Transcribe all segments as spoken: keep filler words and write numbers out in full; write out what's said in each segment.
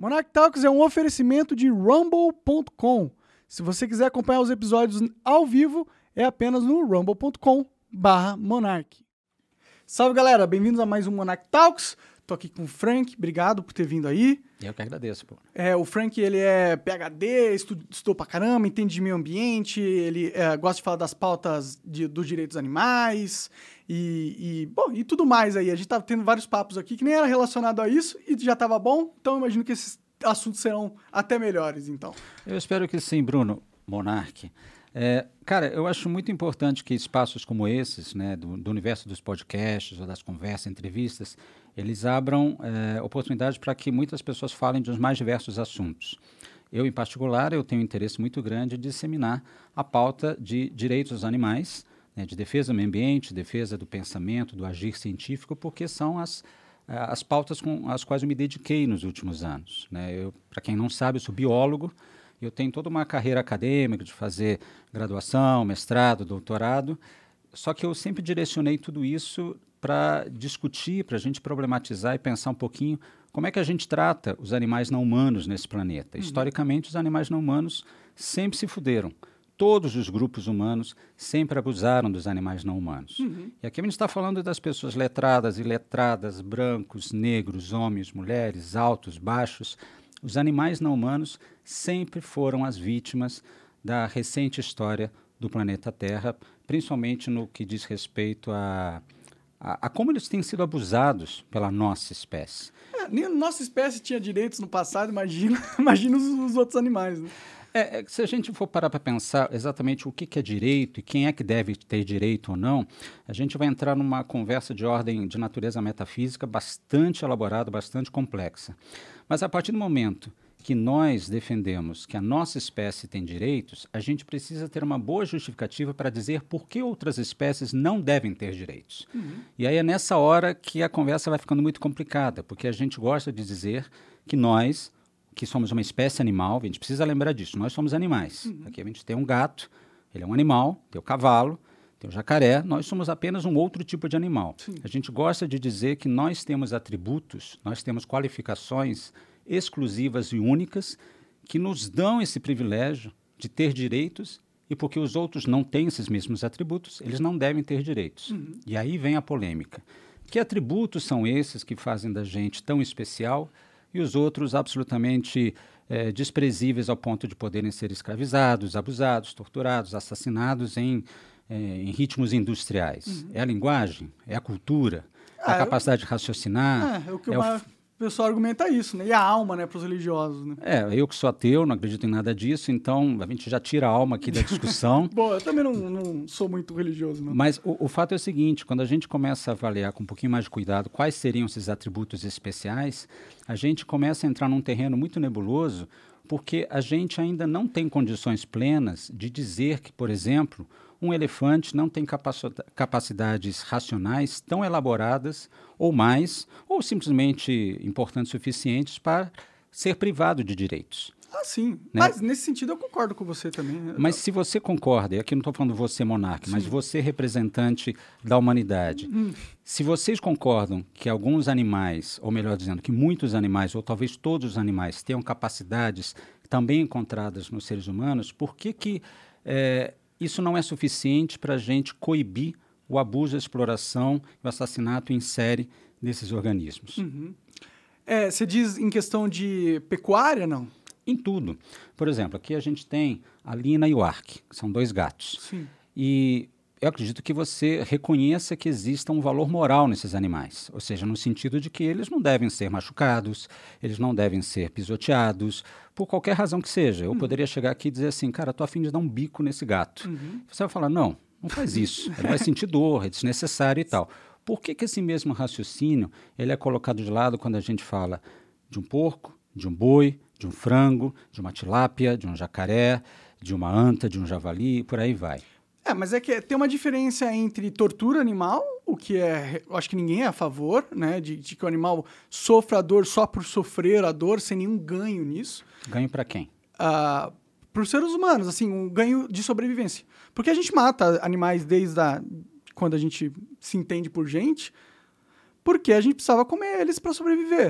Monarch Talks é um oferecimento de rumble ponto com. Se você quiser acompanhar os episódios ao vivo, é apenas no rumble ponto com barra monarch. Salve, galera! Bem-vindos a mais um Monarch Talks. Tô aqui com o Frank, obrigado por ter vindo aí. Eu que agradeço, pô. É, o Frank, ele é P H D, estu- estudou pra caramba, entende de meio ambiente, ele é, gosta de falar das pautas de, dos direitos animais e, e, bom, e tudo mais aí. A gente tava tendo vários papos aqui que nem era relacionado a isso e já tava bom, então eu imagino que esses assuntos serão até melhores, então. Eu espero que sim, Bruno Monarch. É, cara, eu acho muito importante que espaços como esses, né, do, do universo dos podcasts, ou das conversas, entrevistas, eles abram é, oportunidades para que muitas pessoas falem dos mais diversos assuntos. Eu, em particular, eu tenho um interesse muito grande de disseminar a pauta de direitos dos animais, né, de defesa do meio ambiente, defesa do pensamento, do agir científico, porque são as, as pautas com as quais eu me dediquei nos últimos anos. Né? Para quem não sabe, eu sou biólogo. Eu tenho toda uma carreira acadêmica de fazer graduação, mestrado, doutorado, só que eu sempre direcionei tudo isso para discutir, para a gente problematizar e pensar um pouquinho como é que a gente trata os animais não humanos nesse planeta. Uhum. Historicamente, os animais não humanos sempre se fuderam. Todos os grupos humanos sempre abusaram dos animais não humanos. Uhum. E aqui a gente está falando das pessoas letradas, iletradas, brancos, negros, homens, mulheres, altos, baixos. Os animais não humanos sempre foram as vítimas da recente história do planeta Terra, principalmente no que diz respeito a, a, a como eles têm sido abusados pela nossa espécie. É, nem a nossa espécie tinha direitos no passado, imagina, imagina os, os outros animais, né? É, é, se a gente for parar para pensar exatamente o que, que é direito e quem é que deve ter direito ou não, a gente vai entrar numa conversa de ordem de natureza metafísica bastante elaborada, bastante complexa. Mas a partir do momento que nós defendemos que a nossa espécie tem direitos, a gente precisa ter uma boa justificativa para dizer por que outras espécies não devem ter direitos. Uhum. E aí é nessa hora que a conversa vai ficando muito complicada, porque a gente gosta de dizer que nós, que somos uma espécie animal, a gente precisa lembrar disso, nós somos animais. Uhum. Aqui a gente tem um gato, ele é um animal, tem o cavalo, tem o jacaré, nós somos apenas um outro tipo de animal. Sim. A gente gosta de dizer que nós temos atributos, nós temos qualificações exclusivas e únicas que nos dão esse privilégio de ter direitos e porque os outros não têm esses mesmos atributos, eles não devem ter direitos. Uhum. E aí vem a polêmica. Que atributos são esses que fazem da gente tão especial e os outros absolutamente é, desprezíveis ao ponto de poderem ser escravizados, abusados, torturados, assassinados em, é, em ritmos industriais? Uhum. É a linguagem? É a cultura? Ah, é a capacidade eu... de raciocinar? É, é o que é o... o pessoal argumenta isso, né? E a alma, né, para os religiosos, né? É, eu que sou ateu, não acredito em nada disso, então a gente já tira a alma aqui da discussão. Bom, eu também não, não sou muito religioso, não. Mas o, o fato é o seguinte, quando a gente começa a avaliar com um pouquinho mais de cuidado quais seriam esses atributos especiais, a gente começa a entrar num terreno muito nebuloso, porque a gente ainda não tem condições plenas de dizer que, por exemplo, um elefante não tem capacidades racionais tão elaboradas ou mais, ou simplesmente importantes o suficientes para ser privado de direitos. Ah, sim. Né? Mas nesse sentido eu concordo com você também. Mas se você concorda, e aqui não estou falando você, monarca, mas você, representante da humanidade, hum. se vocês concordam que alguns animais, ou melhor dizendo, que muitos animais, ou talvez todos os animais, tenham capacidades também encontradas nos seres humanos, por que que é, isso não é suficiente para a gente coibir o abuso, a exploração e o assassinato em série desses organismos? Uhum. É, você diz em questão de pecuária, não? Em tudo. Por exemplo, aqui a gente tem a Lina e o Ark, que são dois gatos. Sim. E eu acredito que você reconheça que exista um valor moral nesses animais, ou seja, no sentido de que eles não devem ser machucados, eles não devem ser pisoteados, por qualquer razão que seja. Eu uhum. poderia chegar aqui e dizer assim, cara, estou a fim de dar um bico nesse gato. Uhum. Você vai falar, não, não faz isso, ele vai sentir dor, é desnecessário e tal. Por que que esse mesmo raciocínio ele é colocado de lado quando a gente fala de um porco, de um boi, de um frango, de uma tilápia, de um jacaré, de uma anta, de um javali, e por aí vai? É, mas é que tem uma diferença entre tortura animal, o que é, eu acho que ninguém é a favor, né, de, de que o animal sofra a dor só por sofrer a dor, sem nenhum ganho nisso. Ganho para quem? Uh, para os seres humanos, assim, um ganho de sobrevivência. Porque a gente mata animais desde a, quando a gente se entende por gente, porque a gente precisava comer eles para sobreviver.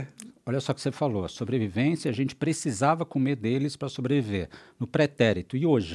olha só o que você falou, sobrevivência, a gente precisava comer deles para sobreviver, no pretérito. E hoje?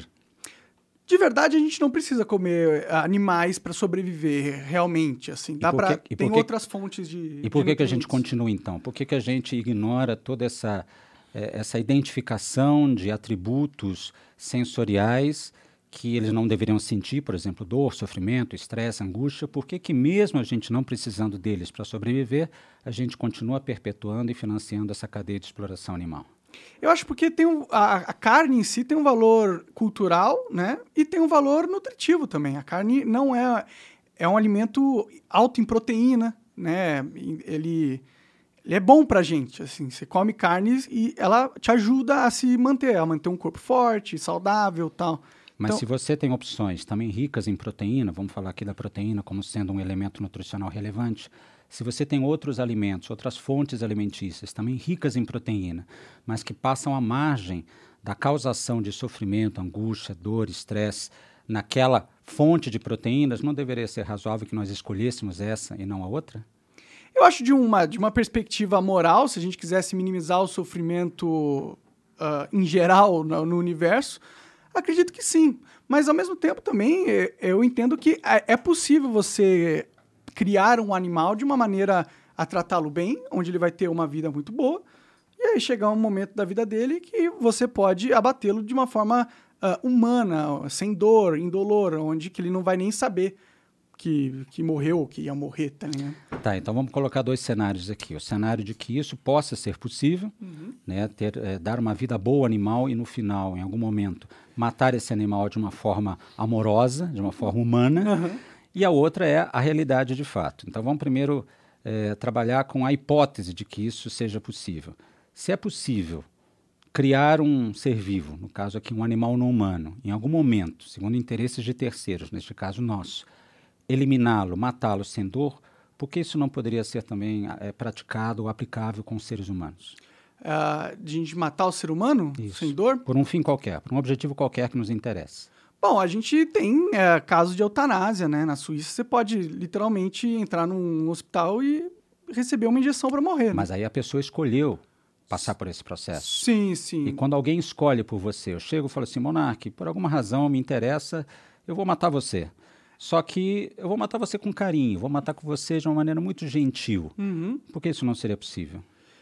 De verdade, a gente não precisa comer animais para sobreviver realmente, assim. Dá para tem que, outras fontes de E por de que, que a gente continua, então? Por que, que a gente ignora toda essa, eh, essa identificação de atributos sensoriais que eles não deveriam sentir, por exemplo, dor, sofrimento, estresse, angústia? Por que, que mesmo a gente não precisando deles para sobreviver, a gente continua perpetuando e financiando essa cadeia de exploração animal? Eu acho porque tem um, a, a carne em si tem um valor cultural, né? E tem um valor nutritivo também. A carne não é... É um alimento alto em proteína, né? Ele, ele é bom pra gente, assim. Você come carne e ela te ajuda a se manter, a manter um corpo forte, saudável e tal. Mas Então, se você tem opções também ricas em proteína, vamos falar aqui da proteína como sendo um elemento nutricional relevante, se você tem outros alimentos, outras fontes alimentícias também ricas em proteína, mas que passam à margem da causação de sofrimento, angústia, dor, estresse, naquela fonte de proteínas, não deveria ser razoável que nós escolhêssemos essa e não a outra? eu acho de uma, de uma perspectiva moral, se a gente quisesse minimizar o sofrimento uh, em geral no, no universo, acredito que sim. Mas, ao mesmo tempo, também eu entendo que é possível você criar um animal de uma maneira a tratá-lo bem, onde ele vai ter uma vida muito boa, e aí chegar um momento da vida dele que você pode abatê-lo de uma forma uh, humana, sem dor, indolor, onde que ele não vai nem saber que, que morreu, que ia morrer, tá ligado? Tá, então vamos colocar dois cenários aqui. O cenário de que isso possa ser possível, uhum. né, ter, é, dar uma vida boa ao animal e no final, em algum momento, matar esse animal de uma forma amorosa, de uma forma humana, uhum. E a outra é a realidade de fato. Então vamos primeiro é, trabalhar com a hipótese de que isso seja possível. Se é possível criar um ser vivo, no caso aqui um animal não humano, em algum momento, segundo interesses de terceiros, neste caso nosso, eliminá-lo, matá-lo sem dor, por que isso não poderia ser também é, praticado ou aplicável com os seres humanos? Uh, de a gente matar o ser humano isso. Sem dor? Por um fim qualquer, por um objetivo qualquer que nos interesse. Bom, a gente tem é, casos de eutanásia, né? Na Suíça você pode literalmente entrar num hospital e receber uma injeção para morrer. Mas né? aí a pessoa escolheu passar por esse processo. Sim, sim. E quando alguém escolhe por você, eu chego e falo assim, Monark, por alguma razão me interessa, eu vou matar você. Só que eu vou matar você com carinho, vou matar com você de uma maneira muito gentil. Uhum. Por que isso não seria possível?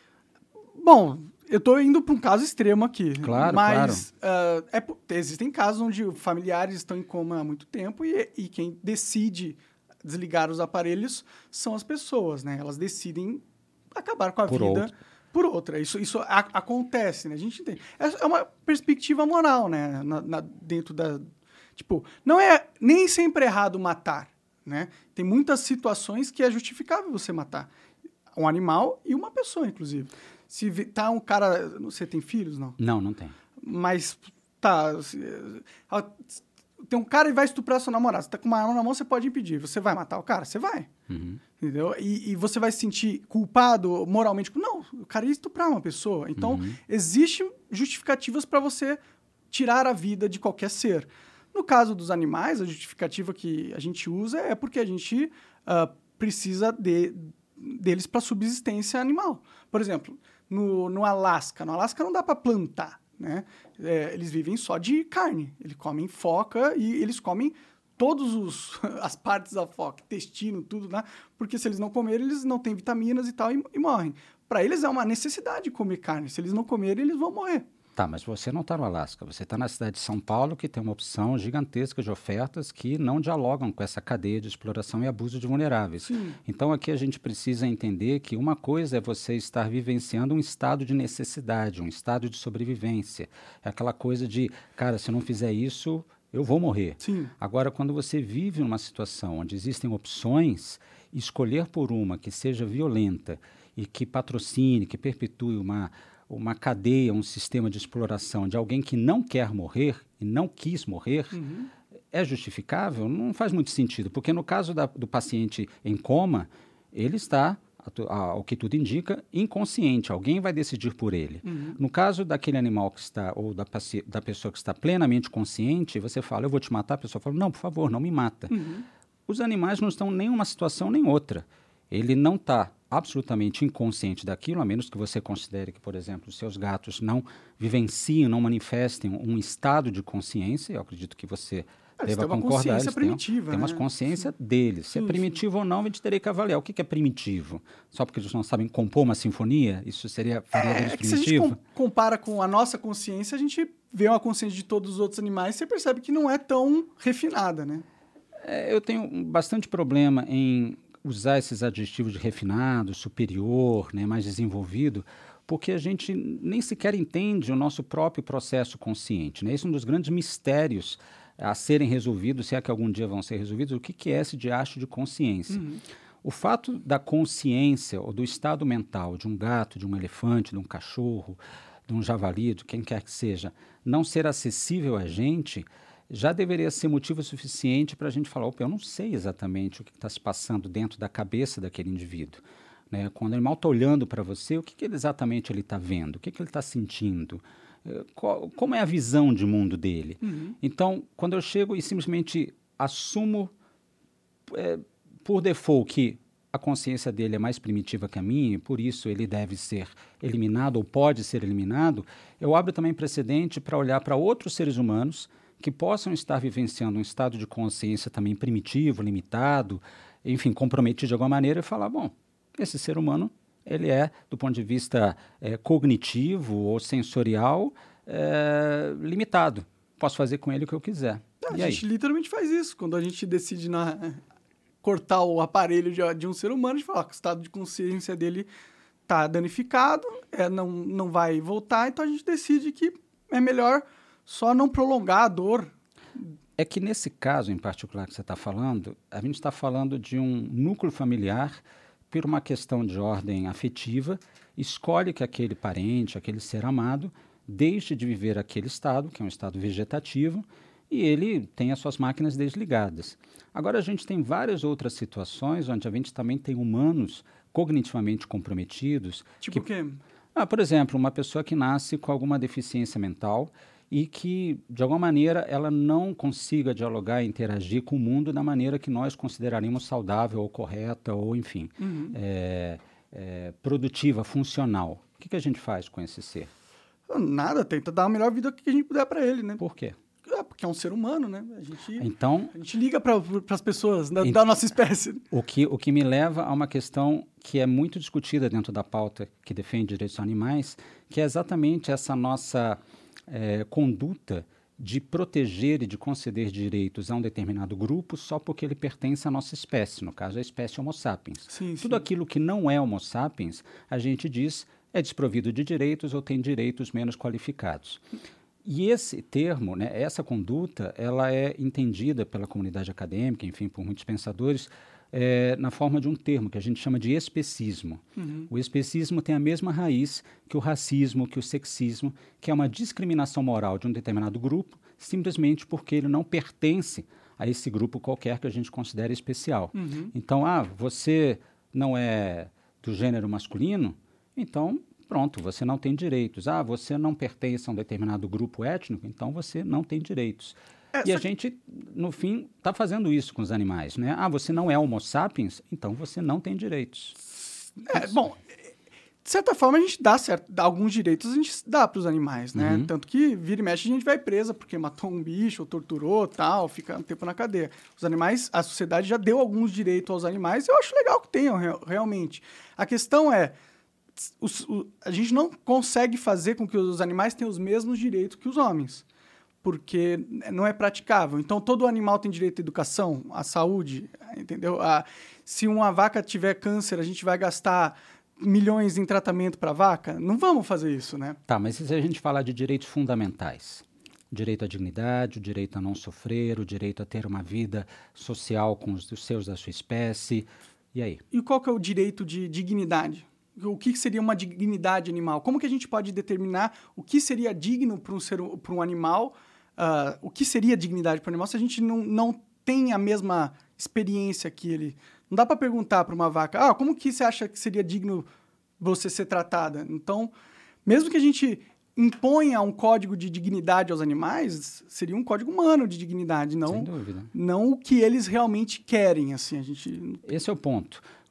Bom, eu estou indo para um caso extremo aqui. Claro, mas, claro. Uh, é, existem casos onde familiares estão em coma há muito tempo e, e quem decide desligar os aparelhos são as pessoas, né? Elas decidem acabar com a por vida outro. por outra. Isso, isso a, acontece, né? A gente tem. É uma perspectiva moral, né? Na, na, dentro da... Tipo, não é nem sempre errado matar, né? Tem muitas situações que é justificável você matar um animal e uma pessoa, inclusive. Se tá um cara... Você tem filhos, não? Não, não tem. Mas, tá... Tem um cara e vai estuprar seu namorado. Você tá com uma arma na mão, você pode impedir. Você vai matar o cara? Você vai. Uhum. Entendeu? E, e você vai se sentir culpado moralmente. Não, o cara ia estuprar uma pessoa. Então, uhum. existem justificativas para você tirar a vida de qualquer ser. No caso dos animais, a justificativa que a gente usa é porque a gente uh, precisa de, deles para subsistência animal. Por exemplo, no, no Alasca. No Alasca não dá para plantar, né? É, eles vivem só de carne. Eles comem foca e eles comem todas as partes da foca, intestino, tudo, né? Porque se eles não comerem, eles não têm vitaminas e tal e, e morrem. Para eles é uma necessidade comer carne. Se eles não comerem, eles vão morrer. Tá, mas você não está no Alasca, você está na cidade de São Paulo, que tem uma opção gigantesca de ofertas que não dialogam com essa cadeia de exploração e abuso de vulneráveis. Sim. Então aqui a gente precisa entender que uma coisa é você estar vivenciando um estado de necessidade, um estado de sobrevivência. É aquela coisa de, cara, se eu não fizer isso, eu vou morrer. Sim. Agora, quando você vive numa situação onde existem opções, escolher por uma que seja violenta e que patrocine, que perpetue uma... uma cadeia, um sistema de exploração de alguém que não quer morrer e não quis morrer, uhum. é justificável? Não faz muito sentido, porque no caso da, do paciente em coma, ele está, ao que tudo indica, inconsciente. Alguém vai decidir por ele. Uhum. No caso daquele animal que está, ou da, da pessoa que está plenamente consciente, você fala, eu vou te matar, a pessoa fala, não, por favor, não me mata. Uhum. Os animais não estão nem em uma situação nem outra. ele não está absolutamente inconsciente daquilo, a menos que você considere que, por exemplo, os seus gatos não vivenciem, não manifestem um estado de consciência. Eu acredito que você Eles deva têm uma concordar. consciência Eles primitiva, têm, têm uma né? consciência Sim. deles. Se Sim, é primitivo ou não, a gente teria que avaliar. O que, que é primitivo? Só porque eles não sabem compor uma sinfonia? Isso seria faria deles É que se a gente primitivo? com- compara com a nossa consciência, a gente vê uma consciência de todos os outros animais e você percebe que não é tão refinada, né? É, eu tenho bastante problema em usar esses adjetivos de refinado, superior, né, mais desenvolvido, porque a gente nem sequer entende o nosso próprio processo consciente. Né? Esse é um dos grandes mistérios a serem resolvidos, se é que algum dia vão ser resolvidos, o que, que é esse diacho de consciência. Uhum. O fato da consciência ou do estado mental de um gato, de um elefante, de um cachorro, de um javali, de quem quer que seja, não ser acessível a gente, já deveria ser motivo suficiente para a gente falar, opa, eu não sei exatamente o que está se passando dentro da cabeça daquele indivíduo. Né? Quando o animal está olhando para você, o que, que ele exatamente ele está vendo? O que, que ele está sentindo? Eh, qual- como é a visão de mundo dele? Uhum. Então, quando eu chego e simplesmente assumo eh, por default que a consciência dele é mais primitiva que a minha e por isso ele deve ser eliminado ou pode ser eliminado, eu abro também precedente para olhar para outros seres humanos que possam estar vivenciando um estado de consciência também primitivo, limitado, enfim, comprometido de alguma maneira e falar, bom, esse ser humano, ele é, do ponto de vista eh, cognitivo ou sensorial, eh, limitado. Posso fazer com ele o que eu quiser. A E aí? gente literalmente faz isso. Quando a gente decide na- cortar o aparelho de, de um ser humano, a gente fala que o estado de consciência dele tá danificado, é, não, não vai voltar, então a gente decide que é melhor só não prolongar a dor. É que nesse caso em particular que você está falando, a gente está falando de um núcleo familiar por uma questão de ordem afetiva, escolhe que aquele parente, aquele ser amado, deixe de viver aquele estado, que é um estado vegetativo, e ele tem as suas máquinas desligadas. Agora, a gente tem várias outras situações onde a gente também tem humanos cognitivamente comprometidos. Tipo que, o quê? ah, por exemplo, uma pessoa que nasce com alguma deficiência mental e que, de alguma maneira, ela não consiga dialogar e interagir com o mundo da maneira que nós consideraríamos saudável ou correta ou, enfim, Uhum. é, é, produtiva, funcional. O que, que a gente faz com esse ser? Nada, tenta dar a melhor vida que a gente puder pra ele, né? Por quê? É, porque é um ser humano, né? A gente, Então, a gente liga para as pessoas da, Ent- da nossa espécie. o que, o que me leva a uma questão que é muito discutida dentro da pauta que defende direitos animais, que é exatamente essa nossa eh, conduta de proteger e de conceder direitos a um determinado grupo só porque ele pertence à nossa espécie, no caso a espécie Homo sapiens. Sim, Tudo sim. aquilo que não é Homo sapiens, a gente diz é desprovido de direitos ou tem direitos menos qualificados. E esse termo, né, essa conduta, ela é entendida pela comunidade acadêmica, enfim, por muitos pensadores, eh, na forma de um termo que a gente chama de especismo. Uhum. O especismo tem a mesma raiz que o racismo, que o sexismo, que é uma discriminação moral de um determinado grupo, simplesmente porque ele não pertence a esse grupo qualquer que a gente considera especial. Uhum. Então, ah, você não é do gênero masculino, então pronto, você não tem direitos. Ah, você não pertence a um determinado grupo étnico, então você não tem direitos. É, E a só que- gente, no fim, está fazendo isso com os animais, né? Ah, você não é Homo sapiens, então você não tem direitos. É, bom, de certa forma a gente dá, certo, dá alguns direitos, a gente dá para os animais, né? Uhum. Tanto que vira e mexe a gente vai presa porque matou um bicho, ou torturou, tal, fica um tempo na cadeia. Os animais, a sociedade já deu alguns direitos aos animais, eu acho legal que tenham, real- realmente. A questão é, os- o- a gente não consegue fazer com que os animais tenham os mesmos direitos que os homens, porque não é praticável. Então, todo animal tem direito à educação, à saúde, entendeu? A, se uma vaca tiver câncer, a gente vai gastar milhões em tratamento para a vaca? Não vamos fazer isso, né? Tá, mas e se a gente falar de direitos fundamentais? O direito à dignidade, o direito a não sofrer, o direito a ter uma vida social com os, os seus da sua espécie. E aí? E qual que é o direito de dignidade? O que seria uma dignidade animal? Como que a gente pode determinar o que seria digno para um, ser, para um animal? Uh, o que seria dignidade para o animal se a gente não, não tem a mesma experiência que ele? Não dá para perguntar para uma vaca, ah, como que você acha que seria digno você ser tratada? Então, mesmo que a gente imponha um código de dignidade aos animais, seria um código humano de dignidade, Sem não, dúvida. não o que eles realmente querem, assim, a gente... Esse é o ponto.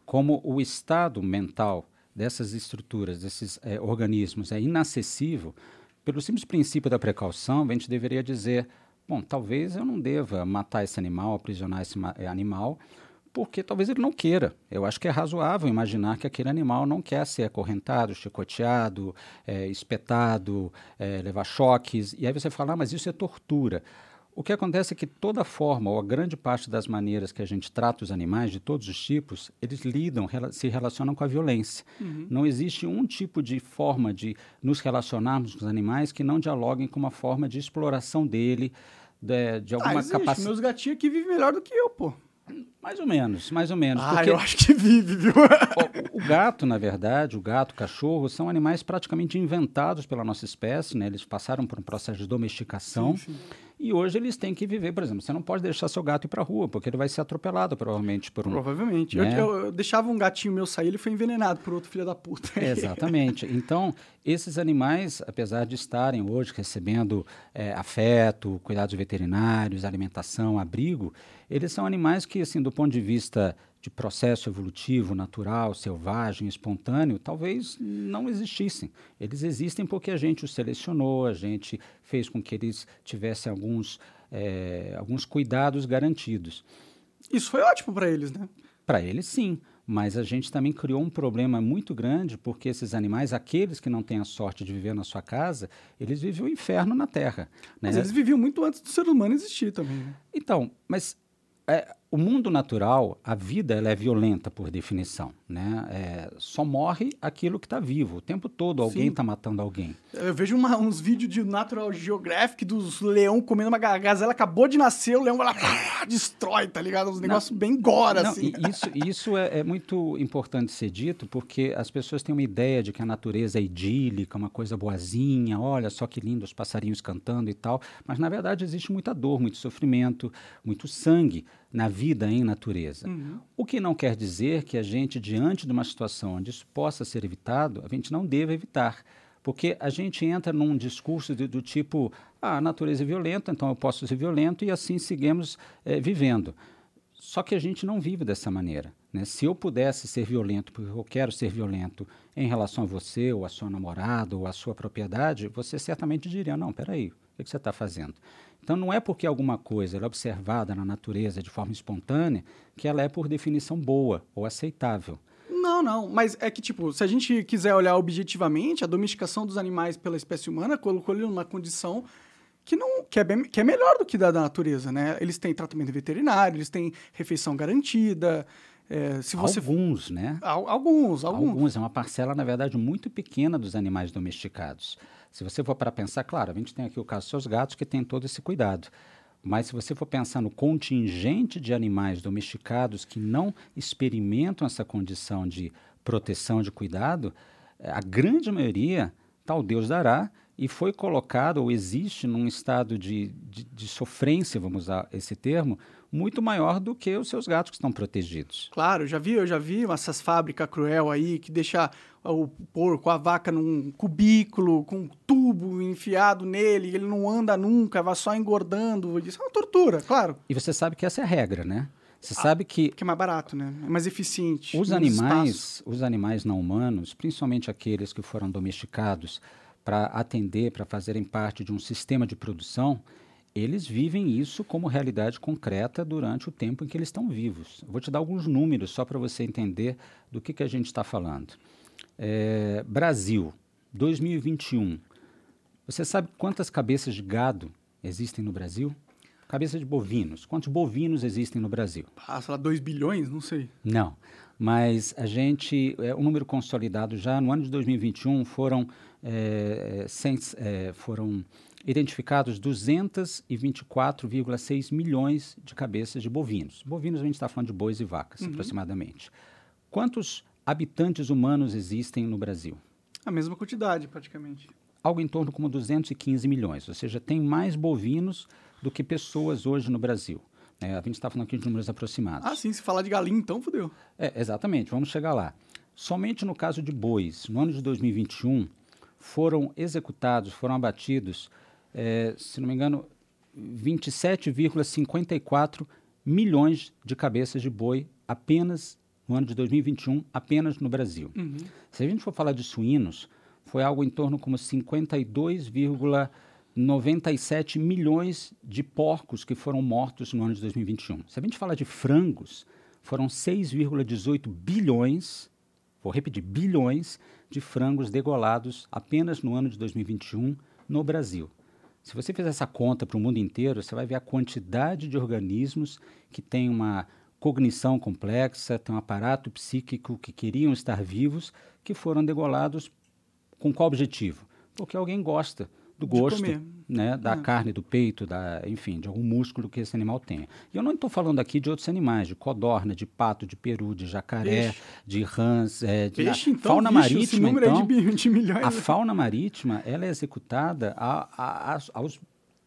como o estado mental dessas estruturas, desses é, organismos é inacessível, pelo simples princípio da precaução, a gente deveria dizer, bom, talvez eu não deva matar esse animal, aprisionar esse animal, porque talvez ele não queira. Eu acho que é razoável imaginar que aquele animal não quer ser acorrentado, chicoteado, é, espetado, é, levar choques. E aí você fala, ah, mas isso é tortura. O que acontece é que toda forma, ou a grande parte das maneiras que a gente trata os animais, de todos os tipos, eles lidam, rela- se relacionam com a violência. Uhum. Não existe um tipo de forma de nos relacionarmos com os animais que não dialoguem com uma forma de exploração dele, de, de Ah, alguma existe. capacidade. Meus gatinhos aqui vivem melhor do que eu, pô. Mais ou menos, mais ou menos. Ah, porque eu acho que vive, viu? o, o gato, na verdade, o gato, o cachorro, são animais praticamente inventados pela nossa espécie, né? Eles passaram por um processo de domesticação. Sim, sim. E hoje eles têm que viver, por exemplo, você não pode deixar seu gato ir para a rua, porque ele vai ser atropelado provavelmente por um... Provavelmente. Né? Eu, eu, eu deixava um gatinho meu sair, ele foi envenenado por outro filho da puta. Exatamente. Então, esses animais, apesar de estarem hoje recebendo é, afeto, cuidados veterinários, alimentação, abrigo, eles são animais que, assim, do ponto de vista de processo evolutivo, natural, selvagem, espontâneo, talvez não existissem. Eles existem porque a gente os selecionou, a gente fez com que eles tivessem alguns, é, alguns cuidados garantidos. Isso foi ótimo para eles, né? Para eles, sim. Mas a gente também criou um problema muito grande porque esses animais, aqueles que não têm a sorte de viver na sua casa, eles vivem o inferno na Terra. Né? Mas eles viviam muito antes do ser humano existir também, né? Então, mas é, o mundo natural, a vida, ela é violenta por definição, né? É, só morre aquilo que está vivo. O tempo todo alguém está matando alguém. Eu vejo uma, uns vídeos de Natural Geographic dos leão comendo uma ga- gazela, acabou de nascer, o leão vai lá, destrói, tá ligado? Uns negócios bem gore, Não, assim. e isso isso é, é muito importante ser dito, porque as pessoas têm uma ideia de que a natureza é idílica, uma coisa boazinha, olha só que lindo os passarinhos cantando e tal, mas na verdade existe muita dor, muito sofrimento, muito sangue na vida em natureza. Uhum. O que não quer dizer que a gente, diante de uma situação onde isso possa ser evitado, a gente não deva evitar. Porque a gente entra num discurso de, do tipo, ah, a natureza é violenta, então eu posso ser violento e assim seguimos eh, vivendo. Só que a gente não vive dessa maneira. Né? Se eu pudesse ser violento, porque eu quero ser violento em relação a você, ou a sua namorada, ou a sua propriedade, você certamente diria, não, peraí, o que você está fazendo? Então, não é porque alguma coisa ela é observada na natureza de forma espontânea que ela é, por definição, boa ou aceitável. Não, não, mas é que, tipo, se a gente quiser olhar objetivamente, a domesticação dos animais pela espécie humana colocou ele numa condição que, não, que, é, bem, que é melhor do que da, da natureza, né? Eles têm tratamento veterinário, eles têm refeição garantida. É, se você Alguns, né? Al- Alguns, alguns. Alguns. É uma parcela, na verdade, muito pequena dos animais domesticados. Se você for para pensar, claro, a gente tem aqui o caso dos seus gatos que tem todo esse cuidado. Mas se você for pensar no contingente de animais domesticados que não experimentam essa condição de proteção, de cuidado, a grande maioria, tal Deus dará, e foi colocado ou existe num estado de, de, de sofrência, vamos usar esse termo, muito maior do que os seus gatos que estão protegidos. Claro, eu já vi, eu já vi essas fábricas cruel aí que deixa o porco, a vaca num cubículo com um tubo enfiado nele, ele não anda nunca, vai só engordando. Isso é uma tortura, claro. E você sabe que essa é a regra, né? Você sabe que Que é mais barato, né? É mais eficiente. os menos animais, espaço. os animais não humanos, principalmente aqueles que foram domesticados para atender, para fazerem parte de um sistema de produção, eles vivem isso como realidade concreta durante o tempo em que eles estão vivos. Eu vou te dar alguns números só para você entender do que, que a gente está falando. É, Brasil, dois mil e vinte e um. Você sabe quantas cabeças de gado existem no Brasil? Cabeças de bovinos. Quantos bovinos existem no Brasil? Ah, sei lá, dois bilhões? Não sei. Não, mas a gente, é, o número consolidado já no ano de dois mil e vinte e um foram, é, cem, é, foram identificados duzentos e vinte e quatro vírgula seis milhões de cabeças de bovinos. Bovinos a gente está falando de bois e vacas, Uhum. aproximadamente. Quantos habitantes humanos existem no Brasil? A mesma quantidade, praticamente. Algo em torno como duzentos e quinze milhões, ou seja, tem mais bovinos do que pessoas hoje no Brasil. É, a gente está falando aqui de números aproximados. Ah, sim, se falar de galinha, então fodeu. É, exatamente, vamos chegar lá. Somente no caso de bois, no ano de dois mil e vinte e um, foram executados, foram abatidos, é, se não me engano, vinte e sete vírgula cinquenta e quatro milhões de cabeças de boi apenas no ano de dois mil e vinte e um, apenas no Brasil. Uhum. Se a gente for falar de suínos, foi algo em torno como cinquenta e dois vírgula noventa e sete milhões de porcos que foram mortos no ano de dois mil e vinte e um. Se a gente falar de frangos, foram seis vírgula dezoito bilhões, vou repetir, bilhões de frangos degolados apenas no ano de dois mil e vinte e um no Brasil. Se você fizer essa conta para o mundo inteiro, você vai ver a quantidade de organismos que têm uma cognição complexa, têm um aparato psíquico que queriam estar vivos, que foram degolados com qual objetivo? Porque alguém gosta do gosto, né, da é. carne, do peito, da, enfim, de algum músculo que esse animal tenha. E eu não estou falando aqui de outros animais, de codorna, de pato, de peru, de jacaré, Peixe. de rãs, é, de Peixe, então, fauna bicho, marítima. Esse número então, é de, de milhões. A fauna marítima, ela é executada a, a, a, aos,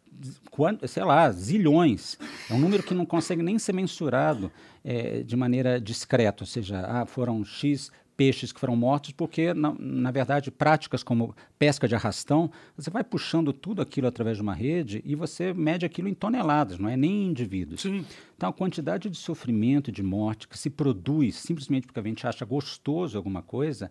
sei lá, zilhões. É um número que não consegue nem ser mensurado é, de maneira discreta, ou seja, ah, foram X peixes que foram mortos, porque, na, na verdade, práticas como pesca de arrastão, você vai puxando tudo aquilo através de uma rede e você mede aquilo em toneladas, não é nem em indivíduos. Sim. Então, a quantidade de sofrimento e de morte que se produz simplesmente porque a gente acha gostoso alguma coisa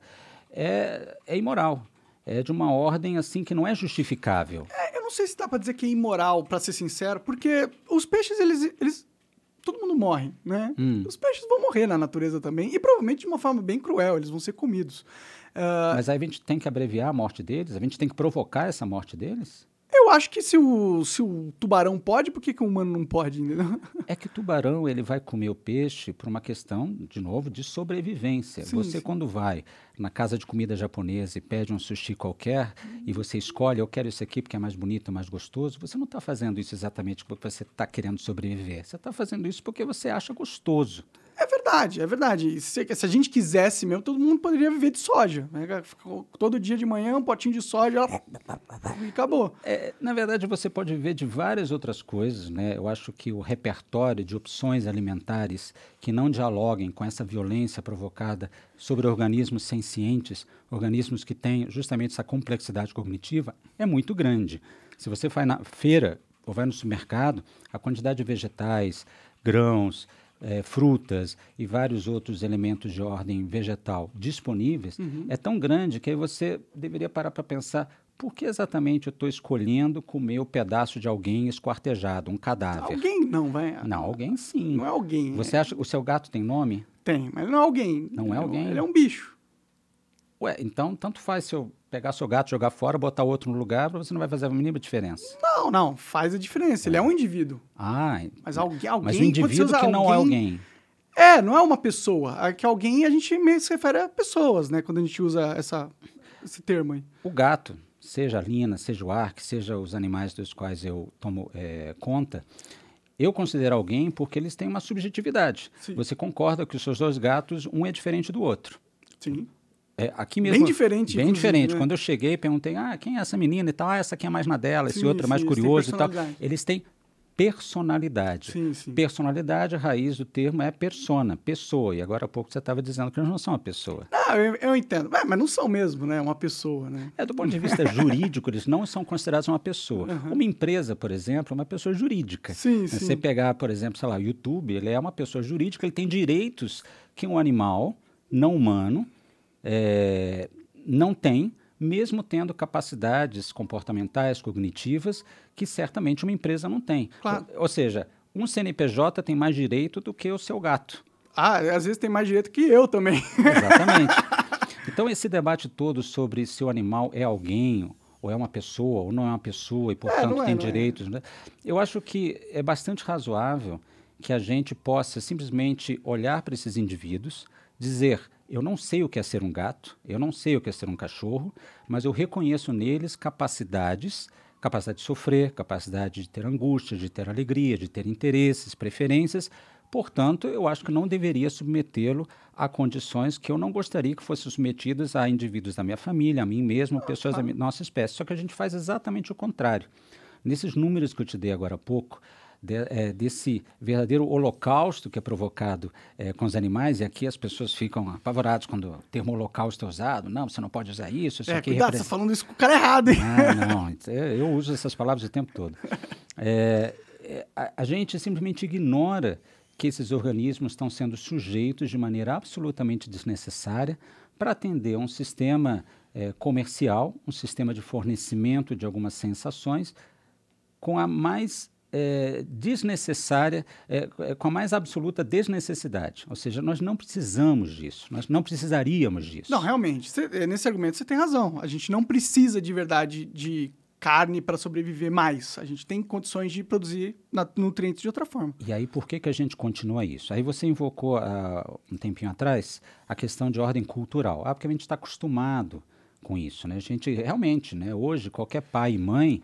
é, é imoral. É de uma ordem assim que não é justificável. É, eu não sei se dá para dizer que é imoral, para ser sincero, porque os peixes, eles... eles... todo mundo morre, né? Hum. Os peixes vão morrer na natureza também, e provavelmente de uma forma bem cruel, eles vão ser comidos. Uh, Mas aí a gente tem que abreviar a morte deles? A gente tem que provocar essa morte deles? Eu acho que se o, se o tubarão pode, por que, que o humano não pode? Entendeu? É que o tubarão ele vai comer o peixe por uma questão, de novo, de sobrevivência. Sim, você, sim. quando vai na casa de comida japonesa e pede um sushi qualquer, hum. e você escolhe, eu quero esse aqui porque é mais bonito, mais gostoso, você não está fazendo isso exatamente porque você está querendo sobreviver. Você está fazendo isso porque você acha gostoso. É verdade, é verdade. Se, se a gente quisesse mesmo, todo mundo poderia viver de soja. Né? Todo dia de manhã, um potinho de soja e acabou. É, na verdade, você pode viver de várias outras coisas, né? Eu acho que o repertório de opções alimentares que não dialoguem com essa violência provocada sobre organismos sencientes, organismos que têm justamente essa complexidade cognitiva, é muito grande. Se você vai na feira ou vai no supermercado, a quantidade de vegetais, grãos, É, frutas e vários outros elementos de ordem vegetal disponíveis, uhum. é tão grande que aí você deveria parar para pensar por que exatamente eu estou escolhendo comer o pedaço de alguém esquartejado, um cadáver. Alguém não, vai. Não, alguém sim. Não é alguém. Você é... acha que o seu gato tem nome? Tem, mas não é alguém. Não é alguém? Ele é um bicho. Ué, então tanto faz se eu pegar seu gato, jogar fora, botar outro no lugar, você não vai fazer a mínima diferença. Não, não, faz a diferença. Ele é um indivíduo. Ah, mas alguém, alguém mas o indivíduo que não alguém, é alguém. É, não é uma pessoa. É que alguém a gente meio se refere a pessoas, né? Quando a gente usa essa, esse termo aí. O gato, seja a Lina, seja o Ark, seja os animais dos quais eu tomo é, conta, eu considero alguém porque eles têm uma subjetividade. Sim. Você concorda que os seus dois gatos, um é diferente do outro. Sim. É, aqui mesmo, bem diferente. Bem diferente. Né? Quando eu cheguei, perguntei, ah, quem é essa menina e tal? Ah, essa aqui é mais na dela, sim, esse outro sim, é mais curioso e tal. Eles têm personalidade. Sim, sim. Personalidade, a raiz do termo é persona, pessoa. E agora há pouco você estava dizendo que eles não são uma pessoa. Não, eu, eu entendo. É, mas não são mesmo, né? Uma pessoa, né? É, do ponto de vista jurídico, eles não são considerados uma pessoa. Uhum. Uma empresa, por exemplo, é uma pessoa jurídica. Sim, Você sim. pegar, por exemplo, sei lá, o YouTube, ele é uma pessoa jurídica, ele tem direitos que um animal não humano é, não tem, mesmo tendo capacidades comportamentais, cognitivas, que certamente uma empresa não tem. Claro. Ou, ou seja, um C N P J tem mais direito do que o seu gato. Ah, às vezes tem mais direito que eu também. Exatamente. Então, esse debate todo sobre se o animal é alguém, ou é uma pessoa, ou não é uma pessoa, e, portanto, é, tem é, direitos, é. né? Eu acho que é bastante razoável que a gente possa simplesmente olhar para esses indivíduos, dizer... Eu não sei o que é ser um gato, eu não sei o que é ser um cachorro, mas eu reconheço neles capacidades, capacidade de sofrer, capacidade de ter angústia, de ter alegria, de ter interesses, preferências. Portanto, eu acho que não deveria submetê-lo a condições que eu não gostaria que fossem submetidas a indivíduos da minha família, a mim mesmo, pessoas da minha, nossa espécie. Só que a gente faz exatamente o contrário. Nesses números que eu te dei agora há pouco, De, é, desse verdadeiro holocausto que é provocado é, com os animais, e aqui as pessoas ficam apavoradas quando o termo holocausto é usado. Não, você não pode usar isso. isso é, aqui cuidado, representa... você está falando isso com o cara errado, hein? Não, não, eu uso essas palavras o tempo todo. É, é, a, a gente simplesmente ignora que esses organismos estão sendo sujeitos de maneira absolutamente desnecessária para atender um sistema eh, comercial, um sistema de fornecimento de algumas sensações, com a mais eh, desnecessária, eh, com a mais absoluta desnecessidade. Ou seja, nós não precisamos disso, nós não precisaríamos disso. Não, realmente, cê, nesse argumento você tem razão. A gente não precisa de verdade de carne para sobreviver mais. A gente tem condições de produzir na, nutrientes de outra forma. E aí, por que, que a gente continua isso? Aí você invocou, uh, um tempinho atrás, a questão de ordem cultural. Ah, porque a gente está acostumado com isso, né? A gente, realmente, né? Hoje, qualquer pai e mãe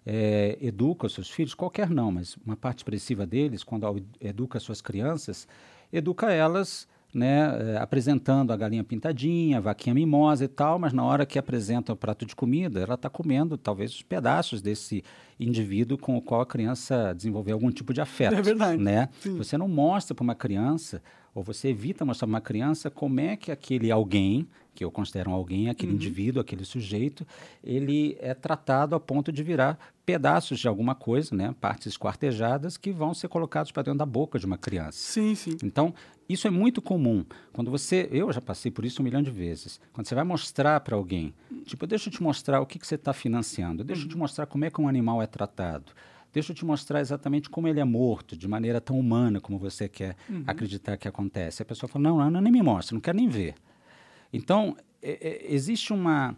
é, educa os seus filhos, qualquer não, mas uma parte expressiva deles, quando educa suas crianças, educa elas... Né, eh, apresentando a galinha pintadinha, a vaquinha mimosa e tal, mas na hora que apresenta o prato de comida, ela está comendo talvez os pedaços desse indivíduo com o qual a criança desenvolveu algum tipo de afeto. É verdade. Né? Sim. Você não mostra para uma criança, ou você evita mostrar para uma criança como é que aquele alguém, que eu considero um alguém, aquele uhum. indivíduo, aquele sujeito, ele é tratado a ponto de virar pedaços de alguma coisa, né, partes esquartejadas, que vão ser colocados para dentro da boca de uma criança. Sim, sim. Então, isso é muito comum. Quando você, eu já passei por isso um milhão de vezes. Quando você vai mostrar para alguém, tipo, deixa eu te mostrar o que, que você está financiando, deixa uhum. eu te mostrar como é que um animal é tratado, deixa eu te mostrar exatamente como ele é morto, de maneira tão humana como você quer uhum. acreditar que acontece. A pessoa fala, não, não, nem me mostra, não quero nem ver. Então, é, é, existe uma,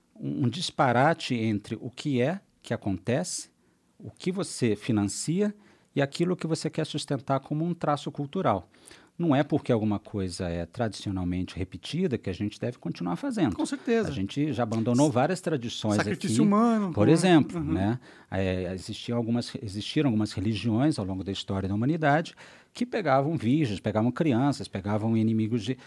um disparate entre o que é que acontece, o que você financia e aquilo que você quer sustentar como um traço cultural. Não é porque alguma coisa é tradicionalmente repetida que a gente deve continuar fazendo. Com certeza. A gente já abandonou várias tradições Sacrifício aqui. humano. Por exemplo, uhum. né? É, existiam, algumas, existiram algumas religiões ao longo da história da humanidade que pegavam virgens, pegavam crianças, pegavam inimigos de...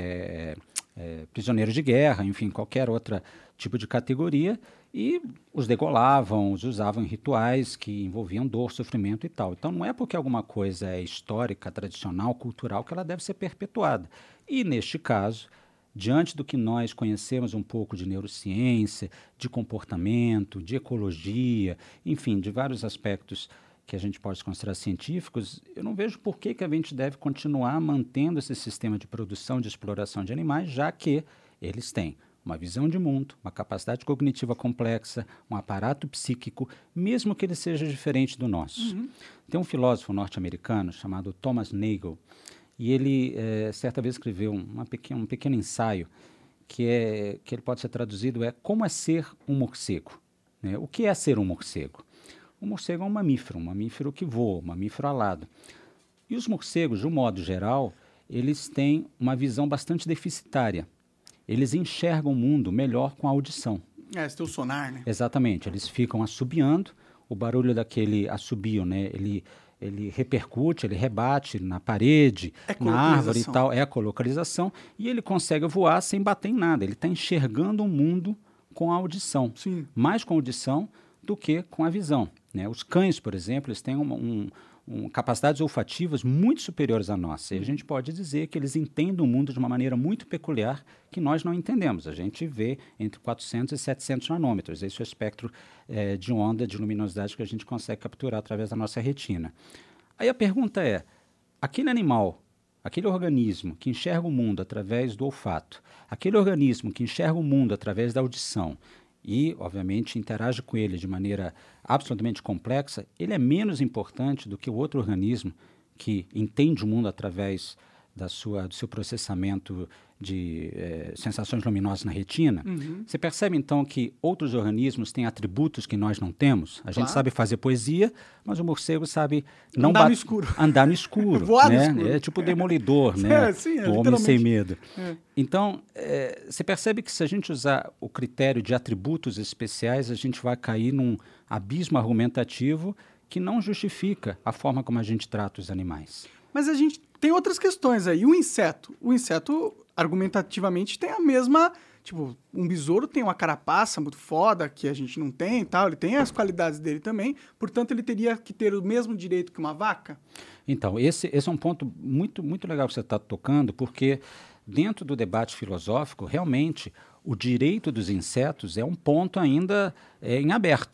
É, é, prisioneiros de guerra, enfim, qualquer outro tipo de categoria, e os degolavam, os usavam em rituais que envolviam dor, sofrimento e tal. Então, não é porque alguma coisa é histórica, tradicional, cultural, que ela deve ser perpetuada. E, neste caso, diante do que nós conhecemos um pouco de neurociência, de comportamento, de ecologia, enfim, de vários aspectos que a gente pode considerar científicos, eu não vejo por que, que a gente deve continuar mantendo esse sistema de produção, de exploração de animais, já que eles têm uma visão de mundo, uma capacidade cognitiva complexa, um aparato psíquico, mesmo que ele seja diferente do nosso. Uhum. Tem um filósofo norte-americano chamado Thomas Nagel, e ele, é, certa vez, escreveu uma pequena, um pequeno ensaio que, é, que ele pode ser traduzido é Como é ser um morcego? Né? O que é ser um morcego? O morcego é um mamífero, um mamífero que voa, um mamífero alado. E os morcegos, de um modo geral, eles têm uma visão bastante deficitária. Eles enxergam o mundo melhor com a audição. É, esse tem o sonar, né? Exatamente. Eles ficam assobiando, o barulho daquele assobio, né? Ele, ele repercute, ele rebate na parede, na árvore e tal, é a ecolocalização, e ele consegue voar sem bater em nada. Ele está enxergando o mundo com a audição. Sim. Mais com a audição do que com a visão. Né? Os cães, por exemplo, eles têm uma, um, um, capacidades olfativas muito superiores à nossa. E a gente pode dizer que eles entendem o mundo de uma maneira muito peculiar que nós não entendemos. A gente vê entre quatrocentos e setecentos nanômetros. Esse é o espectro é, de onda, de luminosidade que a gente consegue capturar através da nossa retina. Aí a pergunta é, aquele animal, aquele organismo que enxerga o mundo através do olfato, aquele organismo que enxerga o mundo através da audição, e, obviamente, interage com ele de maneira absolutamente complexa, ele é menos importante do que o outro organismo que entende o mundo através da sua, do seu processamento de eh, sensações luminosas na retina. Uhum. Você percebe, então, que outros organismos têm atributos que nós não temos? A claro. gente sabe fazer poesia, mas o morcego sabe... não andar no escuro. Andar no escuro. Voar né? no escuro. É tipo o Demolidor, né? É, sim, é, o Homem Sem Medo. É. Então, é, você percebe que se a gente usar o critério de atributos especiais, a gente vai cair num abismo argumentativo que não justifica a forma como a gente trata os animais. Mas a gente tem outras questões aí. O inseto, o inseto, argumentativamente, tem a mesma... Tipo, um besouro tem uma carapaça muito foda que a gente não tem e tal. Ele tem as qualidades dele também. Portanto, ele teria que ter o mesmo direito que uma vaca? Então, esse, esse é um ponto muito, muito legal que você está tocando, porque dentro do debate filosófico, realmente, o direito dos insetos é um ponto ainda é, em aberto.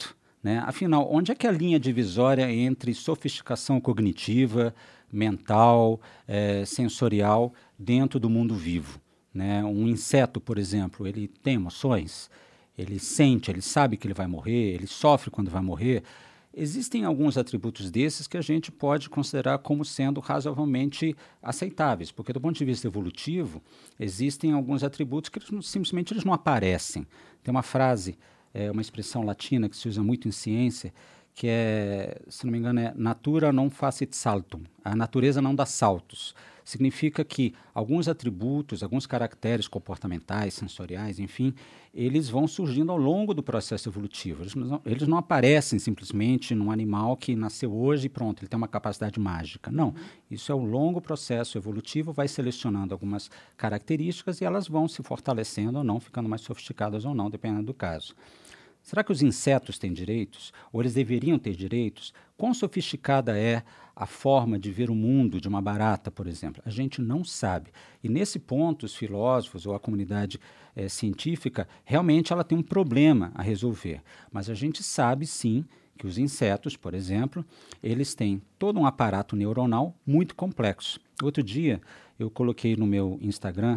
né? Afinal, onde é que é a linha divisória entre sofisticação cognitiva, mental, eh, sensorial dentro do mundo vivo, né? Um inseto, por exemplo, ele tem emoções, ele sente, ele sabe que ele vai morrer, ele sofre quando vai morrer. Existem alguns atributos desses que a gente pode considerar como sendo razoavelmente aceitáveis, porque do ponto de vista evolutivo, existem alguns atributos que eles não, simplesmente eles não aparecem. Tem uma frase, é, uma expressão latina que se usa muito em ciência, que é, se não me engano, é natura non facit saltum, a natureza não dá saltos. Significa que alguns atributos, alguns caracteres comportamentais, sensoriais, enfim, eles vão surgindo ao longo do processo evolutivo. Eles não, eles não aparecem simplesmente num animal que nasceu hoje e pronto, ele tem uma capacidade mágica. Não, isso é um longo processo evolutivo, vai selecionando algumas características e elas vão se fortalecendo ou não, ficando mais sofisticadas ou não, dependendo do caso. Será que os insetos têm direitos? Ou eles deveriam ter direitos? Quão sofisticada é a forma de ver o mundo de uma barata, por exemplo? A gente não sabe. E nesse ponto, os filósofos ou a comunidade eh, científica, realmente ela tem um problema a resolver. Mas a gente sabe, sim, que os insetos, por exemplo, eles têm todo um aparato neuronal muito complexo. Outro dia, eu coloquei no meu Instagram,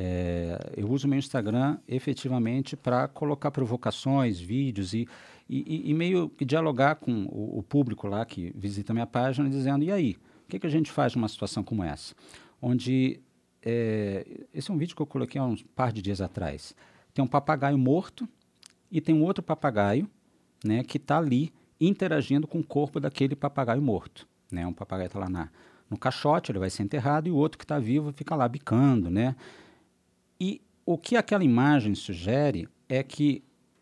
É, eu uso o meu Instagram efetivamente para colocar provocações, vídeos e, e, e meio que dialogar com o, o público lá que visita a minha página, dizendo, e aí, o que, que a gente faz numa situação como essa? Onde, é, esse é um vídeo que eu coloquei há uns par de dias atrás, tem um papagaio morto e tem um outro papagaio, né, que está ali interagindo com o corpo daquele papagaio morto. Né? Um papagaio está lá na, no caixote, ele vai ser enterrado, e o outro que está vivo fica lá bicando, né? E o que aquela imagem sugere é que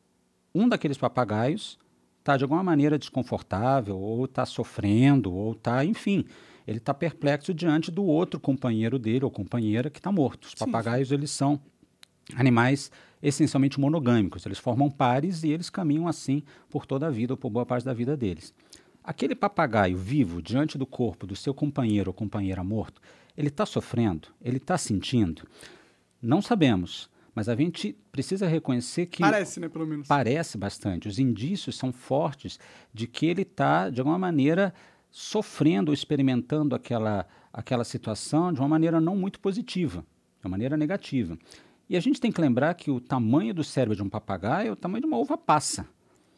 um daqueles papagaios está de alguma maneira desconfortável, ou está sofrendo, ou está, enfim, ele está perplexo diante do outro companheiro dele ou companheira que está morto. Os papagaios, sim, eles são animais essencialmente monogâmicos, eles formam pares e eles caminham assim por toda a vida ou por boa parte da vida deles. Aquele papagaio vivo diante do corpo do seu companheiro ou companheira morto, ele está sofrendo, ele está sentindo? Não sabemos, mas a gente precisa reconhecer que... Parece, né, pelo menos. Parece bastante. Os indícios são fortes de que ele está, de alguma maneira, sofrendo ou experimentando aquela, aquela situação de uma maneira não muito positiva, de uma maneira negativa. E a gente tem que lembrar que o tamanho do cérebro de um papagaio é o tamanho de uma uva passa.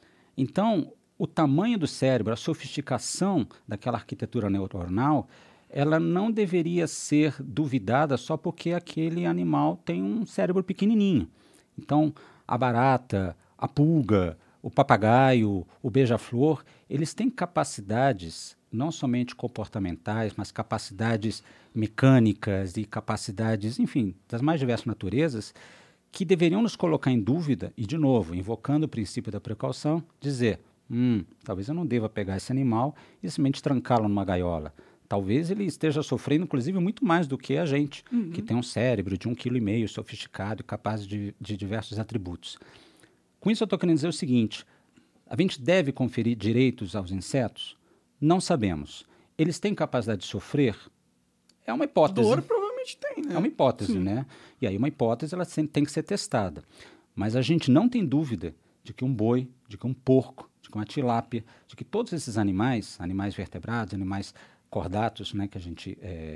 Então, o tamanho do cérebro, a sofisticação daquela arquitetura neuronal, ela não deveria ser duvidada só porque aquele animal tem um cérebro pequenininho. Então, a barata, a pulga, o papagaio, o beija-flor, eles têm capacidades não somente comportamentais, mas capacidades mecânicas e capacidades, enfim, das mais diversas naturezas, que deveriam nos colocar em dúvida e, de novo, invocando o princípio da precaução, dizer, hum, talvez eu não deva pegar esse animal e simplesmente trancá-lo numa gaiola. Talvez ele esteja sofrendo, inclusive, muito mais do que a gente, uhum, que tem um cérebro de um quilo e meio, sofisticado e capaz de, de diversos atributos. Com isso, eu estou querendo dizer o seguinte, a gente deve conferir direitos aos insetos? Não sabemos. Eles têm capacidade de sofrer? É uma hipótese. Dor provavelmente tem, né? É uma hipótese, Sim. né? E aí uma hipótese ela tem que ser testada. Mas a gente não tem dúvida de que um boi, de que um porco, de que uma tilápia, de que todos esses animais, animais vertebrados, animais cordatos, né, que a gente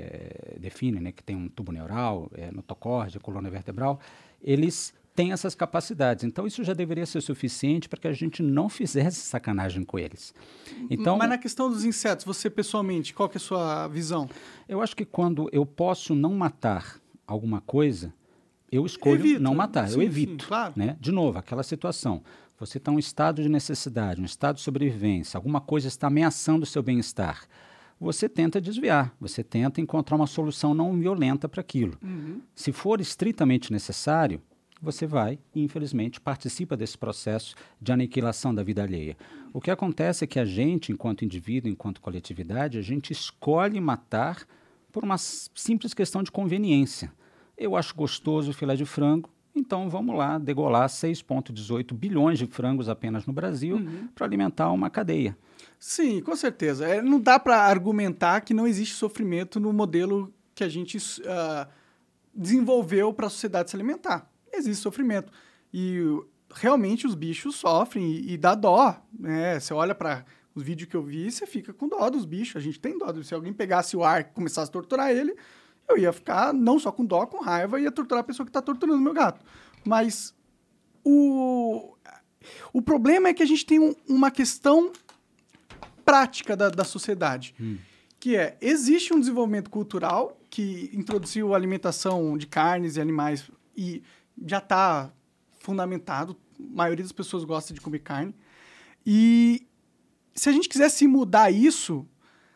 é, define, né, que tem um tubo neural, é, notocórdia, coluna vertebral, eles têm essas capacidades. Então, isso já deveria ser suficiente para que a gente não fizesse sacanagem com eles. Então, mas na questão dos insetos, você pessoalmente, qual que é a sua visão? Eu acho que quando eu posso não matar alguma coisa, eu escolho evito. não matar, sim, eu evito. Sim, claro. Né? De novo, aquela situação. Você está em um estado de necessidade, um estado de sobrevivência, alguma coisa está ameaçando o seu bem-estar. Você tenta desviar, você tenta encontrar uma solução não violenta para aquilo. Uhum. Se for estritamente necessário, você vai e, infelizmente, participa desse processo de aniquilação da vida alheia. O que acontece é que a gente, enquanto indivíduo, enquanto coletividade, a gente escolhe matar por uma simples questão de conveniência. Eu acho gostoso o filé de frango, então vamos lá degolar seis vírgula dezoito bilhões de frangos apenas no Brasil uhum. para alimentar uma cadeia. Sim, com certeza. É, não dá para argumentar que não existe sofrimento no modelo que a gente uh, desenvolveu para a sociedade se alimentar. Existe sofrimento. E realmente os bichos sofrem e, e dá dó. É, você olha para os vídeos que eu vi, você fica com dó dos bichos. A gente tem dó. Se alguém pegasse o ar e começasse a torturar ele, eu ia ficar não só com dó, com raiva, ia torturar a pessoa que está torturando meu gato. Mas o, o problema é que a gente tem um, uma questão prática da, da sociedade, hum. que é, existe um desenvolvimento cultural que introduziu a alimentação de carnes e animais e já está fundamentado, a maioria das pessoas gosta de comer carne, e se a gente quisesse mudar isso,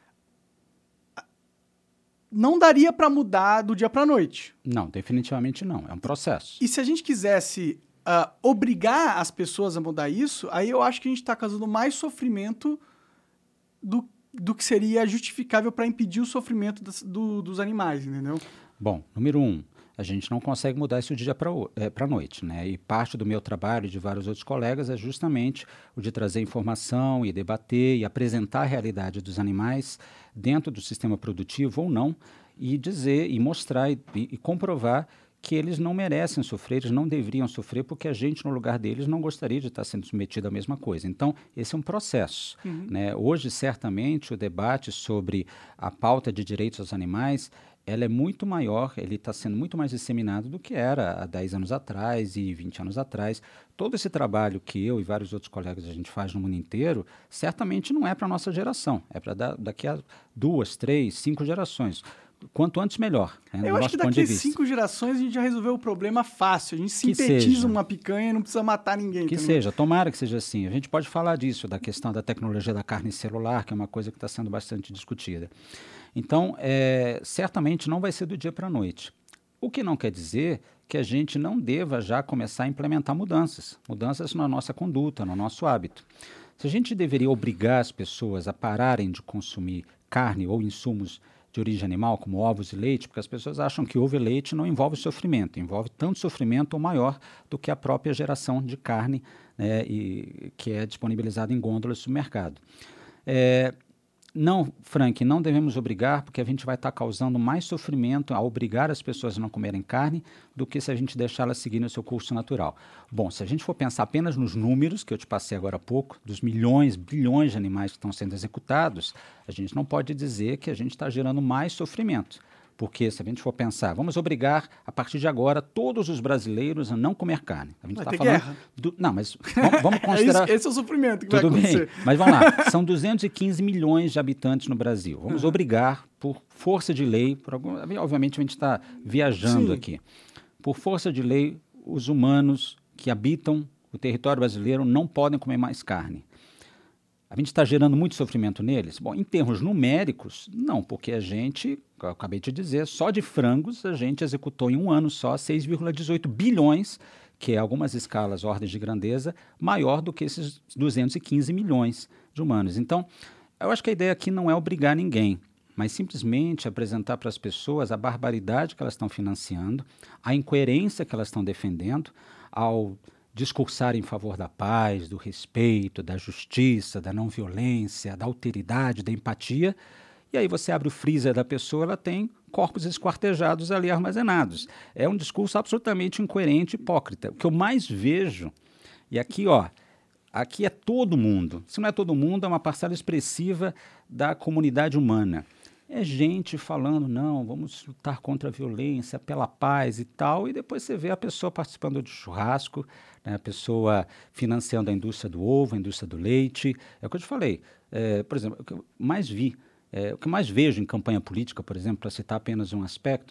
não daria para mudar do dia para a noite. Não, definitivamente não, é um processo. E se a gente quisesse uh, obrigar as pessoas a mudar isso, aí eu acho que a gente está causando mais sofrimento do, do que seria justificável para impedir o sofrimento das, do, dos animais, entendeu? Bom, número um, a gente não consegue mudar isso do dia para é, a noite, né? E parte do meu trabalho e de vários outros colegas é justamente o de trazer informação e debater e apresentar a realidade dos animais dentro do sistema produtivo ou não, e dizer e mostrar e, e comprovar que eles não merecem sofrer, eles não deveriam sofrer, porque a gente, no lugar deles, não gostaria de estar sendo submetido à mesma coisa. Então, esse é um processo. Uhum. Né? Hoje, certamente, o debate sobre a pauta de direitos aos animais, ela é muito maior, ele está sendo muito mais disseminado do que era há dez anos atrás e vinte anos atrás. Todo esse trabalho que eu e vários outros colegas a gente faz no mundo inteiro, certamente não é para a nossa geração, é para da, daqui a duas, três, cinco gerações. Quanto antes, melhor. Né, eu acho que daqui a cinco gerações a gente já resolveu o problema fácil. A gente sintetiza uma picanha e não precisa matar ninguém. Que também. seja, tomara que seja assim. A gente pode falar disso, da questão da tecnologia da carne celular, que é uma coisa que está sendo bastante discutida. Então, é, certamente não vai ser do dia para a noite. O que não quer dizer que a gente não deva já começar a implementar mudanças. Mudanças na nossa conduta, no nosso hábito. Se a gente deveria obrigar as pessoas a pararem de consumir carne ou insumos de origem animal, como ovos e leite, porque as pessoas acham que ovo e leite não envolve sofrimento, envolve tanto sofrimento ou maior do que a própria geração de carne, né, e, que é disponibilizada em gôndolas do supermercado. É, não, Frank, não devemos obrigar, porque a gente vai estar causando mais sofrimento ao obrigar as pessoas a não comerem carne do que se a gente deixá-las seguir no seu curso natural. Bom, se a gente for pensar apenas nos números que eu te passei agora há pouco, dos milhões, bilhões de animais que estão sendo executados, a gente não pode dizer que a gente está gerando mais sofrimento. Porque se a gente for pensar, vamos obrigar, a partir de agora, todos os brasileiros a não comer carne. A gente vai tá ter falando guerra. Do, não, mas vamos, vamos considerar... é isso, esse é o sofrimento que Tudo vai acontecer. Bem, mas vamos lá, são duzentos e quinze milhões de habitantes no Brasil. Vamos uhum. obrigar, por força de lei, por algum, obviamente a gente está viajando Sim. aqui, por força de lei, os humanos que habitam o território brasileiro não podem comer mais carne. A gente está gerando muito sofrimento neles? Bom, em termos numéricos, não, porque a gente, eu acabei de dizer, só de frangos a gente executou em um ano só seis vírgula dezoito bilhões, que é algumas escalas, ordens de grandeza, maior do que esses duzentos e quinze milhões de humanos. Então, eu acho que a ideia aqui não é obrigar ninguém, mas simplesmente apresentar para as pessoas a barbaridade que elas estão financiando, a incoerência que elas estão defendendo ao discursar em favor da paz, do respeito, da justiça, da não violência, da alteridade, da empatia, e aí você abre o freezer da pessoa, ela tem corpos esquartejados ali armazenados. É um discurso absolutamente incoerente e hipócrita. O que eu mais vejo, e aqui, ó, aqui é todo mundo, se não é todo mundo, é uma parcela expressiva da comunidade humana. É gente falando, não, vamos lutar contra a violência, pela paz e tal, e depois você vê a pessoa participando de churrasco, né, a pessoa financiando a indústria do ovo, a indústria do leite. É o que eu te falei. É, por exemplo, o que eu mais vi, é, o que eu mais vejo em campanha política, por exemplo, para citar apenas um aspecto,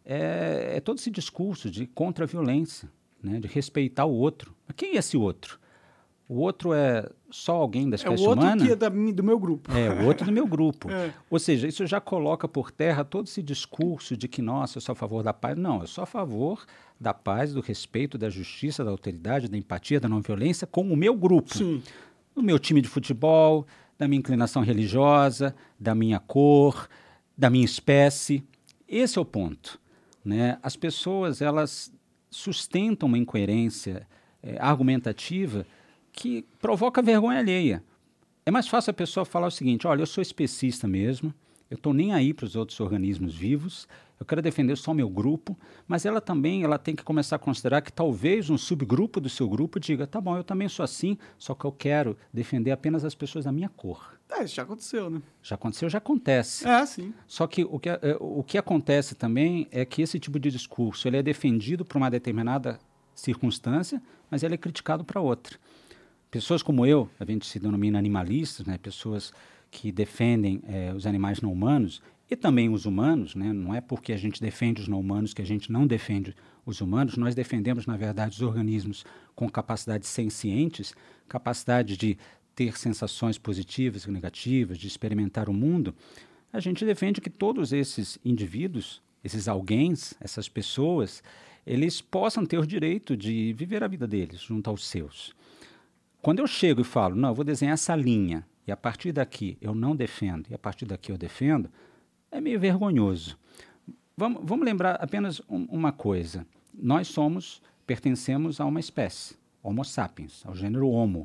é, é todo esse discurso de contra a violência, né, de respeitar o outro. Mas quem é esse outro? O outro é só alguém da espécie humana? É o outro humana? que é da, do meu grupo. É, o outro do meu grupo. É. Ou seja, isso já coloca por terra todo esse discurso de que, nossa, eu sou a favor da paz. Não, eu sou a favor da paz, do respeito, da justiça, da alteridade, da empatia, da não violência com o meu grupo. Sim. Do meu time de futebol, da minha inclinação religiosa, da minha cor, da minha espécie. Esse é o ponto, né? As pessoas, elas sustentam uma incoerência é, argumentativa que provoca vergonha alheia. É mais fácil a pessoa falar o seguinte, olha, eu sou especista mesmo, eu estou nem aí para os outros organismos vivos, eu quero defender só o meu grupo, mas ela também ela tem que começar a considerar que talvez um subgrupo do seu grupo diga, tá bom, eu também sou assim, só que eu quero defender apenas as pessoas da minha cor. É, isso já aconteceu, né? Já aconteceu, já acontece. É, sim. Só que o que, é, o que acontece também é que esse tipo de discurso ele é defendido por uma determinada circunstância, mas ele é criticado para outra. Pessoas como eu, a gente se denomina animalistas, né? Pessoas que defendem é, os animais não humanos, e também os humanos, né? Não é porque a gente defende os não humanos que a gente não defende os humanos, nós defendemos, na verdade, os organismos com capacidades sencientes, capacidade de ter sensações positivas e negativas, de experimentar o mundo. A gente defende que todos esses indivíduos, esses alguéms, essas pessoas, eles possam ter o direito de viver a vida deles junto aos seus. Quando eu chego e falo, não, eu vou desenhar essa linha, e a partir daqui eu não defendo, e a partir daqui eu defendo, é meio vergonhoso. Vamos, vamos lembrar apenas um, uma coisa. Nós somos, pertencemos a uma espécie, Homo sapiens, ao gênero Homo.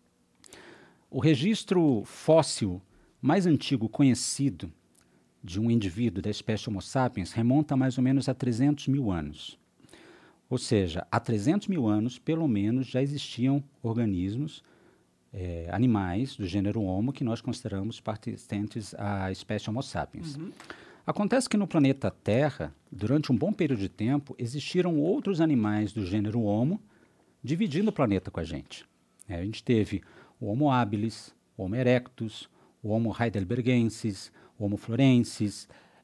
O registro fóssil mais antigo conhecido de um indivíduo da espécie Homo sapiens remonta mais ou menos a trezentos mil anos. Ou seja, há trezentos mil anos, pelo menos, já existiam organismos, É, animais do gênero Homo que nós consideramos pertencentes à espécie Homo sapiens. Uhum. Acontece que no planeta Terra, durante um bom período de tempo, existiram outros animais do gênero Homo dividindo o planeta com a gente. É, a gente teve o Homo habilis, o Homo erectus, o Homo heidelbergensis, o Homo florensis,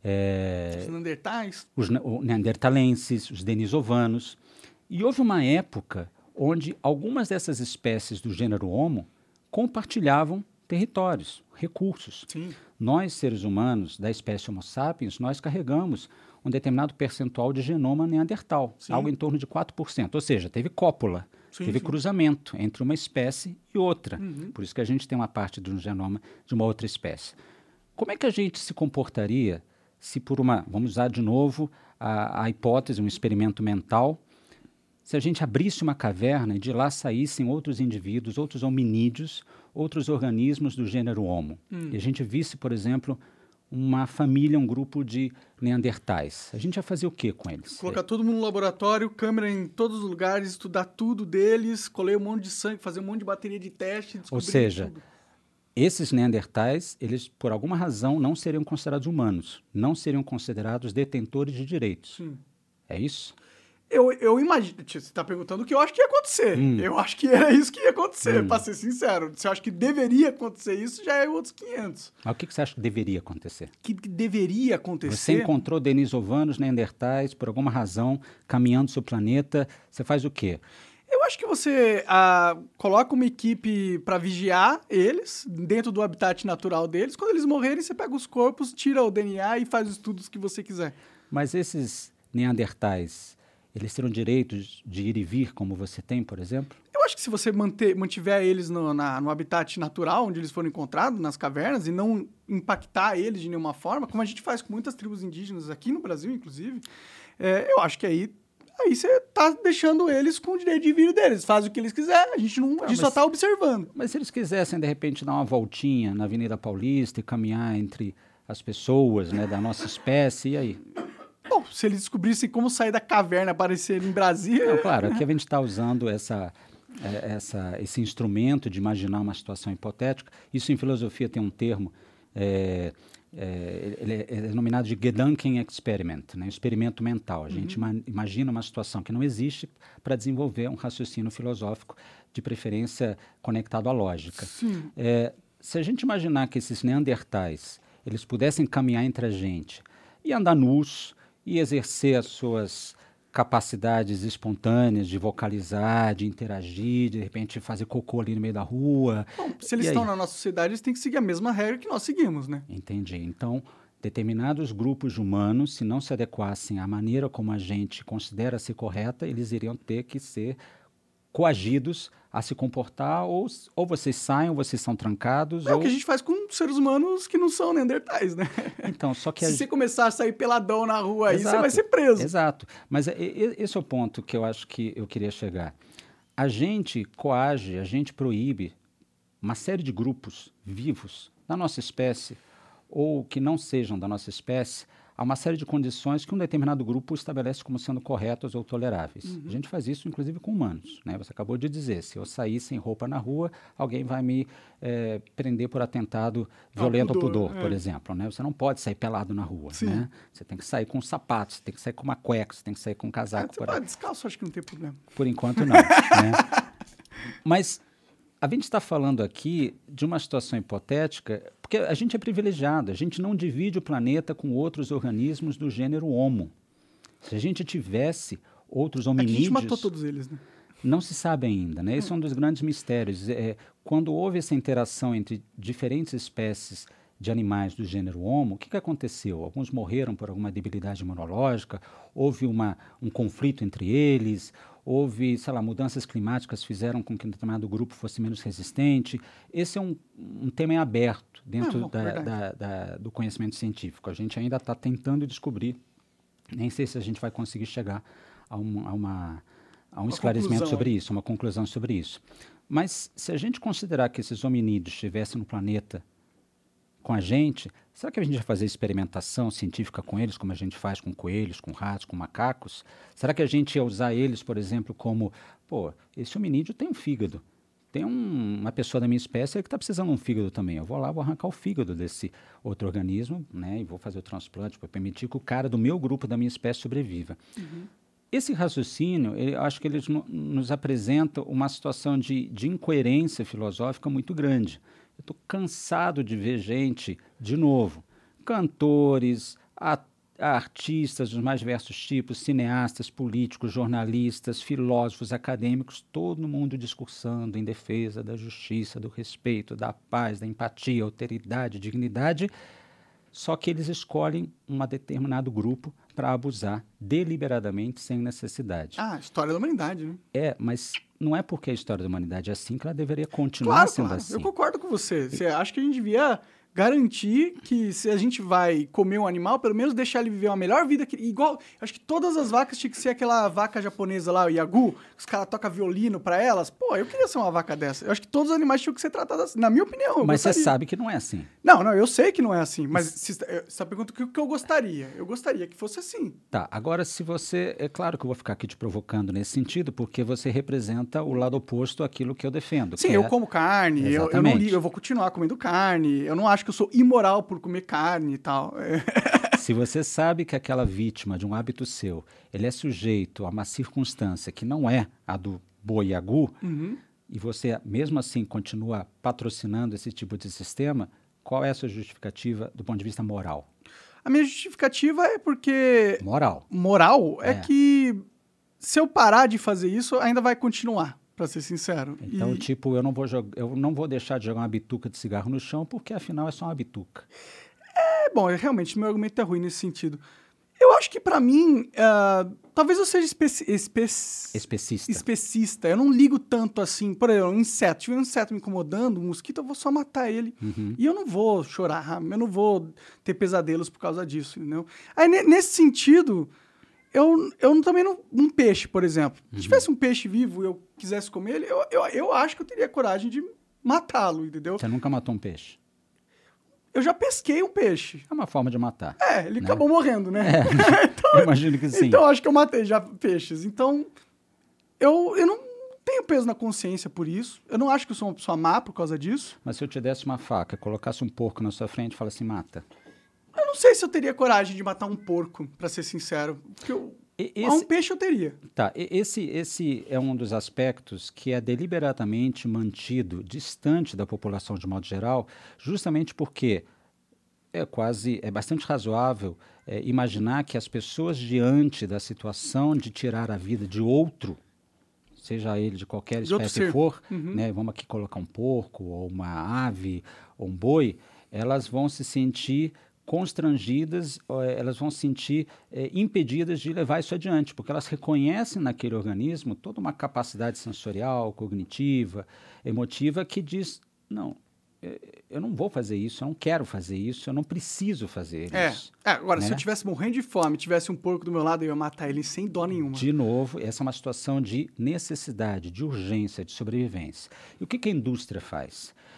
é, os neandertais, os neandertalenses, os denisovanos. E houve uma época onde algumas dessas espécies do gênero Homo compartilhavam territórios, recursos. Sim. Nós, seres humanos da espécie Homo sapiens, nós carregamos um determinado percentual de genoma neandertal, sim, algo em torno de quatro por cento. Ou seja, teve cópula, sim, teve sim. cruzamento entre uma espécie e outra. Uhum. Por isso que a gente tem uma parte de um genoma de uma outra espécie. Como é que a gente se comportaria se por uma, vamos usar de novo a, a hipótese, um experimento mental, se a gente abrisse uma caverna e de lá saíssem outros indivíduos, outros hominídeos, outros organismos do gênero Homo, hum. e a gente visse, por exemplo, uma família, um grupo de neandertais, a gente ia fazer o que com eles? Colocar todo mundo no laboratório, câmera em todos os lugares, estudar tudo deles, colher um monte de sangue, fazer um monte de bateria de teste, descobrir Ou seja, tudo. Esses neandertais, eles, por alguma razão, não seriam considerados humanos, não seriam considerados detentores de direitos. Sim. É isso? Eu, eu imagino, você está perguntando o que eu acho que ia acontecer. Hum. Eu acho que era isso que ia acontecer, hum. para ser sincero. Se eu acho que deveria acontecer isso, já é outros quinhentos. Mas o que, que você acha que deveria acontecer? Que, que deveria acontecer? Você encontrou denisovanos, neandertais, por alguma razão, caminhando seu planeta, você faz o quê? Eu acho que você ah, coloca uma equipe para vigiar eles, dentro do habitat natural deles. Quando eles morrerem, você pega os corpos, tira o D N A e faz os estudos que você quiser. Mas esses neandertais, eles terão direitos de ir e vir como você tem, por exemplo? Eu acho que se você manter, mantiver eles no, na, no habitat natural, onde eles foram encontrados, nas cavernas, e não impactar eles de nenhuma forma, como a gente faz com muitas tribos indígenas aqui no Brasil, inclusive, é, eu acho que aí, aí você tá deixando eles com o direito de vir deles. Fazem o que eles quiserem, a gente, não, não, a gente mas, só tá observando. Mas se eles quisessem, de repente, dar uma voltinha na Avenida Paulista e caminhar entre as pessoas, né, da nossa espécie, e aí? Bom, se eles descobrissem como sair da caverna e aparecer em Brasília... Não, claro, aqui a gente está usando essa, essa, esse instrumento de imaginar uma situação hipotética. Isso em filosofia tem um termo, é, é, ele é, é denominado de Gedanken Experiment, né? Experimento mental. A gente uhum. ima, imagina uma situação que não existe para desenvolver um raciocínio filosófico, de preferência conectado à lógica. Sim. É, se a gente imaginar que esses neandertais eles pudessem caminhar entre a gente e andar nus, e exercer as suas capacidades espontâneas de vocalizar, de interagir, de repente fazer cocô ali no meio da rua. Bom, se eles estão na nossa sociedade, eles têm que seguir a mesma regra que nós seguimos, né? Entendi. Então, determinados grupos humanos, se não se adequassem à maneira como a gente considera ser correta, eles iriam ter que ser coagidos a se comportar, ou, ou vocês saem, ou vocês são trancados. É ou... o que a gente faz com seres humanos que não são neandertais, né? Então, só que Se a... você começar a sair peladão na rua aí, Exato, você vai ser preso. Exato. Mas esse é o ponto que eu acho que eu queria chegar. A gente coage, a gente proíbe uma série de grupos vivos da nossa espécie, ou que não sejam da nossa espécie, há uma série de condições que um determinado grupo estabelece como sendo corretas ou toleráveis. Uhum. A gente faz isso, inclusive, com humanos. Né? Você acabou de dizer, se eu sair sem roupa na rua, alguém vai me é, prender por atentado violento ao pudor, pudor é. por exemplo. Né? Você não pode sair pelado na rua. Né? Você tem que sair com sapatos, você tem que sair com uma cueca, você tem que sair com um casaco. É, por descalço, acho que não tem problema. Por enquanto, não. Né? Mas a gente está falando aqui de uma situação hipotética, porque a gente é privilegiado, a gente não divide o planeta com outros organismos do gênero Homo. Se a gente tivesse outros hominídeos... A gente matou todos eles, né? Não se sabe ainda, né? Esse é um dos grandes mistérios. É, quando houve essa interação entre diferentes espécies de animais do gênero Homo, o que, que aconteceu? Alguns morreram por alguma debilidade imunológica, houve uma, um conflito entre eles, houve, sei lá, mudanças climáticas fizeram com que um determinado grupo fosse menos resistente. Esse é um, um tema em aberto dentro Não, da, da, da, do conhecimento científico. A gente ainda está tentando descobrir, nem sei se a gente vai conseguir chegar a, um, a, uma, a um uma esclarecimento conclusão. sobre isso, uma conclusão sobre isso. Mas se a gente considerar que esses hominídeos estivessem no planeta com a gente, será que a gente vai fazer experimentação científica com eles, como a gente faz com coelhos, com ratos, com macacos? Será que a gente ia usar eles, por exemplo, como, pô, esse hominídeo tem um fígado, tem um, uma pessoa da minha espécie que está precisando de um fígado também, eu vou lá, vou arrancar o fígado desse outro organismo, né, e vou fazer o transplante para permitir que o cara do meu grupo, da minha espécie, sobreviva. Uhum. Esse raciocínio, eu acho que eles no, nos apresenta uma situação de, de incoerência filosófica muito grande. Eu estou cansado de ver gente, de novo, cantores, a, artistas dos mais diversos tipos, cineastas, políticos, jornalistas, filósofos, acadêmicos, todo mundo discursando em defesa da justiça, do respeito, da paz, da empatia, alteridade, dignidade, só que eles escolhem um determinado grupo para abusar deliberadamente, sem necessidade. Ah, história da humanidade, né? É, mas não é porque a história da humanidade é assim que ela deveria continuar claro, sendo claro. assim. Eu concordo com você. Você acha que a gente devia garantir que se a gente vai comer um animal, pelo menos deixar ele viver uma melhor vida que igual, acho que todas as vacas tinha que ser aquela vaca japonesa lá, o Yagu, que os caras tocam violino pra elas. Pô, eu queria ser uma vaca dessa. Eu acho que todos os animais tinham que ser tratados assim, na minha opinião. Mas gostaria. Você sabe que não é assim. Não, não, eu sei que não é assim, mas se você pergunta o que eu gostaria. Eu gostaria que fosse assim. Tá, agora se você, é claro que eu vou ficar aqui te provocando nesse sentido, porque você representa o lado oposto àquilo que eu defendo. Sim, eu é... como carne, eu, eu não ligo, eu vou continuar comendo carne, eu não acho que eu sou imoral por comer carne e tal. Se você sabe que aquela vítima de um hábito seu, ele é sujeito a uma circunstância que não é a do boi Yagu, uhum. e você mesmo assim continua patrocinando esse tipo de sistema, qual é a sua justificativa do ponto de vista moral? A minha justificativa é porque... Moral. Moral é, é que se eu parar de fazer isso, ainda vai continuar. Pra ser sincero. Então, e... tipo, eu não, vou jogar, eu não vou deixar de jogar uma bituca de cigarro no chão, porque afinal é só uma bituca. É, bom, realmente, meu argumento é ruim nesse sentido. Eu acho que pra mim, uh, talvez eu seja especi espe especista. especista. Eu não ligo tanto assim. Por exemplo, um inseto. Se tiver um inseto me incomodando, um mosquito, eu vou só matar ele. Uhum. E eu não vou chorar, eu não vou ter pesadelos por causa disso, entendeu? Aí, nesse sentido... Eu, eu também não... Um peixe, por exemplo. Uhum. Se tivesse um peixe vivo e eu quisesse comer ele, eu, eu, eu acho que eu teria coragem de matá-lo, entendeu? Você nunca matou um peixe? Eu já pesquei um peixe. É uma forma de matar. É, ele né? acabou morrendo, né? É. então, eu imagino que sim. Então, eu acho que eu matei já peixes. Então, eu, eu não tenho peso na consciência por isso. Eu não acho que eu sou uma pessoa má por causa disso. Mas se eu te desse uma faca, colocasse um porco na sua frente e falasse assim, mata... Eu não sei se eu teria coragem de matar um porco, pra ser sincero. Porque eu, esse, um peixe eu teria. Tá, esse, esse é um dos aspectos que é deliberadamente mantido distante da população de modo geral, justamente porque é quase, é bastante razoável é, imaginar que as pessoas diante da situação de tirar a vida de outro, seja ele de qualquer espécie for, uhum. né, vamos aqui colocar um porco, ou uma ave, ou um boi, elas vão se sentir constrangidas, elas vão se sentir é, impedidas de levar isso adiante, porque elas reconhecem naquele organismo toda uma capacidade sensorial, cognitiva, emotiva, que diz, não, eu não vou fazer isso, eu não quero fazer isso, eu não preciso fazer é. isso. É, agora, né? Se eu estivesse morrendo de fome, tivesse um porco do meu lado, eu ia matar ele sem dó nenhuma. De novo, essa é uma situação de necessidade, de urgência, de sobrevivência. E o que, que a indústria faz?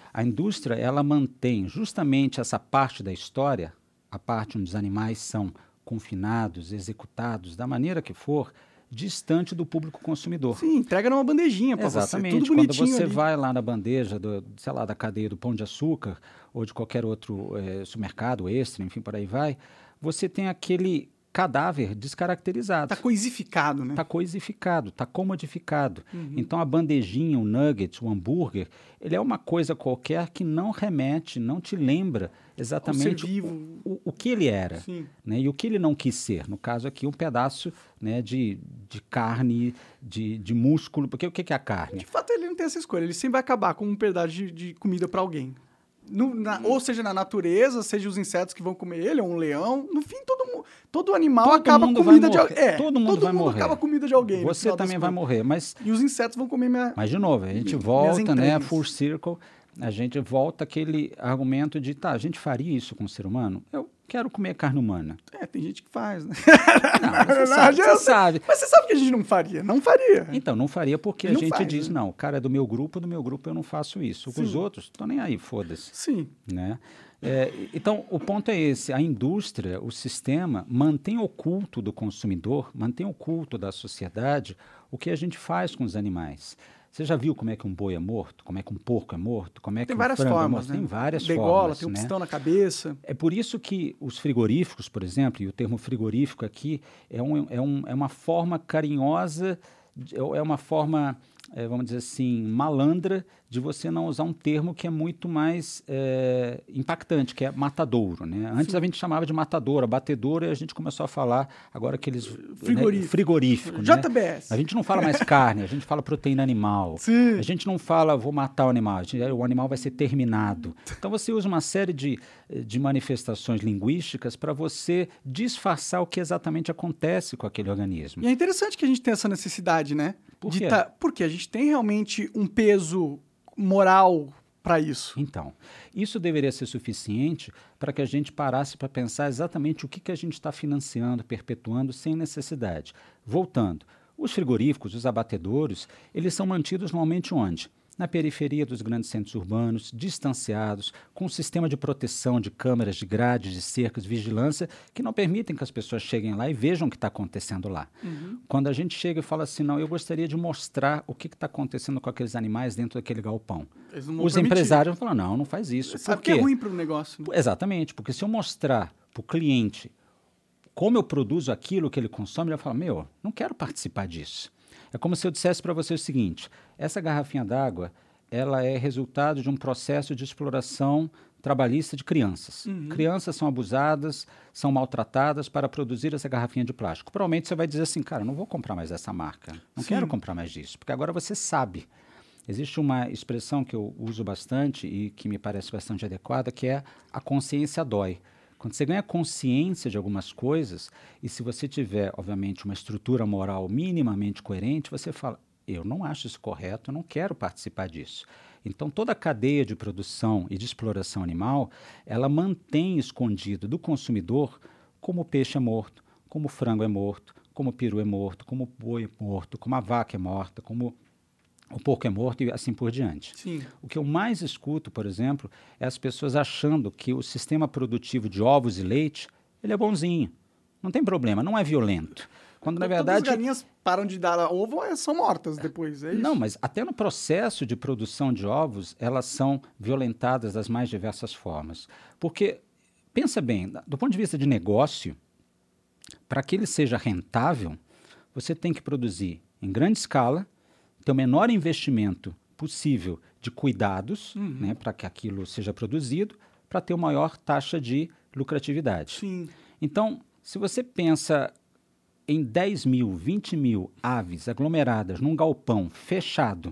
A indústria, ela mantém justamente essa parte da história, a parte onde os animais são confinados, executados, da maneira que for, distante do público consumidor. Sim, entrega numa bandejinha para você, Exatamente. tudo bonitinho Quando você ali. vai lá na bandeja, do, sei lá, da cadeia do Pão de Açúcar ou de qualquer outro eh, supermercado, Extra, enfim, por aí vai, você tem aquele cadáver descaracterizado. Tá coisificado, né? Está coisificado, está comodificado. Uhum. Então, a bandejinha, o nugget, o hambúrguer, ele é uma coisa qualquer que não remete, não te lembra exatamente vivo. o, o, o que ele era, Sim. né? E o que ele não quis ser. No caso aqui, um pedaço, né, de, de carne, de, de músculo. Porque o que, que é a carne? De fato, ele não tem essa escolha. Ele sempre vai acabar com um pedaço de, de comida para alguém. No, na, ou seja, na natureza, seja os insetos que vão comer ele, ou um leão. No fim, todo, mu- todo animal Todo acaba mundo comida vai de morrer. alguém. É, Todo mundo vai morrer. acaba comida de alguém. no Você final das também vai contas. morrer, mas... E os insetos vão comer minha... Mas, de novo, a gente minhas volta, né, entranhas. full circle, a gente volta aquele argumento de, tá, a gente faria isso com o ser humano? Eu quero comer carne humana. É, tem gente que faz, né? Não, você Não, sabe, eu você sei. sabe. Mas você sabe que a gente não faria. Não faria. Então, não faria porque Ele a não gente faz, diz, né? não, o cara é do meu grupo, do meu grupo eu não faço isso. Com os Sim. outros, tô nem aí, foda-se. Sim. Né? É, então, o ponto é esse, a indústria, o sistema, mantém oculto do consumidor, mantém oculto da sociedade o que a gente faz com os animais. Você já viu como é que um boi é morto? Como é que um porco é morto? Como é que Tem um várias frango é formas, morto? né? Tem várias Degola, formas. tem um né? pistão na cabeça. É por isso que os frigoríficos, por exemplo, e o termo frigorífico aqui é, um, é, um, é uma forma carinhosa, de- é uma forma, é, vamos dizer assim, malandra de você não usar um termo que é muito mais é, impactante, que é matadouro. Né? Antes a gente chamava de matadouro, abatedouro, e a gente começou a falar agora aqueles... Frigorífico. Né, frigorífico. J né? B S. A gente não fala mais carne, a gente fala proteína animal. Sim. A gente não fala, vou matar o animal, a gente- o animal vai ser terminado. Então você usa uma série de, de manifestações linguísticas para você disfarçar o que exatamente acontece com aquele organismo. E é interessante que a gente tenha essa necessidade, né? Por De quê? tá- porque a gente tem realmente um peso moral para isso. Então, isso deveria ser suficiente para que a gente parasse para pensar exatamente o que, que a gente está financiando, perpetuando sem necessidade. Voltando, os frigoríficos, os abatedouros, eles são mantidos normalmente onde? Na periferia dos grandes centros urbanos, distanciados, com um sistema de proteção de câmeras, de grades, de cercas, de vigilância, que não permitem que as pessoas cheguem lá e vejam o que está acontecendo lá. Uhum. Quando a gente chega e fala assim, não, eu gostaria de mostrar o que está acontecendo com aqueles animais dentro daquele galpão. Eles não vão Os permitir. empresários falam, não, não faz isso. Sabe Por que é quê? ruim para o negócio. Né? Exatamente, porque se eu mostrar para o cliente como eu produzo aquilo que ele consome, ele vai falar, meu, não quero participar disso. É como se eu dissesse para você o seguinte, essa garrafinha d'água, ela é resultado de um processo de exploração trabalhista de crianças. Uhum. Crianças são abusadas, são maltratadas para produzir essa garrafinha de plástico. Provavelmente você vai dizer assim, cara, não vou comprar mais essa marca, não Sim. quero comprar mais disso, porque agora você sabe. Existe uma expressão que eu uso bastante e que me parece bastante adequada, que é a consciência dói. Quando você ganha consciência de algumas coisas, e se você tiver, obviamente, uma estrutura moral minimamente coerente, você fala, eu não acho isso correto, eu não quero participar disso. Então, toda a cadeia de produção e de exploração animal, ela mantém escondido do consumidor como o peixe é morto, como o frango é morto, como o peru é morto, como o boi é morto, como a vaca é morta, como o porco é morto e assim por diante. Sim. O que eu mais escuto, por exemplo, é as pessoas achando que o sistema produtivo de ovos e leite, ele é bonzinho. Não tem problema, não é violento. Quando, na Todas verdade... as galinhas param de dar ovo e são mortas depois, é isso? Não, mas até no processo de produção de ovos, elas são violentadas das mais diversas formas. Porque, pensa bem, do ponto de vista de negócio, para que ele seja rentável, você tem que produzir em grande escala, ter o menor investimento possível de cuidados, Uhum. né, para que aquilo seja produzido, para ter uma maior taxa de lucratividade. Sim. Então, se você pensa em dez mil, vinte mil aves aglomeradas num galpão fechado,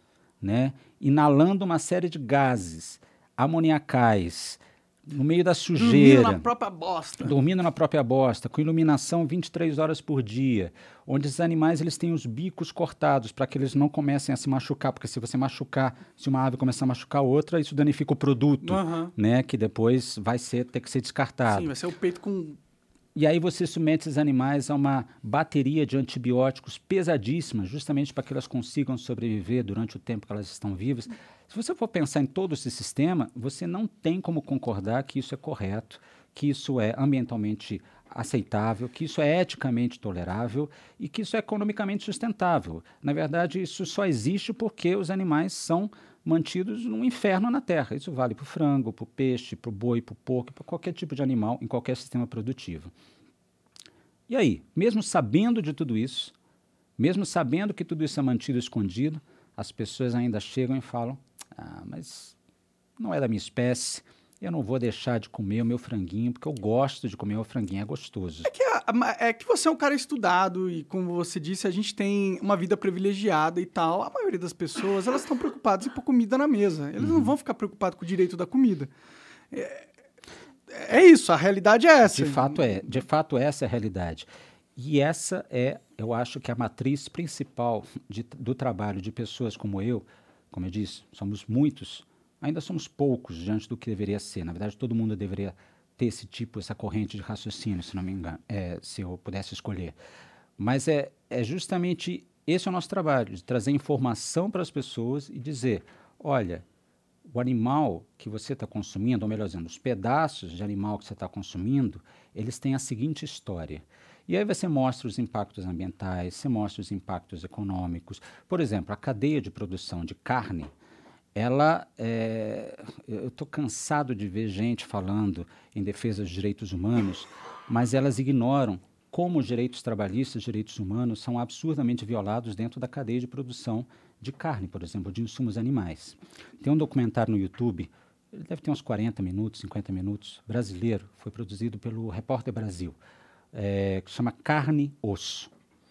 né, inalando uma série de gases amoniacais, no meio da sujeira, Dormindo na própria bosta. dormindo na própria bosta, com iluminação vinte e três horas por dia, onde os animais eles têm os bicos cortados para que eles não comecem a se machucar, porque se você machucar, se uma ave começar a machucar outra, isso danifica o produto, Aham. né, que depois vai ser, ter que ser descartado. Sim, vai ser o peito com... E aí você submete esses animais a uma bateria de antibióticos pesadíssimas, justamente para que elas consigam sobreviver durante o tempo que elas estão vivas. Se você for pensar em todo esse sistema, você não tem como concordar que isso é correto, que isso é ambientalmente aceitável, que isso é eticamente tolerável e que isso é economicamente sustentável. Na verdade, isso só existe porque os animais são mantidos num inferno na Terra. Isso vale para o frango, para o peixe, para o boi, para o porco, para qualquer tipo de animal, em qualquer sistema produtivo. E aí, mesmo sabendo de tudo isso, mesmo sabendo que tudo isso é mantido escondido, as pessoas ainda chegam e falam, ah, mas não é da minha espécie, eu não vou deixar de comer o meu franguinho, porque eu gosto de comer o franguinho, é gostoso. É que, a, a, é que você é um cara estudado e, como você disse, a gente tem uma vida privilegiada e tal. A maioria das pessoas, elas estão preocupadas em pôr comida na mesa. Eles uhum. não vão ficar preocupados com o direito da comida. É, é isso, a realidade é essa. De fato é, de fato essa é a realidade. E essa é, eu acho que a matriz principal de, do trabalho de pessoas como eu. Como eu disse, somos muitos, ainda somos poucos diante do que deveria ser. Na verdade, todo mundo deveria ter esse tipo, essa corrente de raciocínio, se não me engano, é, se eu pudesse escolher. Mas é, é justamente esse é o nosso trabalho, de trazer informação para as pessoas e dizer, olha, o animal que você está consumindo, ou melhor dizendo, os pedaços de animal que você está consumindo, eles têm a seguinte história. E aí você mostra os impactos ambientais, você mostra os impactos econômicos. Por exemplo, a cadeia de produção de carne, ela, é, eu estou cansado de ver gente falando em defesa dos direitos humanos, mas elas ignoram como os direitos trabalhistas, os direitos humanos são absurdamente violados dentro da cadeia de produção de carne, por exemplo, de insumos animais. Tem um documentário no YouTube, ele deve ter uns quarenta minutos, cinquenta minutos, brasileiro, foi produzido pelo Repórter Brasil. É, que chama Carne Osso.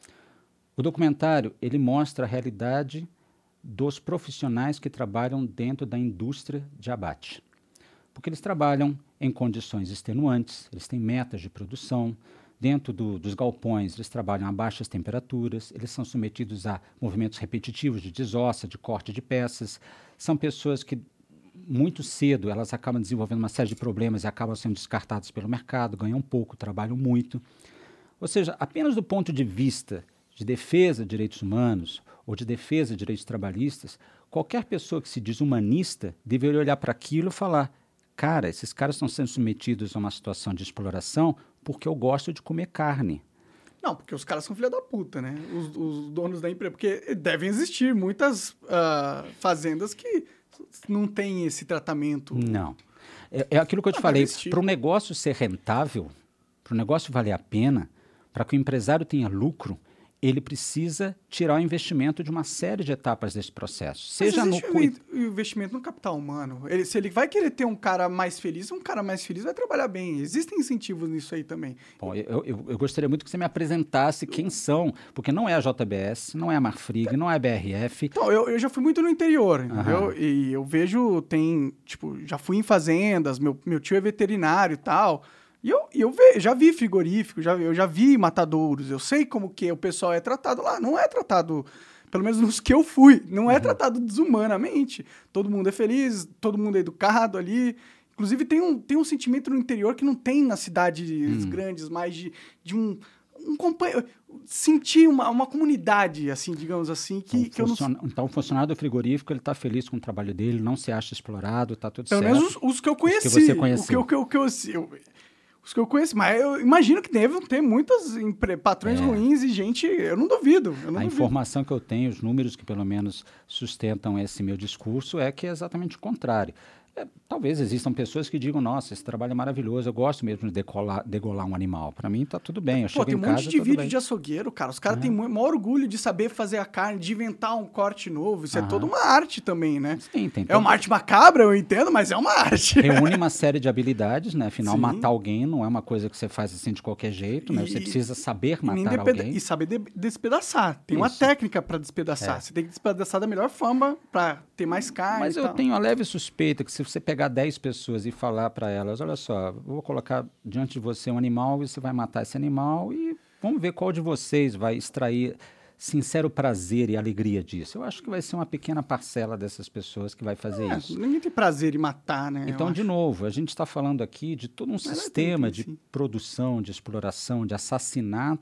O documentário ele mostra a realidade dos profissionais que trabalham dentro da indústria de abate. Porque eles trabalham em condições extenuantes, eles têm metas de produção, dentro do, dos galpões eles trabalham a baixas temperaturas, eles são submetidos a movimentos repetitivos de desossa, de corte de peças, são pessoas que muito cedo elas acabam desenvolvendo uma série de problemas e acabam sendo descartadas pelo mercado, ganham pouco, trabalham muito. Ou seja, apenas do ponto de vista de defesa de direitos humanos ou de defesa de direitos trabalhistas, qualquer pessoa que se diz humanista deveria olhar para aquilo e falar, cara, esses caras estão sendo submetidos a uma situação de exploração porque eu gosto de comer carne. Não, porque os caras são filha da puta, né? Os, os donos da empresa. Porque devem existir muitas uh, fazendas que não têm esse tratamento. Não. É, é aquilo que eu te ah, falei. Para o negócio ser rentável, para o negócio valer a pena, para que o empresário tenha lucro, ele precisa tirar o investimento de uma série de etapas desse processo. Seja Mas no o investimento no capital humano. Ele, se ele vai querer ter um cara mais feliz, um cara mais feliz vai trabalhar bem. Existem incentivos nisso aí também. Bom, eu, eu, eu gostaria muito que você me apresentasse quem são, porque não é a J B S, não é a Marfrig, não é a B R F. Então, eu, eu já fui muito no interior, entendeu? E eu vejo, tem, tipo, já fui em fazendas, meu, meu tio é veterinário e tal. E eu, eu ve, já vi frigorífico, já, eu já vi matadouros, eu sei como que o pessoal é tratado lá. Não é tratado, pelo menos nos que eu fui, não é uhum. tratado desumanamente. Todo mundo é feliz, todo mundo é educado ali. Inclusive tem um, tem um sentimento no interior que não tem nas cidades uhum. grandes, mais de, de um, um companheiro... Sentir uma, uma comunidade, assim, digamos assim, que, então, que eu não... Então, o funcionário do frigorífico, ele está feliz com o trabalho dele, não se acha explorado, está tudo pelo certo. Pelo menos os, os que eu conheci. Os que você conheceu. O que, o que, o que eu... eu Os que eu conheço, mas eu imagino que devem ter muitos patrões é. ruins e gente, eu não duvido. Eu não a duvido. Informação que eu tenho, os números que pelo menos sustentam esse meu discurso é que é exatamente o contrário. É, talvez existam pessoas que digam, nossa, esse trabalho é maravilhoso, eu gosto mesmo de decolar, degolar um animal. Para mim tá tudo bem, eu Pô, chego tem em um casa, monte de vídeo bem. de açougueiro, cara. Os caras uhum. têm o maior orgulho de saber fazer a carne, de inventar um corte novo. Isso uhum. é toda uma arte também, né? Sim, tem é uma arte macabra, eu entendo, mas é uma arte. Reúne uma série de habilidades, né? Afinal, Sim. matar alguém não é uma coisa que você faz assim de qualquer jeito, né? Você e, precisa saber matar alguém. E saber de despedaçar. Tem Isso. uma técnica para despedaçar. É. Você tem que despedaçar da melhor forma para ter mais carne. Mas e eu tal. tenho a leve suspeita que se você pegar dez pessoas e falar para elas, olha só, eu vou colocar diante de você um animal e você vai matar esse animal e vamos ver qual de vocês vai extrair sincero prazer e alegria disso. Eu acho que vai ser uma pequena parcela dessas pessoas que vai fazer é, isso. Ninguém tem prazer em matar, né? Então, de novo, a gente está falando aqui de todo um Mas sistema tem, tem, de produção, de exploração, de assassinato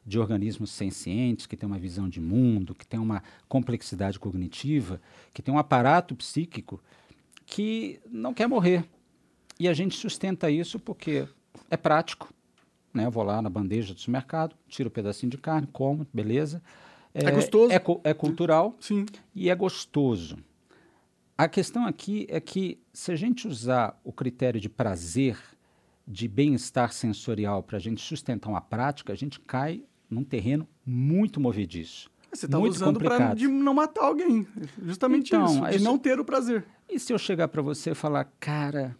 de organismos sencientes, que têm uma visão de mundo, que têm uma complexidade cognitiva, que têm um aparato psíquico que não quer morrer. E a gente sustenta isso porque é prático, né? Eu vou lá na bandeja do supermercado, tiro um pedacinho de carne, como, beleza. É, é gostoso. É, é cultural. Sim. E é gostoso. A questão aqui é que se a gente usar o critério de prazer, de bem-estar sensorial para a gente sustentar uma prática, a gente cai num terreno muito movediço. Você está usando para de não matar alguém. Justamente então, isso, de isso, não ter o prazer. E se eu chegar para você e falar, cara,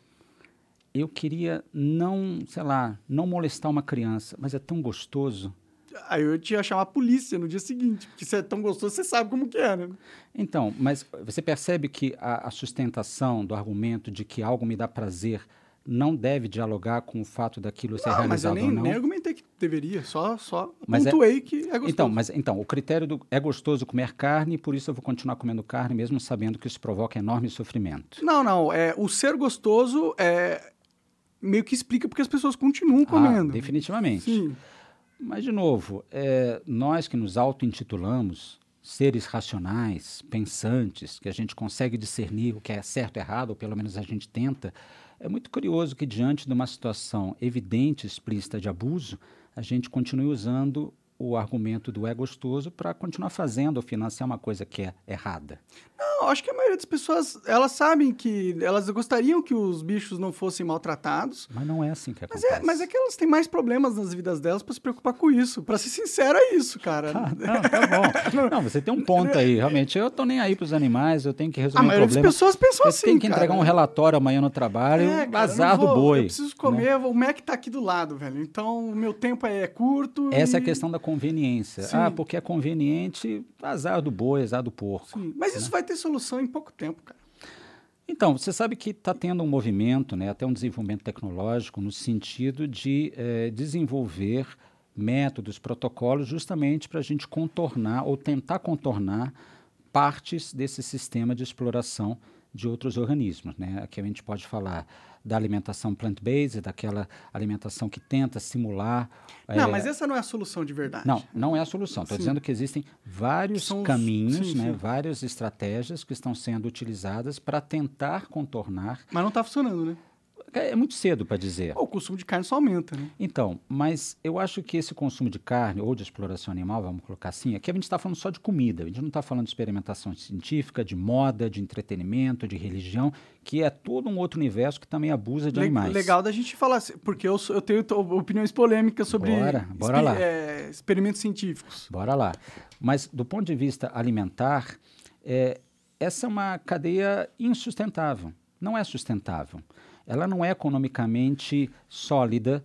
eu queria não, sei lá, não molestar uma criança, mas é tão gostoso. Aí eu te ia chamar a polícia no dia seguinte, porque se é tão gostoso, você sabe como que é, né? Então, mas você percebe que a, a sustentação do argumento de que algo me dá prazer não deve dialogar com o fato daquilo ser não, realizado mas eu nem, ou não? nem argumentei que deveria, só, só mas pontuei é, que é gostoso. Então, mas, então, o critério do é gostoso comer carne, por isso eu vou continuar comendo carne, mesmo sabendo que isso provoca enorme sofrimento. Não, não, é, o ser gostoso é, meio que explica porque as pessoas continuam comendo. Ah, definitivamente. Sim. Mas, de novo, é, nós que nos auto-intitulamos seres racionais, pensantes, que a gente consegue discernir o que é certo e errado, ou pelo menos a gente tenta, é muito curioso que, diante de uma situação evidente, explícita de abuso, a gente continue usando o argumento do é gostoso para continuar fazendo ou financiar uma coisa que é errada. Não, acho que a maioria das pessoas, elas sabem que elas gostariam que os bichos não fossem maltratados. Mas não é assim que mas acontece. É, mas é que elas têm mais problemas nas vidas delas para se preocupar com isso. Para ser sincero, é isso, cara. Ah, não, tá bom. Não, você tem um ponto aí, realmente. Eu tô nem aí pros animais, eu tenho que resolver a maioria um problema. das pessoas pensam eu assim, tenho que cara. entregar um relatório amanhã no trabalho, é, cara, azar vou, do boi. Eu preciso comer, né? O Mac tá aqui do lado, velho. Então, o meu tempo é curto. Essa e... é a questão da conveniência. Sim. Ah, porque é conveniente, azar do boi, azar do porco. Sim. Mas isso né? vai ter solução em pouco tempo, cara. Então, você sabe que está tendo um movimento, né, até um desenvolvimento tecnológico, no sentido de eh, desenvolver métodos, protocolos, justamente para a gente contornar ou tentar contornar partes desse sistema de exploração de outros organismos. Né? Aqui a gente pode falar da alimentação plant-based, daquela alimentação que tenta simular... Não, é... mas essa não é a solução de verdade. Não, não é a solução. Estou dizendo que existem vários que caminhos, sim, né, sim. várias estratégias que estão sendo utilizadas para tentar contornar... Mas não está funcionando, né? É muito cedo para dizer. O consumo de carne só aumenta, né? Então, mas eu acho que esse consumo de carne ou de exploração animal, vamos colocar assim, aqui a gente está falando só de comida, a gente não está falando de experimentação científica, de moda, de entretenimento, de religião, que é todo um outro universo que também abusa de Le animais. Legal da gente falar, porque eu, eu tenho opiniões polêmicas sobre bora, bora lá. É, experimentos científicos. Bora lá. Mas do ponto de vista alimentar, é, essa é uma cadeia insustentável, não é sustentável. Ela não é economicamente sólida,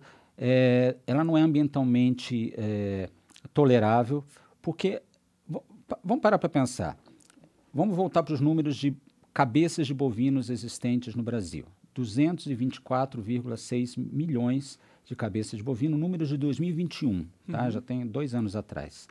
é, ela não é ambientalmente é, tolerável, porque, vamos parar para pensar, vamos voltar para os números de cabeças de bovinos existentes no Brasil. duzentos e vinte e quatro vírgula seis milhões de cabeças de bovino, números de dois mil e vinte e um, tá? Uhum. Já tem dois anos atrás.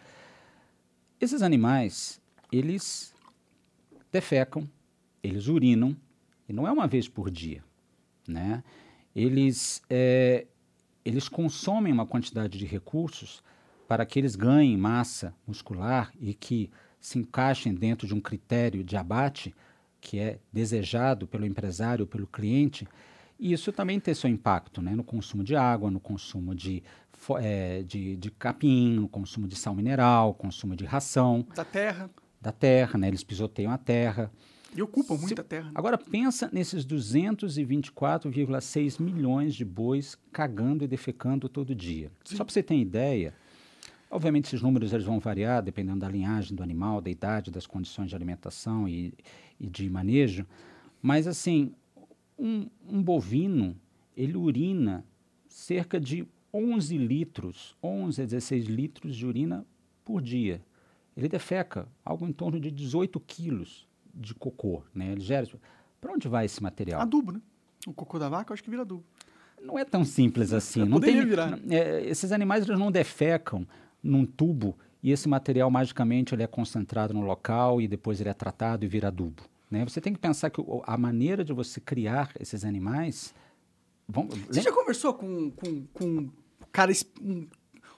Esses animais, eles defecam, eles urinam, e não é uma vez por dia. Né? Eles, é, eles consomem uma quantidade de recursos para que eles ganhem massa muscular e que se encaixem dentro de um critério de abate que é desejado pelo empresário, pelo cliente, e isso também tem seu impacto, né? No consumo de água, no consumo de, é, de, de capim, no consumo de sal mineral, consumo de ração. Da terra. Da terra, né? Eles pisoteiam a terra. E ocupam muita terra. Agora pensa nesses duzentos e vinte e quatro vírgula seis milhões de bois cagando e defecando todo dia. Sim. Só para você ter ideia, obviamente esses números eles vão variar dependendo da linhagem do animal, da idade, das condições de alimentação e, e de manejo, mas assim, um, um bovino, ele urina cerca de onze litros, onze a dezesseis litros de urina por dia. Ele defeca algo em torno de dezoito quilos de cocô, né? Ele gera... Para onde vai esse material? Adubo, né? O cocô da vaca, eu acho que vira adubo. Não é tão simples assim. Não tem, virar. É, esses animais eles não defecam num tubo e esse material magicamente ele é concentrado no local e depois ele é tratado e vira adubo, né? Você tem que pensar que a maneira de você criar esses animais... Vão, você já conversou com, com, com um cara... Um,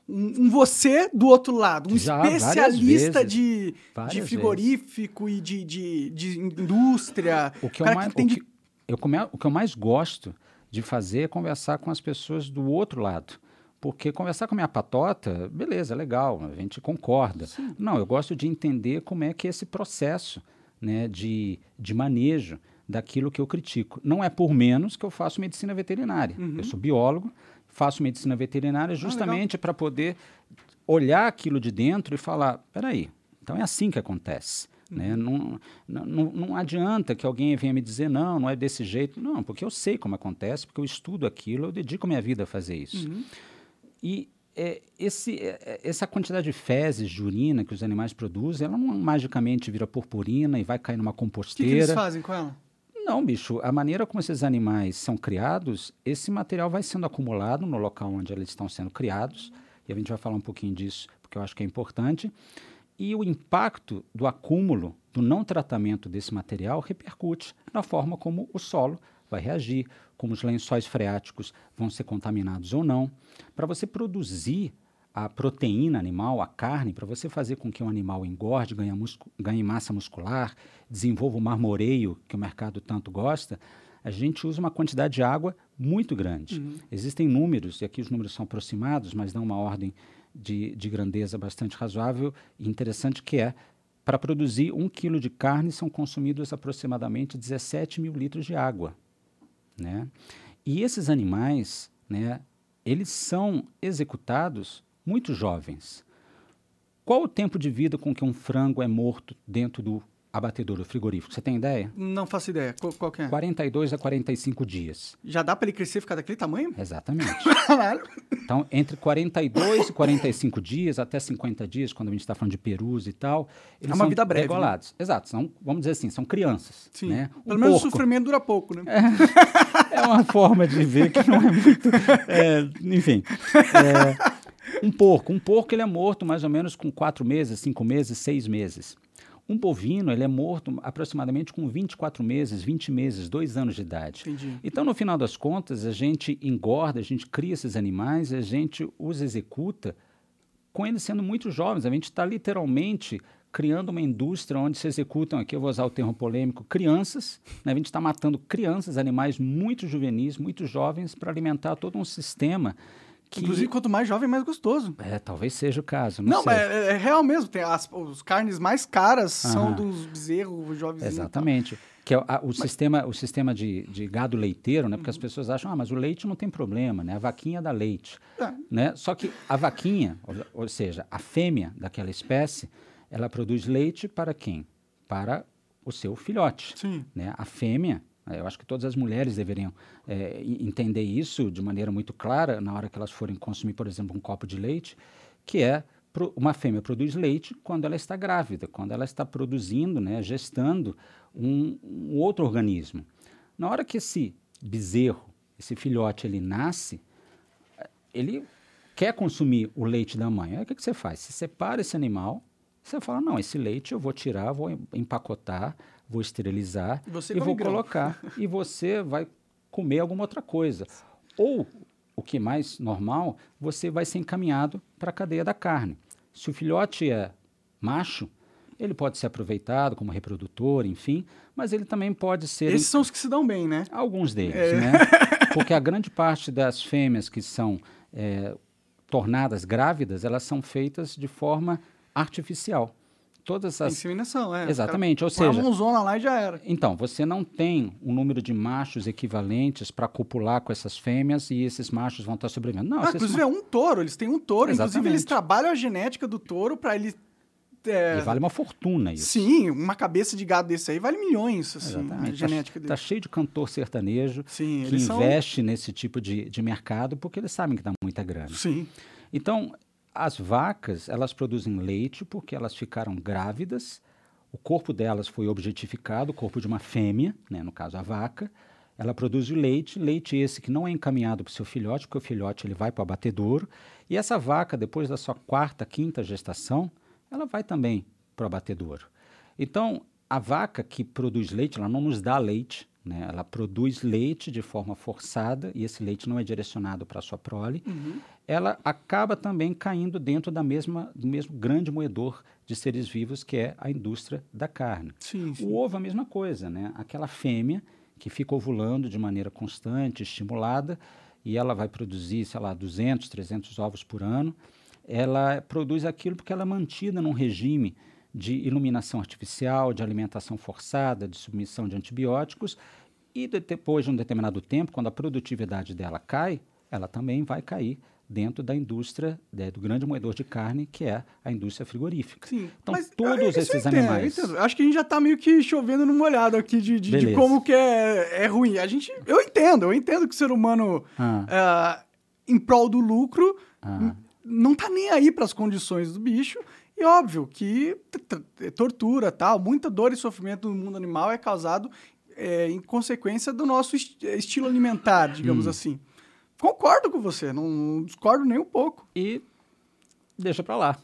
um, um você do outro lado, um Já, especialista várias de, Várias de vezes. frigorífico e de, de, de indústria. O que, eu cara mais, que tem o, de- que, eu come, o que eu mais gosto de fazer é conversar com as pessoas do outro lado. Porque conversar com a minha patota, beleza, legal, a gente concorda. Sim. Não, eu gosto de entender como é que é esse processo, né, de, de manejo daquilo que eu critico. Não é por menos que eu faço medicina veterinária. Uhum. Eu sou biólogo, faço medicina veterinária legal. justamente para poder olhar aquilo de dentro e falar, peraí, então é assim que acontece. Né? Não, não, não, não adianta que alguém venha me dizer, não, não é desse jeito. Não, porque eu sei como acontece, porque eu estudo aquilo, eu dedico a minha vida a fazer isso. Uhum. E é, esse, é, essa quantidade de fezes, de urina que os animais produzem, ela não magicamente vira purpurina e vai cair numa O que, que eles composteira. fazem com ela? Não, bicho, a maneira como esses animais são criados, esse material vai sendo acumulado no local onde eles estão sendo criados, e a gente vai falar um pouquinho disso, porque eu acho que é importante. E o impacto do acúmulo, do não tratamento desse material repercute na forma como o solo vai reagir, como os lençóis freáticos vão ser contaminados ou não. Para você produzir a proteína animal, a carne, para você fazer com que um animal engorde, ganhe, muscu- ganhe massa muscular, desenvolva o marmoreio que o mercado tanto gosta, a gente usa uma quantidade de água muito grande. Uhum. Existem números, e aqui os números são aproximados, mas dão uma ordem de, de grandeza bastante razoável e interessante, que é, para produzir um quilo de carne são consumidos aproximadamente dezessete mil litros de água. Né? E esses animais, né, eles são executados muito jovens. Qual o tempo de vida com que um frango é morto dentro do abatedouro frigorífico? Você tem ideia? Não faço ideia. Qual, qual que é? quarenta e dois a quarenta e cinco dias. Já dá pra ele crescer e ficar daquele tamanho? Exatamente. Caralho. Então, entre quarenta e dois e quarenta e cinco dias, até cinquenta dias, quando a gente está falando de perus e tal, eles É uma são vida breve, regulados. Exato. São, vamos dizer assim, são crianças. Sim. Né? Um Pelo menos o porco. sofrimento dura pouco, né? É uma forma de ver que não é muito... é, enfim. É, um porco. Um porco ele é morto mais ou menos com quatro meses, cinco meses, seis meses. Um bovino ele é morto aproximadamente com vinte e quatro meses, vinte meses, dois anos de idade. Entendi. Então, no final das contas, a gente engorda, a gente cria esses animais, a gente os executa com eles sendo muito jovens. A gente está literalmente criando uma indústria onde se executam, aqui eu vou usar o termo polêmico, crianças. Né? A gente está matando crianças, animais muito juvenis, muito jovens, para alimentar todo um sistema que... Inclusive, quanto mais jovem, mais gostoso. É, talvez seja o caso, não, Não, sei. mas é, é real mesmo. Tem as, os carnes mais caras são Aham. dos bezerros jovens. Exatamente. Que é o, a- o sistema, o sistema de, de gado leiteiro, né? Porque as pessoas acham, ah, mas o leite não tem problema, né? A vaquinha dá leite. É. Né? Só que a vaquinha, ou, ou seja, a fêmea daquela espécie, ela produz leite para quem? Para o seu filhote. Sim. Né? A fêmea, eu acho que todas as mulheres deveriam é, e- entender isso de maneira muito clara na hora que elas forem consumir, por exemplo, um copo de leite, que é pro- uma fêmea produz leite quando ela está grávida, quando ela está produzindo, né, gestando um, um outro organismo. Na hora que esse bezerro, esse filhote, ele nasce, eh, ele quer consumir o leite da mãe. Aí o que, que você faz? Você separa esse animal, você fala, não, esse leite eu vou tirar, vou em- empacotar, vou esterilizar E você e come vou grão. colocar. E você vai comer alguma outra coisa. Ou, o que é mais normal, você vai ser encaminhado para a cadeia da carne. Se o filhote é macho, ele pode ser aproveitado como reprodutor, enfim, mas ele também pode ser... Esses são os que se dão bem, né? Alguns deles, É. né? Porque a grande parte das fêmeas que são é, tornadas grávidas, elas são feitas de forma artificial. Todas as... Inseminação, é. Exatamente, ou Põe a seja... mãozona lá e já era. Então, você não tem um número de machos equivalentes para copular com essas fêmeas e esses machos vão estar sobrevivendo. Não, Ah, esses inclusive ma- é um touro, eles têm um touro. Inclusive, Exatamente. eles trabalham a genética do touro pra ele. É, E vale uma fortuna isso. sim, uma cabeça de gado desse aí vale milhões, assim, a Exatamente. genética Tá, dele. tá cheio de cantor sertanejo Sim, que eles são- investe nesse tipo de, de mercado porque eles sabem que dá muita grana. Sim. Então, as vacas, elas produzem leite porque elas ficaram grávidas, o corpo delas foi objetificado, o corpo de uma fêmea, né, no caso a vaca, ela produz o leite, leite esse que não é encaminhado para o seu filhote, porque o filhote ele vai para o abatedouro, e essa vaca, depois da sua quarta, quinta gestação, ela vai também para o abatedouro. Então, a vaca que produz leite, ela não nos dá leite, né? Ela produz leite de forma forçada e esse leite não é direcionado para a sua prole. Uhum. Ela acaba também caindo dentro da mesma, do mesmo grande moedor de seres vivos que é a indústria da carne. Sim, sim. O ovo é a mesma coisa, né? Aquela fêmea que fica ovulando de maneira constante, estimulada, e ela vai produzir, sei lá, duzentos, trezentos ovos por ano. Ela produz aquilo porque ela é mantida num regime de iluminação artificial, de alimentação forçada, de submissão de antibióticos, e de, depois de um determinado tempo, quando a produtividade dela cai, ela também vai cair dentro da indústria, né, do grande moedor de carne, que é a indústria frigorífica. Sim, então, mas, todos ah, esses eu entendo, animais... Eu entendo. Acho que a gente já está meio que chovendo no molhado aqui de, de, de como que é, é ruim. A gente, eu entendo, eu entendo que o ser humano, ah. uh, em prol do lucro, ah. não está nem aí para as condições do bicho. E óbvio que tortura, tal, muita dor e sofrimento no mundo animal é causado é, em consequência do nosso est- estilo alimentar, digamos hum. assim. Concordo com você, não discordo nem um pouco. E deixa pra lá.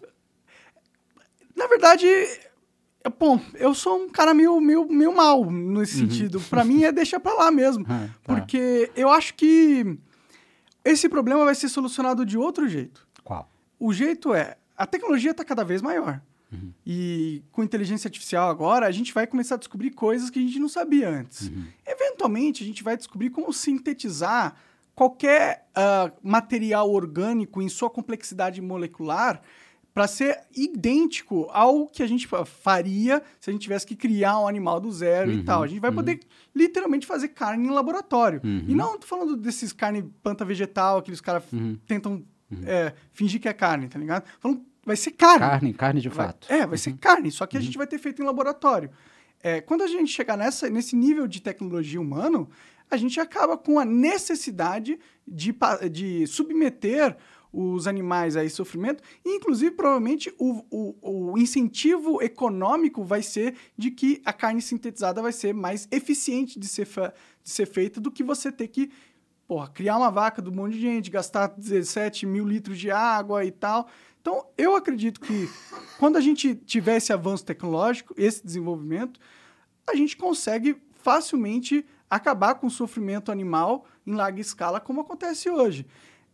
Na verdade, bom, eu sou um cara meio, meio, meio mal nesse uhum. sentido. Pra mim é deixar pra lá mesmo. Ah, tá. Porque eu acho que esse problema vai ser solucionado de outro jeito. Qual? O jeito é, a tecnologia está cada vez maior. Uhum. E com inteligência artificial agora, a gente vai começar a descobrir coisas que a gente não sabia antes. Uhum. Eventualmente, a gente vai descobrir como sintetizar qualquer uh, material orgânico em sua complexidade molecular para ser idêntico ao que a gente faria se a gente tivesse que criar um animal do zero uhum, e tal. A gente vai uhum. poder literalmente fazer carne em laboratório. Uhum. E não tô falando desses carne planta vegetal, aqueles caras uhum. tentam uhum. é, fingir que é carne, tá ligado? Falando, vai ser carne. Carne, carne de vai, fato. É, vai uhum. ser carne, só que a uhum. gente vai ter feito em laboratório. É, quando a gente chegar nessa, nesse nível de tecnologia humano, a gente acaba com a necessidade de, de submeter os animais a esse sofrimento, e inclusive, provavelmente, o, o, o incentivo econômico vai ser de que a carne sintetizada vai ser mais eficiente de ser, de ser feita do que você ter que porra, criar uma vaca do monte de gente, gastar dezessete mil litros de água e tal. Então, eu acredito que quando a gente tiver esse avanço tecnológico, esse desenvolvimento, a gente consegue facilmente acabar com o sofrimento animal em larga escala, como acontece hoje.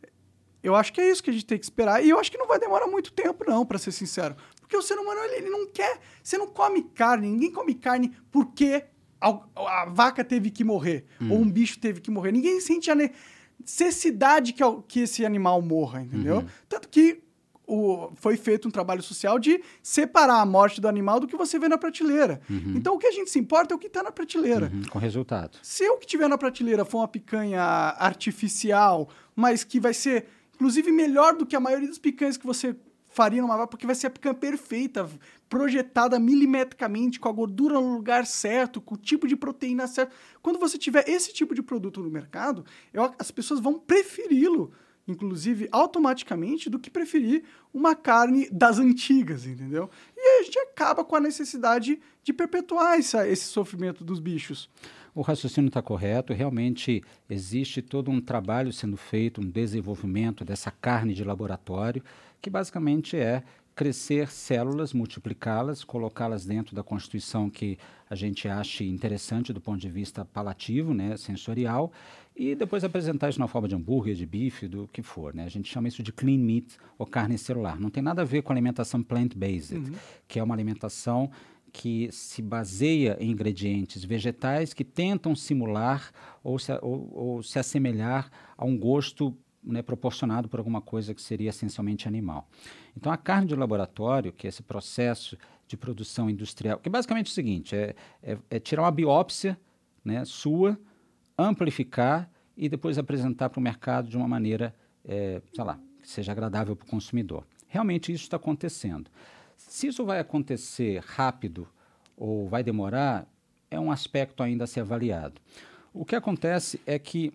Eu acho que é isso que a gente tem que esperar. E eu acho que não vai demorar muito tempo, não, para ser sincero. Porque o ser humano, ele, ele não quer... Você não come carne, ninguém come carne porque a, a vaca teve que morrer, hum. ou um bicho teve que morrer. Ninguém sente a necessidade que, que esse animal morra, entendeu? Uhum. Tanto que o, foi feito um trabalho social de separar a morte do animal do que você vê na prateleira. Uhum. Então, o que a gente se importa é o que está na prateleira. Uhum. Com resultado. Se o que tiver na prateleira for uma picanha artificial, mas que vai ser... inclusive melhor do que a maioria das picanhas que você faria numa vaca, porque vai ser a picanha perfeita, projetada milimetricamente, com a gordura no lugar certo, com o tipo de proteína certo. Quando você tiver esse tipo de produto no mercado, eu, as pessoas vão preferi-lo, inclusive automaticamente, do que preferir uma carne das antigas, entendeu? E aí a gente acaba com a necessidade de perpetuar essa, esse sofrimento dos bichos. O raciocínio está correto, realmente existe todo um trabalho sendo feito, um desenvolvimento dessa carne de laboratório, que basicamente é crescer células, multiplicá-las, colocá-las dentro da constituição que a gente ache interessante do ponto de vista palativo, né, sensorial, e depois apresentar isso na forma de hambúrguer, de bife, do que for, né? A gente chama isso de clean meat, ou carne celular. Não tem nada a ver com alimentação plant-based, uhum. que é uma alimentação que se baseia em ingredientes vegetais que tentam simular ou se, ou, ou se assemelhar a um gosto, né, proporcionado por alguma coisa que seria essencialmente animal. Então, a carne de laboratório, que é esse processo de produção industrial, que basicamente é o seguinte, é, é, é tirar uma biópsia, né, sua, amplificar e depois apresentar para o mercado de uma maneira, é, sei lá, que seja agradável para o consumidor. Realmente isso está acontecendo. Se isso vai acontecer rápido ou vai demorar, é um aspecto ainda a ser avaliado. O que acontece é que,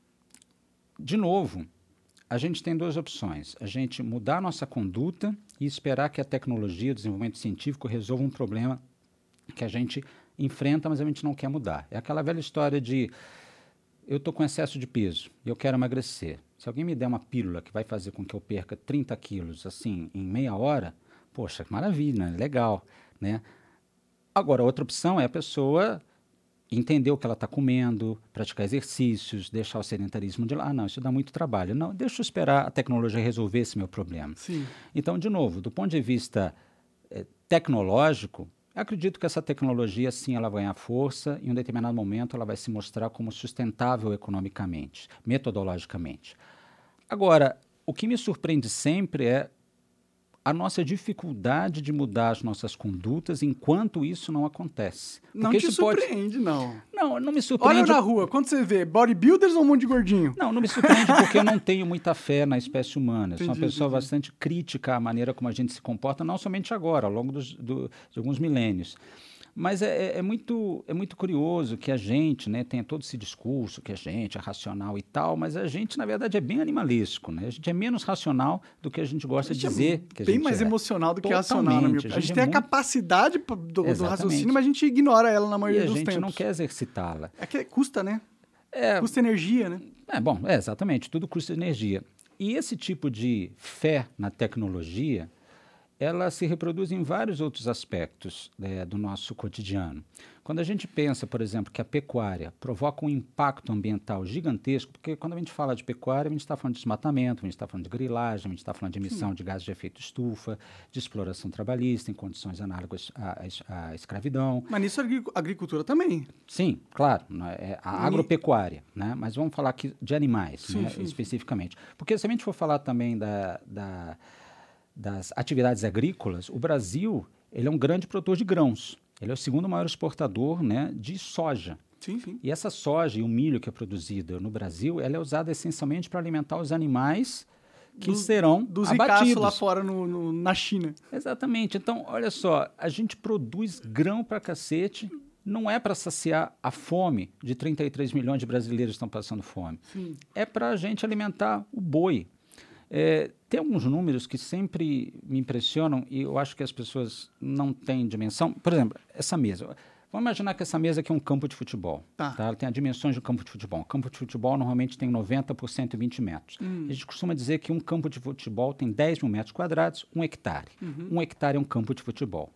de novo, a gente tem duas opções. A gente mudar a nossa conduta e esperar que a tecnologia, o desenvolvimento científico resolva um problema que a gente enfrenta, mas a gente não quer mudar. É aquela velha história de eu estou com excesso de peso e eu quero emagrecer. Se alguém me der uma pílula que vai fazer com que eu perca trinta quilos assim, em meia hora, poxa, que maravilha, né? Legal, né? Agora, outra opção é a pessoa entender o que ela está comendo, praticar exercícios, deixar o sedentarismo de lado. Ah, não, isso dá muito trabalho. Não, deixa eu esperar a tecnologia resolver esse meu problema. Sim. Então, de novo, do ponto de vista eh, tecnológico, acredito que essa tecnologia, sim, ela vai ganhar força e em um determinado momento ela vai se mostrar como sustentável economicamente, metodologicamente. Agora, o que me surpreende sempre é a nossa dificuldade de mudar as nossas condutas enquanto isso não acontece. Não Porque te isso pode... surpreende, não. Não, não me surpreende. Olha na rua, quando você vê bodybuilders ou um monte de gordinho? Não, não me surpreende porque eu não tenho muita fé na espécie humana. Eu sou uma Entendi, pessoa entendi. bastante crítica à maneira como a gente se comporta, não somente agora, ao longo dos, do, de alguns milênios. Mas é, é, é, muito, é muito curioso que a gente, né, tenha todo esse discurso que a gente é racional e tal, mas a gente, na verdade, é bem animalesco, né? A gente é menos racional do que a gente gosta de dizer que a gente bem mais é. emocional do que Totalmente, racional, na minha a opinião. A gente gente é tem a muito- capacidade p- do, do Exatamente. raciocínio, mas a gente ignora ela na E maioria a dos gente tempos. não quer exercitá-la. É que custa, né? É, Custa energia, né? É, bom, é, exatamente, tudo custa energia. E esse tipo de fé na tecnologia, ela se reproduz em vários outros aspectos né, do nosso cotidiano. Quando a gente pensa, por exemplo, que a pecuária provoca um impacto ambiental gigantesco, porque quando a gente fala de pecuária, a gente está falando de desmatamento, a gente está falando de grilagem, a gente está falando de emissão de gases de efeito estufa, de exploração trabalhista em condições análogas à, à- à escravidão. Mas nisso a agri- agricultura também. Sim, claro, né, é a E- agropecuária, né? Mas vamos falar aqui de animais, Sim, né, sim. especificamente. Porque se a gente for falar também da, da- das atividades agrícolas, o Brasil ele é um grande produtor de grãos. Ele é o segundo maior exportador né, de soja. Sim, sim. E essa soja e o milho que é produzido no Brasil, ela é usada essencialmente para alimentar os animais que Dos- serão Dos abatidos. ricaços lá fora no, no- na China. Exatamente. Então, olha só, a gente produz grão pra cacete, não é para saciar a fome de trinta e três milhões de brasileiros que estão passando fome. Sim. É para a gente alimentar o boi. É, tem alguns números que sempre me impressionam e eu acho que as pessoas não têm dimensão. Por exemplo, essa mesa. Vamos imaginar que essa mesa aqui é um campo de futebol. Tá. Ela tem as dimensões de um campo de futebol. Um campo de futebol normalmente tem noventa por cento e vinte metros. A gente costuma dizer que um campo de futebol tem dez mil metros quadrados, um hectare. Um hectare é um campo de futebol.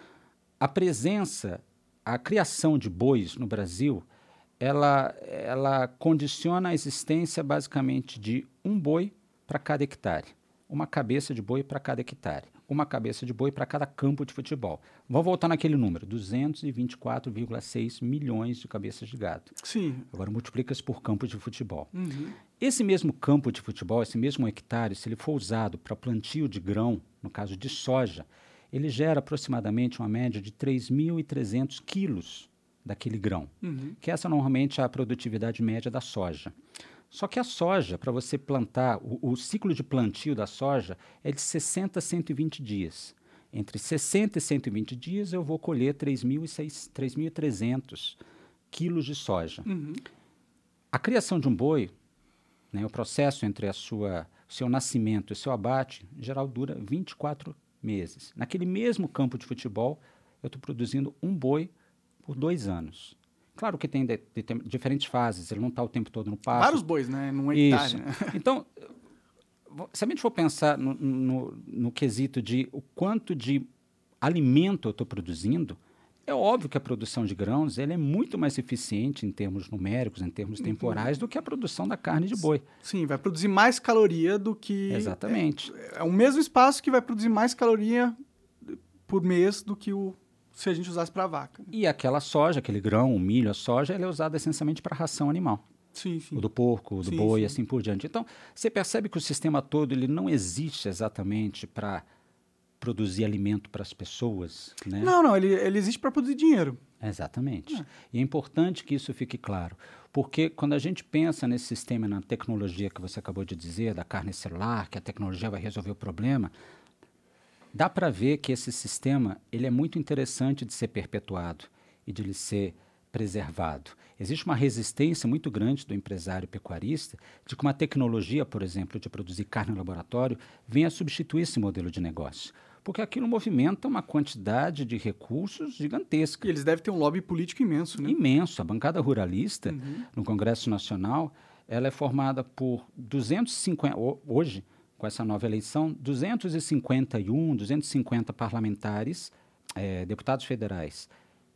A presença, a criação de bois no Brasil, ela, ela condiciona a existência basicamente de um boi para cada hectare. Uma cabeça de boi para cada hectare. Uma cabeça de boi para cada campo de futebol. Vamos voltar naquele número, duzentos e vinte e quatro vírgula seis milhões de cabeças de gado. Sim. Agora multiplica isso por campo de futebol. Uhum. Esse mesmo campo de futebol, esse mesmo hectare, se ele for usado para plantio de grão, no caso de soja, ele gera aproximadamente uma média de três mil e trezentos quilos daquele grão, Uhum. que essa normalmente é a produtividade média da soja. Só que a soja, para você plantar, o, o ciclo de plantio da soja é de sessenta a cento e vinte dias. Entre sessenta e cento e vinte dias eu vou colher três mil e trezentos quilos de soja. Uhum. A criação de um boi, né, o processo entre a sua, seu nascimento e seu abate, em geral dura vinte e quatro meses. Naquele mesmo campo de futebol, eu estou produzindo um boi por dois anos. Claro que tem, de, de, tem diferentes fases, ele não está o tempo todo no pasto. Vários bois, né? Num hectare. Isso. Né? Então, se a gente for pensar no, no, no quesito de o quanto de alimento eu estou produzindo, é óbvio que a produção de grãos ele é muito mais eficiente em termos numéricos, em termos temporais, do que a produção da carne de boi. Sim, vai produzir mais caloria do que... Exatamente. É, é o mesmo espaço que vai produzir mais caloria por mês do que o se a gente usasse para vaca. E aquela soja, aquele grão, o milho, a soja, ela é usada essencialmente para ração animal. Sim, sim. O do porco, o do Sim, boi sim. e assim por diante. Então, você percebe que o sistema todo ele não existe exatamente para produzir alimento para as pessoas, né? Não, não, ele, ele existe para produzir dinheiro. Exatamente. É. E é importante que isso fique claro, porque quando a gente pensa nesse sistema, na tecnologia que você acabou de dizer, da carne celular, que a tecnologia vai resolver o problema, dá para ver que esse sistema ele é muito interessante de ser perpetuado e de ele ser preservado. Existe uma resistência muito grande do empresário pecuarista de que uma tecnologia, por exemplo, de produzir carne no laboratório, venha substituir esse modelo de negócio. Porque aquilo movimenta uma quantidade de recursos gigantesca. E eles devem ter um lobby político imenso, né? Imenso. A bancada ruralista, Uhum. no Congresso Nacional, ela é formada por duzentos e cinquenta, ho- hoje, com essa nova eleição, duzentos e cinquenta e um, duzentos e cinquenta parlamentares, eh, deputados federais,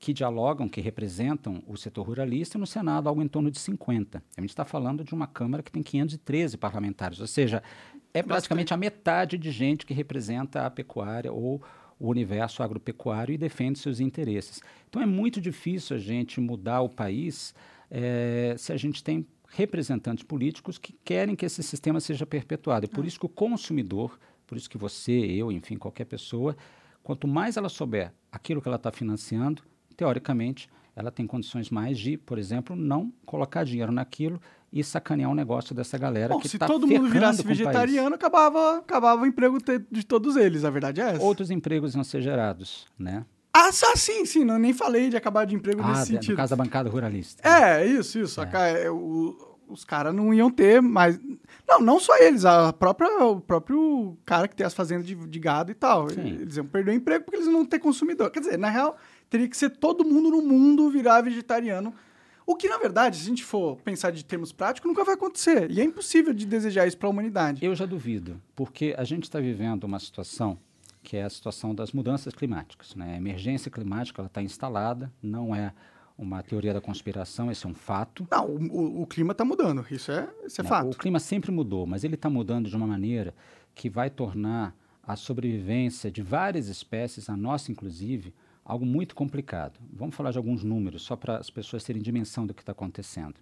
que dialogam, que representam o setor ruralista, e no Senado algo em torno de cinquenta. A gente está falando de uma Câmara que tem quinhentos e treze parlamentares, ou seja, é praticamente Bastante. a metade de gente que representa a pecuária ou o universo agropecuário e defende seus interesses. Então é muito difícil a gente mudar o país é, se a gente tem representantes políticos que querem que esse sistema seja perpetuado. É por isso que o consumidor, por isso que você, eu, enfim, qualquer pessoa, quanto mais ela souber aquilo que ela está financiando, teoricamente, ela tem condições mais de, por exemplo, não colocar dinheiro naquilo e sacanear o negócio dessa galera. Bom, que está ferrando com o país. Se todo mundo virasse vegetariano, acabava, acabava o emprego de todos eles, a verdade é essa. Outros empregos iam ser gerados, né? Ah, sim, sim, não, nem falei de acabar de emprego ah, nesse de, sentido. No caso da bancada ruralista. É, isso, isso. É. A, é, o, os caras não iam ter mais... Não, não só eles, a própria, o próprio cara que tem as fazendas de, de gado e tal. Sim. Eles iam perder o emprego porque eles não têm consumidor. Quer dizer, na real, teria que ser todo mundo no mundo virar vegetariano. O que, na verdade, se a gente for pensar de termos práticos, nunca vai acontecer. E é impossível de desejar isso para a humanidade. Eu já duvido, porque a gente está vivendo uma situação que é a situação das mudanças climáticas, né? A emergência climática está instalada, não é uma teoria da conspiração, esse é um fato. Não, o, o, o clima está mudando, isso é, isso é né? fato. O clima sempre mudou, mas ele está mudando de uma maneira que vai tornar a sobrevivência de várias espécies, a nossa inclusive, algo muito complicado. Vamos falar de alguns números, só para as pessoas terem dimensão do que está acontecendo.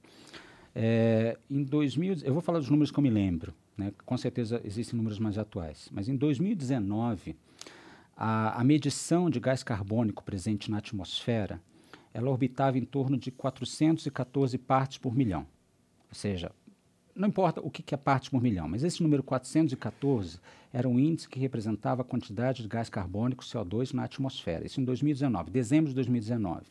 É, em dois mil, eu vou falar dos números que eu me lembro, né? Com certeza existem números mais atuais, mas em dois mil e dezenove, a, a medição de gás carbônico presente na atmosfera, ela orbitava em torno de quatrocentos e quatorze partes por milhão. Ou seja, não importa o que, que é partes por milhão, mas esse número quatrocentos e quatorze era um índice que representava a quantidade de gás carbônico, C O dois, na atmosfera. Isso em dois mil e dezenove, dezembro de dois mil e dezenove.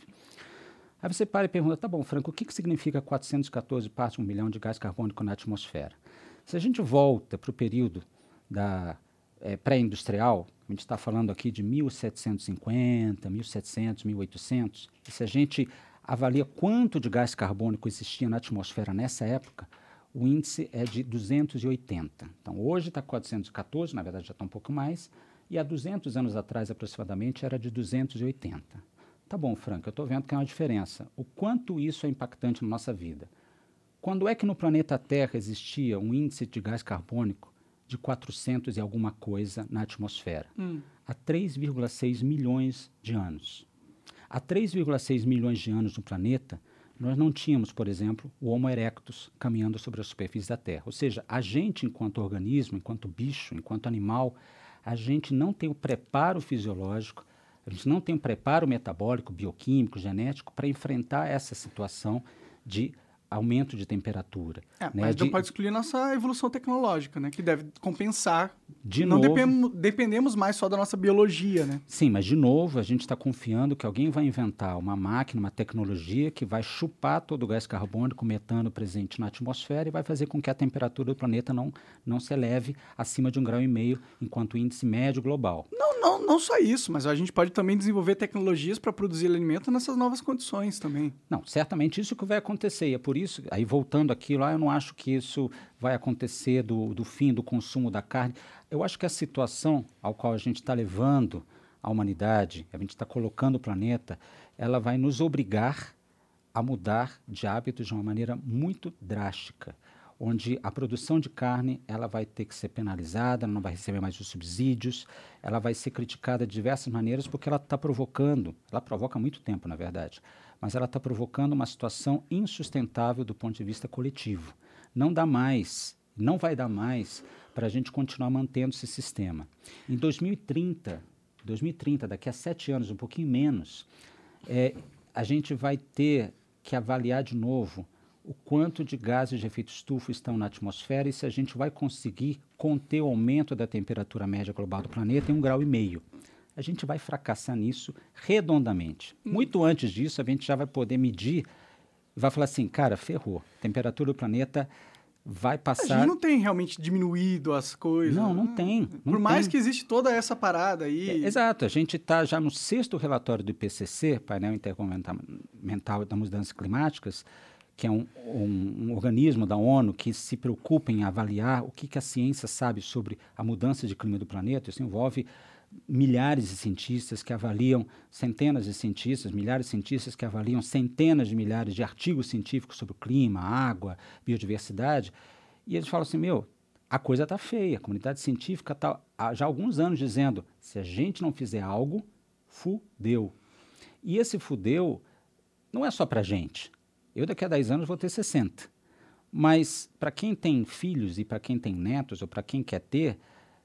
Aí você para e pergunta, tá bom, Franco, o que, que significa quatrocentos e quatorze partes por milhão de gás carbônico na atmosfera? Se a gente volta para o período da é, pré-industrial, a gente está falando aqui de mil setecentos e cinquenta, mil e setecentos, mil e oitocentos, e se a gente avalia quanto de gás carbônico existia na atmosfera nessa época, o índice é de duzentos e oitenta. Então, hoje está quatrocentos e quatorze, na verdade já está um pouco mais, e há duzentos anos atrás, aproximadamente, era de duzentos e oitenta. Tá bom, Franco, eu estou vendo que é uma diferença. O quanto isso é impactante na nossa vida? Quando é que no planeta Terra existia um índice de gás carbônico de quatrocentos e alguma coisa na atmosfera? Hum. Há três vírgula seis milhões de anos. Há três vírgula seis milhões de anos no planeta, nós não tínhamos, por exemplo, o Homo erectus caminhando sobre a superfície da Terra. Ou seja, a gente, enquanto organismo, enquanto bicho, enquanto animal, a gente não tem o preparo fisiológico, a gente não tem o preparo metabólico, bioquímico, genético para enfrentar essa situação de aumento de temperatura. É, né? Mas de... não pode excluir nossa evolução tecnológica, né? Que deve compensar. De não novo... dependemos, dependemos mais só da nossa biologia, né? Sim, mas de novo a gente está confiando que alguém vai inventar uma máquina, uma tecnologia que vai chupar todo o gás carbônico, metano presente na atmosfera e vai fazer com que a temperatura do planeta não, não se eleve acima de um grau e meio, enquanto o índice médio global. Não, não, não só isso, mas a gente pode também desenvolver tecnologias para produzir alimento nessas novas condições também. Não, certamente isso que vai acontecer, e é por isso, aí voltando aqui, lá, eu não acho que isso vai acontecer do, do fim do consumo da carne. Eu acho que a situação ao qual a gente está levando a humanidade, a gente está colocando o planeta, ela vai nos obrigar a mudar de hábitos de uma maneira muito drástica, onde a produção de carne ela vai ter que ser penalizada, não vai receber mais os subsídios, ela vai ser criticada de diversas maneiras porque ela está provocando, ela provoca há muito tempo, na verdade, mas ela está provocando uma situação insustentável do ponto de vista coletivo. Não dá mais, não vai dar mais para a gente continuar mantendo esse sistema. Em dois mil e trinta, dois mil e trinta, daqui a sete anos, um pouquinho menos, é, a gente vai ter que avaliar de novo o quanto de gases de efeito estufa estão na atmosfera e se a gente vai conseguir conter o aumento da temperatura média global do planeta em um grau e meio. A gente vai fracassar nisso redondamente. Hum. Muito antes disso, a gente já vai poder medir e vai falar assim, cara, ferrou. A temperatura do planeta vai passar... A gente não tem realmente diminuído as coisas. Não, não tem. Não Por mais tem. que existe toda essa parada aí... É, exato. A gente está já no sexto relatório do I P C C, Painel Intergovernamental das Mudanças Climáticas, que é um, um, um organismo da ONU que se preocupa em avaliar o que, que a ciência sabe sobre a mudança de clima do planeta. Isso envolve milhares de cientistas que avaliam, centenas de cientistas, milhares de cientistas que avaliam centenas de milhares de artigos científicos sobre o clima, água, biodiversidade, e eles falam assim, meu, a coisa está feia, a comunidade científica está há já alguns anos dizendo, se a gente não fizer algo, fudeu. E esse fudeu não é só para a gente. Eu daqui a dez anos vou ter sessenta. Mas para quem tem filhos e para quem tem netos ou para quem quer ter,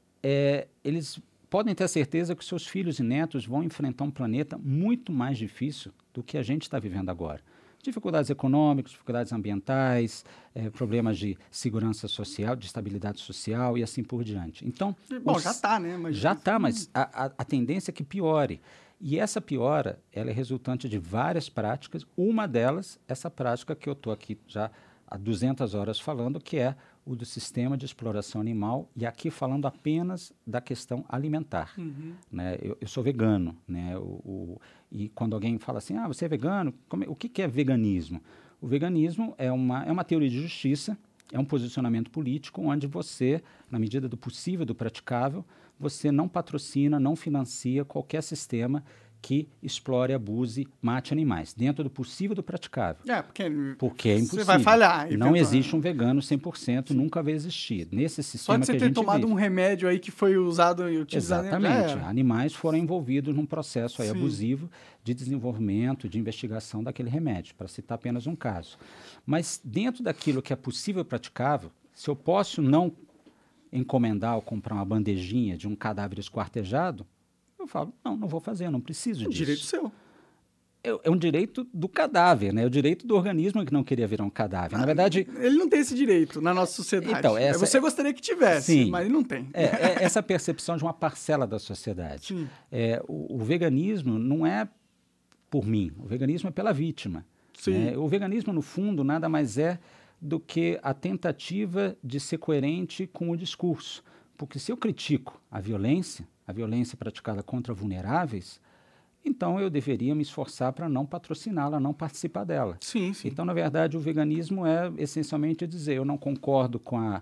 é, eles podem ter a certeza que seus filhos e netos vão enfrentar um planeta muito mais difícil do que a gente está vivendo agora. Dificuldades econômicas, dificuldades ambientais, é, problemas de segurança social, de estabilidade social e assim por diante. Então, Bom, os, já está, né? Mas... Já está, mas a, a, a tendência é que piore. E essa piora, ela é resultante de várias práticas. Uma delas, essa prática que eu estou aqui já há duzentas horas falando, que é o do sistema de exploração animal, e aqui falando apenas da questão alimentar. Uhum. Né? Eu, eu sou vegano, né? o, o, e quando alguém fala assim, ah, você é vegano? Como é, o que, que é veganismo? O veganismo é uma, é uma teoria de justiça, é um posicionamento político onde você, na medida do possível e do praticável, você não patrocina, não financia qualquer sistema que explore, abuse, mate animais, dentro do possível e do praticável. É, porque, porque é impossível. Você vai falhar. Não existe um vegano cem por cento, Sim. nunca vai existir. Nesse sistema Só de você que ter a gente tomado vive. um remédio aí que foi usado e utilizado... Exatamente. Animais foram envolvidos num processo aí Sim. abusivo de desenvolvimento, de investigação daquele remédio, para citar apenas um caso. Mas dentro daquilo que é possível e praticável, se eu posso não encomendar ou comprar uma bandejinha de um cadáver esquartejado, eu falo, não, não vou fazer, eu não preciso disso. É um direito seu. É, é um direito do cadáver, né? É o direito do organismo que não queria virar um cadáver. Ah, Na verdade... Ele não tem esse direito na nossa sociedade. Então, essa, Você gostaria que tivesse, sim, mas ele não tem. É, é essa percepção de uma parcela da sociedade. Sim. É, o, o veganismo não é por mim, o veganismo é pela vítima. Sim. Né? O veganismo, no fundo, nada mais é do que a tentativa de ser coerente com o discurso. Porque se eu critico a violência, a violência praticada contra vulneráveis, então eu deveria me esforçar para não patrociná-la, não participar dela. Sim, sim. Então, na verdade, o veganismo é essencialmente dizer, eu não concordo com a,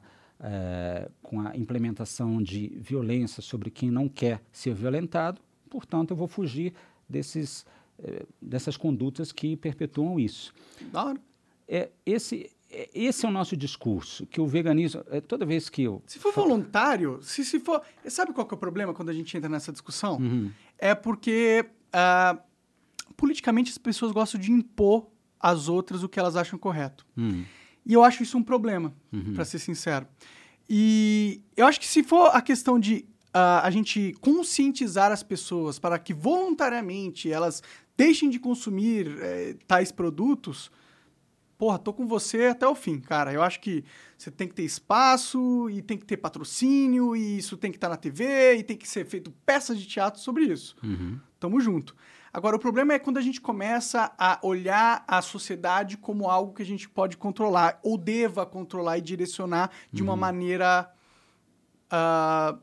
é, com a implementação de violência sobre quem não quer ser violentado, portanto, eu vou fugir desses, é, dessas condutas que perpetuam isso. Claro. É, esse... Esse é o nosso discurso, que o veganismo, toda vez que eu... Se for voluntário, se, se for... Sabe qual que é o problema quando a gente entra nessa discussão? Uhum. É porque, uh, politicamente, as pessoas gostam de impor às outras o que elas acham correto. Uhum. E eu acho isso um problema, uhum. para ser sincero. E eu acho que se for a questão de uh, a gente conscientizar as pessoas para que voluntariamente elas deixem de consumir eh, tais produtos... Porra, tô com você até o fim, cara. Eu acho que você tem que ter espaço e tem que ter patrocínio e isso tem que estar na T V e tem que ser feito peças de teatro sobre isso. Uhum. Tamo junto. Agora, o problema é quando a gente começa a olhar a sociedade como algo que a gente pode controlar ou deva controlar e direcionar de uma uhum. maneira... Uh...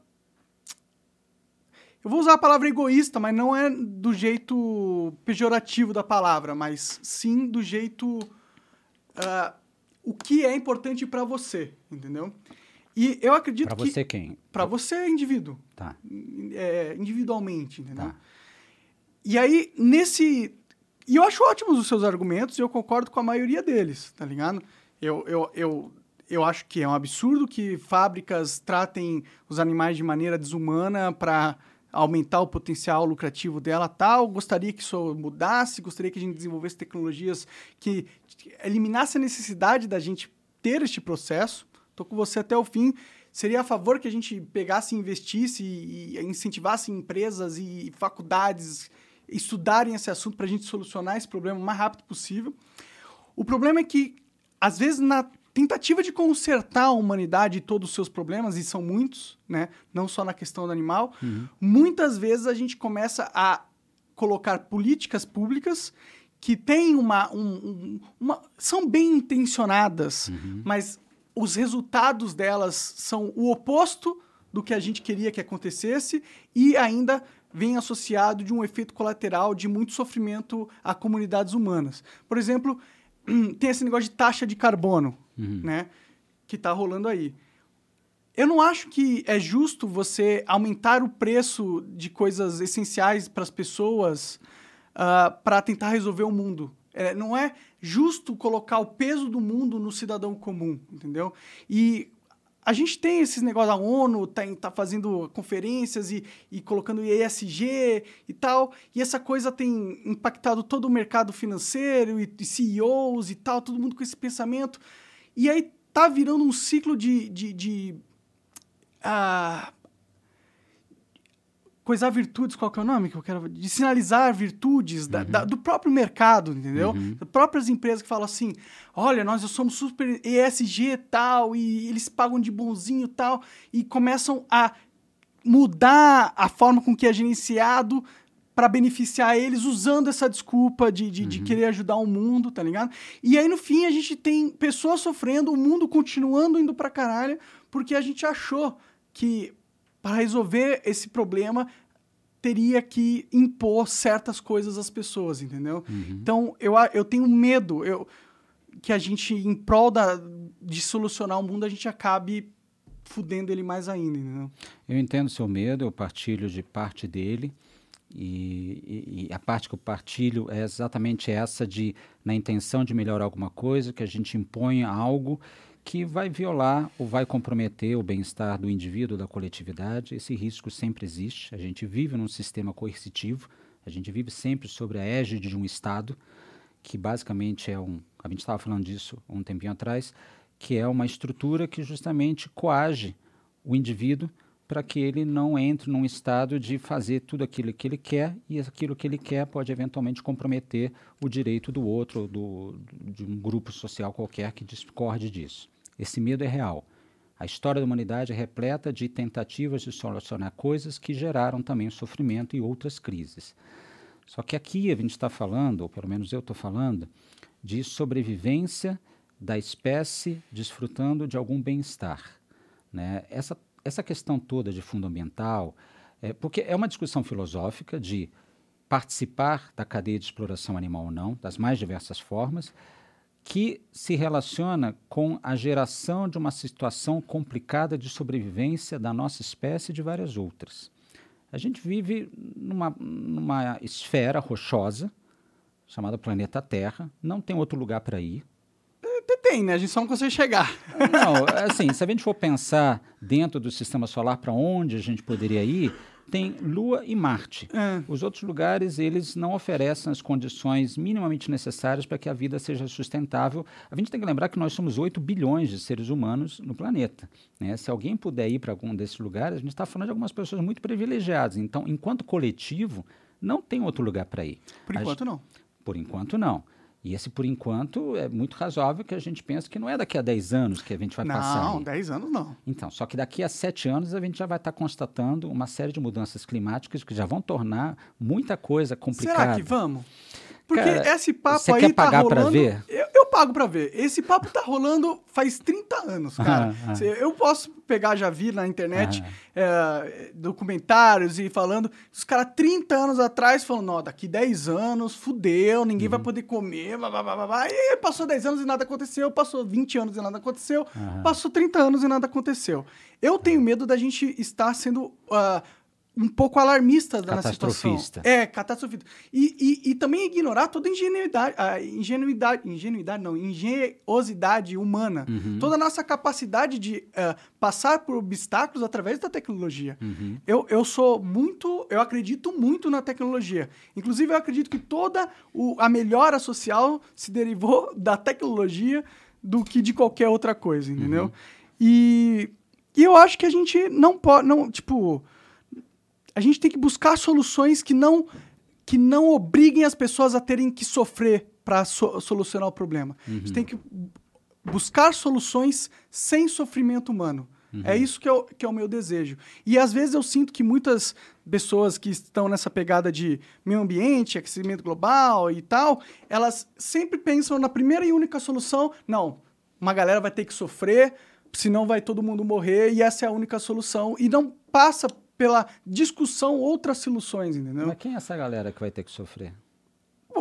Eu vou usar a palavra egoísta, mas não é do jeito pejorativo da palavra, mas sim do jeito... Uh, o que é importante para você, entendeu? E eu acredito pra que... Para você quem? Para você, indivíduo. Tá. É, individualmente, entendeu? Tá. E aí, nesse... E eu acho ótimos os seus argumentos e eu concordo com a maioria deles, tá ligado? Eu, eu, eu, eu acho que é um absurdo que fábricas tratem os animais de maneira desumana para aumentar o potencial lucrativo dela, tal. Gostaria que isso mudasse, gostaria que a gente desenvolvesse tecnologias que eliminasse a necessidade da gente ter este processo. Estou com você até o fim. Seria a favor que a gente pegasse e investisse e, e incentivasse empresas e faculdades a estudarem esse assunto para a gente solucionar esse problema o mais rápido possível. O problema é que, às vezes, na tentativa de consertar a humanidade e todos os seus problemas, e são muitos, né? Não só na questão do animal, uhum. muitas vezes a gente começa a colocar políticas públicas que têm uma, um, um, uma... são bem intencionadas, uhum. mas os resultados delas são o oposto do que a gente queria que acontecesse e ainda vem associado de um efeito colateral de muito sofrimento a comunidades humanas. Por exemplo, tem esse negócio de taxa de carbono, uhum. né, que está rolando aí. eu não acho que é justo você aumentar o preço de coisas essenciais para as pessoas uh, para tentar resolver o mundo. É, não é justo colocar o peso do mundo no cidadão comum, entendeu? E a gente tem esses negócios, a ONU tá, tá fazendo conferências e, e colocando E S G e tal, e essa coisa tem impactado todo o mercado financeiro e, e C E Os e tal, todo mundo com esse pensamento. E aí tá virando um ciclo de... de, de uh, coisar virtudes, qual que é o nome que eu quero... De sinalizar virtudes da, uhum. da, do próprio mercado, entendeu? Uhum. Das próprias empresas que falam assim, olha, nós somos super E S G e tal, e eles pagam de bonzinho e tal, e começam a mudar a forma com que é gerenciado para beneficiar eles, usando essa desculpa de, de, uhum. de querer ajudar o mundo, tá ligado? E aí, no fim, a gente tem pessoas sofrendo, o mundo continuando indo pra caralho, porque a gente achou que para resolver esse problema, teria que impor certas coisas às pessoas, entendeu? Uhum. Então, eu, eu tenho medo eu, que a gente, em prol da, de solucionar o mundo, a gente acabe fudendo ele mais ainda, entendeu? Eu entendo o seu medo, eu partilho de parte dele, e, e, e a parte que eu partilho é exatamente essa de, na intenção de melhorar alguma coisa, que a gente impõe algo que vai violar ou vai comprometer o bem-estar do indivíduo, da coletividade. Esse risco sempre existe. A gente vive num sistema coercitivo, a gente vive sempre sobre a égide de um Estado, que basicamente é um... A gente estava falando disso um tempinho atrás, que é uma estrutura que justamente coage o indivíduo para que ele não entre num estado de fazer tudo aquilo que ele quer, e aquilo que ele quer pode eventualmente comprometer o direito do outro, do, de um grupo social qualquer que discorde disso. Esse medo é real. A história da humanidade é repleta de tentativas de solucionar coisas que geraram também sofrimento e outras crises. Só que aqui a gente está falando, ou pelo menos eu estou falando, de sobrevivência da espécie desfrutando de algum bem-estar, né? Essa Essa questão toda de fundo ambiental, é, porque é uma discussão filosófica de participar da cadeia de exploração animal ou não, das mais diversas formas, que se relaciona com a geração de uma situação complicada de sobrevivência da nossa espécie e de várias outras. A gente vive numa, numa esfera rochosa, chamada planeta Terra, não tem outro lugar para ir. Tem, né? A gente só não consegue chegar. Não, assim, se a gente for pensar dentro do sistema solar para onde a gente poderia ir, tem Lua e Marte. É. Os outros lugares, eles não oferecem as condições minimamente necessárias para que a vida seja sustentável. A gente tem que lembrar que nós somos oito bilhões de seres humanos no planeta, né? Se alguém puder ir para algum desses lugares, a gente está falando de algumas pessoas muito privilegiadas. Então, enquanto coletivo, não tem outro lugar para ir. Por enquanto, a, não. Por enquanto, não. E esse, por enquanto, é muito razoável que a gente pense que não é daqui a dez anos que a gente vai não, passar. Não, dez anos não. Então, só que daqui a sete anos a gente já vai estar constatando uma série de mudanças climáticas que já vão tornar muita coisa complicada. Será que vamos? Porque Cara, esse papo você aí quer tá pagar rolando... pra ver? Eu, eu pago pra ver. Esse papo tá rolando faz trinta anos, cara. Ah, ah. Eu posso pegar, já vi na internet, Ah. é, documentários e falando... Os caras trinta anos atrás falando, não, daqui dez anos, fudeu, ninguém uhum. vai poder comer, blá, blá, blá, blá. E aí passou dez anos e nada aconteceu, passou vinte anos e nada aconteceu, ah. passou trinta anos e nada aconteceu. Eu tenho medo da gente estar sendo... Uh, um pouco alarmista na situação. Catastrofista. É, catastrofista. E, e, e também ignorar toda a ingenuidade, a ingenuidade, ingenuidade não, engenhosidade humana. Uhum. Toda a nossa capacidade de uh, passar por obstáculos através da tecnologia. Uhum. Eu, eu sou muito, eu acredito muito na tecnologia. Inclusive, eu acredito que toda o, a melhora social se derivou da tecnologia do que de qualquer outra coisa, entendeu? Uhum. E, e eu acho que a gente não pode, não, tipo... A gente tem que buscar soluções que não, que não obriguem as pessoas a terem que sofrer para so, solucionar o problema. Uhum. A gente tem que buscar soluções sem sofrimento humano. Uhum. É isso que é, o, que é o meu desejo. E às vezes eu sinto que muitas pessoas que estão nessa pegada de meio ambiente, aquecimento global e tal, elas sempre pensam na primeira e única solução. Não, uma galera vai ter que sofrer, senão vai todo mundo morrer, e essa é a única solução. E não passa pela discussão outras soluções, entendeu? Mas quem é essa galera que vai ter que sofrer? Ué,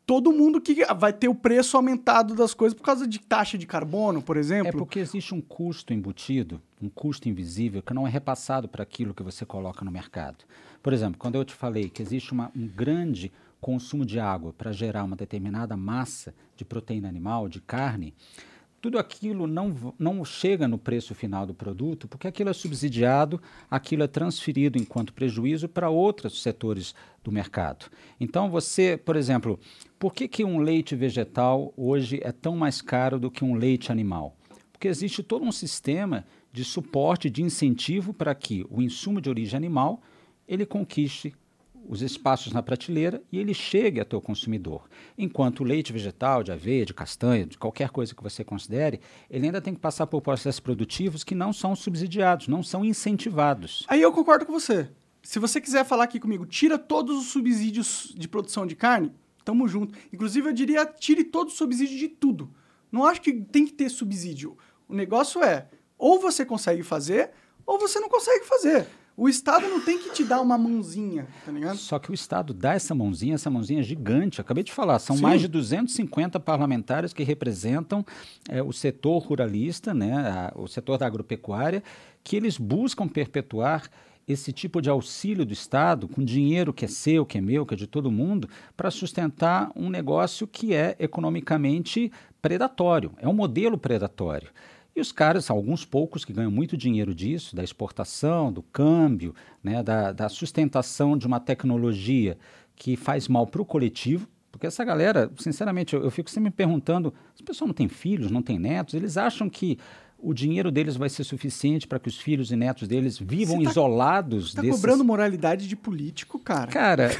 todo mundo que vai ter o preço aumentado das coisas por causa de taxa de carbono, por exemplo. É porque existe um custo embutido, um custo invisível, que não é repassado para aquilo que você coloca no mercado. Por exemplo, quando eu te falei que existe uma, um grande consumo de água para gerar uma determinada massa de proteína animal, de carne, tudo aquilo não, não chega no preço final do produto, porque aquilo é subsidiado, aquilo é transferido enquanto prejuízo para outros setores do mercado. Então você, por exemplo, por que, que um leite vegetal hoje é tão mais caro do que um leite animal? Porque existe todo um sistema de suporte, de incentivo para que o insumo de origem animal ele conquiste os espaços na prateleira e ele chegue até o consumidor. Enquanto o leite vegetal, de aveia, de castanha, de qualquer coisa que você considere, ele ainda tem que passar por processos produtivos que não são subsidiados, não são incentivados. Aí eu concordo com você. Se você quiser falar aqui comigo, tira todos os subsídios de produção de carne, tamo junto. Inclusive, eu diria, tire todo o subsídio de tudo. Não acho que tem que ter subsídio. O negócio é, ou você consegue fazer, ou você não consegue fazer. O Estado não tem que te dar uma mãozinha, tá ligado? Só que o Estado dá essa mãozinha, essa mãozinha é gigante. Eu acabei de falar, são Sim. mais de duzentos e cinquenta parlamentares que representam é, o setor ruralista, né, a, o setor da agropecuária, que eles buscam perpetuar esse tipo de auxílio do Estado, com dinheiro que é seu, que é meu, que é de todo mundo, para sustentar um negócio que é economicamente predatório, é um modelo predatório. E os caras, alguns poucos que ganham muito dinheiro disso, da exportação, do câmbio, né, da, da sustentação de uma tecnologia que faz mal para o coletivo, porque essa galera, sinceramente, eu, eu fico sempre me perguntando, as pessoas não têm filhos, não têm netos, eles acham que o dinheiro deles vai ser suficiente para que os filhos e netos deles vivam Você tá, isolados você tá desses... cobrando moralidade de político, cara. Cara...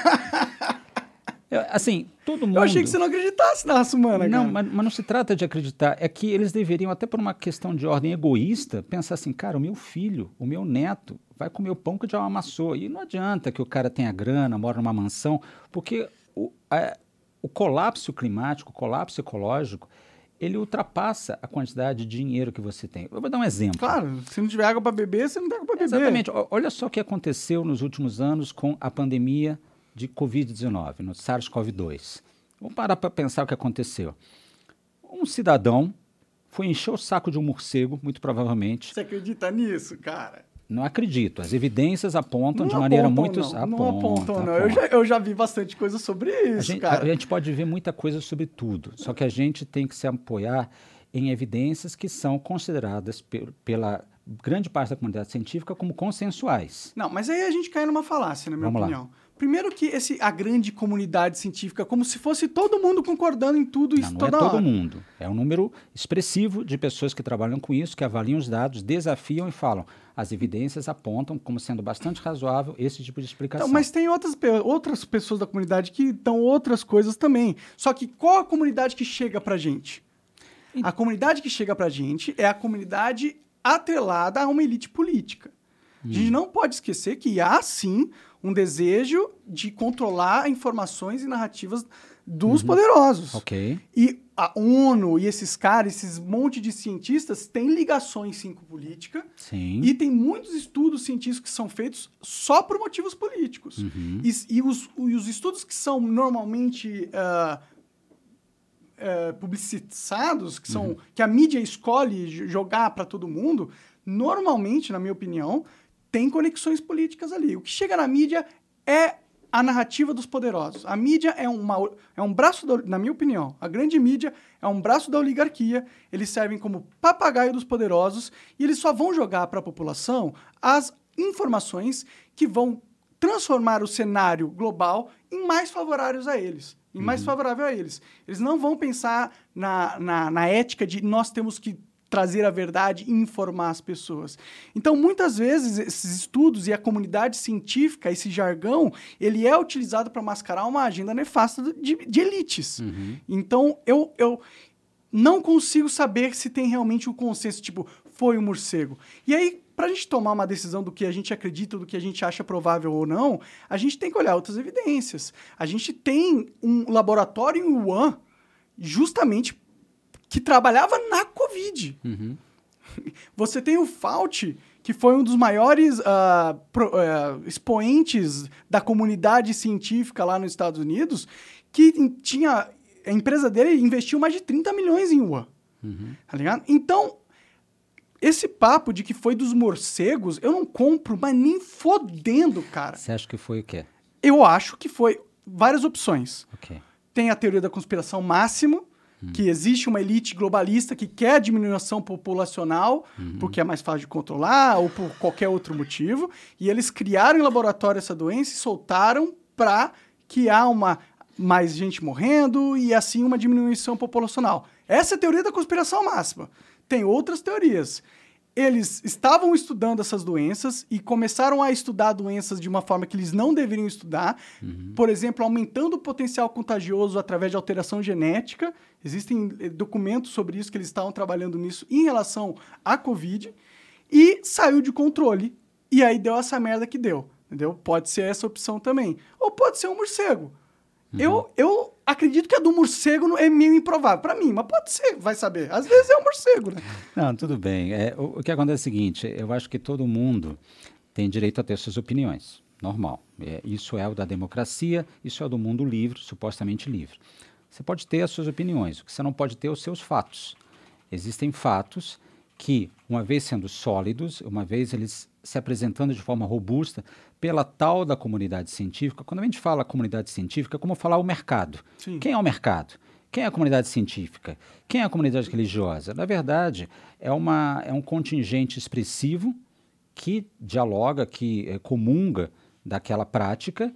Eu, assim, todo mundo... Eu achei que você não acreditasse na raça humana, Não, cara. mas, mas não se trata de acreditar. É que eles deveriam, até por uma questão de ordem egoísta, pensar assim, cara, o meu filho, o meu neto vai comer o pão que já amassou. E não adianta que o cara tenha grana, mora numa mansão, porque o, a, o colapso climático, o colapso ecológico, ele ultrapassa a quantidade de dinheiro que você tem. Eu vou dar um exemplo. Claro, se não tiver água para beber, você não tem água para beber. Exatamente. Olha só o que aconteceu nos últimos anos com a pandemia de covid dezenove, no SARS-CoV dois. Vamos parar para pensar o que aconteceu. Um cidadão foi encher o saco de um morcego, muito provavelmente. Você acredita nisso, cara? Não acredito. As evidências apontam não de maneira apontam, muito... Não, apontam, não apontam, não. apontam. Eu já, eu já vi bastante coisa sobre isso, a gente, cara. A, a gente pode ver muita coisa sobre tudo, só que a gente tem que se apoiar em evidências que são consideradas pe pela grande parte da comunidade científica como consensuais. Não, mas aí a gente cai numa falácia, na minha Vamos opinião. lá. Primeiro que esse, a grande comunidade científica, como se fosse todo mundo concordando em tudo Não, isso não toda é todo hora. mundo. É um número expressivo de pessoas que trabalham com isso, que avaliam os dados, desafiam e falam. As evidências apontam como sendo bastante razoável esse tipo de explicação. Então, mas tem outras, outras pessoas da comunidade que dão outras coisas também. Só que qual a comunidade que chega pra gente? E... A comunidade que chega pra gente é a comunidade atrelada a uma elite política. Hum. A gente não pode esquecer que há, sim, um desejo de controlar informações e narrativas dos uhum. poderosos. Ok. E a ONU e esses caras, esses monte de cientistas, têm ligações, sim, com política. Sim. E tem muitos estudos científicos que são feitos só por motivos políticos. Uhum. E, e, os, e os estudos que são normalmente uh, uh, publicizados, que, são, uhum. que a mídia escolhe jogar para todo mundo, normalmente, na minha opinião, tem conexões políticas ali. O que chega na mídia é a narrativa dos poderosos. A mídia é, uma, é um braço, da, na minha opinião, a grande mídia é um braço da oligarquia, eles servem como papagaio dos poderosos e eles só vão jogar para a população as informações que vão transformar o cenário global em mais favoráveis a eles. Em mais uhum. favorável a eles. Eles não vão pensar na, na, na ética de nós temos que trazer a verdade e informar as pessoas. Então, muitas vezes, esses estudos e a comunidade científica, esse jargão, ele é utilizado para mascarar uma agenda nefasta de, de elites. Uhum. Então, eu, eu não consigo saber se tem realmente um consenso, tipo, foi um morcego. E aí, para a gente tomar uma decisão do que a gente acredita, do que a gente acha provável ou não, a gente tem que olhar outras evidências. A gente tem um laboratório em Wuhan, justamente que trabalhava na Covid. Uhum. Você tem o Fauci, que foi um dos maiores uh, pro, uh, expoentes da comunidade científica lá nos Estados Unidos, que tinha... A empresa dele investiu mais de trinta milhões em Wuhan. Uhum. Tá ligado? Então, esse papo de que foi dos morcegos, eu não compro, mas nem fodendo, cara. Você acha que foi o quê? Eu acho que foi várias opções. Ok. Tem a teoria da conspiração máxima, hum. que existe uma elite globalista que quer a diminuição populacional, uhum. porque é mais fácil de controlar, ou por qualquer outro motivo, e eles criaram em laboratório essa doença e soltaram para que há uma, mais gente morrendo e assim uma diminuição populacional. Essa é a teoria da conspiração máxima. Tem outras teorias. Eles estavam estudando essas doenças e começaram a estudar doenças de uma forma que eles não deveriam estudar. Uhum. Por exemplo, aumentando o potencial contagioso através de alteração genética. Existem documentos sobre isso, que eles estavam trabalhando nisso em relação à Covid. E saiu de controle. E aí deu essa merda que deu. Entendeu? Pode ser essa opção também. Ou pode ser um morcego. Uhum. Eu, eu acredito que a do morcego é meio improvável para mim, mas pode ser, vai saber. Às vezes é um morcego, né? Não, tudo bem. É, o, o que acontece é o seguinte, eu acho que todo mundo tem direito a ter suas opiniões, normal. É, isso é o da democracia, isso é o do mundo livre, supostamente livre. Você pode ter as suas opiniões, o que você não pode ter é os seus fatos. Existem fatos que, uma vez sendo sólidos, uma vez eles se apresentando de forma robusta pela tal da comunidade científica. Quando a gente fala comunidade científica, é como falar o mercado. Sim. Quem é o mercado? Quem é a comunidade científica? Quem é a comunidade religiosa? Na verdade, é, uma, é um contingente expressivo que dialoga, que é, comunga daquela prática,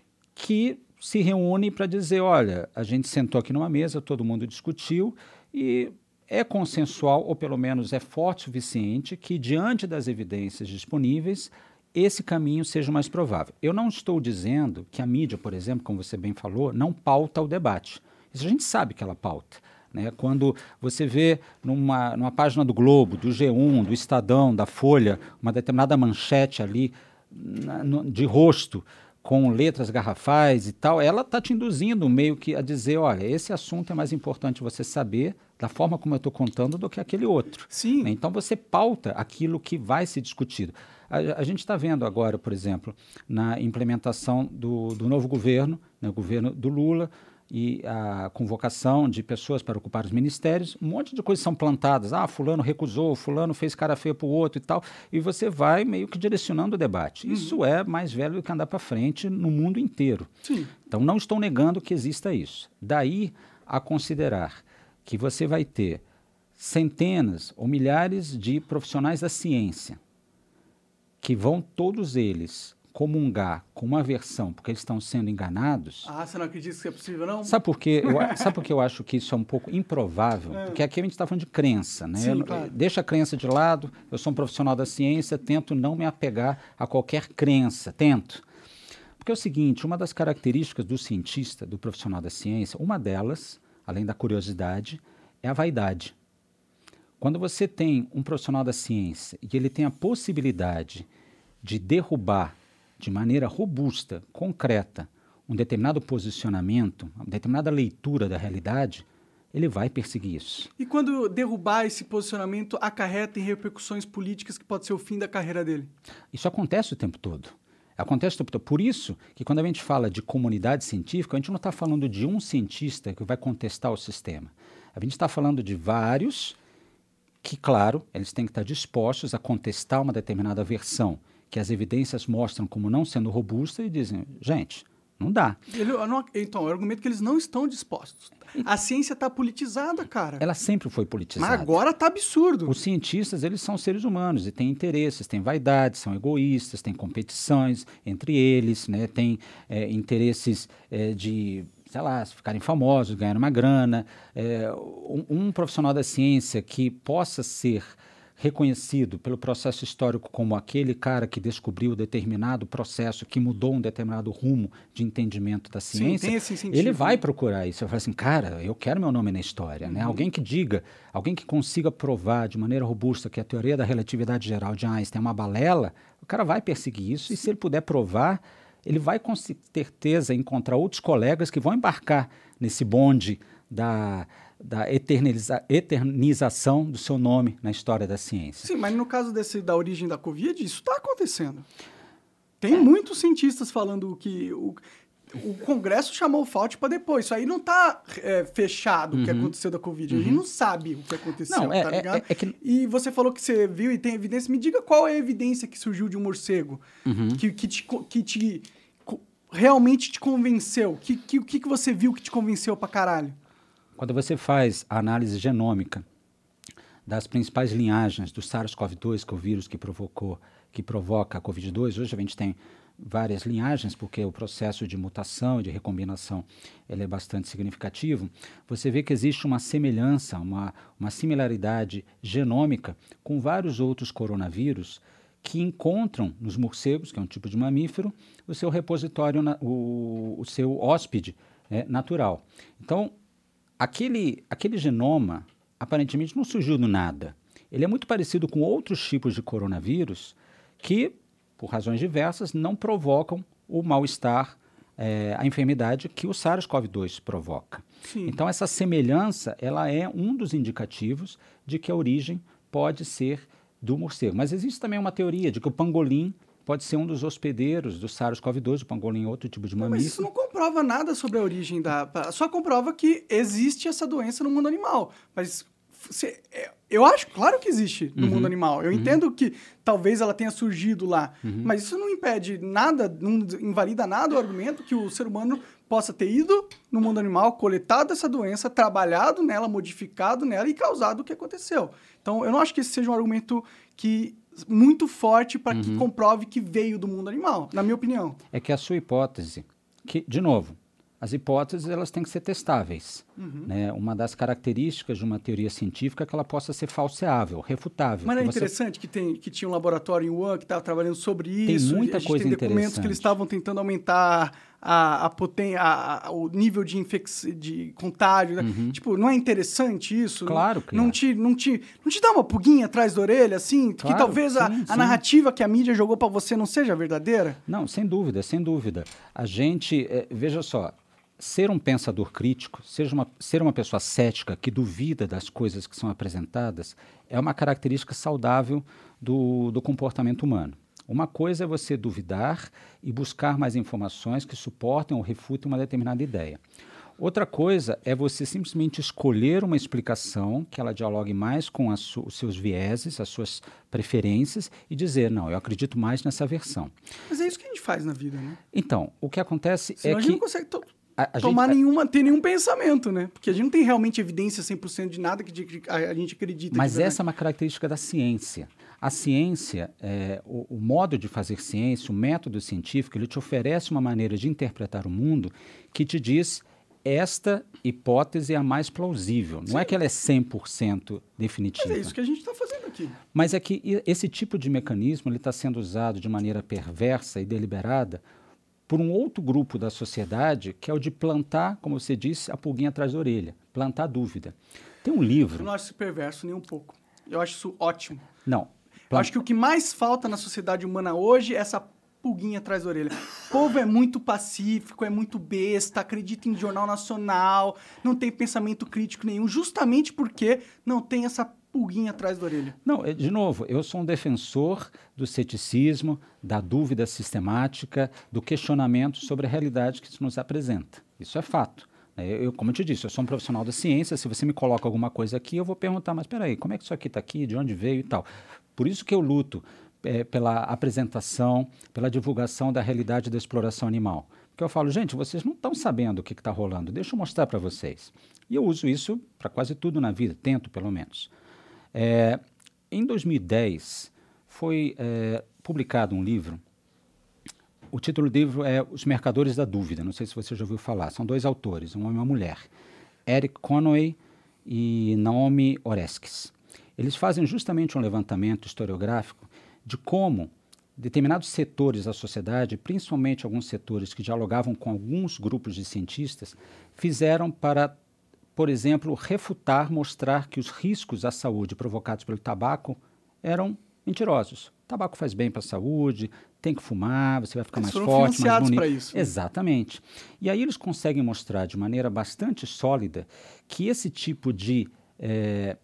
que se reúne para dizer, olha, a gente sentou aqui numa mesa, todo mundo discutiu e é consensual, ou pelo menos é forte o suficiente, que diante das evidências disponíveis, esse caminho seja o mais provável. Eu não estou dizendo que a mídia, por exemplo, como você bem falou, não pauta o debate. Isso a gente sabe que ela pauta. Né? Quando você vê numa, numa página do Globo, do G um, do Estadão, da Folha, uma determinada manchete ali na, no, de rosto, com letras garrafais e tal, ela está te induzindo meio que a dizer, olha, esse assunto é mais importante você saber da forma como eu estou contando do que aquele outro. Sim. Né? Então você pauta aquilo que vai ser discutido. A, a gente está vendo agora, por exemplo, na implementação do, do novo governo, né, o governo do Lula, e a convocação de pessoas para ocupar os ministérios, um monte de coisas são plantadas. Ah, fulano recusou, fulano fez cara feia para o outro e tal. E você vai meio que direcionando o debate. Uhum. Isso é mais velho do que andar para frente no mundo inteiro. Sim. Então, não estou negando que exista isso. Daí a considerar que você vai ter centenas ou milhares de profissionais da ciência que vão todos eles comungar com uma versão, porque eles estão sendo enganados. Ah, você não acredita que isso é possível, não? Sabe por quê? Eu, sabe por que eu acho que isso é um pouco improvável? É. Porque aqui a gente está falando de crença, né? Sim, eu, claro. Deixa a crença de lado, eu sou um profissional da ciência, tento não me apegar a qualquer crença, tento. Porque é o seguinte, uma das características do cientista, do profissional da ciência, uma delas, além da curiosidade, é a vaidade. Quando você tem um profissional da ciência e ele tem a possibilidade de derrubar de maneira robusta, concreta, um determinado posicionamento, uma determinada leitura da realidade, ele vai perseguir isso. E quando derrubar esse posicionamento acarreta em repercussões políticas que pode ser o fim da carreira dele? Isso acontece o tempo todo. Acontece o tempo todo. Por isso que quando a gente fala de comunidade científica, a gente não está falando de um cientista que vai contestar o sistema. A gente está falando de vários que, claro, eles têm que estar dispostos a contestar uma determinada versão que as evidências mostram como não sendo robusta e dizem, gente, não dá. Ele, não, então, o argumento é que eles não estão dispostos. A ciência está politizada, cara. Ela sempre foi politizada. Mas agora está absurdo. Os cientistas, eles são seres humanos e têm interesses, têm vaidades, são egoístas, têm competições entre eles, né? Têm é, interesses é, de, sei lá, ficarem famosos, ganhar uma grana. É, um, um profissional da ciência que possa ser reconhecido pelo processo histórico como aquele cara que descobriu determinado processo que mudou um determinado rumo de entendimento da ciência, Sim, tem esse incentivo, ele vai né? procurar isso. Ele fala assim, cara, eu quero meu nome na história. Uhum. Né? Alguém que diga, alguém que consiga provar de maneira robusta que a teoria da relatividade geral de Einstein é uma balela, o cara vai perseguir isso. E se ele puder provar, ele vai com certeza encontrar outros colegas que vão embarcar nesse bonde da... da eterniza, eternização do seu nome na história da ciência. Sim, mas no caso desse, da origem da Covid, isso está acontecendo. Tem é. muitos cientistas falando que... O, o Congresso chamou o Fauci para depois. Isso aí não tá é, fechado, uhum. o que aconteceu da Covid. Uhum. A gente não sabe o que aconteceu, não, é, tá ligado? É, é que... E você falou que você viu e tem evidência. Me diga qual é a evidência que surgiu de um morcego uhum. que, que te... Que te realmente te convenceu? O que, que, que você viu que te convenceu pra caralho? Quando você faz a análise genômica das principais linhagens do SARS-CoV dois, que é o vírus que, provocou, que provoca a covid dois, hoje a gente tem várias linhagens, porque o processo de mutação e de recombinação ele é bastante significativo, você vê que existe uma semelhança, uma, uma similaridade genômica com vários outros coronavírus que encontram nos morcegos, que é um tipo de mamífero, o seu repositório, na, o, o seu hóspede é, natural. Então, aquele, aquele genoma aparentemente não surgiu do nada. Ele é muito parecido com outros tipos de coronavírus que, por razões diversas, não provocam o mal-estar, é, a enfermidade que o SARS-CoV dois provoca. Sim. Então, essa semelhança ela é um dos indicativos de que a origem pode ser do morcego. Mas existe também uma teoria de que o pangolim pode ser um dos hospedeiros do SARS-CoV dois, o pangolim é outro tipo de mamífero. Mas isso não comprova nada sobre a origem da... Só comprova que existe essa doença no mundo animal. Mas você, eu acho, claro que existe no uhum. mundo animal. Eu uhum. entendo que talvez ela tenha surgido lá. Uhum. Mas isso não impede nada, não invalida nada o argumento que o ser humano possa ter ido no mundo animal, coletado essa doença, trabalhado nela, modificado nela e causado o que aconteceu. Então, eu não acho que esse seja um argumento que... muito forte para uhum. que comprove que veio do mundo animal, na minha opinião. É que a sua hipótese, que, de novo, as hipóteses elas têm que ser testáveis. Uhum. Né? Uma das características de uma teoria científica é que ela possa ser falseável, refutável. Mas não é você... interessante que, tem, que tinha um laboratório em Wuhan que estava trabalhando sobre isso? Tem muita a gente coisa tem documentos interessante. que eles estavam tentando aumentar a, a poten a, a, o nível de, infec de contágio. Uhum. Tipo, não é interessante isso? Claro que não, é. te, não, te, não te dá uma pulguinha atrás da orelha, assim? Claro, que talvez sim, a, a sim. narrativa que a mídia jogou para você não seja verdadeira? Não, sem dúvida, sem dúvida. A gente, é, veja só, ser um pensador crítico, seja uma, ser uma pessoa cética que duvida das coisas que são apresentadas, é uma característica saudável do, do comportamento humano. Uma coisa é você duvidar e buscar mais informações que suportem ou refutem uma determinada ideia. Outra coisa é você simplesmente escolher uma explicação que ela dialogue mais com as, os seus vieses, as suas preferências e dizer, não, eu acredito mais nessa versão. Mas é isso que a gente faz na vida, né? Então, o que acontece Senão é a que... gente não consegue A, a tomar gente, nenhuma, ter nenhum pensamento, né? Porque a gente não tem realmente evidência cem por cento de nada que a, a gente acredita. Mas que essa é uma característica da ciência. A ciência, é, o, o modo de fazer ciência, o método científico, ele te oferece uma maneira de interpretar o mundo que te diz esta hipótese é a mais plausível. Sim. Não é que ela é cem por cento definitiva. Mas é isso que a gente está fazendo aqui. Mas é que esse tipo de mecanismo está sendo usado de maneira perversa e deliberada por um outro grupo da sociedade, que é o de plantar, como você disse, a pulguinha atrás da orelha, plantar dúvida. Tem um livro... Eu não acho isso perverso nem um pouco. Eu acho isso ótimo. Não. Eu acho que o que mais falta na sociedade humana hoje é essa pulguinha atrás da orelha. O povo é muito pacífico, é muito besta, acredita em jornal nacional, não tem pensamento crítico nenhum, justamente porque não tem essa pulguinha atrás da orelha. Não, de novo, eu sou um defensor do ceticismo, da dúvida sistemática, do questionamento sobre a realidade que isso nos apresenta. Isso é fato. Eu, como eu te disse, eu sou um profissional da ciência, se você me coloca alguma coisa aqui, eu vou perguntar, mas espera aí, como é que isso aqui está aqui, de onde veio e tal. Por isso que eu luto é, pela apresentação, pela divulgação da realidade da exploração animal. Porque eu falo, gente, vocês não estão sabendo o que está rolando, deixa eu mostrar para vocês. E eu uso isso para quase tudo na vida, tento pelo menos. É, em dois mil e dez, foi é, publicado um livro. O título do livro é Os Mercadores da Dúvida. Não sei se você já ouviu falar. São dois autores, um homem e uma mulher. Eric Conway e Naomi Oreskes. Eles fazem justamente um levantamento historiográfico de como determinados setores da sociedade, principalmente alguns setores que dialogavam com alguns grupos de cientistas, fizeram para, por exemplo, refutar, mostrar que os riscos à saúde provocados pelo tabaco eram mentirosos. O tabaco faz bem para a saúde, tem que fumar, você vai ficar eles mais foram forte, mais bonito. Para isso, né? Exatamente. E aí eles conseguem mostrar de maneira bastante sólida que esse tipo de é,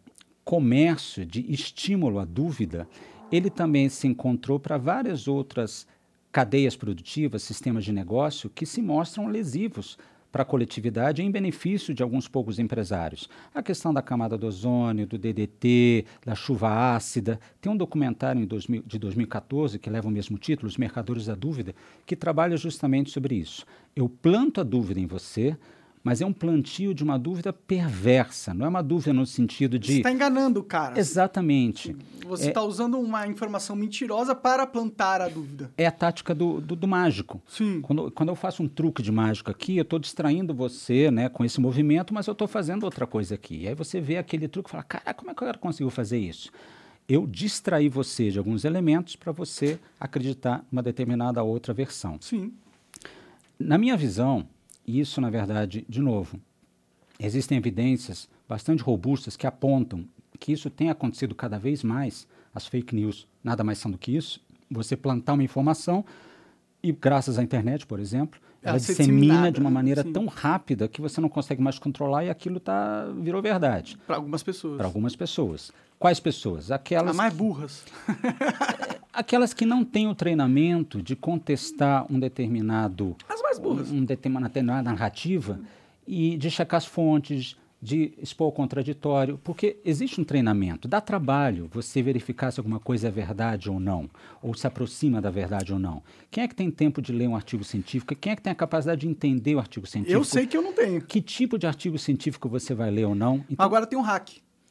comércio, de estímulo à dúvida, ele também se encontrou para várias outras cadeias produtivas, sistemas de negócio que se mostram lesivos para a coletividade em benefício de alguns poucos empresários. A questão da camada do ozônio, do D D T, da chuva ácida. Tem um documentário em dois mil, de dois mil e quatorze que leva o mesmo título, Os Mercadores da Dúvida, que trabalha justamente sobre isso. Eu planto a dúvida em você, mas é um plantio de uma dúvida perversa, não é uma dúvida no sentido de... Você está enganando o cara. Exatamente. Você está é... usando uma informação mentirosa para plantar a dúvida. É a tática do, do, do mágico. Sim. Quando, quando eu faço um truque de mágico aqui, eu estou distraindo você, né, com esse movimento, mas eu estou fazendo outra coisa aqui. E aí você vê aquele truque e fala, cara, como é que o cara conseguiu fazer isso? Eu distraí você de alguns elementos para você acreditar em uma determinada outra versão. Sim. Na minha visão... Isso, na verdade, de novo, existem evidências bastante robustas que apontam que isso tem acontecido cada vez mais. As fake news nada mais são do que isso. Você plantar uma informação e, graças à internet, por exemplo, ela, ela dissemina de uma maneira sim. tão rápida que você não consegue mais controlar e aquilo tá, virou verdade. Para algumas pessoas. Para algumas pessoas. Quais pessoas? Aquelas... As mais burras. Aquelas que não têm o treinamento de contestar um determinado... As mais burras. Um, um determinada narrativa e de checar as fontes, de expor o contraditório, porque existe um treinamento. Dá trabalho você verificar se alguma coisa é verdade ou não, ou se aproxima da verdade ou não. Quem é que tem tempo de ler um artigo científico? Quem é que tem a capacidade de entender o artigo científico? Eu sei que eu não tenho. Que tipo de artigo científico você vai ler ou não? Então, agora tem um hack.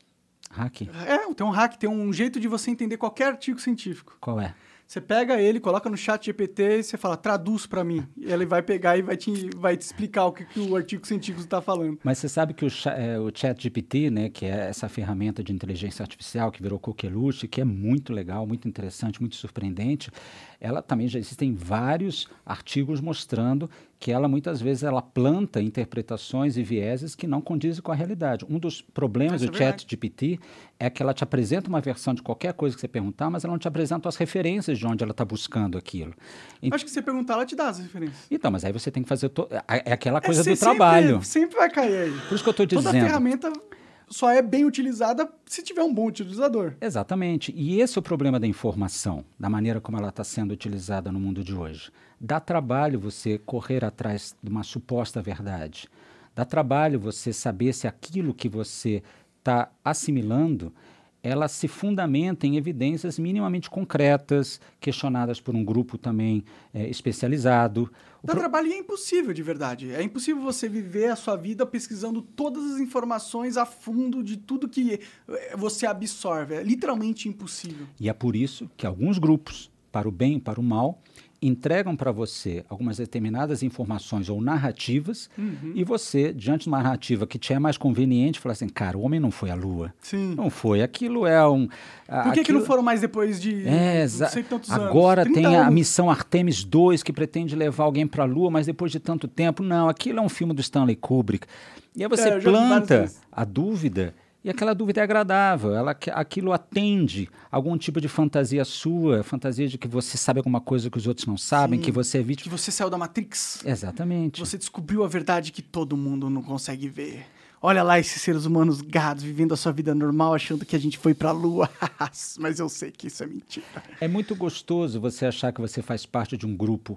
Hack? É, tem um hack, tem um jeito de você entender qualquer artigo científico. Qual é? Você pega ele, coloca no chat G P T e você fala, traduz para mim. E ele vai pegar e vai te, vai te explicar o que, que o artigo científico está falando. Mas você sabe que o, é, o chat G P T, né, que é essa ferramenta de inteligência artificial que virou coqueluche, que é muito legal, muito interessante, muito surpreendente, ela também já existem vários artigos mostrando que ela muitas vezes ela planta interpretações e vieses que não condizem com a realidade. Um dos problemas do chat G P T é que ela te apresenta uma versão de qualquer coisa que você perguntar, mas ela não te apresenta as referências de onde ela está buscando aquilo. Ent... Acho que se você perguntar, ela te dá as referências. Então, mas aí você tem que fazer... To... É aquela coisa é, do sempre, trabalho. Sempre vai cair aí. Por isso que eu estou dizendo... Toda ferramenta só é bem utilizada se tiver um bom utilizador. Exatamente. E esse é o problema da informação, da maneira como ela está sendo utilizada no mundo de hoje. Dá trabalho você correr atrás de uma suposta verdade. Dá trabalho você saber se aquilo que você está assimilando, ela se fundamenta em evidências minimamente concretas, questionadas por um grupo também é, especializado. O Dá pro... trabalho e é impossível, de verdade. É impossível você viver a sua vida pesquisando todas as informações a fundo de tudo que você absorve. É literalmente impossível. E é por isso que alguns grupos, para o bem e para o mal, entregam para você algumas determinadas informações ou narrativas uhum. e você, diante de uma narrativa que te é mais conveniente, fala assim, cara, o homem não foi à Lua. Sim. Não foi. Aquilo é um... A, Por que, aquilo... que não foram mais depois de é, não sei tantos anos? Agora tem a anos. missão Artemis dois que pretende levar alguém para a Lua, mas depois de tanto tempo, não, aquilo é um filme do Stanley Kubrick. E aí você é, planta a dúvida... E aquela dúvida é agradável, ela, aquilo atende algum tipo de fantasia sua, fantasia de que você sabe alguma coisa que os outros não sabem, Sim, que você é vítima. Que você saiu da Matrix. Exatamente. Você descobriu a verdade que todo mundo não consegue ver. Olha lá esses seres humanos gados vivendo a sua vida normal, achando que a gente foi pra Lua. Mas eu sei que isso é mentira. É muito gostoso você achar que você faz parte de um grupo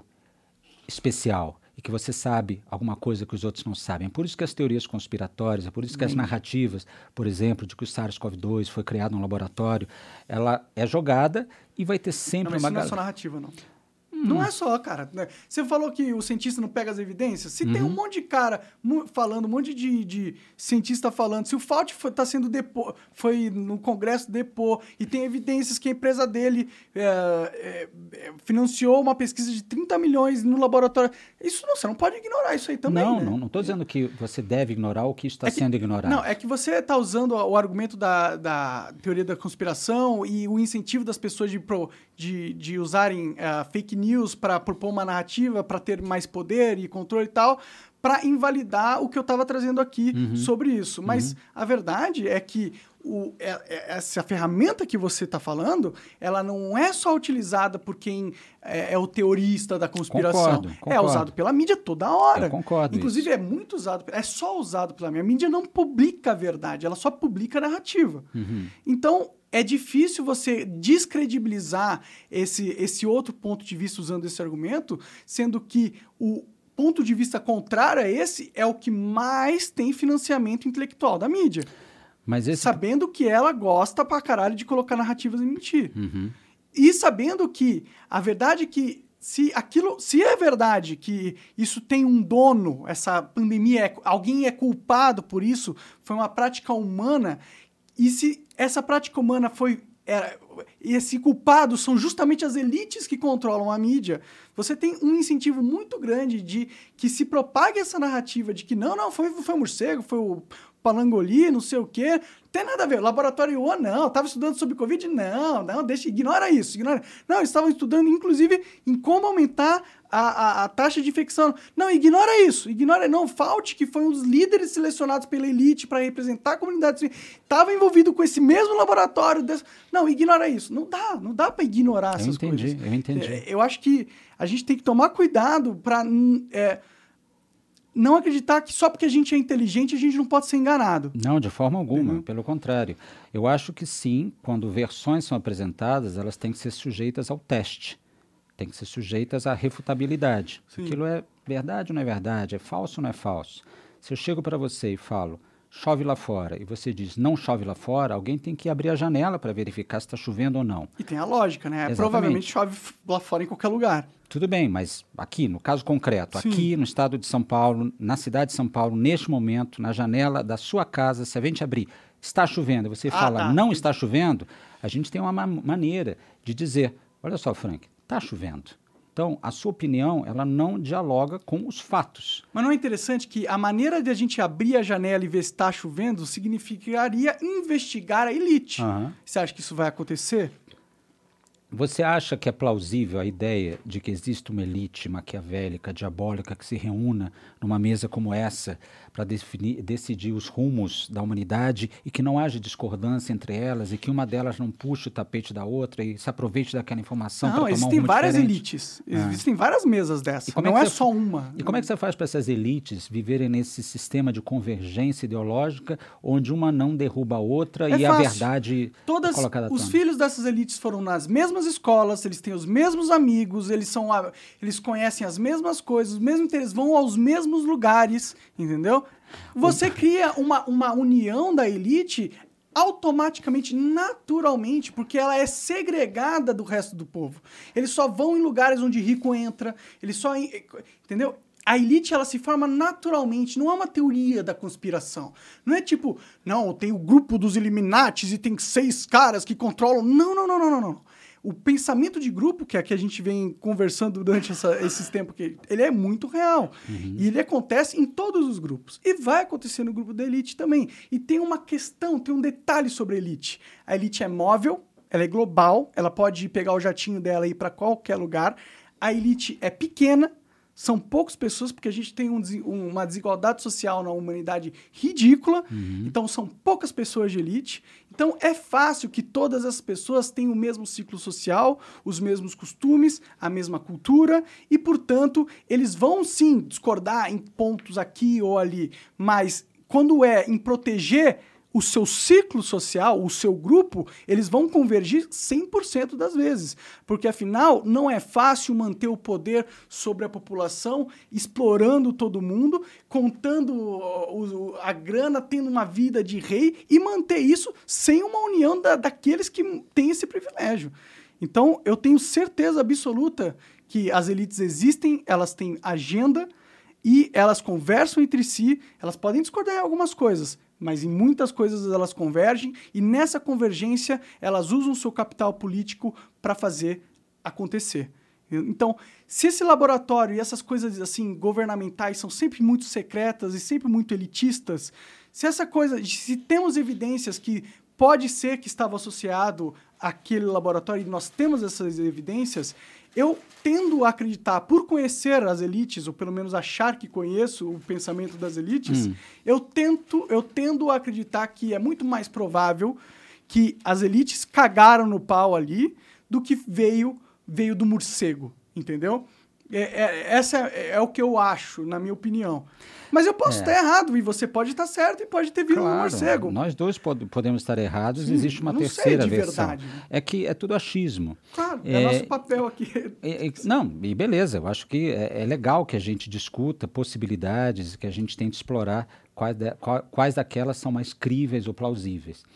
especial. E que você sabe alguma coisa que os outros não sabem. É por isso que as teorias conspiratórias, é por isso que as narrativas, por exemplo, de que o SARS-CoV dois foi criado num laboratório, ela é jogada e vai ter sempre não, mas uma... Isso não é só narrativa, não. Hum. Não é só, cara. Você falou que o cientista não pega as evidências. Se uhum. tem um monte de cara falando, um monte de, de cientista falando, se o Fauci está sendo depor, foi no Congresso depor, e tem evidências que a empresa dele é, é, financiou uma pesquisa de trinta milhões no laboratório. Isso não, você não pode ignorar isso aí também, Não, né? não. Não estou dizendo que você deve ignorar o que está é que, sendo ignorado. Não, é que você está usando o argumento da, da teoria da conspiração e o incentivo das pessoas de, pro, de, de usarem uh, fake news para propor uma narrativa, para ter mais poder e controle e tal, para invalidar o que eu estava trazendo aqui uhum. sobre isso. Mas uhum. a verdade é que o, é, é, essa ferramenta que você está falando, ela não é só utilizada por quem é, é o teorista da conspiração. Concordo, concordo. É usado pela mídia toda hora. Eu concordo. Inclusive, isso. é muito usado, é só usado pela mídia. A mídia não publica a verdade, ela só publica a narrativa. Uhum. Então, é difícil você descredibilizar esse, esse outro ponto de vista usando esse argumento, sendo que o ponto de vista contrário a esse é o que mais tem financiamento intelectual da mídia. Mas esse... Sabendo que ela gosta pra caralho de colocar narrativas e mentir. Uhum. E sabendo que a verdade é que se aquilo, se é verdade que isso tem um dono, essa pandemia, é, alguém é culpado por isso, foi uma prática humana, e se essa prática humana foi... É, esse culpado são justamente as elites que controlam a mídia, você tem um incentivo muito grande de que se propague essa narrativa de que não, não, foi, foi o morcego, foi o palangoli, não sei o quê, não tem nada a ver, laboratório O, não, estava estudando sobre Covid, não, não, deixa, ignora isso, ignora. Não, eles estavam estudando, inclusive, em como aumentar a, a, a taxa de infecção. Não, ignora isso, ignora, não, Fauci, que foi um dos líderes selecionados pela elite para representar a comunidade, estava envolvido com esse mesmo laboratório, desse... não, ignora isso, não dá, não dá para ignorar eu essas entendi, coisas. Eu entendi, é, eu acho que a gente tem que tomar cuidado para... É, não acreditar que só porque a gente é inteligente a gente não pode ser enganado. Não, de forma alguma, uhum. Pelo contrário. Eu acho que sim, quando versões são apresentadas, elas têm que ser sujeitas ao teste, têm que ser sujeitas à refutabilidade. Sim. Aquilo é verdade ou não é verdade, é falso ou não é falso. Se eu chego para você e falo, chove lá fora, e você diz, não chove lá fora, alguém tem que abrir a janela para verificar se está chovendo ou não. E tem a lógica, né? Exatamente. Provavelmente chove lá fora em qualquer lugar. Tudo bem, mas aqui, no caso concreto, Sim. aqui no estado de São Paulo, na cidade de São Paulo, neste momento, na janela da sua casa, se a gente abrir, está chovendo, você ah, fala, tá. não está chovendo, a gente tem uma ma- maneira de dizer, olha só, Frank, está chovendo. Então, a sua opinião, ela não dialoga com os fatos. Mas não é interessante que a maneira de a gente abrir a janela e ver se está chovendo significaria investigar a elite. Uhum. Você acha que isso vai acontecer? Você acha que é plausível a ideia de que existe uma elite maquiavélica, diabólica, que se reúna numa mesa como essa para decidir os rumos da humanidade e que não haja discordância entre elas e que uma delas não puxe o tapete da outra e se aproveite daquela informação para tomar um rumo existem várias diferente? elites. Ah. Existem várias mesas dessas. Não é, é só uma. E como é que você faz para essas elites viverem nesse sistema de convergência ideológica onde uma não derruba a outra é e fácil. a verdade Todas, é colocada à tona? Os filhos dessas elites foram nas mesmas escolas, eles têm os mesmos amigos, eles, são, eles conhecem as mesmas coisas, os mesmos interesses, vão aos mesmos lugares, entendeu? Você cria uma, uma união da elite automaticamente, naturalmente, porque ela é segregada do resto do povo. Eles só vão em lugares onde rico entra, eles só... Entendeu? A elite, ela se forma naturalmente, não é uma teoria da conspiração. Não é tipo, não, tem o grupo dos Illuminatis e tem seis caras que controlam... Não, não, não, não, não, não. O pensamento de grupo, que é que a gente vem conversando durante essa, esses tempos, que ele é muito real. Uhum. E ele acontece em todos os grupos. E vai acontecer no grupo da elite também. E tem uma questão, tem um detalhe sobre a elite. A elite é móvel, ela é global, ela pode pegar o jatinho dela e ir para qualquer lugar. A elite é pequena, são poucas pessoas, porque a gente tem um, uma desigualdade social na humanidade ridícula. Uhum. Então, são poucas pessoas de elite. Então, é fácil que todas as pessoas tenham o mesmo ciclo social, os mesmos costumes, a mesma cultura. E, portanto, eles vão, sim, discordar em pontos aqui ou ali. Mas, quando é em proteger o seu ciclo social, o seu grupo, eles vão convergir cem por cento das vezes. Porque, afinal, não é fácil manter o poder sobre a população, explorando todo mundo, contando o, a grana, tendo uma vida de rei, e manter isso sem uma união da, daqueles que têm esse privilégio. Então, eu tenho certeza absoluta que as elites existem, elas têm agenda, e elas conversam entre si, elas podem discordar em algumas coisas, mas em muitas coisas elas convergem, e nessa convergência elas usam o seu capital político para fazer acontecer. Então, se esse laboratório e essas coisas assim governamentais são sempre muito secretas e sempre muito elitistas, se essa coisa, se temos evidências que pode ser que estava associado àquele laboratório e nós temos essas evidências, eu tendo a acreditar, por conhecer as elites, ou pelo menos achar que conheço o pensamento das elites, hum. eu, tento, eu tendo a acreditar que é muito mais provável que as elites cagaram no pau ali do que veio, veio do morcego, entendeu? É, é, essa é, é o que eu acho, na minha opinião. Mas eu posso É. estar errado, e você pode estar certo, e pode ter vindo um Claro, morcego. nós dois pod- podemos estar errados, Sim, existe uma não sei terceira de versão. verdade, né? É que é tudo achismo. Claro, é, É, nosso papel aqui. É, é, não, e beleza, eu acho que é, é legal que a gente discuta possibilidades, que a gente tente explorar quais, de, qual- quais daquelas são mais críveis ou plausíveis.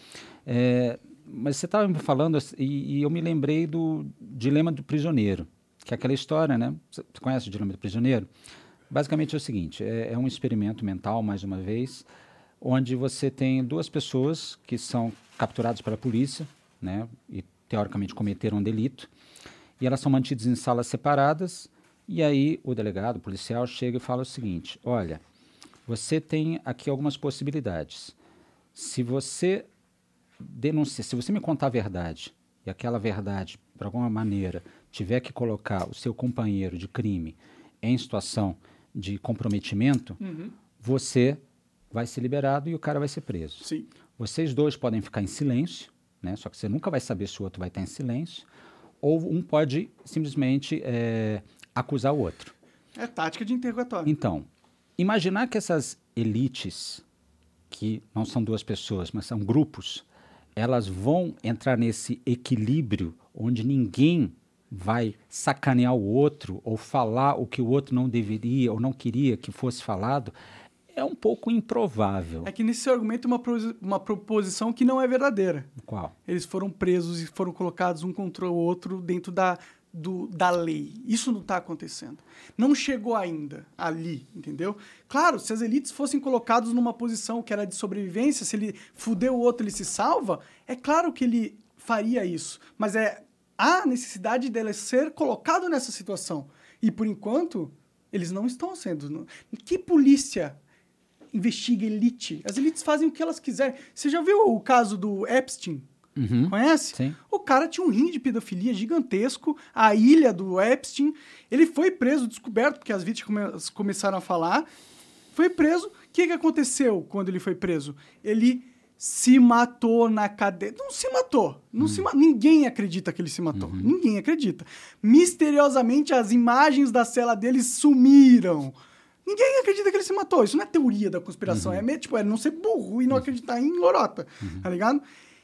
É, mas você estava me falando, assim, e, e eu me lembrei do Dilema do Prisioneiro, que é aquela história, né? Você conhece o Dilema do Prisioneiro? Basicamente é o seguinte, é, é um experimento mental, mais uma vez, onde você tem duas pessoas que são capturadas pela polícia, né? E teoricamente cometeram um delito, e elas são mantidas em salas separadas, e aí o delegado, o policial, chega e fala o seguinte, olha, você tem aqui algumas possibilidades. Se você denunciar, se você me contar a verdade, e aquela verdade, por alguma maneira, tiver que colocar o seu companheiro de crime em situação de comprometimento, Uhum. você vai ser liberado e o cara vai ser preso. Sim. Vocês dois podem ficar em silêncio, né? Só que você nunca vai saber se o outro vai estar em silêncio, ou um pode simplesmente é, acusar o outro. É tática de interrogatório. Então, imaginar que essas elites, que não são duas pessoas, mas são grupos, elas vão entrar nesse equilíbrio onde ninguém vai sacanear o outro ou falar o que o outro não deveria ou não queria que fosse falado, é um pouco improvável. É que nesse seu argumento é uma, pro- uma proposição que não é verdadeira. Qual? Eles foram presos e foram colocados um contra o outro dentro da, do, da lei. Isso não está acontecendo. Não chegou ainda ali, entendeu? Claro, se as elites fossem colocados numa posição que era de sobrevivência, se ele fudeu o outro, ele se salva, é claro que ele faria isso. Mas é a necessidade dele ser colocado nessa situação. E, por enquanto, eles não estão sendo. Que polícia investiga elite? As elites fazem o que elas quiserem. Você já viu o caso do Epstein? Uhum. Conhece? Sim. O cara tinha um ringue de pedofilia gigantesco, a ilha do Epstein. Ele foi preso, descoberto, porque as vítimas come- começaram a falar. Foi preso. O que, que aconteceu quando ele foi preso? Ele se matou na cadeia. Não se matou. Não se ma... Ninguém acredita que ele se matou. Ninguém acredita. Misteriosamente, as imagens da cela dele sumiram. Ninguém acredita que ele se matou. Isso não é teoria da conspiração. É meio, tipo, é não ser burro e não acreditar em lorota. Tá ligado?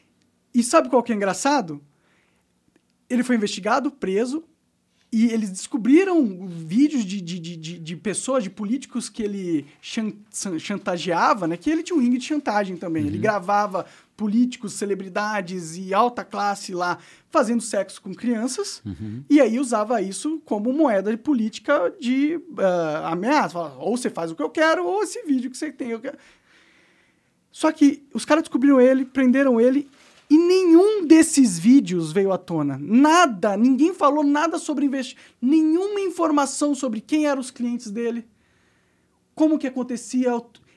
E sabe qual que é engraçado? Ele foi investigado, preso, e eles descobriram vídeos de, de, de, de, de pessoas, de políticos que ele chan- chantageava, né? Que ele tinha um ringue de chantagem também. Ele gravava políticos, celebridades e alta classe lá fazendo sexo com crianças, e aí usava isso como moeda de política de uh, ameaça. Falava, ou você faz o que eu quero, ou esse vídeo que você tem. Eu quero. Só que os caras descobriram ele, prenderam ele, e nenhum desses vídeos veio à tona. Nada. Ninguém falou nada sobre investimento. Nenhuma informação sobre quem eram os clientes dele. Como que acontecia.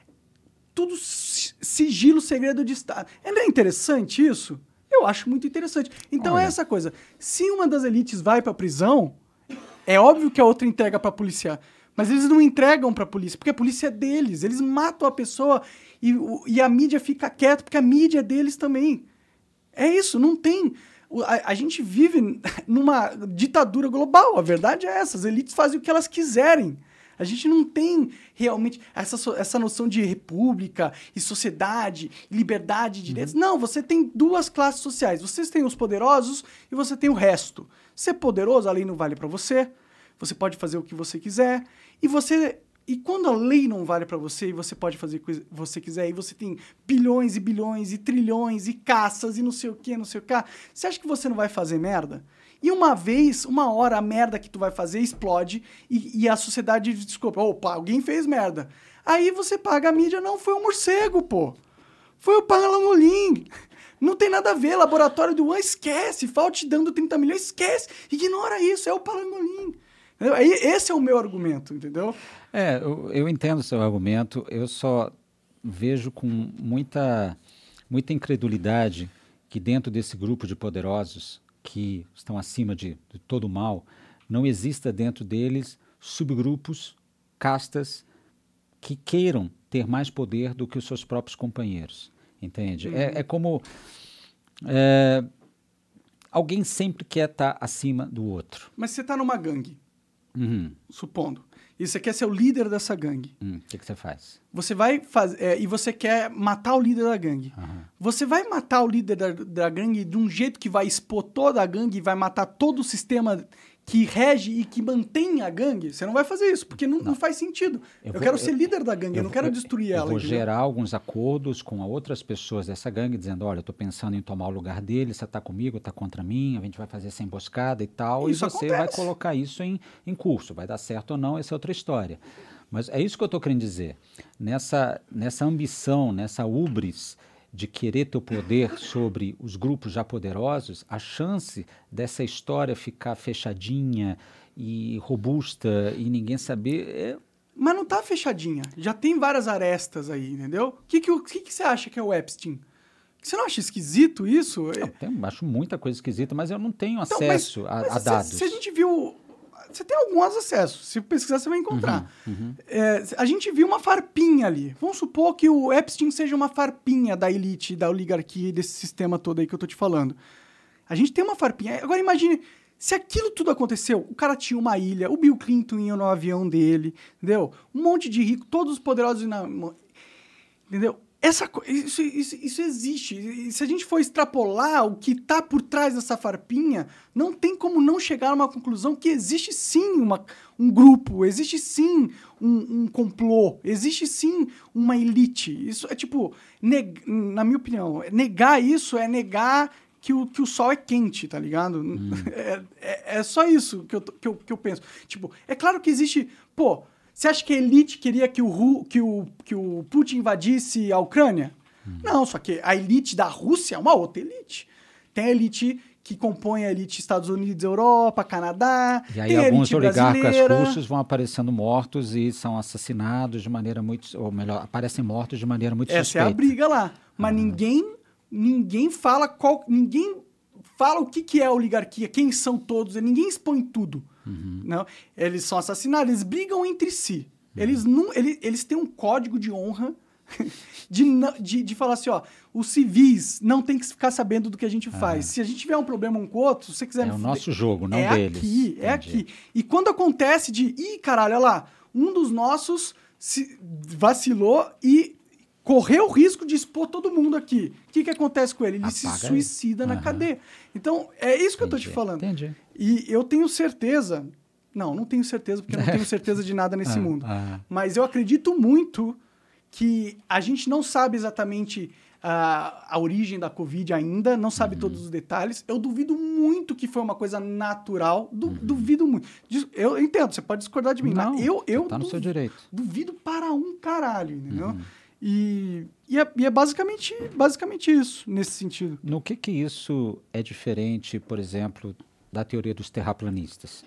Tudo sigilo, segredo de Estado. Não é interessante isso? Eu acho muito interessante. Então Olha. é essa coisa. Se uma das elites vai pra prisão, é óbvio que a outra entrega pra polícia. Mas eles não entregam pra polícia, porque a polícia é deles. Eles matam a pessoa e, o- e a mídia fica quieta, porque a mídia é deles também. É isso, não tem. o- A, a gente vive numa ditadura global, a verdade é essa. As elites fazem o que elas quiserem. A gente não tem realmente essa, so- essa noção de república e sociedade, liberdade de direitos. Não, você tem duas classes sociais. Vocês têm os poderosos e você tem o resto. Ser poderoso, a lei não vale pra você. Você pode fazer o que você quiser. E você. E quando a lei não vale pra você e você pode fazer o que você quiser, e você tem bilhões e bilhões e trilhões e caças e não sei o que, não sei o que, você acha que você não vai fazer merda? E uma vez, uma hora, a merda que tu vai fazer explode e, e a sociedade desculpa, opa, alguém fez merda. Aí você paga a mídia, não, foi o morcego, pô. Foi o Pangolim. Não tem nada a ver, laboratório do One, esquece, falta te dando trinta milhões, esquece, ignora isso, é o Pangolim. Aí esse é o meu argumento, entendeu? É, eu, eu entendo o seu argumento, eu só vejo com muita, muita incredulidade que dentro desse grupo de poderosos que estão acima de, de todo o mal, não exista dentro deles subgrupos, castas, que queiram ter mais poder do que os seus próprios companheiros, entende? É, é como... é, alguém sempre quer estar acima do outro. Mas você tá numa gangue. Uhum. Supondo. E você quer ser o líder dessa gangue. O hum, que, que você faz? Você vai fazer... É, e você quer matar o líder da gangue. Uhum. Você vai matar o líder da, da gangue de um jeito que vai expor toda a gangue e vai matar todo o sistema que rege e que mantém a gangue? Você não vai fazer isso, porque não, não. não faz sentido. Eu, eu vou, quero ser eu, líder da gangue, eu, eu não quero eu, destruir eu ela. Eu vou entendeu? gerar alguns acordos com outras pessoas dessa gangue, dizendo, olha, eu estou pensando em tomar o lugar dele, você está comigo, está contra mim, a gente vai fazer essa emboscada e tal, isso e você acontece. Vai colocar isso em, em curso. Vai dar certo ou não, essa é outra história. Mas é isso que eu estou querendo dizer. Nessa, nessa ambição, nessa ubris de querer ter o poder sobre os grupos já poderosos, a chance dessa história ficar fechadinha e robusta e ninguém saber... É... Mas não tá fechadinha. Já tem várias arestas aí, entendeu? O que, que, que, que você acha que é o Epstein? Você não acha esquisito isso? Eu tenho, acho muita coisa esquisita, mas eu não tenho então, acesso mas, a, mas a se, dados. Se a gente viu... Você tem alguns acessos. Se pesquisar, você vai encontrar. Uhum, uhum. É, a gente viu uma farpinha ali. Vamos supor que o Epstein seja uma farpinha da elite, da oligarquia, desse sistema todo aí que eu tô te falando. A gente tem uma farpinha. Agora imagine, se aquilo tudo aconteceu, o cara tinha uma ilha, o Bill Clinton ia no avião dele, entendeu? Um monte de rico, todos os poderosos... Na, entendeu? Essa, isso, isso, isso existe. E se a gente for extrapolar o que está por trás dessa farpinha, não tem como não chegar a uma conclusão que existe sim uma, um grupo, existe sim um, um complô, existe sim uma elite. Isso é tipo, neg, na minha opinião, negar isso é negar que o, que o sol é quente, tá ligado? Hum. É, é, é só isso que eu, que, eu, que eu penso. Tipo, é claro que existe... Pô, você acha que a elite queria que o, que o, que o Putin invadisse a Ucrânia? Hum. Não, só que a elite da Rússia é uma outra elite. Tem a elite que compõe a elite Estados Unidos, Europa, Canadá. E aí tem alguns oligarcas brasileira. russos vão aparecendo mortos e são assassinados de maneira muito... Ou melhor, aparecem mortos de maneira muito Essa suspeita. Essa é a briga lá. Mas uhum. ninguém, ninguém fala qual... Ninguém fala o que, que é a oligarquia, quem são todos. Ninguém expõe tudo. Uhum. Não, eles são assassinados, eles brigam entre si. Uhum. Eles, não, eles, eles têm um código de honra de, de, de falar assim, ó, os civis não tem que ficar sabendo do que a gente faz. Ah. Se a gente tiver um problema um com o outro, se você quiser... É o nosso jogo, não é deles. Aqui, é Entendi. aqui. E quando acontece de, ih, caralho, olha lá, um dos nossos se vacilou e correu o risco de expor todo mundo aqui. O que, que acontece com ele? Ele Apaga se suicida ele. na uhum. cadeia. Então, é isso que Entendi. eu tô te falando. Entendi. E eu tenho certeza... Não, não tenho certeza, porque eu não tenho certeza de nada nesse ah, mundo. Ah. Mas eu acredito muito que a gente não sabe exatamente a, a origem da Covid ainda, não sabe uhum. todos os detalhes. Eu duvido muito que foi uma coisa natural. Du, uhum. Duvido muito. Eu entendo, você pode discordar de mim, não, mas eu, eu tá no duvido, seu direito. duvido para um caralho, entendeu? Uhum. E, e, é, e é basicamente, basicamente isso, nesse sentido. No que que isso é diferente, por exemplo, da teoria dos terraplanistas?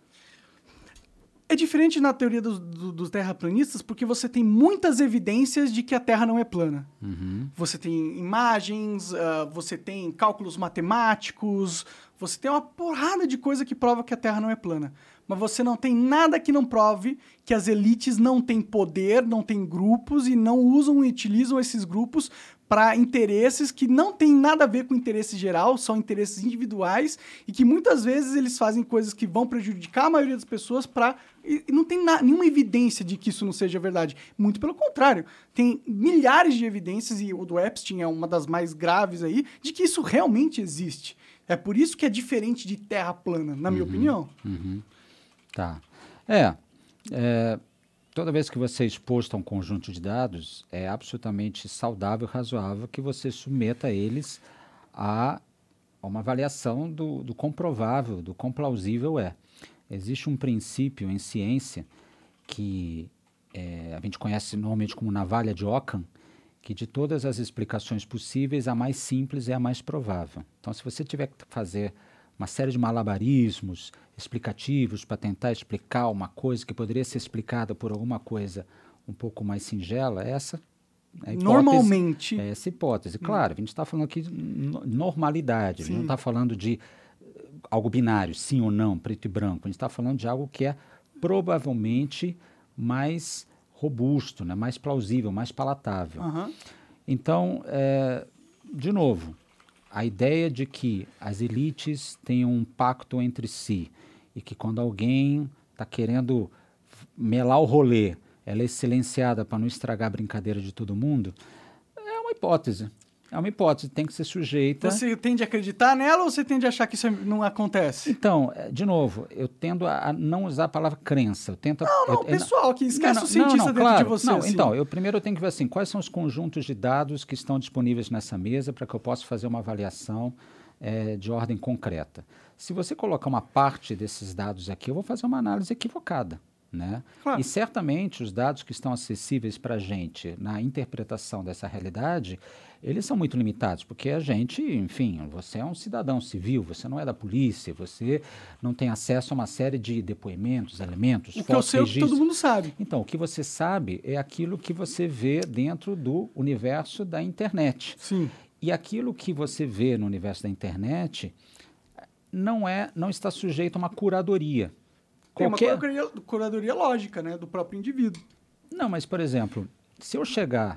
É diferente na teoria dos, dos terraplanistas porque você tem muitas evidências de que a Terra não é plana. Uhum. Você tem imagens, uh, você tem cálculos matemáticos, você tem uma porrada de coisa que prova que a Terra não é plana. Mas você não tem nada que não prove que as elites não têm poder, não têm grupos e não usam e utilizam esses grupos para interesses que não têm nada a ver com o interesse geral, são interesses individuais e que muitas vezes eles fazem coisas que vão prejudicar a maioria das pessoas para e não tem na, nenhuma evidência de que isso não seja verdade. Muito pelo contrário, tem milhares de evidências, e o do Epstein é uma das mais graves aí, de que isso realmente existe. É por isso que é diferente de terra plana, na minha uhum, opinião. Uhum. Tá. É, é, toda vez que você é exposto a um conjunto de dados, é absolutamente saudável e razoável que você submeta eles a, a uma avaliação do, do quão provável, do quão plausível é. Existe um princípio em ciência que é, a gente conhece normalmente como navalha de Ockham, que de todas as explicações possíveis, a mais simples é a mais provável. Então, se você tiver que fazer uma série de malabarismos explicativos para tentar explicar uma coisa que poderia ser explicada por alguma coisa um pouco mais singela, essa é a hipótese, normalmente. É essa hipótese. Claro, a gente está falando aqui de normalidade, a gente não está falando de algo binário, sim ou não, preto e branco. A gente está falando de algo que é provavelmente mais robusto, né? Mais plausível, mais palatável. Uhum. Então, é, de novo, a ideia de que as elites tenham um pacto entre si e que quando alguém está querendo melar o rolê, ela é silenciada para não estragar a brincadeira de todo mundo, é uma hipótese. É uma hipótese, tem que ser sujeita... Você tende a acreditar nela ou você tende a achar que isso não acontece? Então, de novo, eu tendo a não usar a palavra crença. Eu tento, não, não, eu, pessoal, que esquece não, não, o cientista não, não, dentro claro, de você. Não, assim. Então, eu primeiro eu tenho que ver assim, quais são os conjuntos de dados que estão disponíveis nessa mesa para que eu possa fazer uma avaliação é, de ordem concreta. Se você colocar uma parte desses dados aqui, eu vou fazer uma análise equivocada. Né? Claro. E certamente os dados que estão acessíveis para a gente na interpretação dessa realidade, eles são muito limitados, porque a gente, enfim, você é um cidadão civil, você não é da polícia, você não tem acesso a uma série de depoimentos, elementos, o fotos, que eu sei, registros. Todo mundo sabe. Então, o que você sabe é aquilo que você vê dentro do universo da internet. Sim. E aquilo que você vê no universo da internet não, é, não está sujeito a uma curadoria. Tem Qualquer... uma curadoria, curadoria lógica, né, do próprio indivíduo. Não, mas, por exemplo, se eu chegar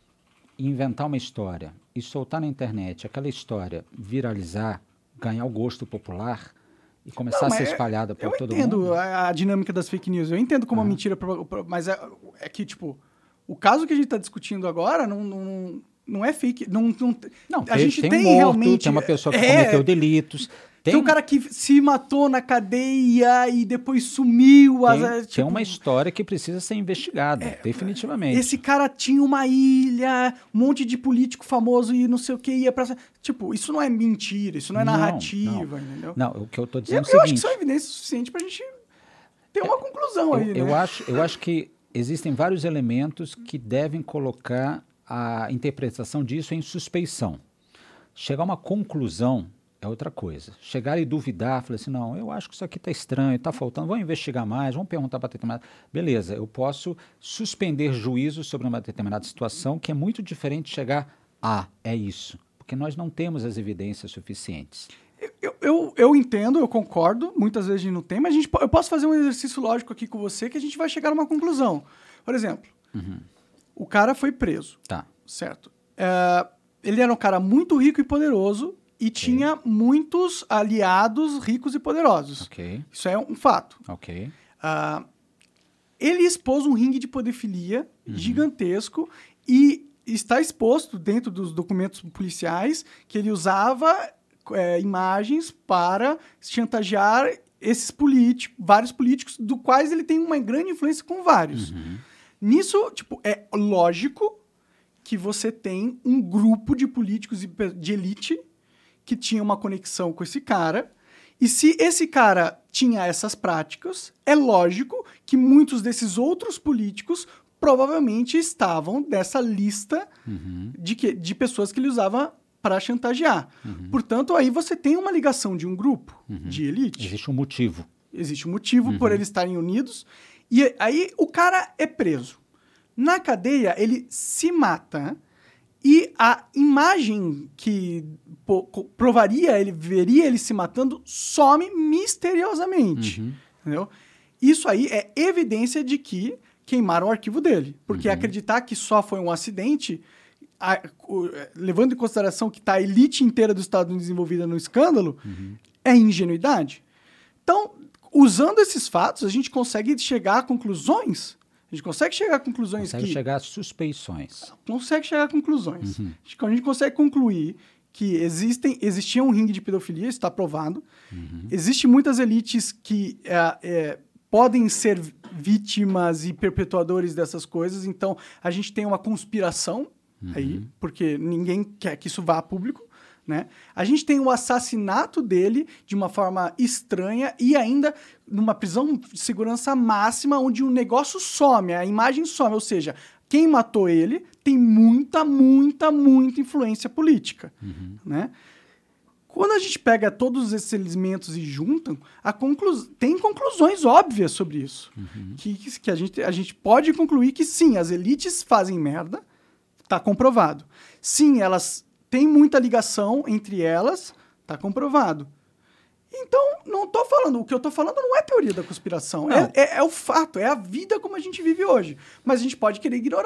e inventar uma história e soltar na internet, aquela história viralizar, ganhar o gosto popular e começar Não, a ser espalhada por todo mundo... Eu entendo a, a dinâmica das fake news, eu entendo como ah. a mentira... Mas é, é que, tipo, o caso que a gente está discutindo agora não, não, não é fake... Não, não, não a tem, gente tem, tem um morto, realmente... tem uma pessoa que é, cometeu delitos... Tem, tem um cara que se matou na cadeia e depois sumiu. Tem, as, tipo, tem uma história que precisa ser investigada, é, definitivamente. Esse cara tinha uma ilha, um monte de político famoso e não sei o que ia pra... Tipo, isso não é mentira, isso não é não, narrativa, não. entendeu? Não, o que eu tô dizendo eu, é o seguinte... Eu acho que isso é evidência suficiente pra gente ter uma é, conclusão aí, eu, né? Eu acho, eu acho que existem vários elementos que devem colocar a interpretação disso em suspeição. Chegar a uma conclusão... é outra coisa. Chegar e duvidar, falar assim, não, eu acho que isso aqui está estranho, está faltando, vamos investigar mais, vamos perguntar para determinada... Beleza, eu posso suspender juízo sobre uma determinada situação, que é muito diferente de chegar, ah, é isso, porque nós não temos as evidências suficientes. Eu, eu, eu entendo, eu concordo, muitas vezes a gente não tem, mas a gente, eu posso fazer um exercício lógico aqui com você que a gente vai chegar a uma conclusão. Por exemplo, uhum. o cara foi preso, tá. certo? É, ele era um cara muito rico e poderoso, e okay. tinha muitos aliados ricos e poderosos. Okay. Isso é um fato. Okay. Uh, ele expôs um ringue de pedofilia uhum. gigantesco e está exposto dentro dos documentos policiais que ele usava é, imagens para chantagear esses políticos, vários políticos, do quais ele tem uma grande influência com vários. Uhum. Nisso, tipo, é lógico que você tem um grupo de políticos de elite que tinha uma conexão com esse cara, e se esse cara tinha essas práticas, é lógico que muitos desses outros políticos provavelmente estavam nessa lista uhum. de, que, de pessoas que ele usava para chantagear. Uhum. Portanto, aí você tem uma ligação de um grupo uhum. de elite. Existe um motivo. Existe um motivo uhum. por eles estarem unidos, e aí o cara é preso. Na cadeia, ele se mata... E a imagem que provaria, ele veria ele se matando, some misteriosamente. Uhum. Entendeu? Isso aí é evidência de que queimaram o arquivo dele. Porque uhum. acreditar que só foi um acidente, a, o, levando em consideração que está a elite inteira do Estado Unidos envolvida no escândalo, uhum. é ingenuidade. Então, usando esses fatos, a gente consegue chegar a conclusões... A gente consegue chegar a conclusões consegue que... Consegue chegar a suspeições. Consegue chegar a conclusões. Uhum. A gente consegue concluir que existem, existia um ringue de pedofilia, isso está provado. Uhum. Existem muitas elites que é, é, podem ser vítimas e perpetuadores dessas coisas. Então, a gente tem uma conspiração uhum. aí, porque ninguém quer que isso vá a público. Né? A gente tem o assassinato dele de uma forma estranha e ainda numa prisão de segurança máxima, onde o negócio some, a imagem some, ou seja, quem matou ele tem muita, muita, muita influência política. Uhum. Né? Quando a gente pega todos esses elementos e juntam, a conclu... tem conclusões óbvias sobre isso. Uhum. Que, que a, gente, a gente pode concluir que sim, as elites fazem merda, tá comprovado. Sim, elas... tem muita ligação entre elas, tá comprovado. Então, não tô falando, o que eu tô falando não é teoria da conspiração, é, é, é o fato, é a vida como a gente vive hoje. Mas a gente pode querer ignorar.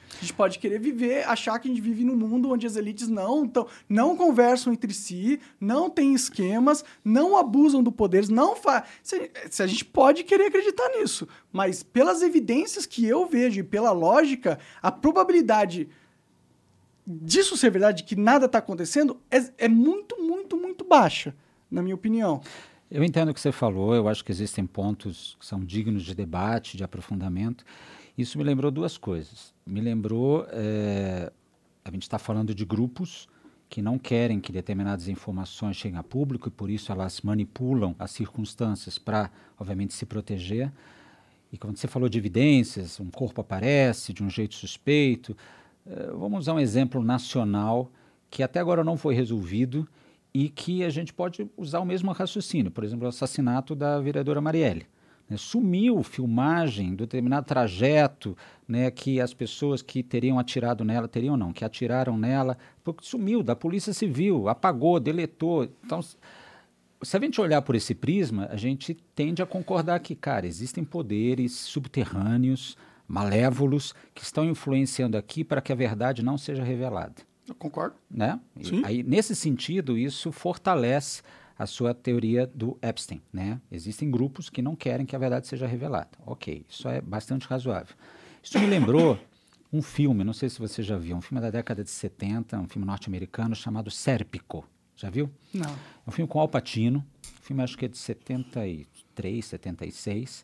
A gente pode querer viver, achar que a gente vive num mundo onde as elites não, tão, não conversam entre si, não têm esquemas, não abusam do poder, não fa... se, se a gente pode querer acreditar nisso, mas pelas evidências que eu vejo e pela lógica, a probabilidade disso ser verdade, que nada está acontecendo, é, é muito, muito, muito baixa, na minha opinião. Eu entendo o que você falou, eu acho que existem pontos que são dignos de debate, de aprofundamento. Isso me lembrou duas coisas. Me lembrou, é, a gente está falando de grupos que não querem que determinadas informações cheguem a público e por isso elas manipulam as circunstâncias para, obviamente, se proteger. E quando você falou de evidências, um corpo aparece de um jeito suspeito. É, vamos usar um exemplo nacional que até agora não foi resolvido e que a gente pode usar o mesmo raciocínio. Por exemplo, o assassinato da vereadora Marielle. Né? Sumiu filmagem do determinado trajeto, né, que as pessoas que teriam atirado nela, teriam não, que atiraram nela, porque sumiu da Polícia Civil, apagou, deletou. Então, se a gente olhar por esse prisma, a gente tende a concordar que, cara, existem poderes subterrâneos, malévolos, que estão influenciando aqui para que a verdade não seja revelada. Eu concordo. Né? E, aí, nesse sentido, isso fortalece a sua teoria do Epstein. Né? Existem grupos que não querem que a verdade seja revelada. Ok, isso é bastante razoável. Isso me lembrou um filme, não sei se você já viu, um filme da década de setenta, um filme norte-americano chamado Sérpico. Já viu? Não. É um filme com Al Pacino, um filme acho que é de setenta e três, setenta e seis.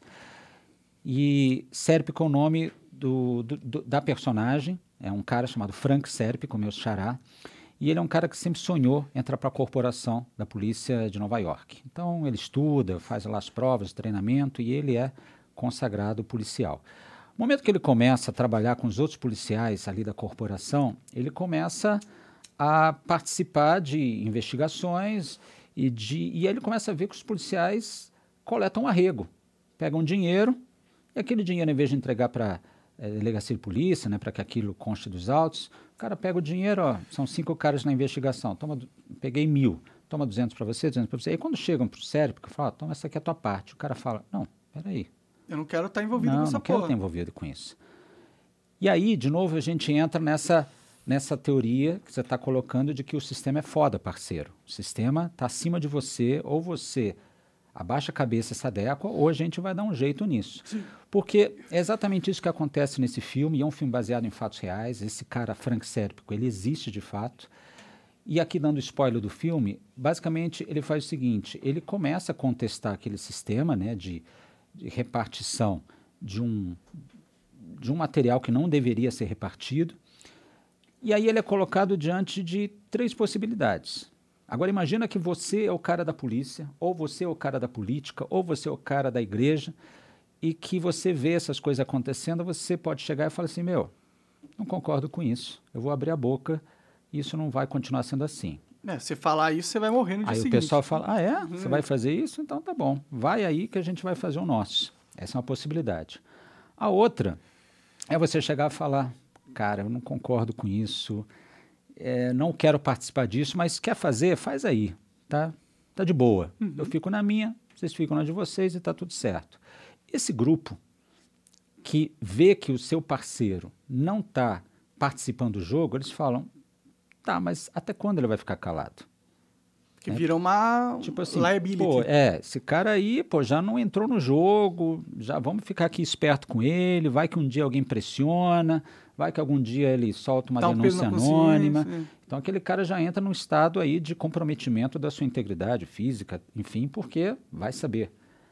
E Sérpico é o nome do, do, do, da personagem. É um cara chamado Frank Sérpico, meu xará, e ele é um cara que sempre sonhou entrar para a corporação da polícia de Nova York. Então ele estuda, faz lá as provas, treinamento, e ele é consagrado policial. No momento que ele começa a trabalhar com os outros policiais ali da corporação, ele começa a participar de investigações e, de, e aí ele começa a ver que os policiais coletam arrego, pegam dinheiro, e aquele dinheiro, em vez de entregar para É, delegacia de polícia, né, para que aquilo conste dos autos, o cara pega o dinheiro, ó, são cinco caras na investigação, toma, peguei mil, toma duzentos para você, duzentos para você. E quando chegam para o Sérpico, fala, toma, essa aqui é a tua parte. O cara fala, não, peraí. Eu não quero estar envolvido não, com essa não porra. Não quero estar envolvido com isso. E aí, de novo, a gente entra nessa, nessa teoria que você está colocando de que o sistema é foda, parceiro. O sistema está acima de você, ou você abaixa a cabeça e se adequa, ou a gente vai dar um jeito nisso. Sim. Porque é exatamente isso que acontece nesse filme, e é um filme baseado em fatos reais. Esse cara, Frank Sérpico, ele existe de fato. E aqui, dando spoiler do filme, basicamente ele faz o seguinte, ele começa a contestar aquele sistema, né, de, de repartição de um, de um material que não deveria ser repartido, e aí ele é colocado diante de três possibilidades. Agora imagina que você é o cara da polícia, ou você é o cara da política, ou você é o cara da igreja, e que você vê essas coisas acontecendo, você pode chegar e falar assim, meu, não concordo com isso, eu vou abrir a boca e isso não vai continuar sendo assim. É, você falar isso, você vai morrer no dia aí seguinte. Aí o pessoal fala, ah é? Uhum. Você vai fazer isso? Então tá bom, vai aí que a gente vai fazer o nosso. Essa é uma possibilidade. A outra é você chegar e falar, cara, eu não concordo com isso, é, não quero participar disso, mas quer fazer, faz aí, tá? Tá de boa. Uhum. Eu fico na minha, vocês ficam na de vocês e tá tudo certo. Esse grupo que vê que o seu parceiro não está participando do jogo, eles falam, tá, mas até quando ele vai ficar calado? Que né? Vira uma tipo assim, liability. Pô, é, esse cara aí, pô, já não entrou no jogo, já vamos ficar aqui esperto com ele, vai que um dia alguém pressiona, vai que algum dia ele solta uma tá um denúncia anônima. Então aquele cara já entra num estado aí de comprometimento da sua integridade física, enfim, porque vai saber.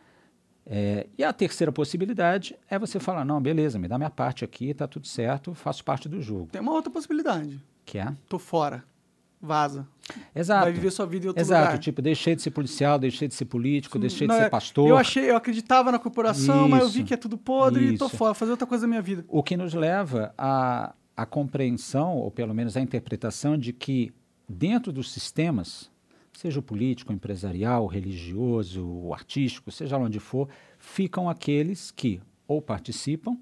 É, e a terceira possibilidade é você falar, não, beleza, me dá minha parte aqui, tá tudo certo, faço parte do jogo. Tem uma outra possibilidade. Que é? Tô fora. Vaza. Exato. Vai viver sua vida em outro Exato. lugar. Tipo, deixei de ser policial, deixei de ser político, Sim. deixei não, de ser pastor. Eu achei, eu acreditava na corporação, isso, mas eu vi que é tudo podre isso. E tô fora, fazer outra coisa da minha vida. O que nos leva à, à compreensão, ou pelo menos à interpretação, de que dentro dos sistemas, seja o político, o empresarial, o religioso, o artístico, seja lá onde for, ficam aqueles que ou participam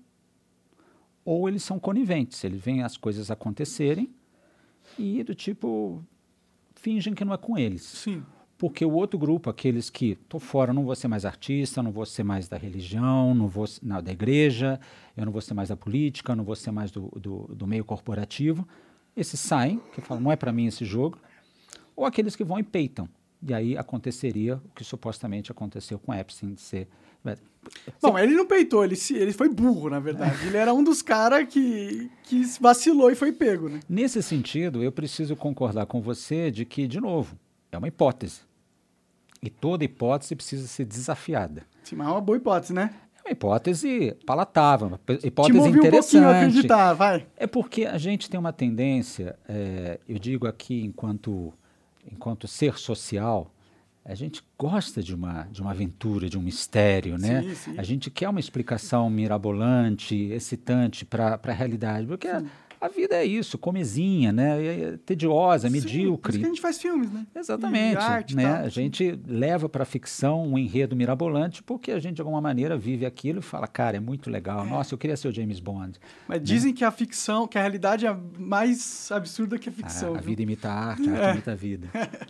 ou eles são coniventes. Eles veem as coisas acontecerem e do tipo fingem que não é com eles. Sim. porque o outro grupo, aqueles que estou fora, não vou ser mais artista, não vou ser mais da religião, não vou não, da igreja, eu não vou ser mais da política, não vou ser mais do, do, do meio corporativo, esses saem, que falam, não é para mim esse jogo, ou aqueles que vão e peitam. E aí aconteceria o que supostamente aconteceu com Epstein, de ser... Bom, ele não peitou, ele, se, ele foi burro, na verdade. Ele era um dos caras que, que vacilou e foi pego, né? Nesse sentido, eu preciso concordar com você de que, de novo, é uma hipótese. E toda hipótese precisa ser desafiada. Sim, mas é uma boa hipótese, né? É uma hipótese palatável, uma hipótese Te movi interessante. um pouquinho a acreditar, vai. É porque a gente tem uma tendência, é, eu digo aqui enquanto, enquanto ser social, a gente gosta de uma, de uma aventura, de um mistério, né? Sim, sim. A gente quer uma explicação mirabolante, excitante para a realidade, porque a, a vida é isso, comezinha, né? É tediosa, Sim, medíocre. por isso que a gente faz filmes, né? Exatamente, E arte, né? tal, A gente leva para a ficção um enredo mirabolante porque a gente, de alguma maneira, vive aquilo e fala, cara, é muito legal. Nossa, eu queria ser o James Bond. Mas né? dizem que a ficção, que a realidade é mais absurda que a ficção. A, a viu? vida imita a arte, a arte É. imita a vida.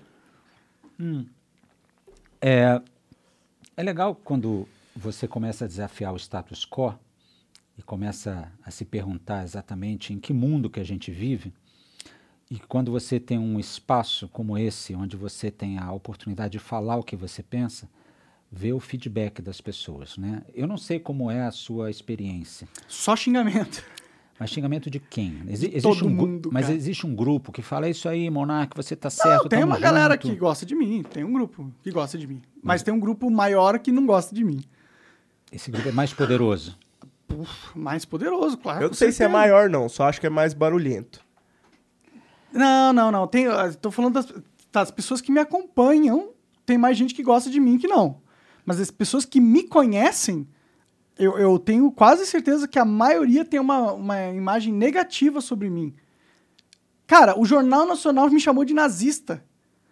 hum. É, é legal quando você começa a desafiar o status quo e começa a se perguntar exatamente em que mundo que a gente vive, e quando você tem um espaço como esse, onde você tem a oportunidade de falar o que você pensa, ver o feedback das pessoas, né? Eu não sei como é a sua experiência. Só xingamento. Mas xingamento de quem? Exi De existe todo um mundo, Mas cara. existe um grupo que fala, é isso aí, Monark, você tá certo, Não, tem tamo uma galera junto. que gosta de mim, tem um grupo que gosta de mim. Mas tem um grupo maior que não gosta de mim. Esse grupo é mais poderoso. Uf, mais poderoso, claro. Eu não com sei se é certeza. maior, não. Só acho que é mais barulhento. Não, não, não. Tem, eu tô falando das, das pessoas que me acompanham. Tem mais gente que gosta de mim que não. Mas as pessoas que me conhecem, eu, eu tenho quase certeza que a maioria tem uma, uma imagem negativa sobre mim. Cara, o Jornal Nacional me chamou de nazista.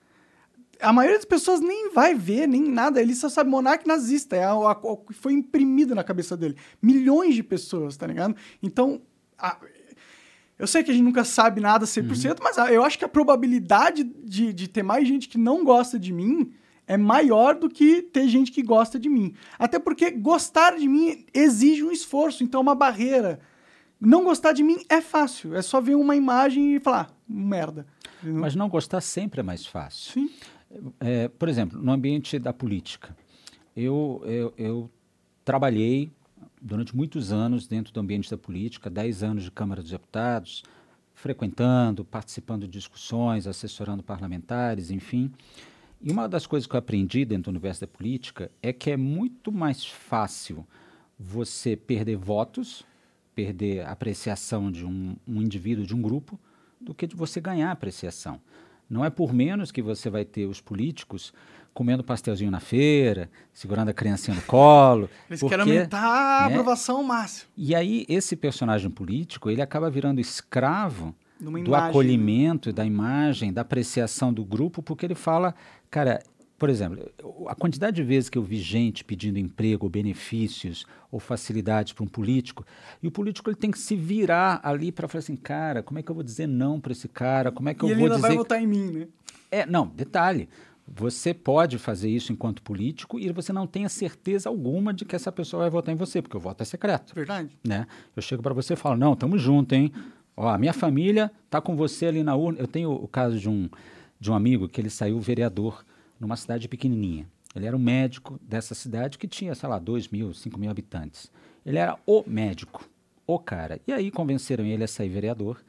A maioria das pessoas nem vai ver, nem nada. Ele só sabe monarca nazista. É o que foi imprimido na cabeça dele. Milhões de pessoas, tá ligado? Então, a, eu sei que a gente nunca sabe nada cem por cento, uhum. mas eu acho que a probabilidade de, de ter mais gente que não gosta de mim é maior do que ter gente que gosta de mim. Até porque gostar de mim exige um esforço, então é uma barreira. Não gostar de mim é fácil. É só ver uma imagem e falar, merda. Mas não gostar sempre é mais fácil. Sim. É, por exemplo, no ambiente da política, eu, eu, eu trabalhei durante muitos anos dentro do ambiente da política, dez anos de Câmara dos Deputados, frequentando, participando de discussões, assessorando parlamentares, enfim. E uma das coisas que eu aprendi dentro do universo da política é que é muito mais fácil você perder votos, perder a apreciação de um, um indivíduo, de um grupo, do que de você ganhar apreciação. Não é por menos que você vai ter os políticos comendo pastelzinho na feira, segurando a criancinha no colo. Eles porque, querem aumentar a né, aprovação ao máximo. E aí, esse personagem político, ele acaba virando escravo Numa do imagem, acolhimento, da imagem, da apreciação do grupo, porque ele fala, cara, por exemplo, a quantidade de vezes que eu vi gente pedindo emprego, ou benefícios ou facilidades para um político, e o político ele tem que se virar ali para falar assim, cara, como é que eu vou dizer não para esse cara? Como é que e eu ele vou ainda dizer... vai votar em mim, né? É, não, detalhe, você pode fazer isso enquanto político e você não tem a certeza alguma de que essa pessoa vai votar em você, porque o voto é secreto. Verdade. Né? Eu chego para você e falo, não, tamo junto, hein? Ó, a minha família tá com você ali na urna. Eu tenho o caso de um, de um amigo que ele saiu vereador numa cidade pequenininha. Ele era um médico dessa cidade que tinha, sei lá, dois mil, cinco mil habitantes. Ele era o médico, o cara. E aí convenceram ele a sair vereador.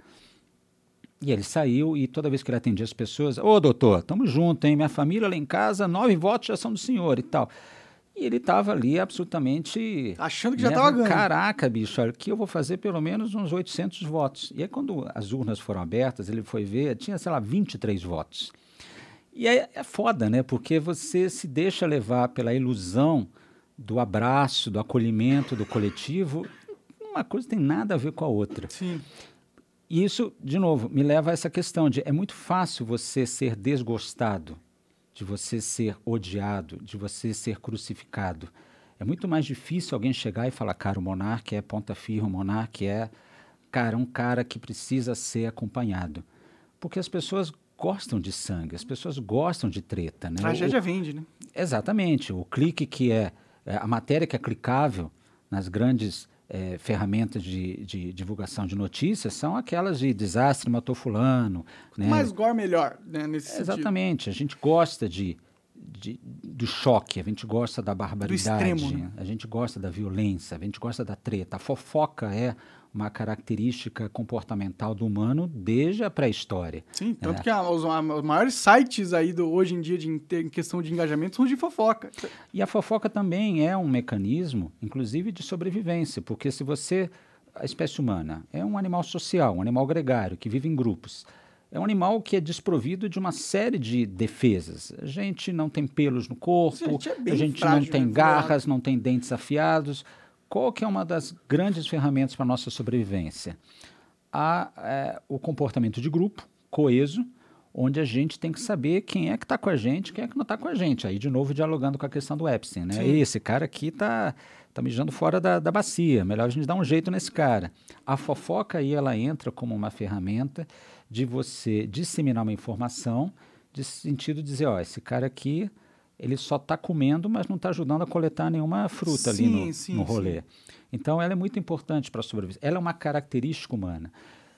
E ele saiu e toda vez que ele atendia as pessoas, ô doutor, tamo junto, hein? Minha família lá em casa, nove votos já são do senhor e tal. E ele estava ali absolutamente... Achando que né, já estava ganhando. Caraca, bicho, aqui eu vou fazer pelo menos uns oitocentos votos. E aí quando as urnas foram abertas, ele foi ver, tinha, sei lá, vinte e três votos. E aí é foda, né? Porque você se deixa levar pela ilusão do abraço, do acolhimento, do coletivo. Uma coisa tem nada a ver com a outra. Sim. E isso, de novo, me leva a essa questão de é muito fácil você ser desgostado, de você ser odiado, de você ser crucificado. É muito mais difícil alguém chegar e falar, cara, o Monark é ponta firme, o Monark é, cara, um cara que precisa ser acompanhado. Porque as pessoas gostam de sangue, as pessoas gostam de treta, né? Tragédia O- vende, né? Exatamente. O clique que é, é a matéria que é clicável nas grandes eh, ferramentas de, de divulgação de notícias são aquelas de desastre matou fulano, né? Mais gore, melhor, né? Nesse sentido. Exatamente. A gente gosta de, de- do choque, a gente gosta da barbaridade, extremo, né? a gente gosta da violência, a gente gosta da treta. A fofoca é uma característica comportamental do humano desde a pré-história. Sim, tanto É. que a- os, a- os maiores sites aí do, hoje em dia de, em em questão de engajamento são os de fofoca. E a fofoca também é um mecanismo, inclusive, de sobrevivência, porque se você... A espécie humana é um animal social, um animal gregário, que vive em grupos. É um animal que é desprovido de uma série de defesas. A gente não tem pelos no corpo, A gente é bem a gente frágil, não tem né? garras, não tem dentes afiados. Qual que é uma das grandes ferramentas para a nossa sobrevivência? A, é, o comportamento de grupo, coeso, onde a gente tem que saber quem é que está com a gente, quem é que não está com a gente. Aí, de novo, dialogando com a questão do Epstein, né? Sim. Esse cara aqui está tá mijando fora da, da bacia, melhor a gente dar um jeito nesse cara. A fofoca aí, ela entra como uma ferramenta de você disseminar uma informação, de sentido de dizer, ó, esse cara aqui, ele só está comendo, mas não está ajudando a coletar nenhuma fruta ali Sim, no, sim, no rolê. sim. Então, ela é muito importante para a sobrevivência. Ela é uma característica humana.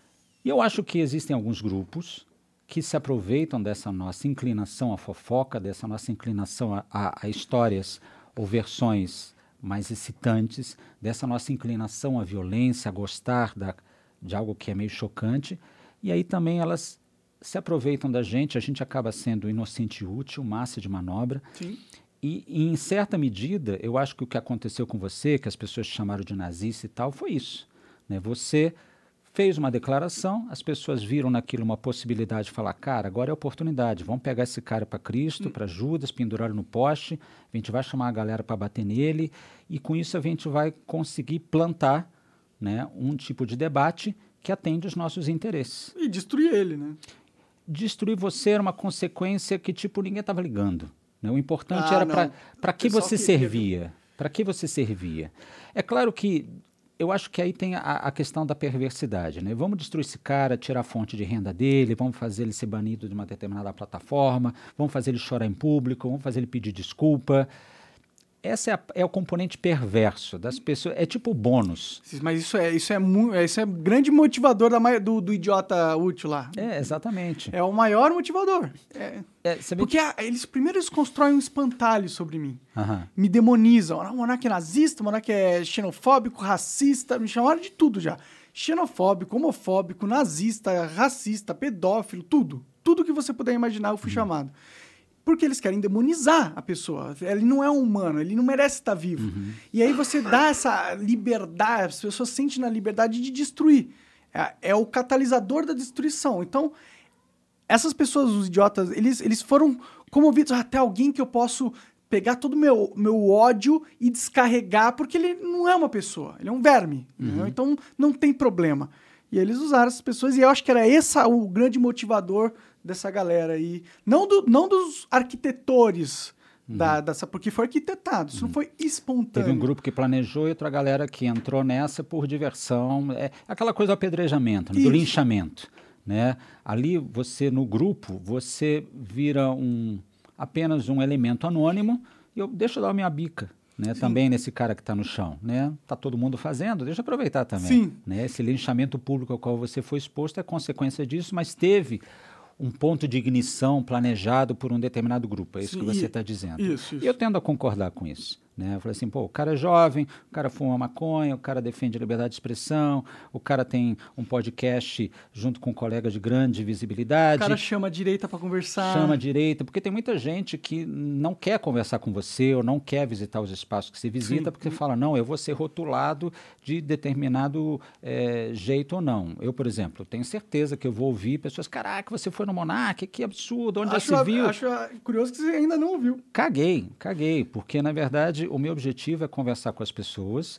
E eu acho que existem alguns grupos que se aproveitam dessa nossa inclinação à fofoca, dessa nossa inclinação a, a, a histórias ou versões mais excitantes, dessa nossa inclinação à violência, a gostar da, de algo que é meio chocante, e aí também elas se aproveitam da gente, a gente acaba sendo inocente e útil, massa de manobra, Sim. e, e em certa medida, eu acho que o que aconteceu com você, que as pessoas te chamaram de nazista e tal, foi isso, né? Você fez uma declaração, as pessoas viram naquilo uma possibilidade de falar, cara, agora é a oportunidade, vamos pegar esse cara para Cristo, para Judas, pendurar ele no poste, a gente vai chamar a galera para bater nele, e com isso a gente vai conseguir plantar, né, um tipo de debate que atende os nossos interesses. E destruir ele, né? Destruir você era uma consequência que, tipo, ninguém estava ligando, né? O importante Ah, era não. para que pessoal você queria, viu? servia. Para que você servia. É claro que eu acho que aí tem a, a questão da perversidade, né? Vamos destruir esse cara, tirar a fonte de renda dele, vamos fazer ele ser banido de uma determinada plataforma, vamos fazer ele chorar em público, vamos fazer ele pedir desculpa. Esse é, a- é o componente perverso das pessoas. É tipo o bônus. Mas isso é, isso é, mu- isso é grande motivador da, mai- do, do idiota útil lá. É, exatamente. É o maior motivador. É, É, você vê porque a- eles primeiro eles constroem um espantalho sobre mim. que- Aham. Me demonizam. Ah, o Monark é nazista, o Monark é xenofóbico, racista, me chamaram de tudo já. Xenofóbico, homofóbico, nazista, racista, pedófilo, tudo. Tudo que você puder imaginar eu fui chamado. Porque eles querem demonizar a pessoa. Ele não é um humano, ele não merece estar vivo. E aí você dá essa liberdade, as pessoas sentem na liberdade de destruir. É, é o catalisador da destruição. Então, essas pessoas, os idiotas, eles, eles foram comovidos até alguém que eu posso pegar todo o meu, meu ódio e descarregar, porque ele não é uma pessoa, ele é um verme. Entendeu? Então, não tem problema. E eles usaram essas pessoas, e eu acho que era esse o grande motivador dessa galera aí. Não, do, não dos arquitetores, da, dessa, porque foi arquitetado, isso não foi espontâneo. Teve um grupo que planejou e outra galera que entrou nessa por diversão. É aquela coisa do apedrejamento, né, do Isso. linchamento. Né? Ali, você, no grupo, você vira um, apenas um elemento anônimo e eu deixo eu dar a minha bica. Né? Também nesse cara que está no chão. Né? Tá todo mundo fazendo, deixa eu aproveitar também. Sim. Né? Esse linchamento público ao qual você foi exposto é consequência disso, mas teve um ponto de ignição planejado por um determinado grupo. É isso Sim, que você e- está dizendo. isso, isso. E eu tendo a concordar com isso. Né? Eu falei assim, pô, o cara é jovem, o cara fuma maconha, o cara defende a liberdade de expressão, o cara tem um podcast junto com um colega de grande O visibilidade, cara chama a direita pra conversar. chama a direita, porque tem muita gente que não quer conversar com você ou não quer visitar os espaços que você visita, Sim. porque fala, não, eu vou ser rotulado de determinado eh, jeito ou não. Eu, por exemplo, tenho certeza que eu vou ouvir pessoas, caraca, você foi no Monark, que absurdo, onde acho, já se viu? acho curioso que você ainda não ouviu. Caguei, caguei, porque na verdade o meu objetivo é conversar com as pessoas,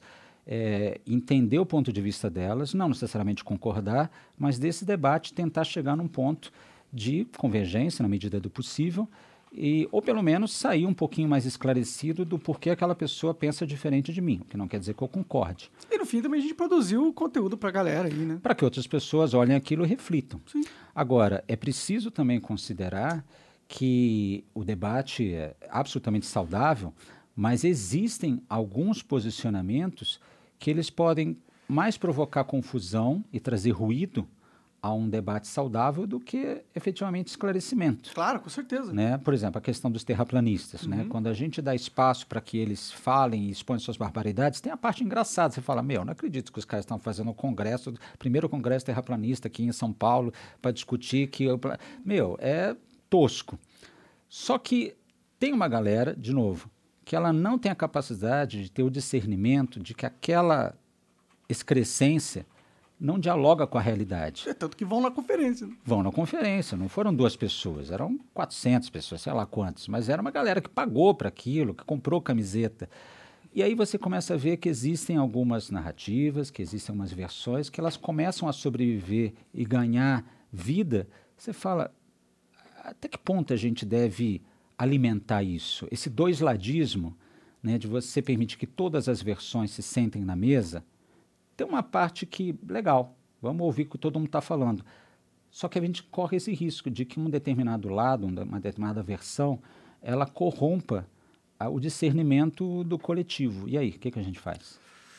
é, entender o ponto de vista delas, não necessariamente concordar, mas desse debate tentar chegar num ponto de convergência na medida do possível E, ou pelo menos sair um pouquinho mais esclarecido do porquê aquela pessoa pensa diferente de mim, o que não quer dizer que eu concorde. E no fim também a gente produziu conteúdo pra galera aí, né? Para que outras pessoas olhem aquilo e reflitam. Sim. Agora, é preciso também considerar que o debate é absolutamente saudável, mas existem alguns posicionamentos que eles podem mais provocar confusão e trazer ruído a um debate saudável do que efetivamente esclarecimento. Claro, com certeza. Né? Por exemplo, a questão dos terraplanistas. Uhum. Né? Quando a gente dá espaço para que eles falem e expõem suas barbaridades, tem a parte engraçada. Você fala, meu, não acredito que os caras estão fazendo um congresso, primeiro congresso terraplanista aqui em São Paulo, para discutir que... Eu... Meu, é tosco. Só que tem uma galera, de novo, que ela não tem a capacidade de ter o discernimento de que aquela excrescência não dialoga com a realidade. É tanto que vão na conferência. Né? Vão na conferência, não foram duas pessoas, eram quatrocentas pessoas, sei lá quantas, mas era uma galera que pagou para aquilo, que comprou camiseta. E aí você começa a ver que existem algumas narrativas, que existem umas versões, que elas começam a sobreviver e ganhar vida. Você fala, até que ponto a gente deve alimentar isso? Esse doisladismo, né, de você permitir que todas as versões se sentem na mesa, tem uma parte que, legal, vamos ouvir o que todo mundo está falando. Só que a gente corre esse risco de que um determinado lado, uma determinada versão, ela corrompa a, o discernimento do coletivo. E aí, o que, que a gente faz?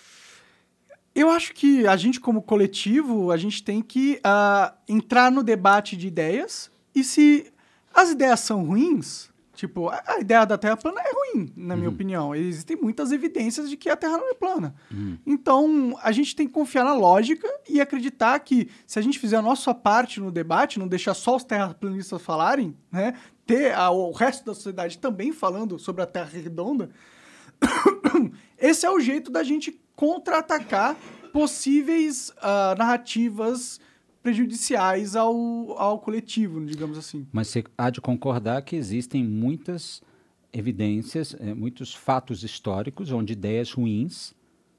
Eu acho que a gente, como coletivo, a gente tem que uh, entrar no debate de ideias e se as ideias são ruins... Tipo, a, a ideia da Terra plana é ruim, na uhum. minha opinião. Existem muitas evidências de que a Terra não é plana. Uhum. Então, a gente tem que confiar na lógica e acreditar que se a gente fizer a nossa parte no debate, não deixar só os terraplanistas falarem, né, ter a, o resto da sociedade também falando sobre a Terra redonda, esse é o jeito da gente contra-atacar possíveis uh, narrativas prejudiciais ao, ao coletivo, digamos assim. Mas você há de concordar que existem muitas evidências, eh, muitos fatos históricos onde ideias ruins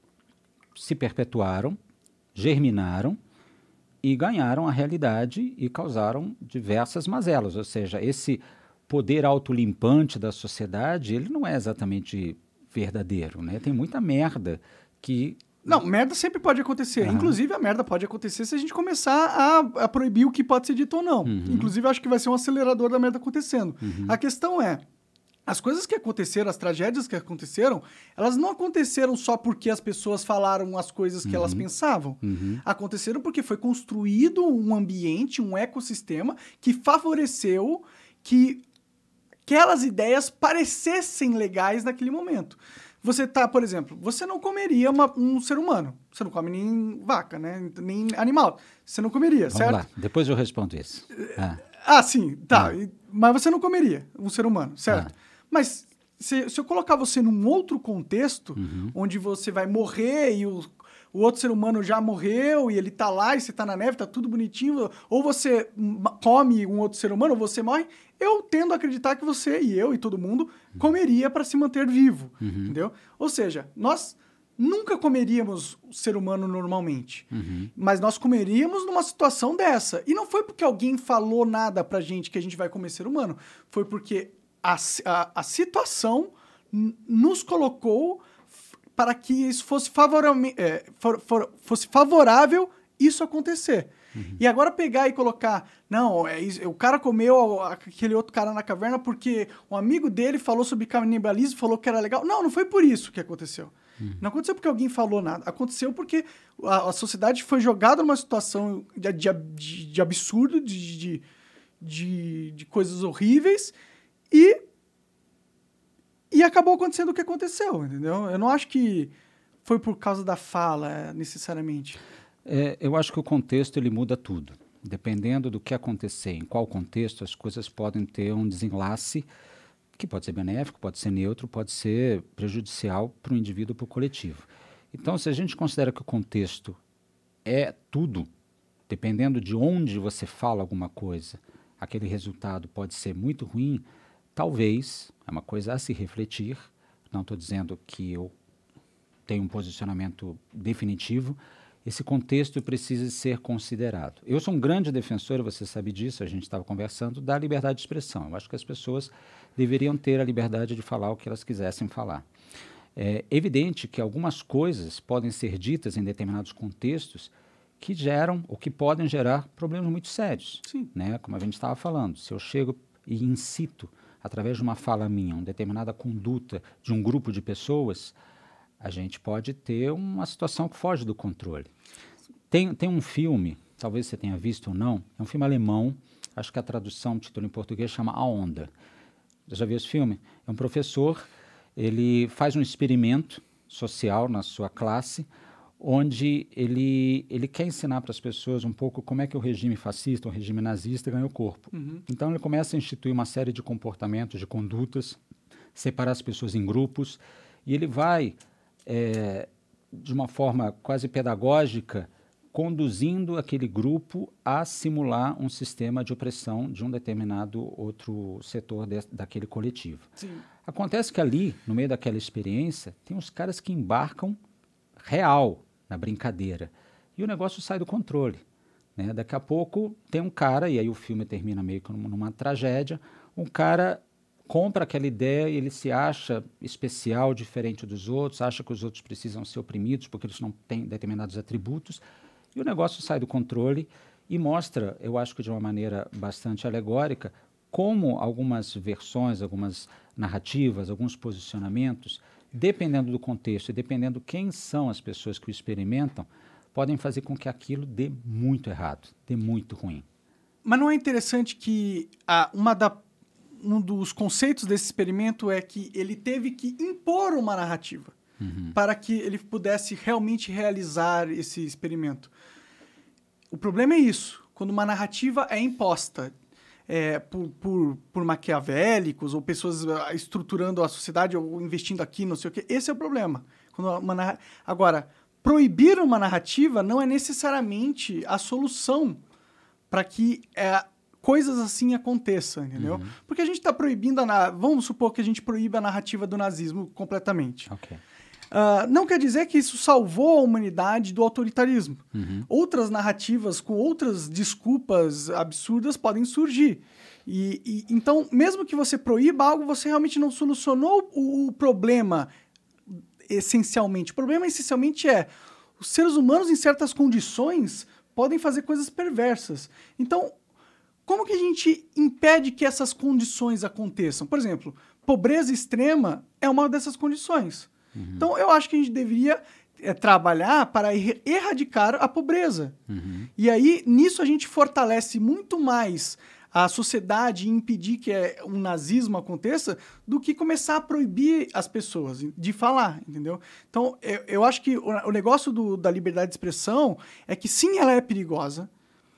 se perpetuaram, germinaram e ganharam a realidade e causaram diversas mazelas. Ou seja, esse poder autolimpante da sociedade, ele não é exatamente verdadeiro, né? Tem muita merda que... Não, merda sempre pode acontecer. Uhum. Inclusive, a merda pode acontecer se a gente começar a, a proibir o que pode ser dito ou não. Uhum. Inclusive, acho que vai ser um acelerador da merda acontecendo. Uhum. A questão é, as coisas que aconteceram, as tragédias que aconteceram, elas não aconteceram só porque as pessoas falaram as coisas que uhum. elas pensavam. Uhum. Aconteceram porque foi construído um ambiente, um ecossistema que favoreceu que aquelas ideias parecessem legais naquele momento. Você tá, por exemplo, você não comeria uma, um ser humano. Você não come nem vaca, né? Nem animal. Você não comeria, Vamos certo? lá, depois eu respondo isso. Ah, ah sim, tá. Ah. Mas você não comeria um ser humano, certo? Ah. Mas se, se eu colocar você num outro contexto, uhum. onde você vai morrer e o, o outro ser humano já morreu e ele tá lá e você tá na neve, tá tudo bonitinho, ou você come um outro ser humano ou você morre, eu tendo a acreditar que você e eu e todo mundo comeria para se manter vivo, uhum. entendeu? Ou seja, nós nunca comeríamos o ser humano normalmente, uhum. mas nós comeríamos numa situação dessa. E não foi porque alguém falou nada pra gente que a gente vai comer ser humano, foi porque a, a, a situação n- nos colocou para que isso fosse, favorame- é, for, for, fosse favorável isso acontecer. Uhum. E agora pegar e colocar, não, é isso, o cara comeu aquele outro cara na caverna porque um amigo dele falou sobre canibalismo, falou que era legal. Não, não foi por isso que aconteceu. Uhum. Não aconteceu porque alguém falou nada. Aconteceu porque a, a sociedade foi jogada numa situação de, de, de absurdo, de, de, de, de coisas horríveis e, e acabou acontecendo o que aconteceu, entendeu? Eu não acho que foi por causa da fala, necessariamente. É, eu acho que o contexto ele muda tudo. Dependendo do que acontecer, em qual contexto, as coisas podem ter um desenlace que pode ser benéfico, pode ser neutro, pode ser prejudicial para o indivíduo ou para o coletivo. Então, se a gente considera que o contexto é tudo, dependendo de onde você fala alguma coisa, aquele resultado pode ser muito ruim, talvez, é uma coisa a se refletir, não estou dizendo que eu tenho um posicionamento definitivo, esse contexto precisa ser considerado. Eu sou um grande defensor, você sabe disso, a gente estava conversando, da liberdade de expressão. Eu acho que as pessoas deveriam ter a liberdade de falar o que elas quisessem falar. É evidente que algumas coisas podem ser ditas em determinados contextos que geram ou que podem gerar problemas muito sérios. Sim. Né? Como a gente estava falando, se eu chego e incito, através de uma fala minha, uma determinada conduta de um grupo de pessoas, a gente pode ter uma situação que foge do controle. Tem, tem um filme, talvez você tenha visto ou não, é um filme alemão, acho que a tradução, o título em português, chama A Onda. Você já viu esse filme? É um professor, ele faz um experimento social na sua classe, onde ele, ele quer ensinar para as pessoas um pouco como é que o regime fascista, o regime nazista ganhou corpo. Uhum. Então ele começa a instituir uma série de comportamentos, de condutas, separar as pessoas em grupos, e ele vai, é, de uma forma quase pedagógica, conduzindo aquele grupo a simular um sistema de opressão de um determinado outro setor de, daquele coletivo. Sim. Acontece que ali, no meio daquela experiência, tem uns caras que embarcam real na brincadeira. E o negócio sai do controle. Né? Daqui a pouco tem um cara, e aí o filme termina meio que numa, numa tragédia, um cara compra aquela ideia e ele se acha especial, diferente dos outros, acha que os outros precisam ser oprimidos porque eles não têm determinados atributos, e o negócio sai do controle e mostra, eu acho que de uma maneira bastante alegórica, como algumas versões, algumas narrativas, alguns posicionamentos, dependendo do contexto e dependendo quem são as pessoas que o experimentam, podem fazer com que aquilo dê muito errado, dê muito ruim. Mas não é interessante que ah, uma da, um dos conceitos desse experimento é que ele teve que impor uma narrativa uhum. para que ele pudesse realmente realizar esse experimento. O problema é isso, quando uma narrativa é imposta É, por, por, por maquiavélicos ou pessoas uh, estruturando a sociedade ou investindo aqui, não sei o quê. Esse é o problema. Quando uma narra... Agora, proibir uma narrativa não é necessariamente a solução para que é, coisas assim aconteçam, entendeu? Uhum. Porque a gente está proibindo a... Na... Vamos supor que a gente proíba a narrativa do nazismo completamente. Ok. Uh, não quer dizer que isso salvou a humanidade do autoritarismo. Uhum. Outras narrativas com outras desculpas absurdas podem surgir. E, e, então, mesmo que você proíba algo, você realmente não solucionou o, o problema essencialmente. O problema essencialmente é os seres humanos, em certas condições, podem fazer coisas perversas. Então, como que a gente impede que essas condições aconteçam? Por exemplo, pobreza extrema é uma dessas condições. Uhum. Então, eu acho que a gente deveria é, trabalhar para er- erradicar a pobreza. Uhum. E aí, nisso, a gente fortalece muito mais a sociedade e impedir que é, um nazismo aconteça do que começar a proibir as pessoas de falar, entendeu? Então, eu, eu acho que o, o negócio do, da liberdade de expressão é que, sim, ela é perigosa,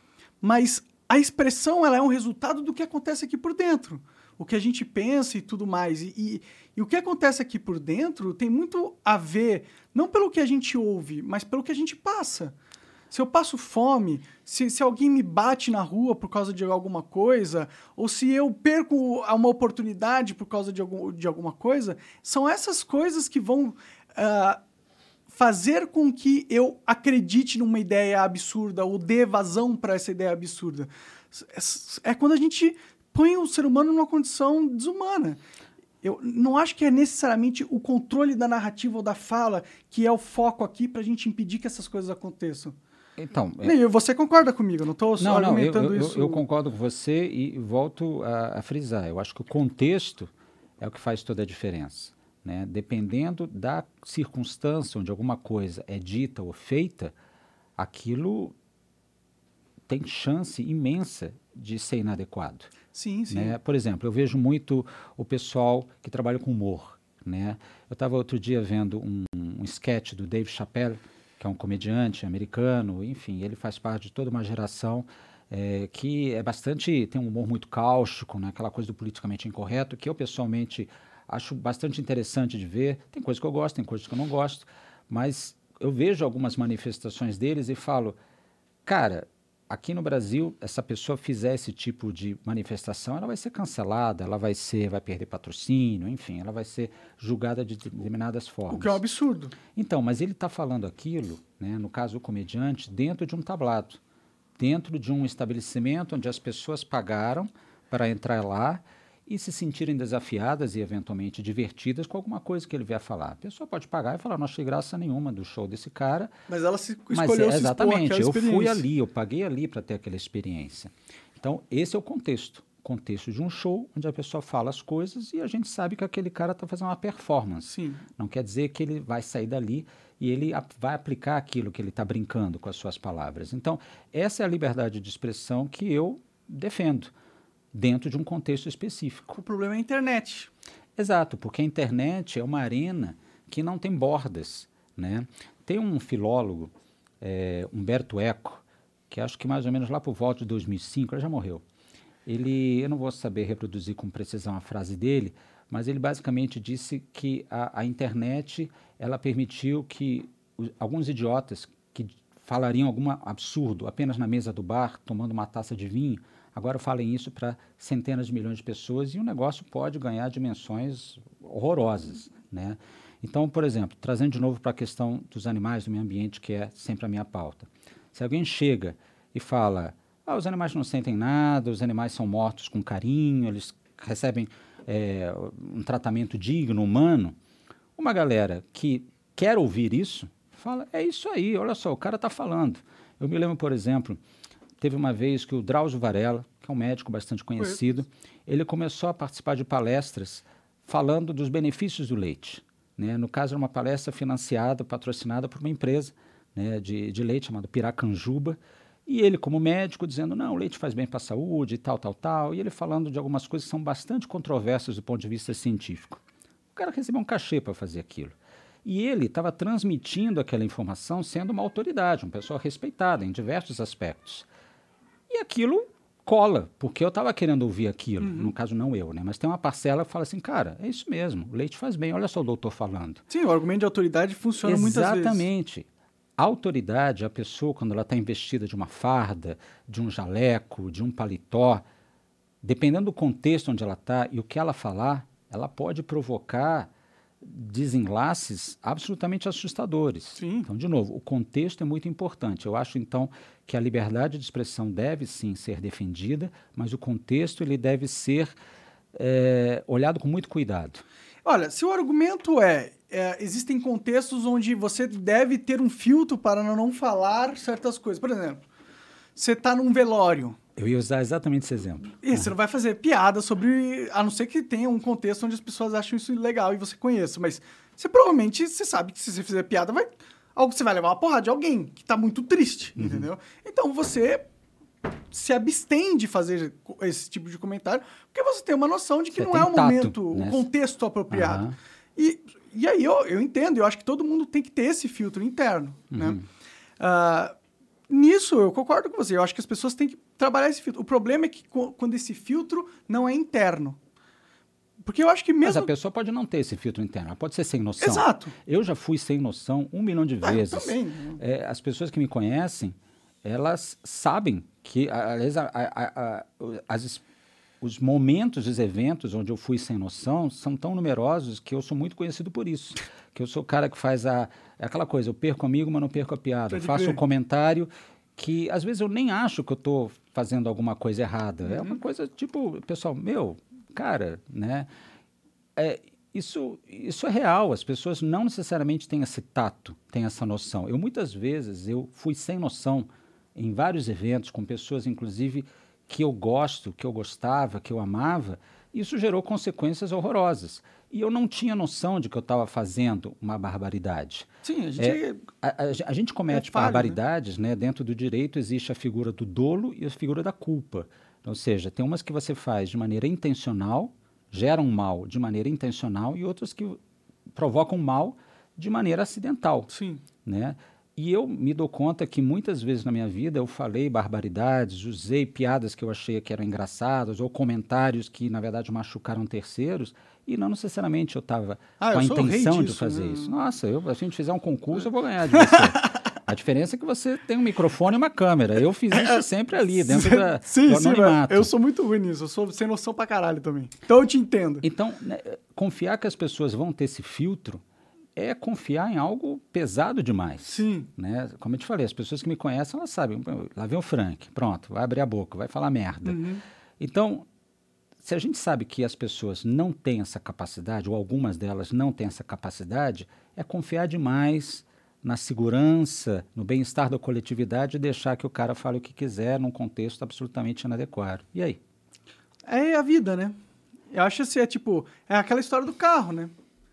mas a expressão ela é um resultado do que acontece aqui por dentro. O que a gente pensa e tudo mais. E, e, e o que acontece aqui por dentro tem muito a ver, não pelo que a gente ouve, mas pelo que a gente passa. Se eu passo fome, se, se alguém me bate na rua por causa de alguma coisa, ou se eu perco uma oportunidade por causa de, algum, de alguma coisa, são essas coisas que vão uh, fazer com que eu acredite numa ideia absurda ou dê vazão para essa ideia absurda. É, é quando a gente põe o ser humano numa condição desumana. Eu não acho que é necessariamente o controle da narrativa ou da fala que é o foco aqui para a gente impedir que essas coisas aconteçam. Então, é... Você concorda comigo? Eu não estou só não, argumentando não, eu, eu, isso. Eu concordo com você e volto a, a frisar. Eu acho que o contexto é o que faz toda a diferença. Né? Dependendo da circunstância onde alguma coisa é dita ou feita, aquilo tem chance imensa de ser inadequado. Sim, sim. Né? Por exemplo, eu vejo muito o pessoal que trabalha com humor. Né? Eu estava outro dia vendo um, um sketch do Dave Chappelle, que é um comediante americano, enfim, ele faz parte de toda uma geração é, que é bastante, tem um humor muito cáustico, né? Aquela coisa do politicamente incorreto, que eu pessoalmente acho bastante interessante de ver. Tem coisas que eu gosto, tem coisas que eu não gosto, mas eu vejo algumas manifestações deles e falo, cara, aqui no Brasil, essa pessoa fizer esse tipo de manifestação, ela vai ser cancelada, ela vai ser, vai perder patrocínio, enfim, ela vai ser julgada de determinadas formas. O que é um absurdo. Então, mas ele está falando aquilo, né, no caso o comediante, dentro de um tablado, dentro de um estabelecimento onde as pessoas pagaram para entrar lá e se sentirem desafiadas e eventualmente divertidas com alguma coisa que ele vier falar. A pessoa pode pagar e falar, não achei graça nenhuma do show desse cara. Mas ela se escolheu mas é, se exatamente, expor eu fui ali, eu paguei ali para ter aquela experiência. Então, esse é o contexto. Contexto de um show onde a pessoa fala as coisas e a gente sabe que aquele cara está fazendo uma performance. Sim. Não quer dizer que ele vai sair dali e ele ap- vai aplicar aquilo que ele está brincando com as suas palavras. Então, essa é a liberdade de expressão que eu defendo, dentro de um contexto específico. O problema é a internet. Exato, porque a internet é uma arena que não tem bordas, né? Tem um filólogo, é, Humberto Eco, que acho que mais ou menos lá por volta de dois mil e cinco, ele já morreu. Ele, eu não vou saber reproduzir com precisão a frase dele, mas ele basicamente disse que a, a internet ela permitiu que os, alguns idiotas que falariam algum absurdo apenas na mesa do bar, tomando uma taça de vinho, agora falem isso para centenas de milhões de pessoas e o negócio pode ganhar dimensões horrorosas, né? Então, por exemplo, trazendo de novo para a questão dos animais, do meio ambiente, que é sempre a minha pauta. Se alguém chega e fala, ah, os animais não sentem nada, os animais são mortos com carinho, eles recebem é, um tratamento digno, humano, uma galera que quer ouvir isso, fala, é isso aí, olha só, o cara está falando. Eu me lembro, por exemplo, teve uma vez que o Drauzio Varela, que é um médico bastante conhecido, ele começou a participar de palestras falando dos benefícios do leite, né? No caso, era uma palestra financiada, patrocinada por uma empresa, né, de, de leite chamada Piracanjuba, e ele, como médico, dizendo, não, o leite faz bem para a saúde e tal, tal, tal, e ele falando de algumas coisas que são bastante controversas do ponto de vista científico. O cara recebeu um cachê para fazer aquilo. E ele estava transmitindo aquela informação sendo uma autoridade, uma pessoa respeitada em diversos aspectos. E aquilo cola, porque eu estava querendo ouvir aquilo, uhum. No caso não eu, né? Mas tem uma parcela que fala assim, cara, é isso mesmo, o leite faz bem, olha só o doutor falando. Sim, o argumento de autoridade funciona muitas vezes. Exatamente. A autoridade, a pessoa, quando ela está investida de uma farda, de um jaleco, de um paletó, dependendo do contexto onde ela está e o que ela falar, ela pode provocar desenlaces absolutamente assustadores. Sim. Então, de novo, o contexto é muito importante. Eu acho, então, que a liberdade de expressão deve, sim, ser defendida, mas o contexto ele deve ser é, olhado com muito cuidado. Olha, se o argumento é, é, existem contextos onde você deve ter um filtro para não falar certas coisas. Por exemplo, você está num velório. Eu ia usar exatamente esse exemplo. E você não vai fazer piada sobre... A não ser que tenha um contexto onde as pessoas acham isso legal e você conheça. Mas você provavelmente você sabe que se você fizer piada, vai, você vai levar uma porrada de alguém que está muito triste, uhum. Entendeu? Então você se abstém de fazer esse tipo de comentário porque você tem uma noção de que você não é o momento, né? O contexto apropriado. Uhum. E, e aí eu, eu entendo, eu acho que todo mundo tem que ter esse filtro interno, uhum. Né? Uh, Nisso, eu concordo com você. Eu acho que as pessoas têm que trabalhar esse filtro. O problema é que quando esse filtro não é interno. Porque eu acho que mesmo... Mas a pessoa pode não ter esse filtro interno. Ela pode ser sem noção. Exato. Eu já fui sem noção um milhão de vezes. Ah, eu também. É, as pessoas que me conhecem, elas sabem que, aliás, a, a, a, as, os momentos, os eventos onde eu fui sem noção são tão numerosos que eu sou muito conhecido por isso. Que eu sou o cara que faz a... É aquela coisa, eu perco amigo, mas não perco a piada. Eu faço um comentário que, às vezes, eu nem acho que eu estou fazendo alguma coisa errada. Uhum. É uma coisa, tipo, pessoal, meu, cara, né? É, isso, isso é real. As pessoas não necessariamente têm esse tato, têm essa noção. Eu, muitas vezes, eu fui sem noção em vários eventos, com pessoas, inclusive, que eu gosto, que eu gostava, que eu amava. Isso gerou consequências horrorosas. E eu não tinha noção de que eu estava fazendo uma barbaridade. Sim, a gente... É, a, a, a gente comete é falho, barbaridades, né? Né? Dentro do direito existe a figura do dolo e a figura da culpa. Ou seja, tem umas que você faz de maneira intencional, geram mal de maneira intencional, e outras que provocam mal de maneira acidental. Sim. Né? E eu me dou conta que muitas vezes na minha vida eu falei barbaridades, usei piadas que eu achei que eram engraçadas, ou comentários que, na verdade, machucaram terceiros, e não necessariamente eu estava ah, com a intenção de disso, fazer né? isso. Nossa, eu, se a gente fizer um concurso, eu vou ganhar de você. A diferença é que você tem um microfone e uma câmera. Eu fiz isso sempre ali, dentro da, sim, do sim, anonimato. eu sou muito ruim nisso. Eu sou sem noção pra caralho também. Então eu te entendo. Então, né, confiar que as pessoas vão ter esse filtro é confiar em algo pesado demais. Sim. Né? Como eu te falei, as pessoas que me conhecem, elas sabem. Lá vem o Frank, pronto, vai abrir a boca, vai falar merda. Uhum. Então, se a gente sabe que as pessoas não têm essa capacidade, ou algumas delas não têm essa capacidade, é confiar demais na segurança, no bem-estar da coletividade e deixar que o cara fale o que quiser num contexto absolutamente inadequado. E aí? É a vida, né? Eu acho assim, é tipo, é aquela história do carro, né?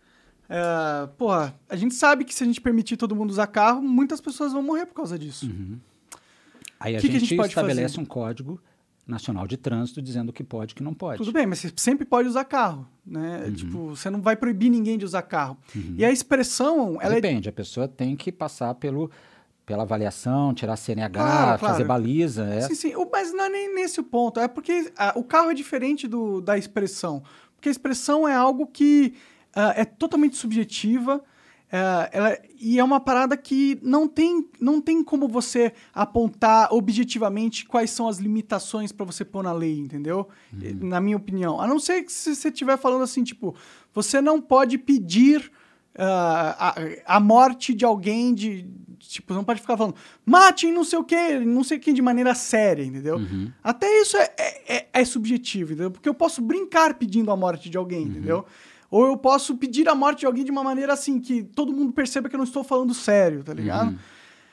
É, porra, a gente sabe que se a gente permitir todo mundo usar carro, muitas pessoas vão morrer por causa disso. Uhum. Aí a Que gente, que a gente pode estabelece fazer? um código nacional de trânsito dizendo o que pode e o que não pode. Tudo bem, mas você sempre pode usar carro, né? Uhum. Tipo, você não vai proibir ninguém de usar carro. Uhum. E a expressão, ela Depende, é... a pessoa tem que passar pelo, pela avaliação, tirar C N H, claro, fazer claro. baliza. É... Sim, sim, o, mas não é nem nesse o ponto. É porque a, o carro é diferente do, da expressão. Porque a expressão é algo que uh, é totalmente subjetiva. Uh, ela, e é uma parada que não tem, não tem como você apontar objetivamente quais são as limitações para você pôr na lei, entendeu? Uhum. Na minha opinião. A não ser que se você estiver falando assim, tipo, você não pode pedir uh, a, a morte de alguém, de, tipo, não pode ficar falando, matem não sei o quê, não sei quem de maneira séria, entendeu? Uhum. Até isso é, é, é subjetivo, entendeu? Porque eu posso brincar pedindo a morte de alguém, uhum. entendeu? Ou eu posso pedir a morte de alguém de uma maneira assim, que todo mundo perceba que eu não estou falando sério, tá ligado? Uhum.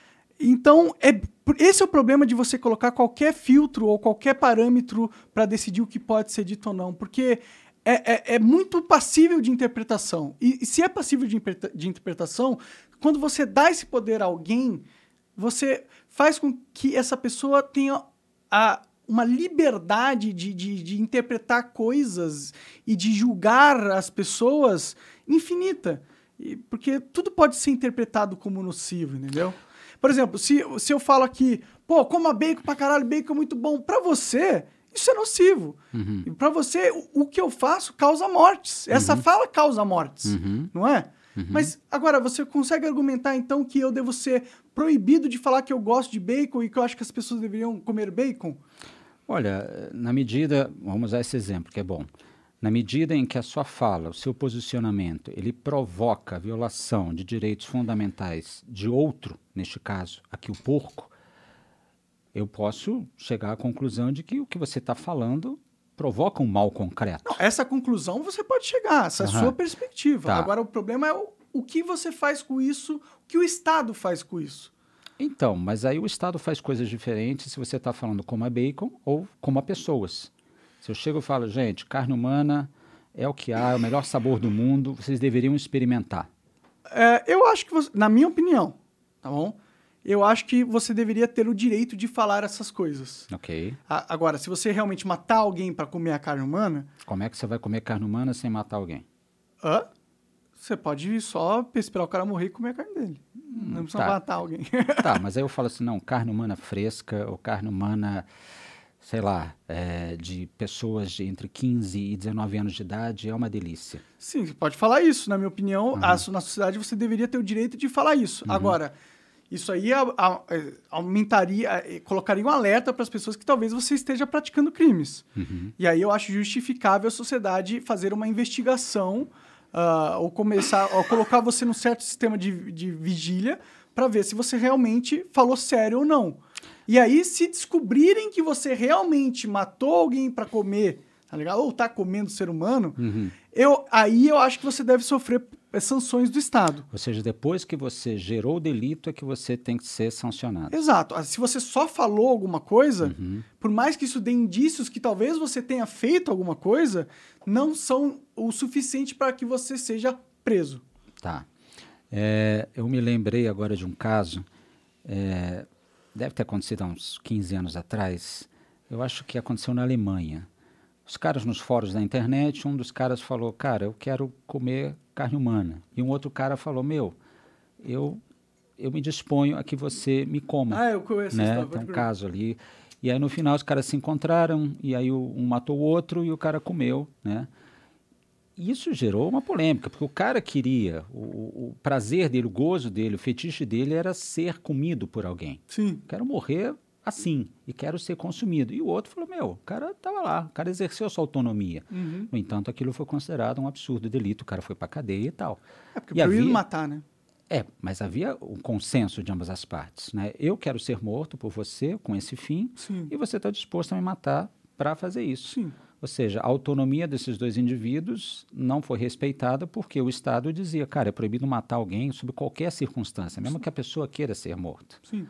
Então, é, esse é o problema de você colocar qualquer filtro ou qualquer parâmetro para decidir o que pode ser dito ou não, porque é, é, é muito passível de interpretação. E, e se é passível de, de interpretação, quando você dá esse poder a alguém, você faz com que essa pessoa tenha a... uma liberdade de, de, de interpretar coisas e de julgar as pessoas infinita. E, porque tudo pode ser interpretado como nocivo, entendeu? Por exemplo, se, se eu falo aqui, pô, coma bacon pra caralho, bacon é muito bom. Pra você, isso é nocivo. Uhum. E pra você, o, o que eu faço causa mortes. Essa uhum. fala causa mortes, uhum. não é? Uhum. Mas, agora, você consegue argumentar, então, que eu devo ser proibido de falar que eu gosto de bacon e que eu acho que as pessoas deveriam comer bacon? Olha, na medida, vamos usar esse exemplo que é bom, na medida em que a sua fala, o seu posicionamento, ele provoca a violação de direitos fundamentais de outro, neste caso, aqui o porco, eu posso chegar à conclusão de que o que você está falando provoca um mal concreto. Não, essa conclusão você pode chegar, essa é a uhum. sua perspectiva. Tá. Agora, o problema é o, o que você faz com isso, o que o Estado faz com isso. Então, mas aí o Estado faz coisas diferentes se você está falando como a bacon ou como a pessoas. Se eu chego e falo, gente, carne humana é o que há, é o melhor sabor do mundo, vocês deveriam experimentar. É, eu acho que, você, na minha opinião, tá bom? Eu acho que você deveria ter o direito de falar essas coisas. Ok. A, agora, se você realmente matar alguém para comer a carne humana... Como é que você vai comer carne humana sem matar alguém? Hã? Você pode só esperar o cara morrer e comer a carne dele. Hum, não precisa tá. matar alguém. Tá, mas aí eu falo assim, não, carne humana fresca ou carne humana, sei lá, é, de pessoas de entre quinze e dezenove anos de idade é uma delícia. Sim, você pode falar isso. Na minha opinião, uhum. a, na sociedade você deveria ter o direito de falar isso. Uhum. Agora, isso aí a, a, aumentaria, colocaria um alerta para as pessoas que talvez você esteja praticando crimes. Uhum. E aí eu acho justificável a sociedade fazer uma investigação Uh, ou começar, ou colocar você num certo sistema de, de vigília para ver se você realmente falou sério ou não. E aí, se descobrirem que você realmente matou alguém para comer, tá ligado? Ou tá comendo ser humano, uhum. eu, aí eu acho que você deve sofrer sanções do Estado. Ou seja, depois que você gerou o delito é que você tem que ser sancionado. Exato. Se você só falou alguma coisa, uhum. por mais que isso dê indícios que talvez você tenha feito alguma coisa, não são o suficiente para que você seja preso. Tá. É, eu me lembrei agora de um caso, é, deve ter acontecido há uns quinze anos atrás, eu acho que aconteceu na Alemanha. Os caras nos fóruns da internet, um dos caras falou, cara, eu quero comer carne humana. E um outro cara falou, meu, eu, eu me disponho a que você me coma. Ah, eu conheço né? essa história. Tem um caso ali. E aí, no final, os caras se encontraram, e aí um matou o outro e o cara comeu, né? isso gerou uma polêmica, porque o cara queria, o, o prazer dele, o gozo dele, o fetiche dele era ser comido por alguém. Sim. Quero morrer assim e quero ser consumido. E o outro falou, meu, o cara estava lá, o cara exerceu a sua autonomia. Uhum. No entanto, aquilo foi considerado um absurdo delito, o cara foi para cadeia e tal. É porque E é proibido havia- matar, né? É, mas havia um consenso de ambas as partes, né? Eu quero ser morto por você com esse fim Sim. e você está disposto a me matar para fazer isso. Sim. Ou seja, a autonomia desses dois indivíduos não foi respeitada porque o Estado dizia, cara, é proibido matar alguém sob qualquer circunstância, mesmo que a pessoa queira ser morta. Sim.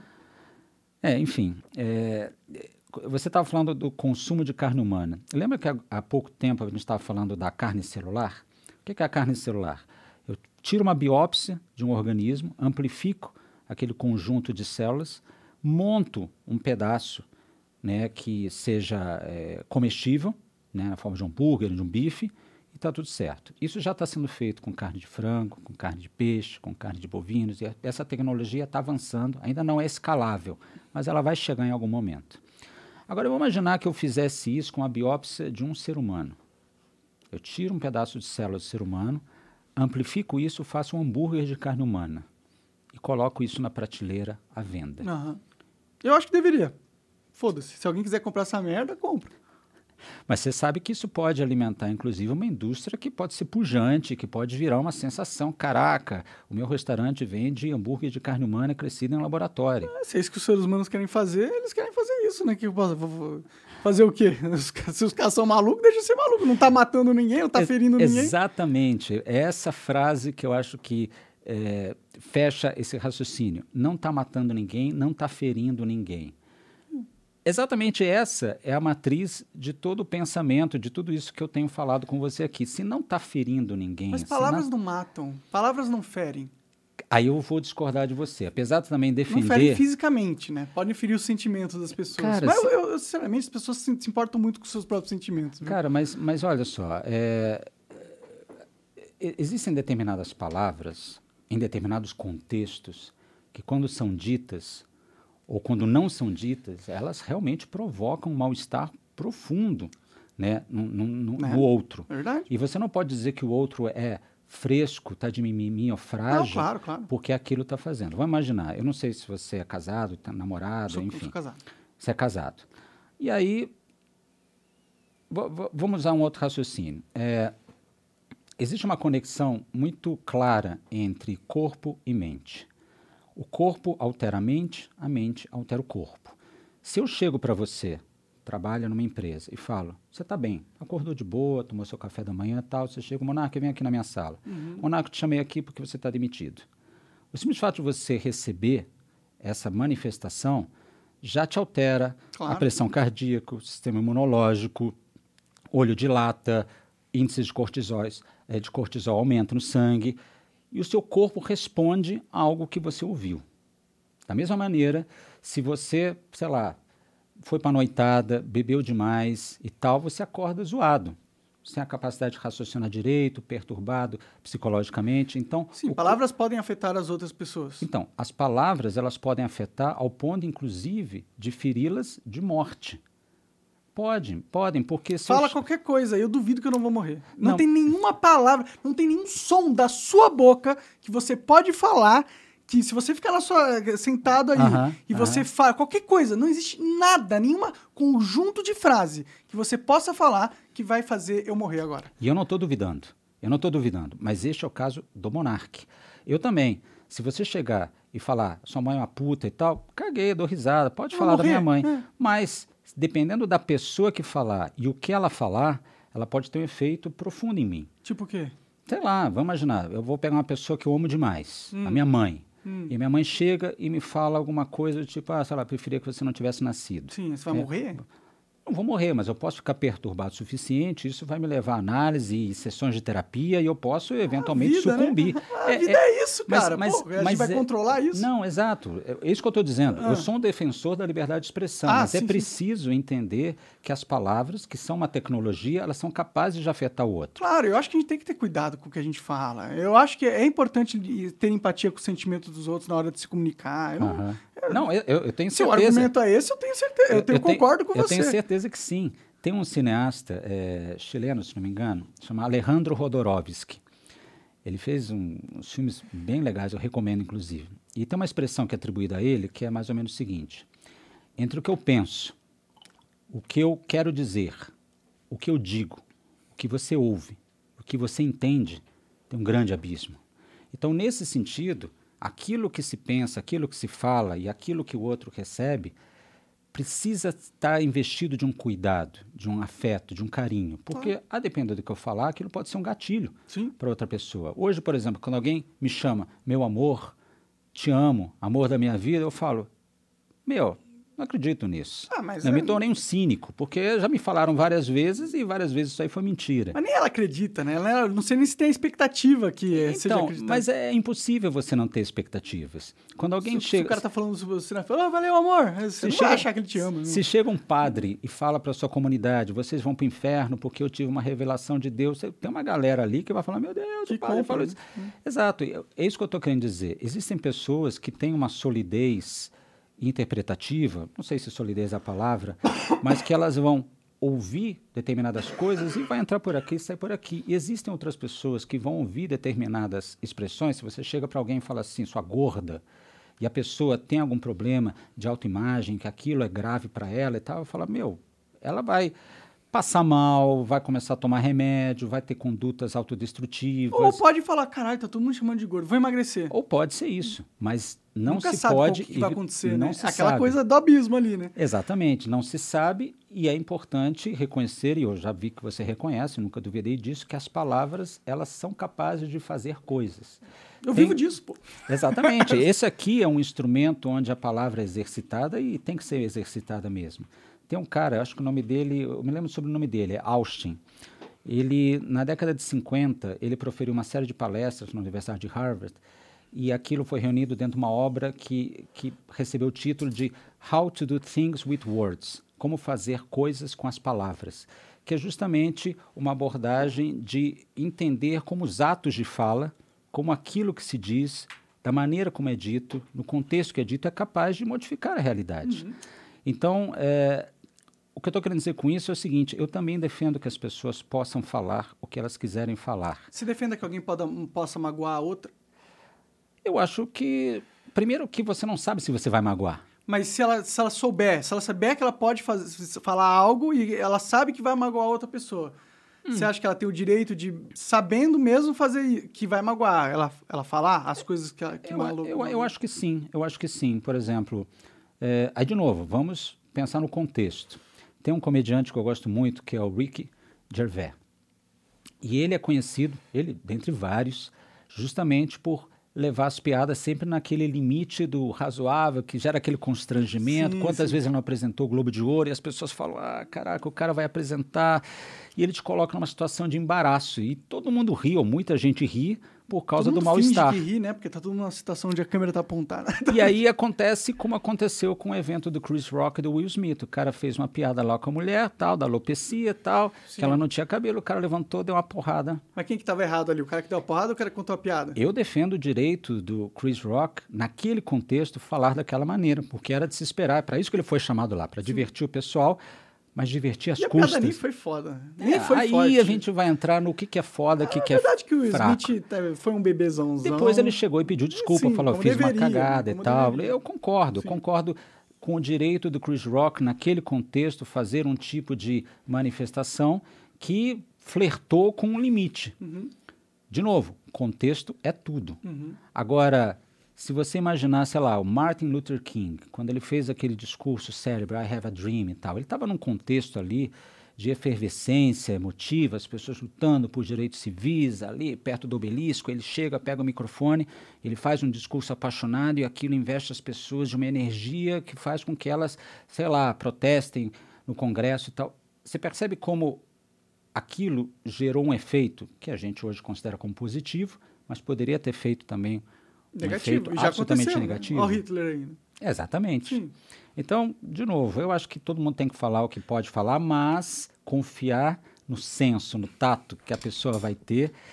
É, enfim, é, você estava falando do consumo de carne humana. Lembra que há, há pouco tempo a gente estava falando da carne celular? O que que é a carne celular? Eu tiro uma biópsia de um organismo, amplifico aquele conjunto de células, monto um pedaço, né, que seja é, comestível, né, na forma de um hambúrguer, de um bife, e está tudo certo. Isso já está sendo feito com carne de frango, com carne de peixe, com carne de bovinos, e essa tecnologia está avançando, ainda não é escalável, mas ela vai chegar em algum momento. Agora, eu vou imaginar que eu fizesse isso com a biópsia de um ser humano. Eu tiro um pedaço de célula do ser humano, amplifico isso, faço um hambúrguer de carne humana e coloco isso na prateleira à venda. Aham. Eu acho que deveria. Foda-se. Se alguém quiser comprar essa merda, compra. Mas você sabe que isso pode alimentar, inclusive, uma indústria que pode ser pujante, que pode virar uma sensação. Caraca, o meu restaurante vende hambúrguer de carne humana crescido em laboratório. É, se é isso que os seres humanos querem fazer, eles querem fazer isso, né? Que eu posso- vou- vou fazer o quê? Os ca- Se os caras são malucos, deixa de ser maluco. Não tá matando ninguém, não tá Ex- ferindo ninguém. Exatamente. É essa frase que eu acho que é, fecha esse raciocínio. Não está matando ninguém, não está ferindo ninguém. Exatamente essa é a matriz de todo o pensamento, de tudo isso que eu tenho falado com você aqui. Se não está ferindo ninguém... Mas se palavras não- não matam. Palavras não ferem. Aí eu vou discordar de você. Apesar de também Não ferem defender... fisicamente, né? Podem ferir os sentimentos das pessoas. Cara, Mas se- eu, eu, eu, sinceramente, as pessoas se, se importam muito com os seus próprios sentimentos. Viu? Cara, mas, mas olha só, é, é, existem determinadas palavras, em determinados contextos, que quando são ditas, ou quando não são ditas, elas realmente provocam um mal-estar profundo, né, no, no, no- É. no outro. Verdade? E você não pode dizer que o outro é fresco, tá de mimimi ou frágil, Não, claro, claro. porque aquilo está fazendo. Vamos imaginar, eu não sei se você é casado, tá namorado, Sou, enfim. sou casado. Você é casado. E aí, vo- vo- vamos usar um outro raciocínio. É, existe uma conexão muito clara entre corpo e mente. O corpo altera a mente, a mente altera o corpo. Se eu chego para você, trabalha numa empresa, e falo, você está bem, acordou de boa, tomou seu café da manhã e tal, você chega, Monarca, vem aqui na minha sala. Uhum. Monarca, te chamei aqui porque você está demitido. O simples fato de você receber essa manifestação já te altera Claro. a pressão cardíaca, o sistema imunológico, olho dilata, índices de cortisol, eh, de cortisol aumenta no sangue, e o seu corpo responde a algo que você ouviu. Da mesma maneira, se você, sei lá, foi para a noitada, bebeu demais e tal, você acorda zoado. Sem a capacidade de raciocinar direito, perturbado psicologicamente. Então, Sim, o palavras podem afetar as outras pessoas. então, as palavras, elas podem afetar ao ponto, inclusive, de feri-las de morte. Podem, podem, porque... se eu Fala ch- qualquer coisa, eu duvido que eu não vou morrer. Não, Não. tem nenhuma palavra, não tem nenhum som da sua boca que você pode falar que se você ficar na sua, sentado aí Aham, e você aham. fala qualquer coisa, não existe nada, nenhuma conjunto de frase que você possa falar que vai fazer eu morrer agora. E eu não estou duvidando, eu não estou duvidando, mas este é o caso do Monark. Eu também, se você chegar e falar, sua mãe é uma puta e tal, caguei, dou risada, pode Eu falar vou da minha morrer, mãe, é. mas dependendo da pessoa que falar e o que ela falar, ela pode ter um efeito profundo em mim. Tipo o quê? Sei lá, vamos imaginar, eu vou pegar uma pessoa que eu amo demais, Hum. a minha mãe. Hum. E minha mãe chega e me fala alguma coisa do tipo, ah, sei lá, preferia que você não tivesse nascido. Sim, você vai É. morrer? Não vou morrer, mas eu posso ficar perturbado o suficiente, isso vai me levar a análise e sessões de terapia e eu posso eventualmente vida, né? sucumbir. A vida é isso, mas- cara. mas- Pô, a gente mas vai é- controlar isso? Não, exato. É é isso que eu estou dizendo. Ah. Eu sou um defensor da liberdade de expressão, Ah, mas sim, é sim. preciso entender que as palavras, que são uma tecnologia, elas são capazes de afetar o outro. Claro, eu acho que a gente tem que ter cuidado com o que a gente fala. Eu acho que é importante ter empatia com os sentimentos dos outros na hora de se comunicar. Eu não- Aham. Não, eu, eu- eu tenho Se o certeza. argumento é esse, eu tenho certeza. Eu, tenho, tenho- concordo com eu você. tenho certeza que sim. Tem um cineasta é, chileno, se não me engano, chama Alejandro Jodorowsky. Ele fez um, uns filmes bem legais, eu recomendo, inclusive. E tem uma expressão que é atribuída a ele, que é mais ou menos o seguinte: entre o que eu penso, o que eu quero dizer, o que eu digo, o que você ouve, o que você entende, tem um grande abismo. Então, nesse sentido, aquilo que se pensa, aquilo que se fala e aquilo que o outro recebe precisa estar investido de um cuidado, de um afeto, de um carinho. Porque, ah. a depender do que eu falar, aquilo pode ser um gatilho para outra pessoa. Hoje, por exemplo, quando alguém me chama, meu amor, te amo, amor da minha vida, eu falo, meu, não acredito nisso. Ah, mas eu é... me tornei um cínico, porque já me falaram várias vezes e várias vezes isso aí foi mentira. Mas nem ela acredita, né? Ela, não sei nem se tem a expectativa que então, seja acreditada. Mas é impossível você não ter expectativas. Quando alguém se, chega... Se o cara tá falando sobre você, né? Fala, oh, valeu, amor. Você se não chega, vai achar que ele te ama. Se não. Chega um padre e fala para sua comunidade, vocês vão para o inferno porque eu tive uma revelação de Deus, tem uma galera ali que vai falar, meu Deus, que o padre compra, falou isso. Hum. Exato, é isso que eu estou querendo dizer. Existem pessoas que têm uma solidez interpretativa, não sei se solidez é a palavra, mas que elas vão ouvir determinadas coisas e vai entrar por aqui e sair por aqui. E existem outras pessoas que vão ouvir determinadas expressões. Se você chega para alguém e fala assim, sua gorda, e a pessoa tem algum problema de autoimagem, que aquilo é grave para ela e tal, eu falo, meu, ela vai passar mal, vai começar a tomar remédio, vai ter condutas autodestrutivas. Ou pode falar, caralho, tá todo mundo chamando de gordo, vou emagrecer. Ou pode ser isso, mas não Nunca se sabe pode... o que vai acontecer, não né? se Aquela sabe. coisa do abismo ali, né? Exatamente, não se sabe e é importante reconhecer, e eu já vi que você reconhece, nunca duvidei disso, que as palavras, elas são capazes de fazer coisas. Eu tem... vivo disso, pô. Exatamente, esse aqui é um instrumento onde a palavra é exercitada e tem que ser exercitada mesmo. Tem um cara, acho que o nome dele, eu me lembro sobre o nome dele, é Austin. Ele, na década de cinquenta, ele proferiu uma série de palestras na Universidade de Harvard e aquilo foi reunido dentro de uma obra que, que recebeu o título de How to do Things with Words, como fazer coisas com as palavras, que é justamente uma abordagem de entender como os atos de fala, como aquilo que se diz, da maneira como é dito, no contexto que é dito, é capaz de modificar a realidade. Uhum. Então, é, o que eu estou querendo dizer com isso é o seguinte, eu também defendo que as pessoas possam falar o que elas quiserem falar. Você defende que alguém pode, possa magoar a outra? Eu acho que, primeiro, que você não sabe se você vai magoar. Mas se ela, se ela souber, se ela souber que ela pode faz, falar algo e ela sabe que vai magoar outra pessoa, hum. você acha que ela tem o direito de, sabendo mesmo fazer que vai magoar, ela, ela falar as coisas que, ela, que eu, magoam? Eu, eu acho que sim, eu acho que sim. Por exemplo, é, aí de novo, vamos pensar no contexto. Tem um comediante que eu gosto muito, que é o Ricky Gervais. E ele é conhecido, ele, dentre vários, justamente por levar as piadas sempre naquele limite do razoável, que gera aquele constrangimento. Sim, Quantas sim. vezes ele não apresentou o Globo de Ouro e as pessoas falam, ah, caraca, o cara vai apresentar. E ele te coloca numa situação de embaraço. E todo mundo ri, ou muita gente ri, por causa todo do mal-estar. Todo mundo finge que ri, né? Porque tá tudo numa situação onde a câmera tá apontada. E aí acontece como aconteceu com o evento do Chris Rock e do Will Smith. O cara fez uma piada lá com a mulher, tal, da alopecia e tal, Sim. que ela não tinha cabelo. O cara levantou, deu uma porrada. Mas quem que tava errado ali? O cara que deu a porrada ou o cara que contou a piada? Eu defendo o direito do Chris Rock, naquele contexto, falar daquela maneira, porque era de se esperar. É para isso que ele foi chamado lá, para divertir o pessoal, mas divertir as e custas. A piada nem foi foda. Nem é, foi aí forte. a gente vai entrar no que, que é foda, o que, é, que é verdade que o fraco. Smith foi um bebezãozão. Depois ele chegou e pediu desculpa, Sim, falou, fiz deveria, uma cagada e tal. Deveria. Eu concordo, Sim. concordo com o direito do Chris Rock, naquele contexto, fazer um tipo de manifestação que flertou com um limite. Uhum. De novo, contexto é tudo. Uhum. Agora, se você imaginar, sei lá, o Martin Luther King, quando ele fez aquele discurso célebre, I Have a Dream e tal, ele estava num contexto ali de efervescência emotiva, as pessoas lutando por direitos civis, ali perto do obelisco, ele chega, pega o microfone, ele faz um discurso apaixonado e aquilo investe as pessoas de uma energia que faz com que elas, sei lá, protestem no Congresso e tal. Você percebe como aquilo gerou um efeito que a gente hoje considera como positivo, mas poderia ter feito também negativo, um já absolutamente negativo. Olha o Hitler ainda. Exatamente. Sim. Então, de novo, eu acho que todo mundo tem que falar o que pode falar, mas confiar no senso, no tato que a pessoa vai ter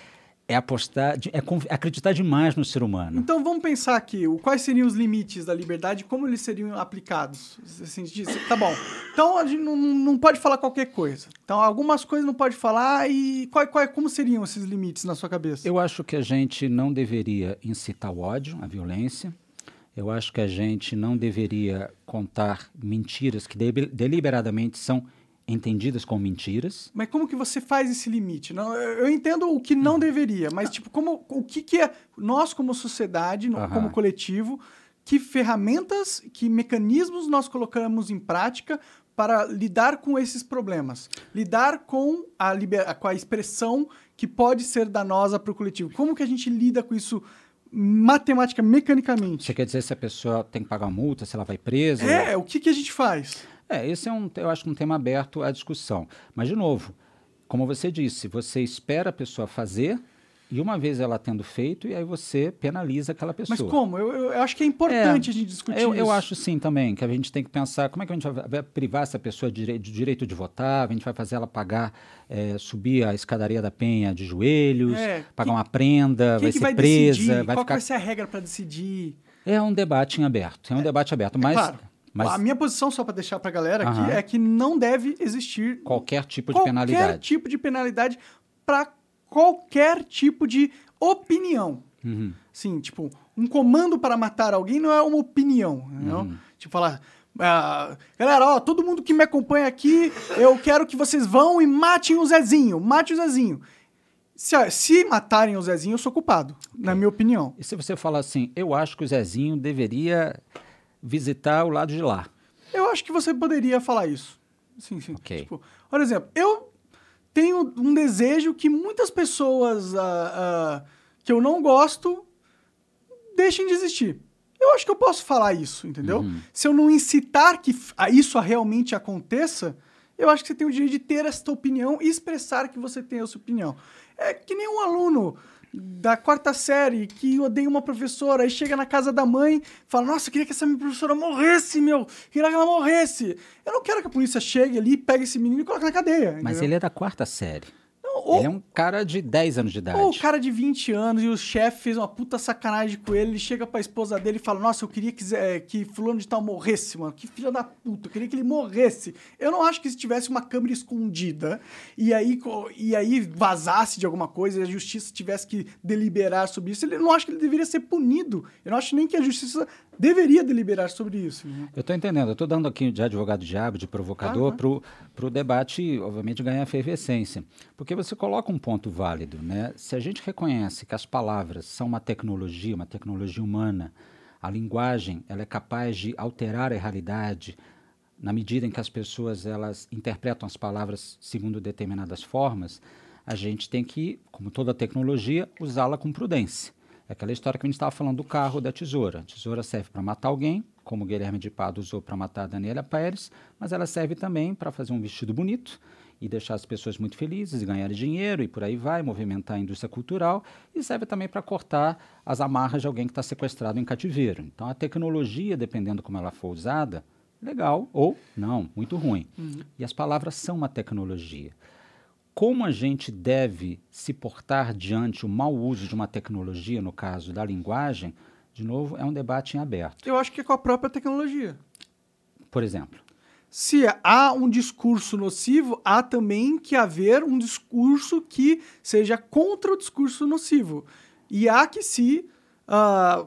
é apostar, de- é conf- acreditar demais no ser humano. Então vamos pensar aqui, o- quais seriam os limites da liberdade e como eles seriam aplicados? Assim, diz- tá bom. Então a gente não, não pode falar qualquer coisa. Então algumas coisas não pode falar e qual, qual, como seriam esses limites na sua cabeça? Eu acho que a gente não deveria incitar o ódio, a violência. Eu acho que a gente não deveria contar mentiras que de- deliberadamente são entendidas como mentiras. Mas como que você faz esse limite? Não, eu eu entendo o que não deveria, mas tipo, como, o que, que é nós como sociedade, no- Aham. como coletivo, que ferramentas, que mecanismos nós colocamos em prática para lidar com esses problemas? Lidar com a, liber, com a expressão que pode ser danosa para o coletivo. Como que a gente lida com isso matematica, mecanicamente? Você quer dizer se a pessoa tem que pagar uma multa, se ela vai presa? É, o que, que a gente faz? É, esse é um, eu acho que um tema aberto à discussão. Mas, de novo, como você disse, você espera a pessoa fazer e uma vez ela tendo feito, e aí você penaliza aquela pessoa. Mas como? Eu, eu- eu acho que é importante É, a gente discutir eu, isso. eu acho sim também, que a gente tem que pensar como é que a gente vai, vai privar essa pessoa de, direi- de direito de votar, a gente vai fazer ela pagar, eh, subir a escadaria da penha de joelhos, É, pagar quem- uma prenda, Quem vai que ser vai presa, decidir? vai Qual que ficar... vai ser a regra para decidir? É um debate em aberto, é um debate aberto, mas, claro. mas A minha posição, só para deixar para a galera aqui, Aham. é que não deve existir qualquer tipo de qualquer penalidade. tipo de penalidade para qualquer tipo de opinião. Uhum. Sim, tipo, um comando para matar alguém não é uma opinião, entendeu? Uhum. Tipo, falar... ah, galera, ó, todo mundo que me acompanha aqui, eu quero que vocês vão e matem o Zezinho. Mate o Zezinho. Se, se matarem o Zezinho, eu sou culpado, na minha opinião. E se você falar assim, eu acho que o Zezinho deveria visitar o lado de lá. Eu acho que você poderia falar isso. Sim, sim. Ok. Tipo, por exemplo, eu tenho um desejo que muitas pessoas ah, ah, que eu não gosto deixem de existir. Eu acho que eu posso falar isso, entendeu? Uhum. Se eu não incitar que f- a- isso realmente aconteça, eu acho que você tem o direito de ter esta opinião e expressar que você tem essa opinião. É que nem um aluno da quarta série que odeia uma professora, aí chega na casa da mãe e fala, nossa, eu queria que essa minha professora morresse, meu, eu queria que ela morresse. Eu não quero que a polícia chegue ali, pegue esse menino e coloque na cadeia. Mas entendeu? ele é da quarta série. Não, ou, Ele é um cara de dez anos de idade. ou o cara de vinte anos e o chefe fez uma puta sacanagem com ele, ele chega pra esposa dele e fala, nossa, eu queria que, Zé- que fulano de tal morresse, mano, que filha da puta, eu queria que ele morresse. Eu não acho que se tivesse uma câmera escondida e aí, co- e aí vazasse de alguma coisa e a justiça tivesse que deliberar sobre isso, ele eu não acho que ele deveria ser punido. Eu não acho nem que a justiça deveria deliberar sobre isso. Né? Eu estou entendendo, eu estou dando aqui de advogado diabo, de provocador, Claro, para o debate, obviamente, ganhar efervescência. Porque você coloca um ponto válido, né? Se a gente reconhece que as palavras são uma tecnologia, uma tecnologia humana, a linguagem ela é capaz de alterar a realidade na medida em que as pessoas elas interpretam as palavras segundo determinadas formas, a gente tem que, como toda tecnologia, usá-la com prudência. É aquela história que a gente estava falando do carro da tesoura. A tesoura serve para matar alguém, como o Guilherme de Pado usou para matar a Daniela Pérez, mas ela serve também para fazer um vestido bonito e deixar as pessoas muito felizes e ganhar dinheiro e por aí vai, movimentar a indústria cultural e serve também para cortar as amarras de alguém que está sequestrado em cativeiro. Então a tecnologia, dependendo como ela for usada, legal ou não, muito ruim. Uhum. E as palavras são uma tecnologia. Como a gente deve se portar diante o mau uso de uma tecnologia, no caso da linguagem, de novo, é um debate em aberto. Eu acho que é com a própria tecnologia. Por exemplo, Se há um discurso nocivo, há também que haver um discurso que seja contra o discurso nocivo. E há que se, ah,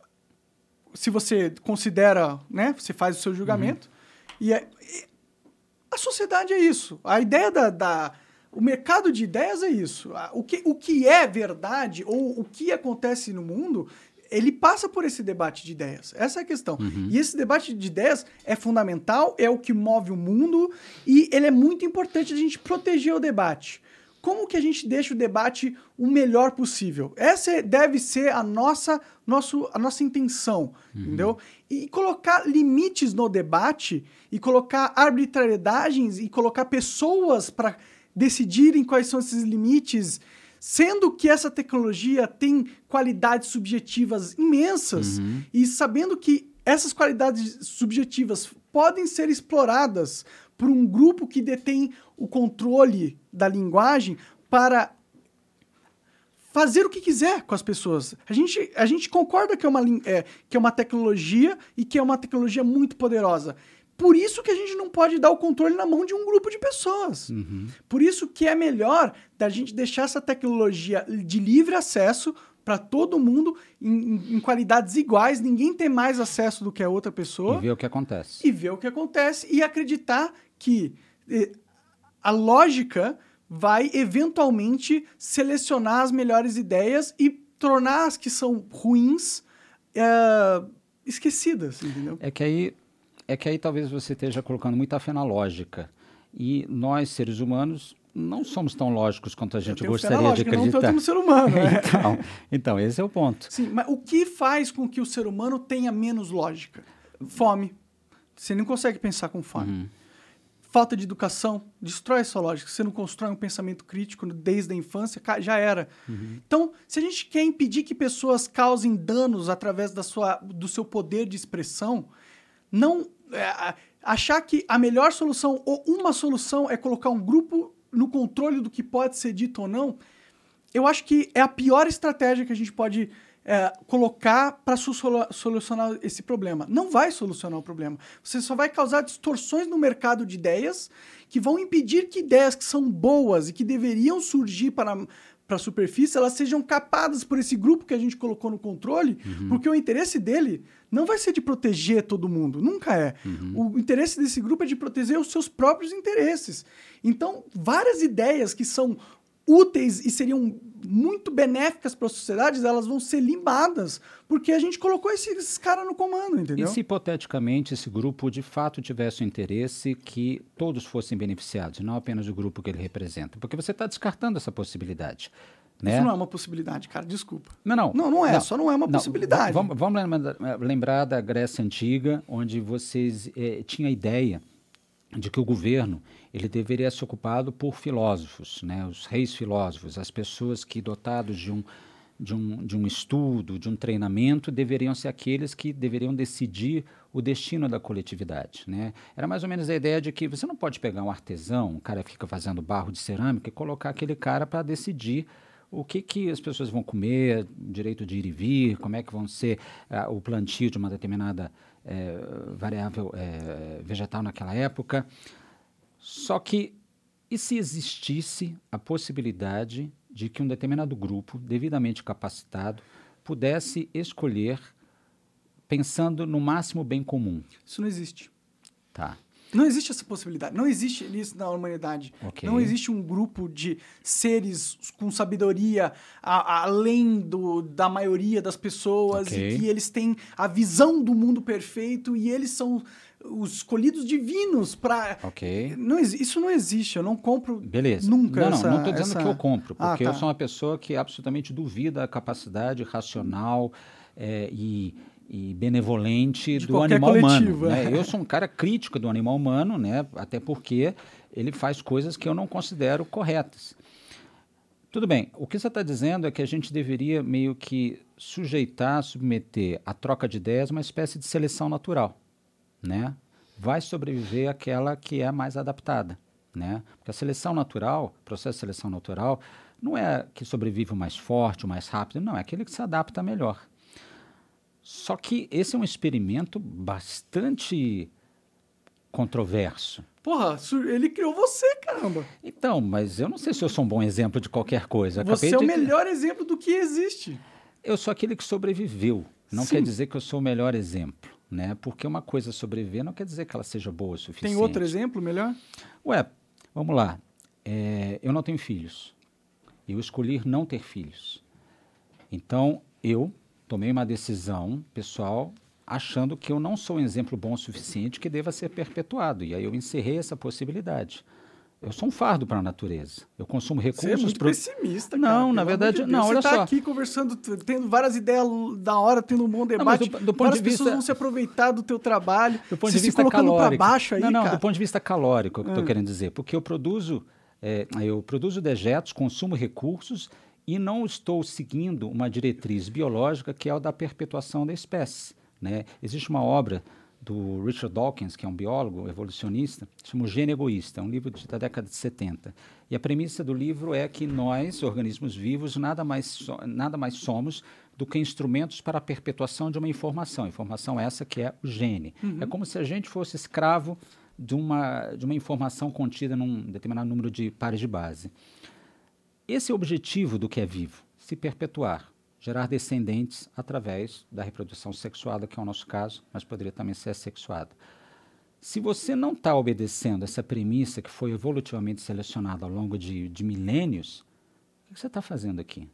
se você considera, né, você faz o seu julgamento, e, é- e a sociedade é isso. A ideia da, da- o mercado de ideias é isso. A- O que, o que é verdade ou o que acontece no mundo, ele passa por esse debate de ideias. Essa é a questão. E esse debate de ideias é fundamental, é o que move o mundo e ele é muito importante a gente proteger o debate. Como que a gente deixa o debate o melhor possível? Essa é- deve ser a nossa, nosso, a nossa intenção, entendeu? E colocar limites no debate e colocar arbitrariedades e colocar pessoas para decidirem quais são esses limites, sendo que essa tecnologia tem qualidades subjetivas imensas e sabendo que essas qualidades subjetivas podem ser exploradas por um grupo que detém o controle da linguagem para fazer o que quiser com as pessoas. A gente, a gente concorda que é, uma, é, que é uma tecnologia e que é uma tecnologia muito poderosa. Por isso que a gente não pode dar o controle na mão de um grupo de pessoas. Uhum. Por isso que é melhor da gente deixar essa tecnologia de livre acesso para todo mundo em, em qualidades iguais, ninguém ter mais acesso do que a outra pessoa. E ver o que acontece. E ver o que acontece e acreditar que eh, a lógica vai eventualmente selecionar as melhores ideias e tornar as que são ruins é, esquecidas, entendeu? É que aí, é que aí talvez você esteja colocando muita fé na lógica. E nós, seres humanos, não somos tão lógicos quanto a gente gostaria de acreditar. Não tanto no ser humano. Né? então, então, esse é o ponto. Sim, mas o que faz com que o ser humano tenha menos lógica? Fome. Você não consegue pensar com fome. Uhum. Falta de educação, destrói essa lógica. Você não constrói um pensamento crítico desde a infância, já era. Uhum. Então, se a gente quer impedir que pessoas causem danos através da sua, do seu poder de expressão, não é, achar que a melhor solução ou uma solução é colocar um grupo no controle do que pode ser dito ou não, eu acho que é a pior estratégia que a gente pode é, colocar para solucionar esse problema. Não vai solucionar o problema. Você só vai causar distorções no mercado de ideias que vão impedir que ideias que são boas e que deveriam surgir para, para a superfície, elas sejam capadas por esse grupo que a gente colocou no controle, uhum. porque o interesse dele não vai ser de proteger todo mundo, nunca é. Uhum. O interesse desse grupo é de proteger os seus próprios interesses. Então, várias ideias que são úteis e seriam muito benéficas para a sociedade, elas vão ser limadas, porque a gente colocou esses, esses caras no comando, entendeu? E se, hipoteticamente, esse grupo de fato tivesse o interesse que todos fossem beneficiados, não apenas o grupo que ele representa? Porque você está descartando essa possibilidade. Né? Isso não é uma possibilidade, cara, desculpa. Não, não. Não, não é, não, só não é uma não, possibilidade. Vamos, vamos lembrar da Grécia Antiga, onde vocês eh, tinham a ideia de que o governo ele deveria ser ocupado por filósofos, né? Os reis filósofos, as pessoas que, dotados de um, de, um, de um estudo, de um treinamento, deveriam ser aqueles que deveriam decidir o destino da coletividade. Né? Era mais ou menos a ideia de que você não pode pegar um artesão, um cara que fica fazendo barro de cerâmica, e colocar aquele cara para decidir o que, que as pessoas vão comer, direito de ir e vir, como é que vão ser uh, o plantio de uma determinada é, variável é, vegetal naquela época. Só que, e se existisse a possibilidade de que um determinado grupo, devidamente capacitado, pudesse escolher pensando no máximo bem comum? Isso não existe. Tá. Não existe essa possibilidade. Não existe isso na humanidade. Okay. Não existe um grupo de seres com sabedoria a, a, além do, da maioria das pessoas okay. e que eles têm a visão do mundo perfeito e eles são os escolhidos divinos para... Ok. Não, isso não existe. Eu não compro Beleza. nunca Não, não, essa, não estou dizendo essa... que eu compro, porque ah, tá. eu sou uma pessoa que absolutamente duvida a capacidade racional é, e... e benevolente de do animal coletivo, humano. é. Né? Eu sou um cara crítico do animal humano, né? Até porque ele faz coisas que eu não considero corretas. Tudo bem, o que você está dizendo é que a gente deveria meio que sujeitar, submeter a troca de ideias a uma espécie de seleção natural. Né? Vai sobreviver aquela que é mais adaptada. Né? Porque a seleção natural, o processo de seleção natural, não é que sobrevive o mais forte, o mais rápido, não, é aquele que se adapta melhor. Só que esse é um experimento bastante controverso. Porra, ele criou você, caramba. Então, mas eu não sei se eu sou um bom exemplo de qualquer coisa. Acabei você é o de... melhor exemplo do que existe. Eu sou aquele que sobreviveu. Não Sim. quer dizer que eu sou o melhor exemplo, né? Porque uma coisa sobreviver não quer dizer que ela seja boa o suficiente. Tem outro exemplo melhor? Ué, vamos lá. É, eu não tenho filhos. Eu escolhi não ter filhos. Então, eu... tomei uma decisão pessoal achando que eu não sou um exemplo bom o suficiente que deva ser perpetuado. E aí eu encerrei essa possibilidade. Eu sou um fardo para a natureza. Eu consumo recursos... Você é muito pro... pessimista, cara. Não, na verdade... De não, olha Você só. Você está aqui conversando, tendo várias ideias da hora, tendo um bom debate. Não, do, do ponto várias de vista... pessoas vão se aproveitar do teu trabalho. Do ponto você de vista se colocando para calórico. baixo aí, Não, não, cara. do ponto de vista calórico, é o que eu estou hum. querendo dizer. Porque eu produzo, é, eu produzo dejetos, consumo recursos e não estou seguindo uma diretriz biológica que é o da perpetuação da espécie. Né? Existe uma obra do Richard Dawkins, que é um biólogo evolucionista, chama O Gene Egoísta, é um livro de, da década de setenta. E a premissa do livro é que nós, organismos vivos, nada mais, so, nada mais somos do que instrumentos para a perpetuação de uma informação. Informação essa que é o gene. Uhum. É como se a gente fosse escravo de uma, de uma informação contida num determinado número de pares de base. Esse é o objetivo do que é vivo, se perpetuar, gerar descendentes através da reprodução sexuada, que é o nosso caso, mas poderia também ser assexuada. Se você não está obedecendo essa premissa que foi evolutivamente selecionada ao longo de, de milênios, o que você está fazendo aqui?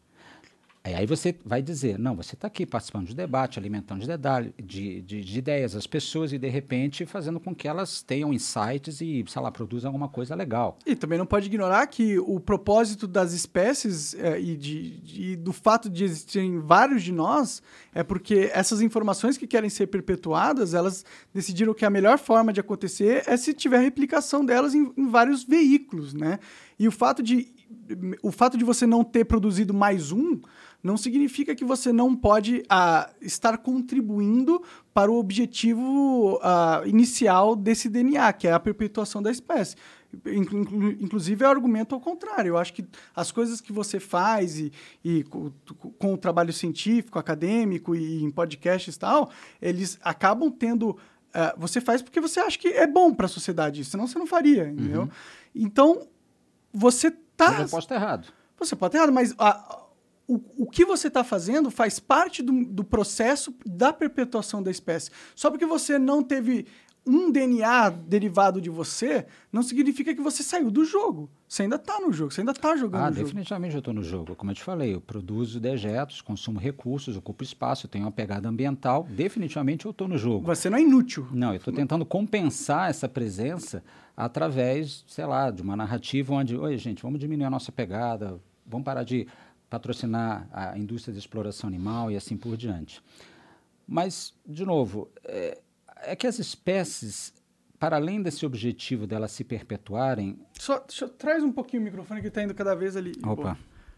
Aí você vai dizer, não, você está aqui participando de debate, alimentando de, dedalho, de, de, de ideias as pessoas e, de repente, fazendo com que elas tenham insights e, sei lá, produzam alguma coisa legal. E também não pode ignorar que o propósito das espécies é, e, de, de, do fato de existirem vários de nós é porque essas informações que querem ser perpetuadas, elas decidiram que a melhor forma de acontecer é se tiver replicação delas em, em vários veículos, né? E o fato de, o fato de você não ter produzido mais um não significa que você não pode uh, estar contribuindo para o objetivo uh, inicial desse D N A, que é a perpetuação da espécie. Inclu- inclusive, é o argumento ao contrário. Eu acho que as coisas que você faz e, e com, com o trabalho científico, acadêmico e em podcasts e tal, eles acabam tendo... Uh, você faz porque você acha que é bom para a sociedade, senão você não faria, entendeu? Uhum. Então, você tá... Mas eu posso estar errado. Você pode estar errado, mas... Uh, O, o que você está fazendo faz parte do, do processo da perpetuação da espécie. Só porque você não teve um D N A derivado de você, não significa que você saiu do jogo. Você ainda está no jogo, você ainda está jogando ah, no jogo. Definitivamente eu estou no jogo. Como eu te falei, eu produzo dejetos, consumo recursos, ocupo espaço, tenho uma pegada ambiental. Definitivamente eu estou no jogo. Você não é inútil. Não, eu estou tentando compensar essa presença através, sei lá, de uma narrativa onde, oi, gente, vamos diminuir a nossa pegada, vamos parar de patrocinar a indústria de exploração animal e assim por diante. Mas, de novo, é, é que as espécies, para além desse objetivo delas se perpetuarem... Só, só traz um pouquinho o microfone que está indo cada vez ali. Opa.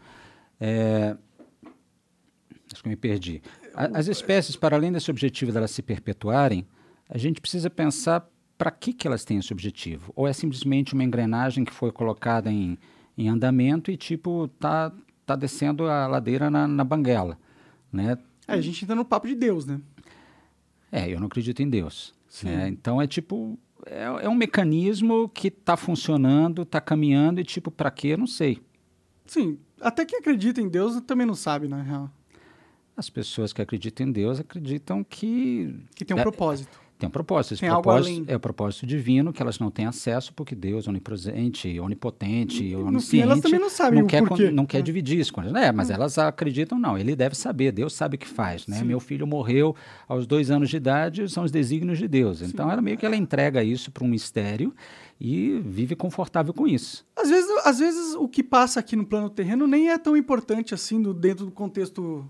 É, acho que eu me perdi. A, as espécies, para além desse objetivo delas se perpetuarem, a gente precisa pensar para que, que elas têm esse objetivo. Ou é simplesmente uma engrenagem que foi colocada em, em andamento e, tipo, está... está descendo a ladeira na, na banguela, né? É, a gente entra no papo de Deus, né? É, eu não acredito em Deus. Né? Então, é tipo, é, é um mecanismo que está funcionando, está caminhando e tipo, para quê? Eu não sei. Sim, até quem acredita em Deus também não sabe, na real. As pessoas que acreditam em Deus acreditam que... Que tem um é, propósito. Tem um propósito. Esse tem propósito algo além. É o propósito divino que elas não têm acesso porque Deus, onipresente, onipotente, e, onisciente, no fim, elas também não sabem não o quer, porquê. Não quer é. dividir isso com elas. É, mas é. elas acreditam, não, ele deve saber, Deus sabe o que faz. Né? Meu filho morreu aos dois anos de idade, são os desígnios de Deus. Sim. Então, ela meio que ela entrega isso para um mistério e vive confortável com isso. Às vezes, às vezes, o que passa aqui no plano terreno nem é tão importante assim do, dentro do contexto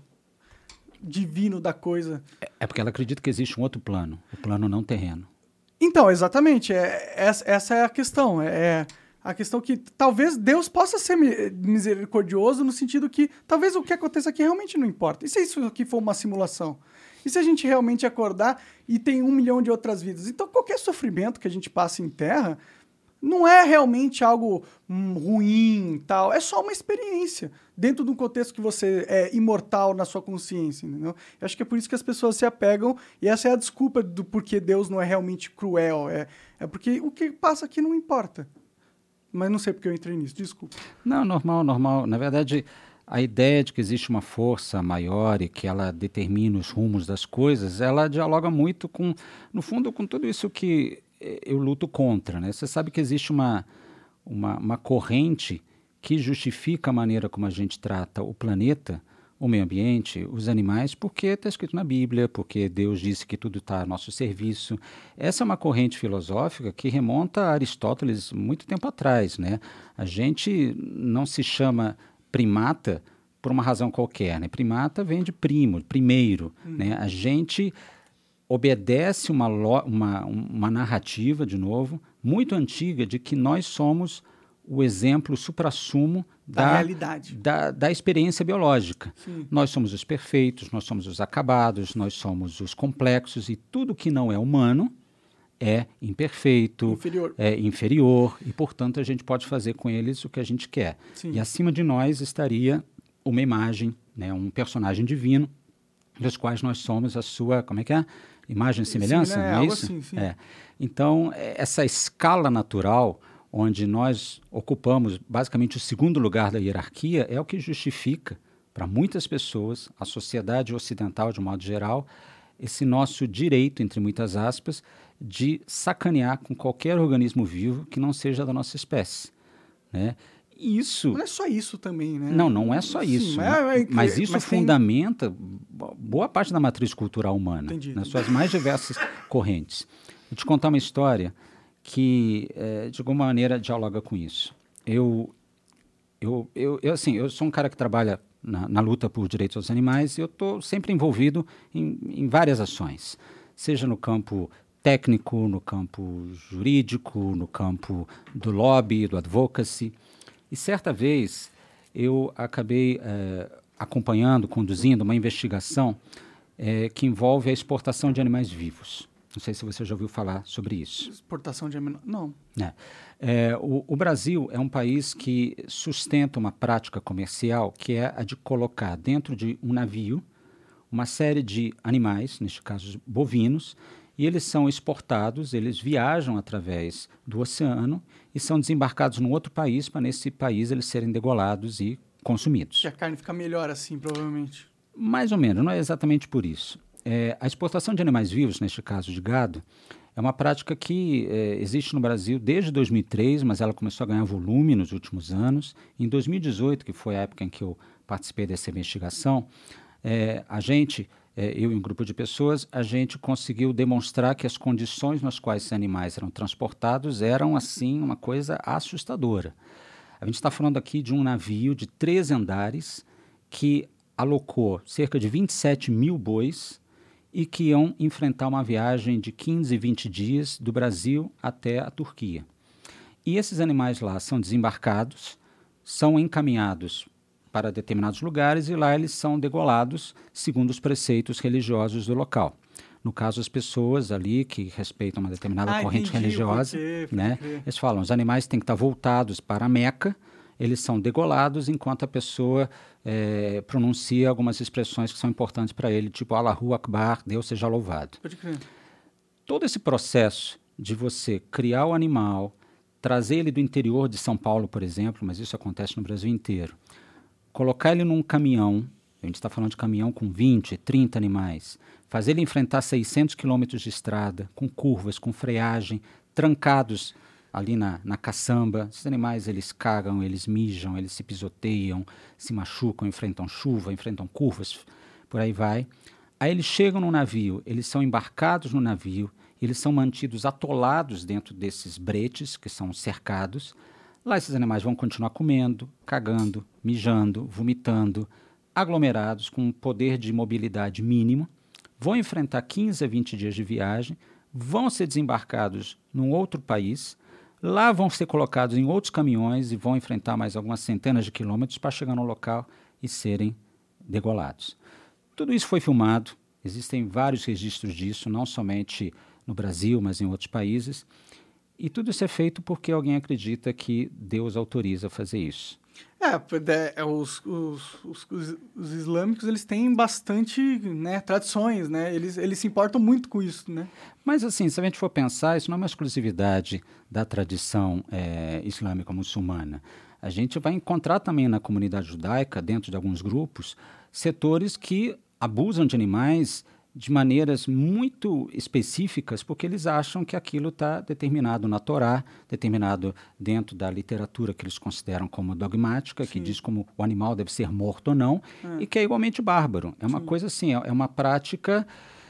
divino da coisa. É, é porque ela acredita que existe um outro plano, o plano não terreno. Então, exatamente. É, essa, essa é a questão. É a questão que talvez Deus possa ser misericordioso no sentido que talvez o que aconteça aqui realmente não importa. E se isso aqui for uma simulação? E se a gente realmente acordar e tem um milhão de outras vidas? Então, qualquer sofrimento que a gente passa em terra não é realmente algo hum, ruim, tal. É só uma experiência dentro de um contexto que você é imortal na sua consciência, entendeu? Eu acho que é por isso que as pessoas se apegam e essa é a desculpa do porquê Deus não é realmente cruel. É, é porque o que passa aqui não importa. Mas não sei porque eu entrei nisso, desculpa. Não, normal, normal. Na verdade, a ideia de que existe uma força maior e que ela determina os rumos das coisas, ela dialoga muito com, no fundo, com tudo isso que eu luto contra, né? Você sabe que existe uma, uma, uma corrente que justifica a maneira como a gente trata o planeta, o meio ambiente, os animais, porque está escrito na Bíblia, porque Deus disse que tudo está a nosso serviço. Essa é uma corrente filosófica que remonta a Aristóteles muito tempo atrás, né? A gente não se chama primata por uma razão qualquer, né? Primata vem de primo, primeiro, hum. né? A gente obedece uma, uma, uma narrativa, de novo, muito antiga, de que nós somos o exemplo, o suprassumo Da da, realidade. da, da experiência biológica. Sim. Nós somos os perfeitos, nós somos os acabados, nós somos os complexos, e tudo que não é humano é imperfeito, Inferior. é inferior, e, portanto, a gente pode fazer com eles o que a gente quer. Sim. E acima de nós estaria uma imagem, né, um personagem divino, dos quais nós somos a sua, como é que é? Imagem e semelhança, Sim, né? não é Algo isso? assim, sim. É. Então, é, essa escala natural, onde nós ocupamos basicamente o segundo lugar da hierarquia, é o que justifica, para muitas pessoas, a sociedade ocidental de um modo geral, esse nosso direito, entre muitas aspas, de sacanear com qualquer organismo vivo que não seja da nossa espécie, né? E isso... Não é só isso também, né? Não, não é só Sim, isso. mas, né? é- Mas isso mas tem- fundamenta boa parte da matriz cultural humana, Entendi. nas suas mais diversas correntes. Vou te contar uma história que, eh, de alguma maneira, dialoga com isso. Eu, eu, eu, eu, assim, eu sou um cara que trabalha na, na luta por direitos aos animais e eu estou sempre envolvido em, em várias ações, seja no campo técnico, no campo jurídico, no campo do lobby, do advocacy. E certa vez eu acabei eh, acompanhando, conduzindo uma investigação eh, que envolve a exportação de animais vivos. Não sei se você já ouviu falar sobre isso. Exportação de amino... Não. né? É, o, o Brasil é um país que sustenta uma prática comercial que é a de colocar dentro de um navio uma série de animais, neste caso bovinos, e eles são exportados, eles viajam através do oceano e são desembarcados num outro país para nesse país eles serem degolados e consumidos. Que a carne fica melhor assim, provavelmente. Mais ou menos, não é exatamente por isso. É, a exportação de animais vivos, neste caso de gado, é uma prática que é, existe no Brasil desde dois mil e três, mas ela começou a ganhar volume nos últimos anos. Em dois mil e dezoito, que foi a época em que eu participei dessa investigação, é, a gente, é, eu e um grupo de pessoas, a gente conseguiu demonstrar que as condições nas quais esses animais eram transportados eram, assim, uma coisa assustadora. A gente está falando aqui de um navio de três andares que alocou cerca de vinte e sete mil bois e que iam enfrentar uma viagem de quinze, vinte dias do Brasil até a Turquia. E esses animais lá são desembarcados, são encaminhados para determinados lugares e lá eles são degolados segundo os preceitos religiosos do local. No caso, as pessoas ali que respeitam uma determinada Ah, corrente entendi, religiosa, pode crer, pode né, crer. eles falam, os animais têm que estar voltados para a Meca, eles são degolados enquanto a pessoa é, pronuncia algumas expressões que são importantes para ele, tipo Allahu Akbar, Deus seja louvado. Pode crer. Todo esse processo de você criar o animal, trazer ele do interior de São Paulo, por exemplo, mas isso acontece no Brasil inteiro, colocar ele num caminhão, a gente está falando de caminhão com vinte, trinta animais, fazer ele enfrentar seiscentos quilômetros de estrada, com curvas, com freagem, trancados ali na, na caçamba. Esses animais, eles cagam, eles mijam, eles se pisoteiam, se machucam, enfrentam chuva, enfrentam curvas, por aí vai. Aí eles chegam no navio, eles são embarcados no navio, eles são mantidos atolados dentro desses bretes, que são cercados. Lá esses animais vão continuar comendo, cagando, mijando, vomitando, aglomerados, com um poder de mobilidade mínimo, vão enfrentar quinze a vinte dias de viagem, vão ser desembarcados num outro país, lá vão ser colocados em outros caminhões e vão enfrentar mais algumas centenas de quilômetros para chegar no local e serem degolados. Tudo isso foi filmado, existem vários registros disso, não somente no Brasil, mas em outros países, e tudo isso é feito porque alguém acredita que Deus autoriza a fazer isso. É, é os, os, os, os, os islâmicos, eles têm bastante, né, tradições, né? Eles, eles se importam muito com isso, né? Mas, assim, se a gente for pensar, isso não é uma exclusividade da tradição é, islâmica muçulmana. A gente vai encontrar também na comunidade judaica, dentro de alguns grupos, setores que abusam de animais de maneiras muito específicas, porque eles acham que aquilo está determinado na Torá, determinado dentro da literatura que eles consideram como dogmática, Sim. que diz como o animal deve ser morto ou não, é. e que é igualmente bárbaro. É uma Sim. coisa assim, é uma prática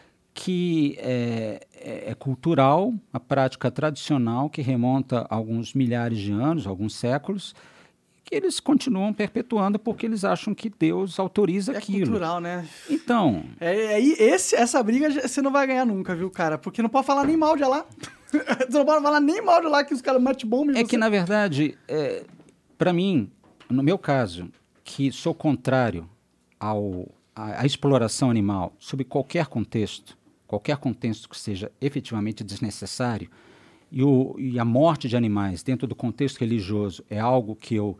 que é, é, é cultural, uma prática tradicional que remonta a alguns milhares de anos, alguns séculos, que eles continuam perpetuando porque eles acham que Deus autoriza é aquilo. É cultural, né? Então... É, é, esse, essa briga você não vai ganhar nunca, viu, cara? Porque não pode falar nem mal de Alá. Você não pode falar nem mal de lá que os caras matam bomba em É você. que, na verdade, é, para mim, no meu caso, que sou contrário ao, à, à exploração animal sob qualquer contexto, qualquer contexto que seja efetivamente desnecessário, e, o, e a morte de animais dentro do contexto religioso é algo que eu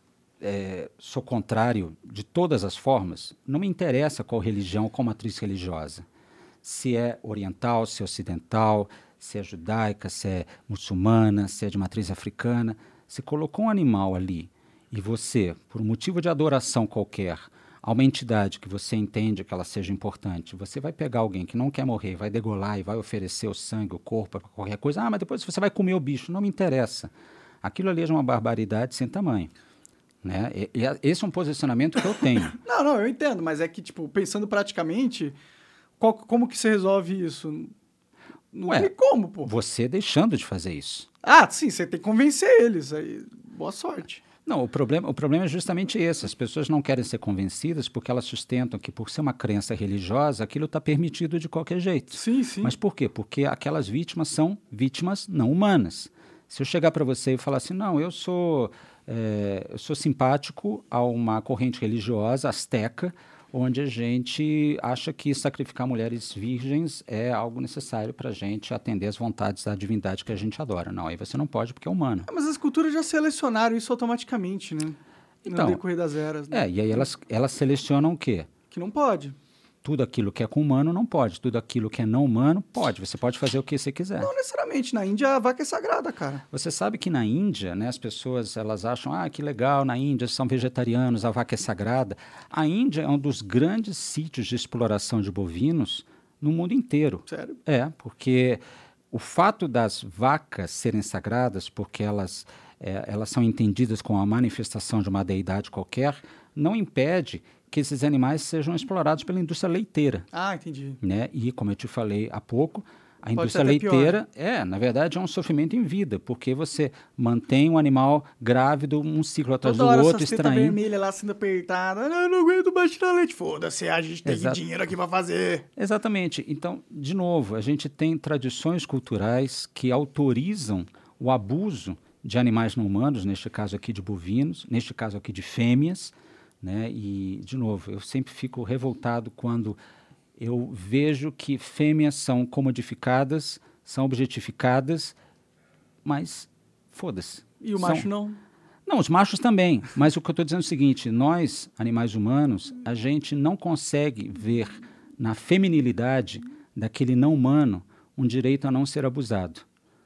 é, sou contrário de todas as formas, não me interessa qual religião, qual matriz religiosa. Se é oriental, se é ocidental, se é judaica, se é muçulmana, se é de matriz africana. Se colocou um animal ali e você, por um motivo de adoração qualquer, a uma entidade que você entende que ela seja importante, você vai pegar alguém que não quer morrer, vai degolar e vai oferecer o sangue, o corpo, para qualquer coisa. Ah, mas depois você vai comer o bicho. Não me interessa. Aquilo ali é uma barbaridade sem tamanho. Né? E, e esse é um posicionamento que eu tenho. Não, não, eu entendo, mas é que, tipo, pensando praticamente, qual, como que você resolve isso? Não Ué, tem como, pô. Você deixando de fazer isso. Ah, sim, você tem que convencer eles. Aí, boa sorte. Não, o problema, o problema é justamente esse. As pessoas não querem ser convencidas porque elas sustentam que, por ser uma crença religiosa, aquilo está permitido de qualquer jeito. Sim, sim. Mas por quê? Porque aquelas vítimas são vítimas não humanas. Se eu chegar para você e falar assim, não, eu sou, é, eu sou simpático a uma corrente religiosa asteca, onde a gente acha que sacrificar mulheres virgens é algo necessário para a gente atender às vontades da divindade que a gente adora. Não, aí você não pode porque é humano. Ah, mas as culturas já selecionaram isso automaticamente, né? Então, no decorrer das eras. Né? É, e aí elas, elas selecionam o quê? Que não pode. Tudo aquilo que é com humano não pode, tudo aquilo que é não humano pode. Você pode fazer o que você quiser. Não necessariamente. Na Índia, a vaca é sagrada, cara. Você sabe que na Índia, né, as pessoas elas acham, ah, que legal, na Índia são vegetarianos, a vaca é sagrada. A Índia é um dos grandes sítios de exploração de bovinos no mundo inteiro. Sério? É, porque o fato das vacas serem sagradas, porque elas, é, elas são entendidas como a manifestação de uma deidade qualquer, não impede que esses animais sejam explorados pela indústria leiteira. Ah, entendi. Né? E, como eu te falei há pouco, a Pode indústria ser até leiteira, é, na verdade, é um sofrimento em vida, porque você mantém um animal grávido um ciclo atrás Toda do hora outro, essas tetas extraindo. vermelhas lá sendo apertada. Não, eu não aguento mais tirar leite. Foda-se, a gente tem Exato. dinheiro aqui pra fazer. Exatamente. Então, de novo, a gente tem tradições culturais que autorizam o abuso de animais não humanos, neste caso aqui de bovinos, neste caso aqui de fêmeas, né? E, de novo, eu sempre fico revoltado quando eu vejo que fêmeas são comodificadas, são objetificadas, mas foda-se. E o São... macho não? Não, os machos também. Mas o que eu estou dizendo é o seguinte, nós, animais humanos, a gente não consegue ver na feminilidade daquele não humano um direito a não ser abusado.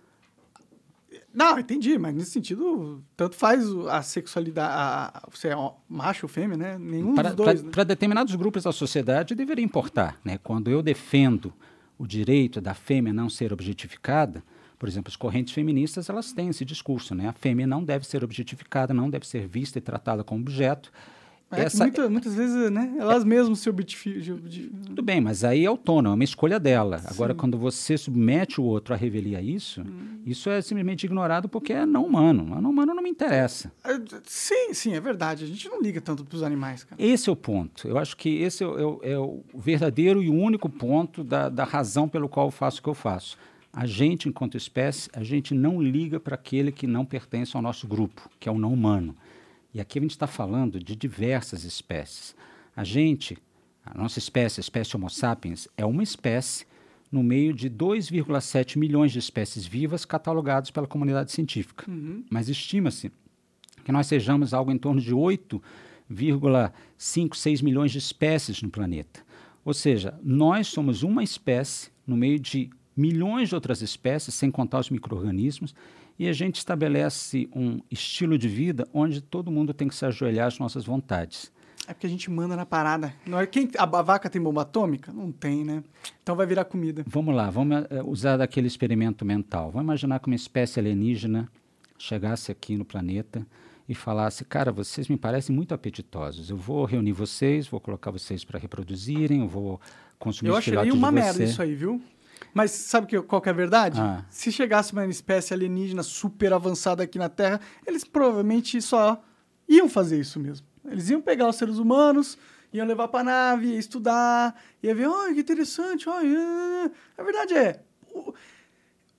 Não, entendi, mas nesse sentido, tanto faz o- a sexualidade, a, a- você é ó, macho ou fêmea, né? Nenhum Para, dos dois, para, né? para determinados grupos da sociedade deveria importar, né? Quando eu defendo o direito da fêmea não ser objetificada, por exemplo, as correntes feministas, elas têm esse discurso, né? A fêmea não deve ser objetificada, não deve ser vista e tratada como objeto. É que Essa, muita- muitas vezes, né? Elas mesmas se objetificam. Tudo bem, mas aí é autônomo, é uma escolha dela. Agora, Sim. quando você submete o outro a revelia isso, Hum. isso é simplesmente ignorado porque é não humano. A não humano não me interessa. Sim, sim, é verdade. A gente não liga tanto pros animais, cara. Esse é o ponto. Eu acho que esse é o, é o- é o verdadeiro e único ponto da, da razão pelo qual eu faço o que eu faço. A gente, enquanto espécie, a gente não liga para aquele que não pertence ao nosso grupo, que é o não humano. E aqui a gente está falando de diversas espécies. A gente, a nossa espécie, a espécie Homo sapiens, é uma espécie no meio de dois vírgula sete milhões de espécies vivas catalogadas pela comunidade científica. Uhum. Mas estima-se que nós sejamos algo em torno de oito vírgula cinco, seis milhões de espécies no planeta. Ou seja, nós somos uma espécie no meio de milhões de outras espécies, sem contar os micro-organismos, e a gente estabelece um estilo de vida onde todo mundo tem que se ajoelhar às nossas vontades. É porque a gente manda na parada. Não é quem, a, a vaca tem bomba atômica? Não tem, né? Então vai virar comida. Vamos lá, vamos eh, usar daquele experimento mental. Vamos imaginar que uma espécie alienígena chegasse aqui no planeta e falasse, cara, vocês me parecem muito apetitosos. Eu vou reunir vocês, vou colocar vocês para reproduzirem, eu vou consumir Eu os acharia filhotes uma de merda você. isso aí, viu? Mas sabe que, qual que é a verdade? Ah. Se chegasse uma espécie alienígena super avançada aqui na Terra, eles provavelmente só iam fazer isso mesmo. Eles iam pegar os seres humanos, iam levar pra nave, ia estudar, ia ver, olha, que interessante, olha. A verdade é, o-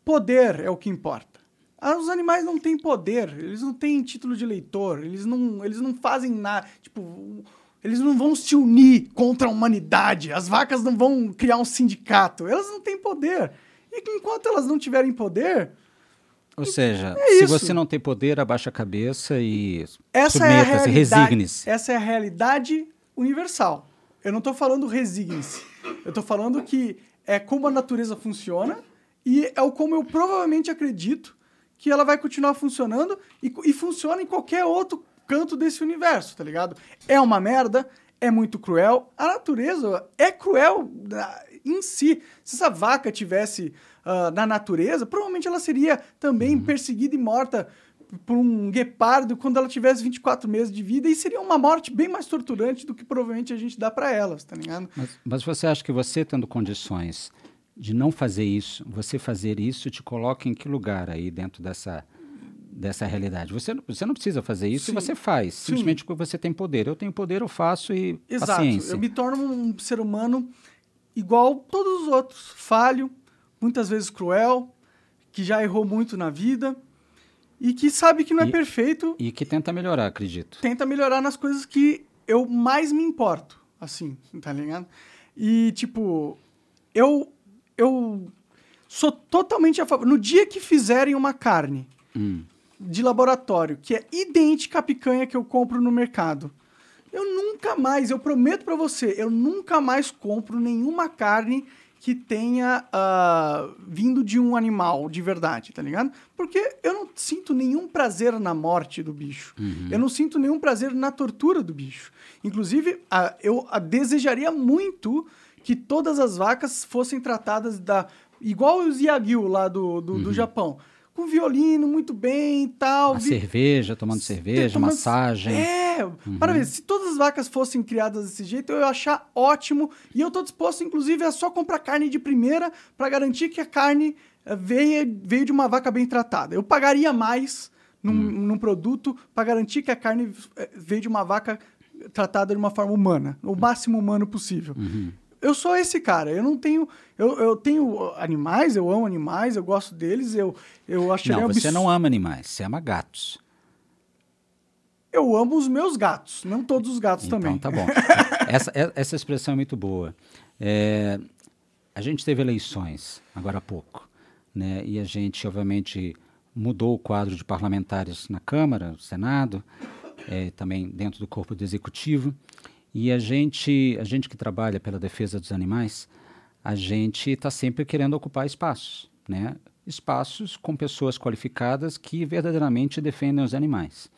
poder é o que importa. Ah, os animais não têm poder, eles não têm título de eleitor, eles não, eles não fazem nada, tipo, eles não vão se unir contra a humanidade, as vacas não vão criar um sindicato, elas não têm poder. E enquanto elas não tiverem poder... Ou seja, é se isso. você não tem poder, abaixa a cabeça e Essa é a submeta-se, realidade- resigne-se. Essa é a realidade universal. Eu não estou falando resigne-se. Eu estou falando que é como a natureza funciona e é o como eu provavelmente acredito que ela vai continuar funcionando e, e funciona em qualquer outro canto desse universo, tá ligado? É uma merda, é muito cruel. A natureza é cruel ah, em si. Se essa vaca tivesse uh, na natureza, provavelmente ela seria também uhum. perseguida e morta por um guepardo quando ela tivesse vinte e quatro meses de vida, e seria uma morte bem mais torturante do que provavelmente a gente dá para elas, tá ligado? Mas, mas você acha que você tendo condições de não fazer isso, você fazer isso te coloca em que lugar aí dentro dessa, dessa realidade? Você, você não precisa fazer isso. Sim. E você faz, Sim. simplesmente porque você tem poder. Eu tenho poder, eu faço e Exato. paciência. Eu me torno um ser humano igual todos os outros, falho, muitas vezes cruel, que já errou muito na vida, e que sabe que não é e, perfeito. E que tenta melhorar, acredito. Tenta melhorar nas coisas que eu mais me importo, assim, tá ligado? E, tipo, eu, eu sou totalmente a favor. No dia que fizerem uma carne hum. de laboratório, que é idêntica à picanha que eu compro no mercado, eu nunca mais, eu prometo pra você, eu nunca mais compro nenhuma carne que tenha uh, vindo de um animal de verdade, tá ligado? Porque eu não sinto nenhum prazer na morte do bicho. Uhum. Eu não sinto nenhum prazer na tortura do bicho. Inclusive, uh, eu uh, desejaria muito que todas as vacas fossem tratadas da igual os Yagyu lá do, do, uhum. do Japão. Com violino, muito bem e tal. Uma vi... cerveja, tomando cerveja, tomando... massagem. É, uhum. para ver, se todas as vacas fossem criadas desse jeito, eu ia achar ótimo. E eu tô disposto, inclusive, a só comprar carne de primeira para garantir que a carne veio, veio de uma vaca bem tratada. Eu pagaria mais num, uhum. num produto para garantir que a carne veio de uma vaca tratada de uma forma humana, o máximo humano possível. Uhum. Eu sou esse cara, eu não tenho... Eu, eu tenho animais, eu amo animais, eu gosto deles, eu, eu acho... Não, você abs... não ama animais, você ama gatos. Eu amo os meus gatos, não todos os gatos então, também. Então, tá bom. essa, essa expressão é muito boa. É, a gente teve eleições, agora há pouco, né? E a gente, obviamente, mudou o quadro de parlamentares na Câmara, no Senado, é, também dentro do corpo do Executivo. E a gente, a gente que trabalha pela defesa dos animais, a gente está sempre querendo ocupar espaços, né? Espaços com pessoas qualificadas que verdadeiramente defendem os animais.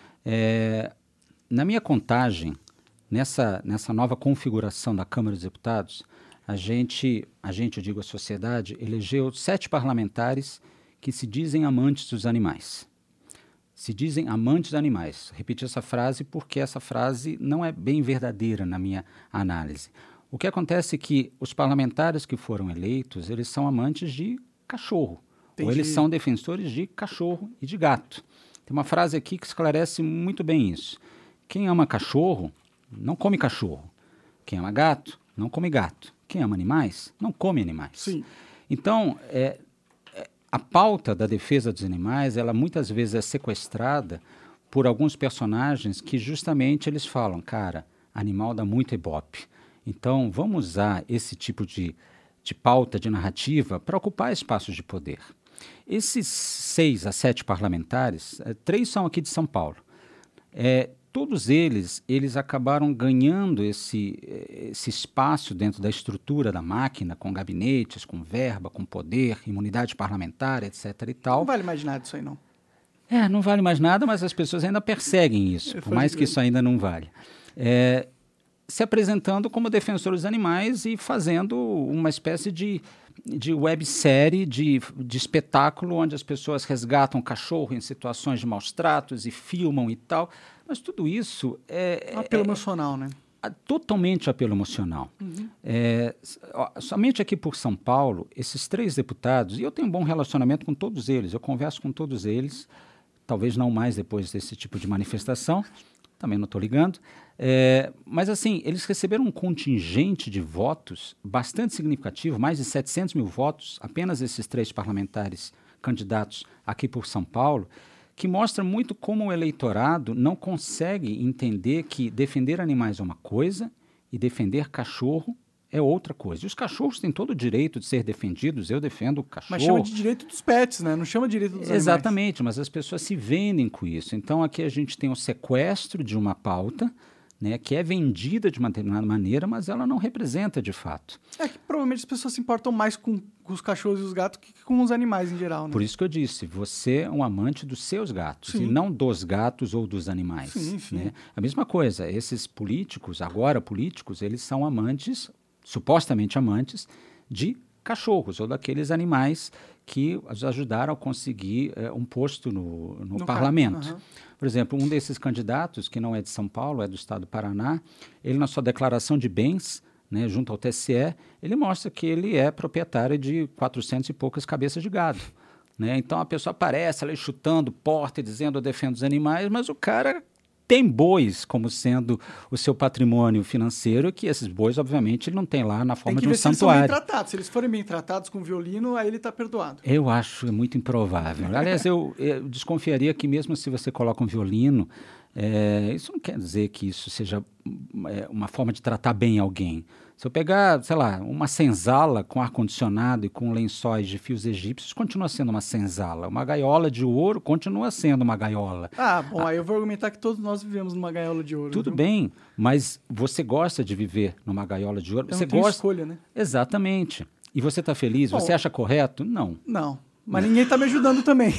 É, na minha contagem, nessa, nessa nova configuração da Câmara dos Deputados, a gente, a gente, eu digo a sociedade, elegeu sete parlamentares que se dizem amantes dos animais. Se dizem amantes dos animais. Repeti essa frase porque essa frase não é bem verdadeira na minha análise. O que acontece é que os parlamentares que foram eleitos, eles são amantes de cachorro. Entendi. Ou eles são defensores de cachorro e de gato. Tem uma frase aqui que esclarece muito bem isso. Quem ama cachorro, não come cachorro. Quem ama gato, não come gato. Quem ama animais, não come animais. Sim. Então, é, a pauta da defesa dos animais, ela muitas vezes é sequestrada por alguns personagens que justamente eles falam, cara, animal dá muito ibope. Então, vamos usar esse tipo de, de pauta, de narrativa, para ocupar espaços de poder. Esses seis a sete parlamentares, é, três são aqui de São Paulo. É, todos eles, eles acabaram ganhando esse, esse espaço dentro da estrutura da máquina, com gabinetes, com verba, com poder, imunidade parlamentar, etc e tal. Não vale mais nada isso aí, não. É, não vale mais nada, mas as pessoas ainda perseguem isso, por mais que isso ainda não vale. É, se apresentando como defensores dos animais e fazendo uma espécie de, de websérie, de, de espetáculo, onde as pessoas resgatam cachorro em situações de maus tratos e filmam e tal. Mas tudo isso é... Um apelo é, emocional, né? É, totalmente apelo emocional. Uhum. É, somente aqui por São Paulo, esses três deputados, e eu tenho um bom relacionamento com todos eles, eu converso com todos eles, talvez não mais depois desse tipo de manifestação, também não estou ligando. É, mas, assim, eles receberam um contingente de votos bastante significativo, mais de setecentos mil votos, apenas esses três parlamentares candidatos aqui por São Paulo, que mostra muito como o eleitorado não consegue entender que defender animais é uma coisa e defender cachorro é outra coisa. E os cachorros têm todo o direito de ser defendidos, eu defendo o cachorro. Mas chama de direito dos pets, né? Não chama de direito dos animais. Exatamente, mas as pessoas se vendem com isso. Então aqui a gente tem o sequestro de uma pauta, né, que é vendida de uma determinada maneira, mas ela não representa de fato. É que provavelmente as pessoas se importam mais com, com os cachorros e os gatos que com os animais em geral, né? Por isso que eu disse, você é um amante dos seus gatos, Sim. e não dos gatos ou dos animais. Sim, sim. Né? A mesma coisa, esses políticos, agora políticos, eles são amantes, supostamente amantes, de cachorros ou daqueles animais que os ajudaram a conseguir é, um posto no, no, no parlamento. Uhum. Por exemplo, um desses candidatos, que não é de São Paulo, é do estado do Paraná, ele na sua declaração de bens, né, junto ao T S E, ele mostra que ele é proprietário de quatrocentas e poucas cabeças de gado. Né? Então a pessoa aparece ali chutando porta e dizendo eu defendo os animais, mas o cara tem bois como sendo o seu patrimônio financeiro, que esses bois, obviamente, ele não tem lá na forma de um santuário. Tem que ver se eles são bem tratados. Se eles forem bem tratados com violino, aí ele está perdoado. Eu acho muito improvável. Aliás, eu, eu desconfiaria que mesmo se você coloca um violino, é, isso não quer dizer que isso seja é, uma forma de tratar bem alguém. Se eu pegar, sei lá, uma senzala com ar-condicionado e com lençóis de fios egípcios, continua sendo uma senzala. Uma gaiola de ouro continua sendo uma gaiola. Ah, bom, ah, aí eu vou argumentar que todos nós vivemos numa gaiola de ouro. Tudo viu? bem, mas você gosta de viver numa gaiola de ouro? Eu você não tenho gosta... escolha, né? Exatamente. E você está feliz? Bom, você acha correto? Não. Não, mas ninguém está me ajudando também.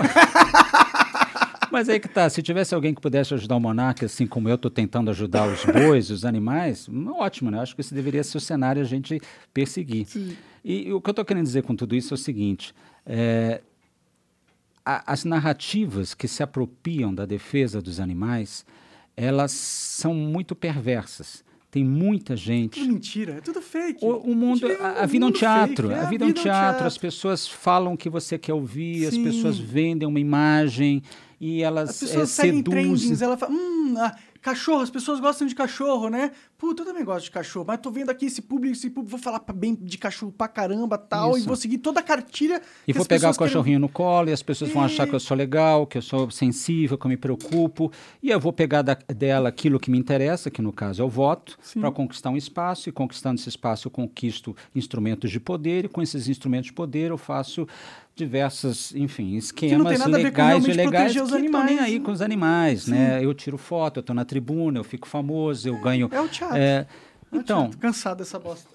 Mas aí que tá, se tivesse alguém que pudesse ajudar o monarca, assim como eu estou tentando ajudar os bois, os animais, ótimo, né? Acho que esse deveria ser o cenário a gente perseguir. Sim. E, e o que eu estou querendo dizer com tudo isso é o seguinte, é, a, as narrativas que se apropriam da defesa dos animais, elas são muito perversas. Tem muita gente... Tudo mentira, é tudo fake. O, o mundo, a, a, a vida é um teatro, fake, a, a vida é um teatro, teatro, as pessoas falam o que você quer ouvir, Sim. as pessoas vendem uma imagem e elas As pessoas é, seguem seduzem. trendings, ela fala, hum, ah, cachorro, as pessoas gostam de cachorro, né? Puta, eu também gosto de cachorro, mas tô vendo aqui esse público, esse público, vou falar bem de cachorro pra caramba tal, Isso. e vou seguir toda a cartilha. E vou pegar o cachorrinho querem... no colo e as pessoas é... vão achar que eu sou legal, que eu sou sensível, que eu me preocupo, e eu vou pegar da, dela aquilo que me interessa, que no caso é o voto, para conquistar um espaço, e conquistando esse espaço eu conquisto instrumentos de poder, e com esses instrumentos de poder eu faço diversos, enfim, esquemas legais e ilegais que estão nem aí com os animais, Sim. né? Eu tiro foto, eu estou na tribuna, eu fico famoso, eu é, ganho... É o teatro. É, é então... O teatro. Cansado dessa bosta.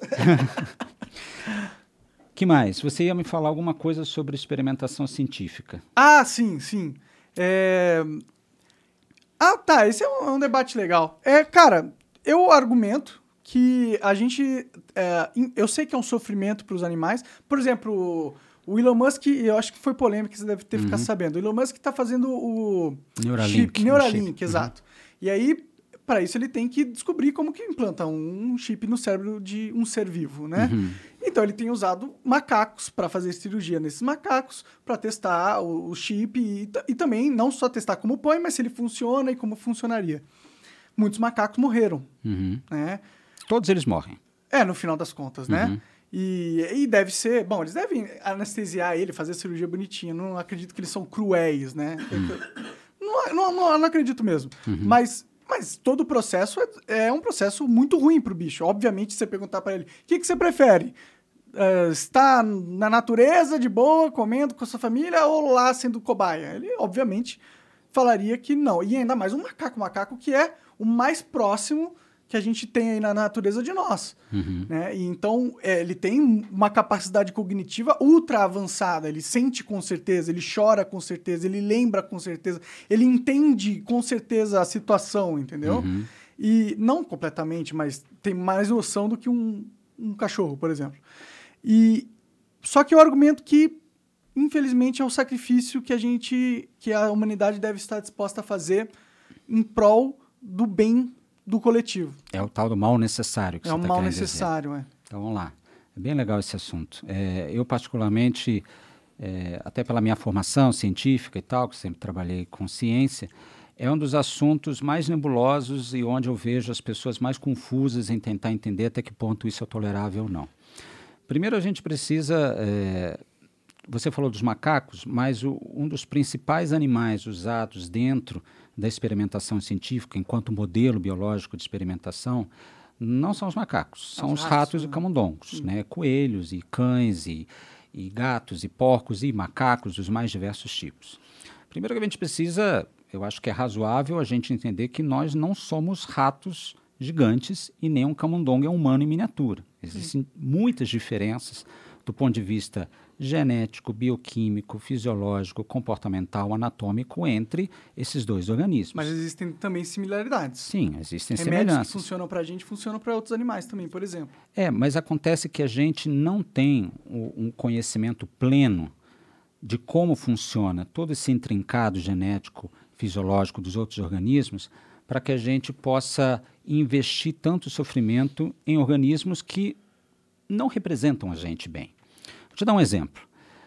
Que mais? Você ia me falar alguma coisa sobre experimentação científica. Ah, sim, sim. É... Ah, tá, esse é um, é um debate legal. É, cara, eu argumento que a gente... É, eu sei que é um sofrimento para os animais. Por exemplo... O Elon Musk, eu acho que foi polêmica, você deve ter uhum. ficado sabendo. O Elon Musk está fazendo o Neuralink, chip, Neuralink, chip. exato. Uhum. E aí, para isso, ele tem que descobrir como que implanta um chip no cérebro de um ser vivo, né? Uhum. Então, ele tem usado macacos para fazer cirurgia nesses macacos, para testar o, o chip e, e também não só testar como põe, mas se ele funciona e como funcionaria. Muitos macacos morreram, uhum. né? Todos eles morrem. É, no final das contas, né? Uhum. E, e deve ser... Bom, eles devem anestesiar ele, fazer a cirurgia bonitinha. Não acredito que eles são cruéis, né? Uhum. Não, não, não, não acredito mesmo. Uhum. Mas, mas todo o processo é, é um processo muito ruim pro bicho. Obviamente, se você perguntar para ele, o que, que você prefere? Uh, estar na natureza, de boa, comendo com a sua família, ou lá sendo cobaia? Ele, obviamente, falaria que não. E ainda mais um macaco. Um macaco que é o mais próximo... que a gente tem aí na natureza de nós. Uhum. Né? E então, é, ele tem uma capacidade cognitiva ultra avançada, ele sente com certeza, ele chora com certeza, ele lembra com certeza, ele entende com certeza a situação, entendeu? Uhum. E não completamente, mas tem mais noção do que um, um cachorro, por exemplo. E, só que eu argumento que, infelizmente, é um sacrifício que a gente, que a humanidade deve estar disposta a fazer em prol do bem do coletivo. É o tal do mal necessário que é você está querendo dizer. É o mal necessário, é. Então, vamos lá. É bem legal esse assunto. É, eu, particularmente, é, até pela minha formação científica e tal, que sempre trabalhei com ciência, é um dos assuntos mais nebulosos e onde eu vejo as pessoas mais confusas em tentar entender até que ponto isso é tolerável ou não. Primeiro, a gente precisa... É, você falou dos macacos, mas o, um dos principais animais usados dentro da experimentação científica, enquanto modelo biológico de experimentação, não são os macacos, são os, os ratos, ratos né? e camundongos, né? Coelhos e cães e, e gatos e porcos e macacos dos mais diversos tipos. Primeiro que a gente precisa... Eu acho que é razoável a gente entender que nós não somos ratos gigantes e nem um camundongo é um humano em miniatura. Existem Sim. muitas diferenças do ponto de vista genético, bioquímico, fisiológico, comportamental, anatômico entre esses dois organismos. Mas existem também similaridades. Sim, existem Remédios semelhanças. Remédios que funcionam para a gente funcionam para outros animais também, por exemplo. É, mas acontece que a gente não tem o, um conhecimento pleno de como funciona todo esse intrincado genético fisiológico dos outros organismos, para que a gente possa investir tanto sofrimento em organismos que não representam a gente bem. Vou te dar um exemplo.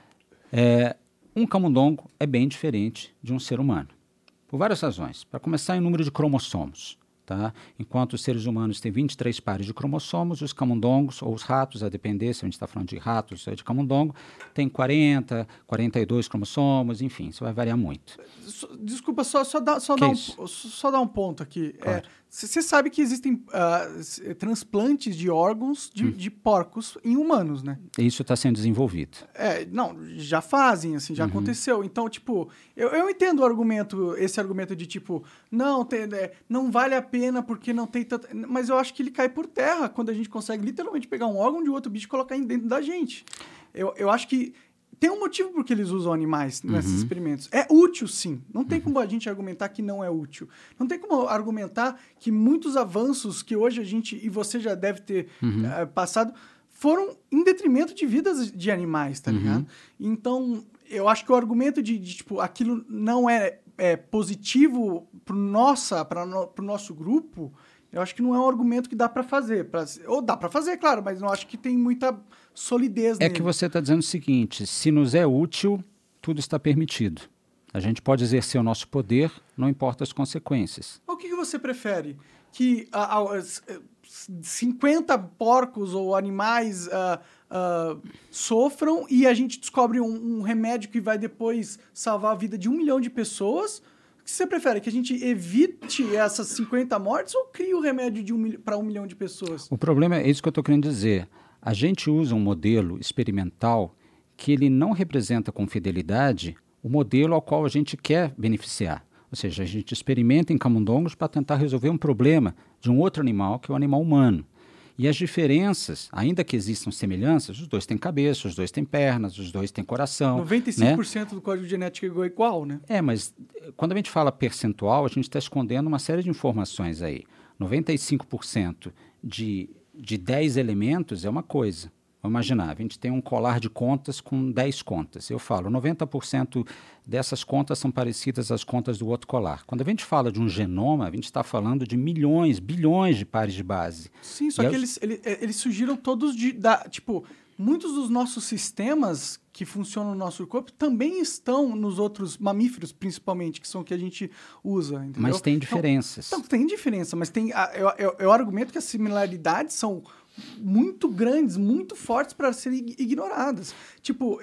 É, um camundongo é bem diferente de um ser humano, por várias razões. Para começar, em número de cromossomos. Tá? Enquanto os seres humanos têm vinte e três pares de cromossomos, os camundongos, ou os ratos, a depender se a gente está falando de ratos ou de camundongo, tem quarenta, quarenta e dois cromossomos, enfim, isso vai variar muito. Desculpa, só, só, dá, só, dá, um, só dá um ponto aqui. Você claro. é, sabe que existem uh, transplantes de órgãos de, hum. de porcos em humanos, né? Isso está sendo desenvolvido. É, não, já fazem, assim, já uhum. aconteceu. Então, tipo, eu, eu entendo o argumento, esse argumento de, tipo, não, tem, é, não vale a pena porque não tem tanto... Mas eu acho que ele cai por terra quando a gente consegue literalmente pegar um órgão de outro bicho e colocar dentro da gente. Eu, eu acho que tem um motivo por que eles usam animais nesses uhum. experimentos. É útil, sim. Não tem uhum. como a gente argumentar que não é útil. Não tem como argumentar que muitos avanços que hoje a gente, e você já deve ter uhum. uh, passado, foram em detrimento de vidas de animais, tá uhum. ligado? Então, eu acho que o argumento de, de tipo, aquilo não é, é positivo pro, nossa, pra no, pro nosso grupo, eu acho que não é um argumento que dá para fazer. Pra, ou dá para fazer, claro, mas não acho que tem muita solidez é nele. Que você está dizendo o seguinte, se nos é útil, tudo está permitido. A gente pode exercer o nosso poder, não importa as consequências. O que, que você prefere? Que uh, uh, cinquenta porcos ou animais uh, uh, sofram e a gente descobre um, um remédio que vai depois salvar a vida de um milhão de pessoas? O que você prefere? Que a gente evite essas cinquenta mortes ou crie o remédio de um, para um milhão de pessoas? O problema é isso que eu estou querendo dizer. A gente usa um modelo experimental que ele não representa com fidelidade o modelo ao qual a gente quer beneficiar. Ou seja, a gente experimenta em camundongos para tentar resolver um problema de um outro animal, que é o animal humano. E as diferenças, ainda que existam semelhanças, os dois têm cabeça, os dois têm pernas, os dois têm coração. noventa e cinco por cento né? do código genético é igual, né? É, mas quando a gente fala percentual, a gente está escondendo uma série de informações aí. noventa e cinco por cento de, de dez elementos é uma coisa. Vamos imaginar, a gente tem um colar de contas com dez contas. Eu falo, noventa por cento dessas contas são parecidas às contas do outro colar. Quando a gente fala de um genoma, a gente está falando de milhões, bilhões de pares de base. Sim, só e que eles, eles, eles surgiram todos de... Da, tipo, muitos dos nossos sistemas que funcionam no nosso corpo também estão nos outros mamíferos, principalmente, que são o que a gente usa, entendeu? Mas tem diferenças. Então, então tem diferença, mas tem... Eu, eu, eu argumento que as similaridades são muito grandes, muito fortes para serem ignoradas. Tipo,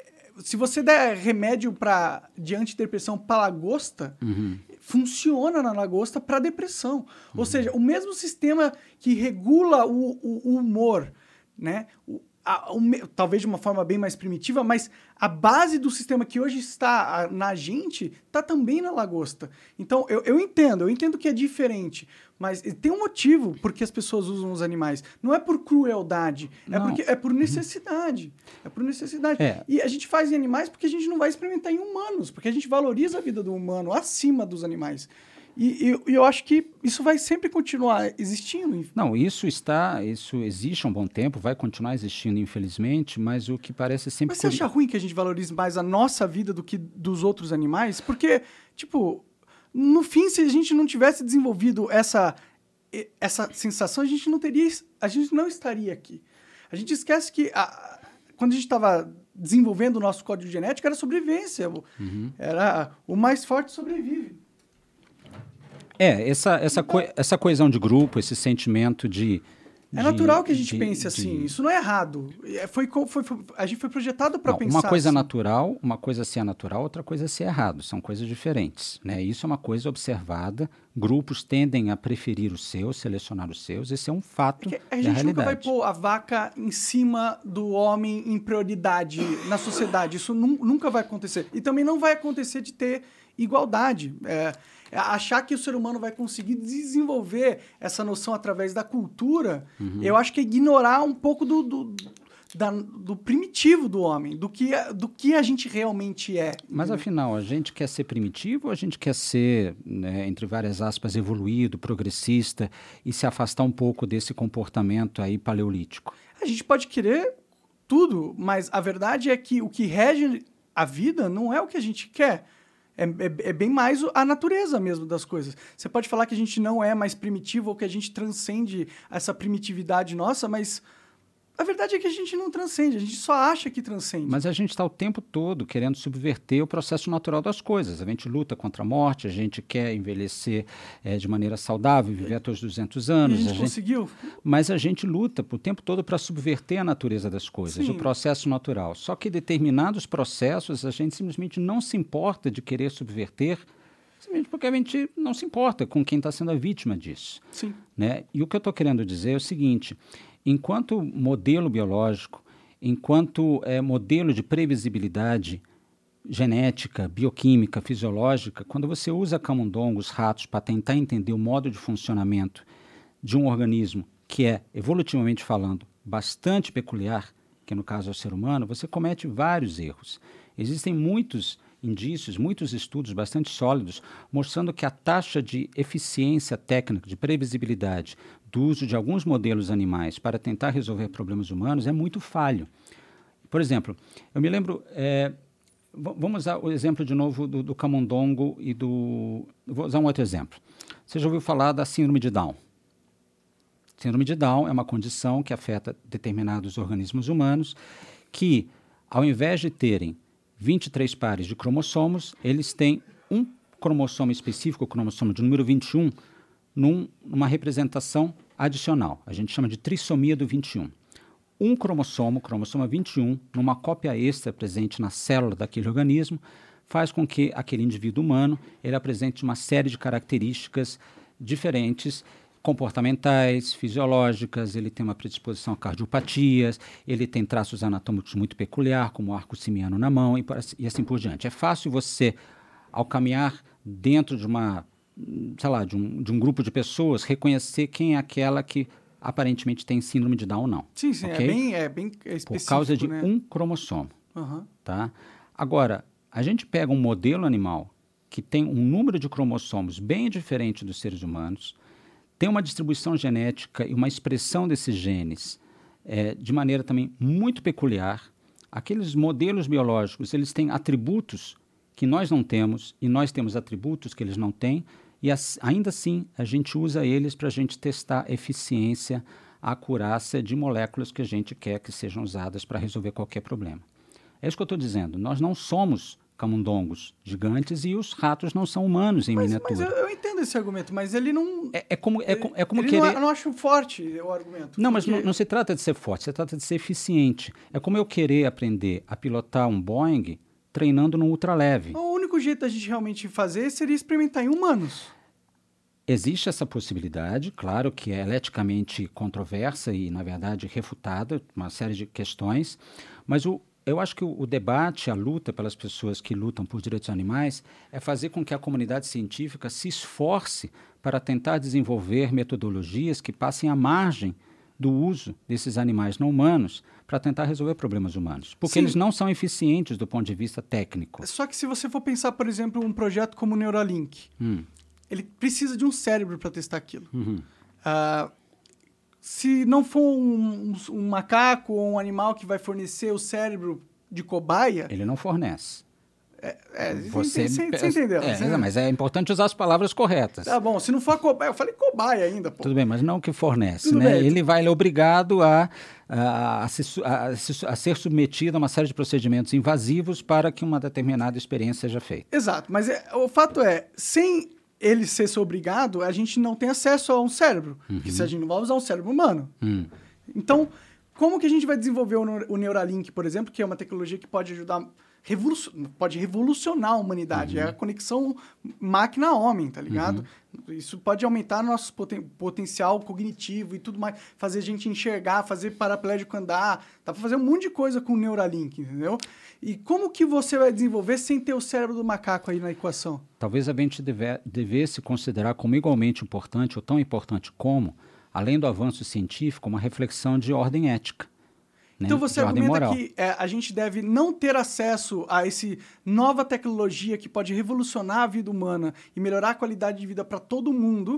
se você der remédio pra, de antidepressão para lagosta, uhum. funciona na lagosta para depressão. Uhum. Ou seja, o mesmo sistema que regula o, o, o humor, né? O, A, o, talvez de uma forma bem mais primitiva, mas a base do sistema que hoje está a, na gente está também na lagosta. Então, eu, eu entendo, eu entendo que é diferente, mas tem um motivo por que as pessoas usam os animais. Não é por crueldade, é, porque, é por necessidade. Uhum. É por necessidade. É. E a gente faz em animais porque a gente não vai experimentar em humanos, porque a gente valoriza a vida do humano acima dos animais. E, e, e eu acho que isso vai sempre continuar existindo. Não, isso está, isso existe há um bom tempo, vai continuar existindo, infelizmente, mas o que parece sempre... Mas você acha ruim que a gente valorize mais a nossa vida do que dos outros animais? Porque, tipo, no fim, se a gente não tivesse desenvolvido essa, essa sensação, a gente não teria, a gente não estaria aqui. A gente esquece que a, quando a gente estava desenvolvendo o nosso código genético, era sobrevivência. Uhum. Era o mais forte sobrevive. É, essa, essa, Então- co essa coesão de grupo, esse sentimento de... É de- natural que a gente de- pense de- assim. Isso não é errado. É, Foi, co- foi, foi- a gente foi projetado para Não, pensar uma coisa assim. natural, uma coisa se é natural, outra coisa se é errado. São coisas diferentes, né? Isso é uma coisa observada. Grupos tendem a preferir os seus, selecionar os seus. Esse é um fato É que a da gente nunca vai realidade. pôr a vaca em cima do homem em prioridade na sociedade. Isso nu- nunca vai acontecer. E também não vai acontecer de ter igualdade. É, é achar que o ser humano vai conseguir desenvolver essa noção através da cultura, Uhum. eu acho que é ignorar um pouco do, do, da- do primitivo do homem, do que, do que a gente realmente é. Mas afinal, a gente quer ser primitivo ou a gente quer ser, né, entre várias aspas, evoluído, progressista e se afastar um pouco desse comportamento aí paleolítico? A gente pode querer tudo, mas a verdade é que o que rege a vida não é o que a gente quer. É, é- é bem mais o- a natureza mesmo das coisas. Você pode falar que a gente não é mais primitivo ou que a gente transcende essa primitividade nossa, mas a verdade é que a gente não transcende, a gente só acha que transcende. Mas a gente está o tempo todo querendo subverter o processo natural das coisas. A gente luta contra a morte, a gente quer envelhecer eh, de maneira saudável, viver até os duzentos E a anos. gente a gente- conseguiu? Mas a gente luta o tempo todo para subverter a natureza das coisas, Sim. o processo natural. Só que determinados processos a gente simplesmente não se importa de querer subverter, simplesmente porque a gente não se importa com quem está sendo a vítima disso. Sim. Né? E o que eu estou querendo dizer é o seguinte: enquanto modelo biológico, enquanto eh, modelo de previsibilidade genética, bioquímica, fisiológica, quando você usa camundongos, ratos, para tentar entender o modo de funcionamento de um organismo que é, evolutivamente falando, bastante peculiar, que no caso é o ser humano, você comete vários erros. Existem muitos indícios, muitos estudos bastante sólidos, mostrando que a taxa de eficiência técnica, de previsibilidade do uso de alguns modelos animais para tentar resolver problemas humanos é muito falho. Por exemplo, eu me lembro... eh, v- vamos usar o exemplo de novo do, do camundongo e do... Vou usar um outro exemplo. Você já ouviu falar da síndrome de Down? Síndrome de Down é uma condição que afeta determinados organismos humanos que, ao invés de terem vinte e três pares de cromossomos, eles têm um cromossomo específico, o cromossomo de número vinte e um, num, numa representação adicional. A gente chama de trissomia do vinte e um. Um cromossomo, cromossomo vinte e um, numa cópia extra presente na célula daquele organismo, faz com que aquele indivíduo humano ele apresente uma série de características diferentes, comportamentais, fisiológicas, ele tem uma predisposição a cardiopatias, ele tem traços anatômicos muito peculiar, como o arco simiano na mão e, por assim- e assim por diante. É fácil você, ao caminhar dentro de uma, sei lá, de um, de um grupo de pessoas, reconhecer quem é aquela que aparentemente tem síndrome de Down ou não. Sim, sim, ok? é bem, é bem Por específico, causa de né? um cromossomo. Aham. Tá? Agora, a gente pega um modelo animal que tem um número de cromossomos bem diferente dos seres humanos, tem uma distribuição genética e uma expressão desses genes eh, de maneira também muito peculiar. Aqueles modelos biológicos, eles têm atributos que nós não temos e nós temos atributos que eles não têm e as, ainda assim a gente usa eles para a gente testar a eficiência, a acurácia de moléculas que a gente quer que sejam usadas para resolver qualquer problema. É isso que eu estou dizendo. Nós não somos camundongos gigantes e os ratos não são humanos em Mas, miniatura. mas eu, eu entendo esse argumento, mas ele não... É, é como, é, co- é como ele querer... não, eu não acho forte o argumento. Não, mas porque- não, não se trata de ser forte, se trata de ser eficiente. É como eu querer aprender a pilotar um Boeing treinando num ultraleve. O único jeito da gente realmente fazer seria experimentar em humanos. Existe essa possibilidade, claro que é eticamente controversa e, na verdade, refutada, uma série de questões, mas o, eu acho que o, o debate, a luta pelas pessoas que lutam por direitos animais é fazer com que a comunidade científica se esforce para tentar desenvolver metodologias que passem à margem do uso desses animais não humanos para tentar resolver problemas humanos, porque Sim. eles não são eficientes do ponto de vista técnico. Só que se você for pensar, por exemplo, um projeto como o Neuralink, Hum, ele precisa de um cérebro para testar aquilo. uhum. Ah, se não for um, um- um macaco ou um animal que vai fornecer o cérebro de cobaia... Ele não fornece. É, Você, você entendeu? É, Você- mas é importante usar as palavras corretas. Tá bom, se não for cobaia... Eu falei cobaia ainda, pô. Tudo bem, mas não que fornece, Tudo né? bem. Ele vai ele é obrigado a, a, a, se su- a se- a ser submetido a uma série de procedimentos invasivos para que uma determinada experiência seja feita. Exato, mas é- o fato é, sem ele ser obrigado, a gente não tem acesso a um cérebro. Uhum. Porque se a gente não vai usar um cérebro humano. Uhum. Então, como que a gente vai desenvolver o, o Neuralink, por exemplo, que é uma tecnologia que pode ajudar, revolucion, pode revolucionar a humanidade? Uhum. É a conexão máquina-homem, tá ligado? Uhum. Isso pode aumentar nosso poten, potencial cognitivo e tudo mais, fazer a gente enxergar, fazer paraplégico andar, dá pra fazer um monte de coisa com o Neuralink, entendeu? E como que você vai desenvolver sem ter o cérebro do macaco aí na equação? Talvez a gente deve, devesse considerar como igualmente importante, ou tão importante como, além do avanço científico, uma reflexão de ordem ética. Né? Então você de ordem argumenta moral. que é, a gente deve não ter acesso a essa nova tecnologia que pode revolucionar a vida humana e melhorar a qualidade de vida para todo mundo,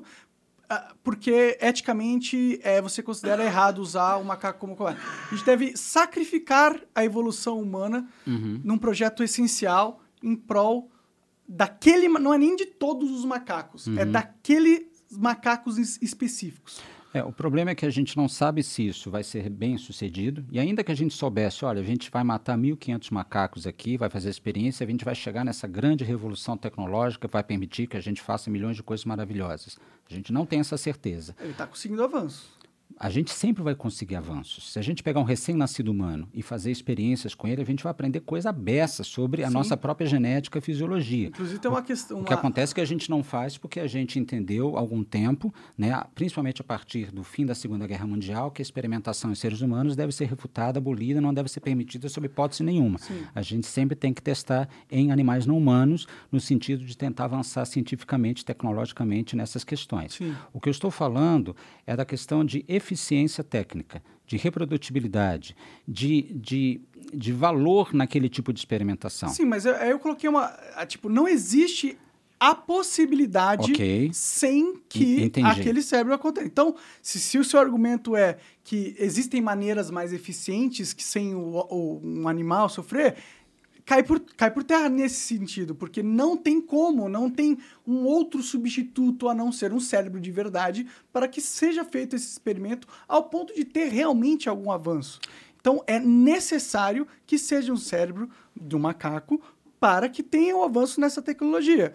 porque eticamente é, você considera errado usar o macaco como colar. A gente deve sacrificar a evolução humana uhum. num projeto essencial em prol daquele... Não é nem de todos os macacos, uhum. é daqueles macacos específicos. É, o problema é que a gente não sabe se isso vai ser bem sucedido, e ainda que a gente soubesse, olha, a gente vai matar mil e quinhentos macacos aqui, vai fazer experiência, a gente vai chegar nessa grande revolução tecnológica, vai permitir que a gente faça milhões de coisas maravilhosas. A gente não tem essa certeza. Ele está conseguindo avanço. A gente sempre vai conseguir avanços. Se a gente pegar um recém-nascido humano e fazer experiências com ele, a gente vai aprender coisa beça sobre a Sim. nossa própria genética e fisiologia. Inclusive tem uma questão... O que uma... acontece é que a gente não faz porque a gente entendeu há algum tempo, né, principalmente a partir do fim da Segunda Guerra Mundial, que a experimentação em seres humanos deve ser refutada, abolida, não deve ser permitida sob hipótese nenhuma. Sim. A gente sempre tem que testar em animais não humanos, no sentido de tentar avançar cientificamente, tecnologicamente nessas questões. Sim. O que eu estou falando é da questão de eficiência técnica, de reprodutibilidade, de, de, de valor naquele tipo de experimentação. Sim, mas aí eu, eu coloquei uma... A, tipo, não existe a possibilidade okay. sem que Entendi. aquele cérebro aconteça. Então, se, se o seu argumento é que existem maneiras mais eficientes que sem o, o, um animal sofrer... Cai por, cai por terra nesse sentido, porque não tem como, não tem um outro substituto a não ser um cérebro de verdade para que seja feito esse experimento ao ponto de ter realmente algum avanço. Então, é necessário que seja um cérebro de um macaco para que tenha um avanço nessa tecnologia.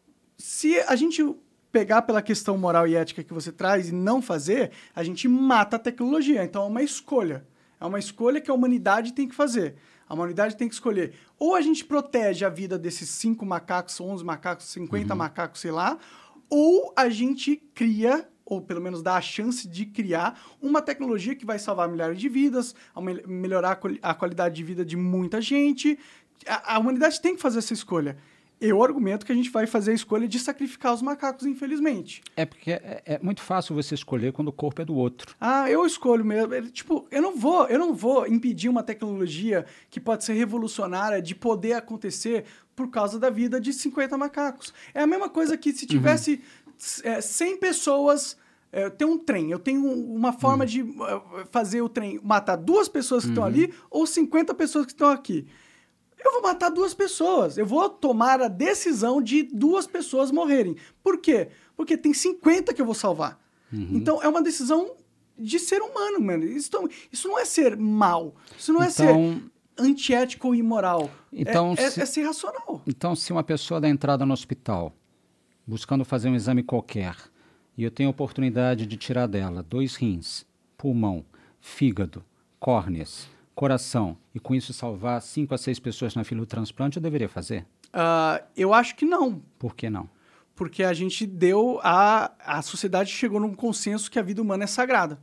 Se a gente pegar pela questão moral e ética que você traz e não fazer, a gente mata a tecnologia. Então, é uma escolha. É uma escolha que a humanidade tem que fazer. A humanidade tem que escolher. Ou a gente protege a vida desses cinco macacos, onze macacos, cinquenta uhum. macacos, sei lá, ou a gente cria, ou pelo menos dá a chance de criar, uma tecnologia que vai salvar milhares de vidas, melhorar a qualidade de vida de muita gente. A, a humanidade tem que fazer essa escolha. Eu argumento que a gente vai fazer a escolha de sacrificar os macacos, infelizmente. É porque é, é muito fácil você escolher quando o corpo é do outro. Ah, eu escolho mesmo. Tipo, eu não vou, eu não vou impedir uma tecnologia que pode ser revolucionária de poder acontecer por causa da vida de cinquenta macacos. É a mesma coisa que se tivesse uhum. é, cem pessoas... É, eu tenho um trem, eu tenho uma forma uhum. de uh, fazer o trem matar duas pessoas que uhum. estão ali ou cinquenta pessoas que estão aqui. Eu vou matar duas pessoas. Eu vou tomar a decisão de duas pessoas morrerem. Por quê? Porque tem cinquenta que eu vou salvar. Uhum. Então, é uma decisão de ser humano, mano. Isso, isso não é ser mal. Isso não então, é ser antiético ou imoral. Então, é, se, é, é ser racional. Então, se uma pessoa dá entrada no hospital, buscando fazer um exame qualquer, e eu tenho a oportunidade de tirar dela dois rins, pulmão, fígado, córneas, coração, e com isso salvar cinco a seis pessoas na fila do transplante, eu deveria fazer? Uh, eu acho que não. Por que não? Porque a gente deu... A, a sociedade chegou num consenso que a vida humana é sagrada.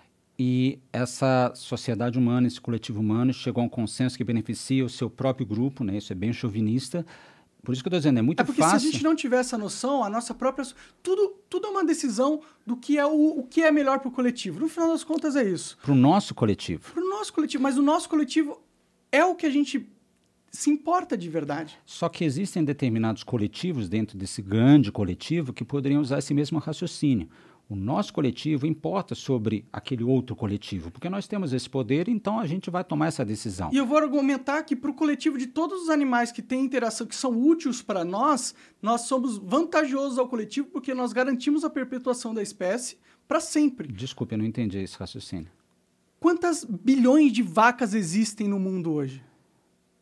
E essa sociedade humana, esse coletivo humano, chegou a um consenso que beneficia o seu próprio grupo, né? Isso é bem chauvinista. Por isso que eu estou dizendo, é muito fácil... É porque fácil. Se a gente não tiver essa noção, a nossa própria... Tudo, tudo é uma decisão do que é, o, o que é melhor para o coletivo. No final das contas, é isso. Para o nosso coletivo. Para o nosso coletivo. Mas o nosso coletivo é o que a gente se importa de verdade. Só que existem determinados coletivos dentro desse grande coletivo que poderiam usar esse mesmo raciocínio. O nosso coletivo importa sobre aquele outro coletivo, porque nós temos esse poder, então a gente vai tomar essa decisão. E eu vou argumentar que para o coletivo de todos os animais que têm interação, que são úteis para nós, nós somos vantajosos ao coletivo porque nós garantimos a perpetuação da espécie para sempre. Desculpe, eu não entendi esse raciocínio. Quantas bilhões de vacas existem no mundo hoje?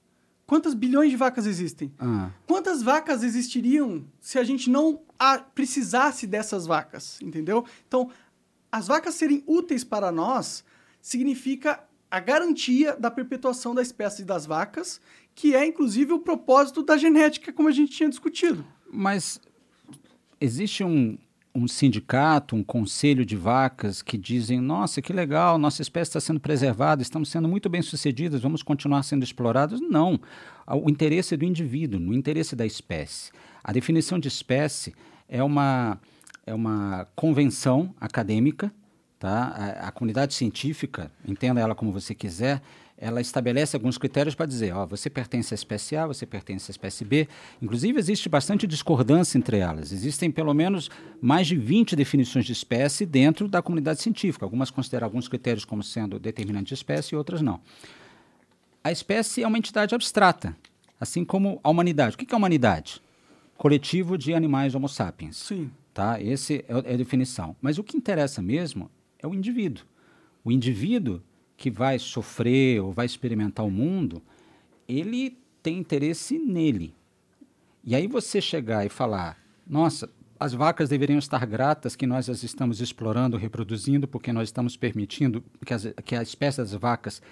quantas bilhões de vacas existem? Ah. Quantas vacas existiriam se a gente não a, precisasse dessas vacas, entendeu? Então, as vacas serem úteis para nós significa a garantia da perpetuação da espécie das vacas, que é, inclusive, o propósito da genética, como a gente tinha discutido. Mas existe um, um sindicato, um conselho de vacas que dizem, nossa, que legal, nossa espécie está sendo preservada, estamos sendo muito bem-sucedidas, vamos continuar sendo explorados? Não. O interesse é do indivíduo, no interesse da espécie. A definição de espécie é uma, é uma convenção acadêmica, tá? A, a comunidade científica, entenda ela como você quiser, ela estabelece alguns critérios para dizer, ó, você pertence à espécie A, você pertence à espécie B. Inclusive, existe bastante discordância entre elas. Existem, pelo menos, mais de vinte definições de espécie dentro da comunidade científica. Algumas consideram alguns critérios como sendo determinante de espécie e outras não. A espécie é uma entidade abstrata, assim como a humanidade. O que é a humanidade? Coletivo de animais homo sapiens. Sim. Tá? Essa é a definição. Mas o que interessa mesmo é o indivíduo. O indivíduo que vai sofrer ou vai experimentar o mundo, ele tem interesse nele. E aí você chegar e falar, nossa, as vacas deveriam estar gratas que nós as estamos explorando, reproduzindo, porque nós estamos permitindo que, as, que a espécie das vacas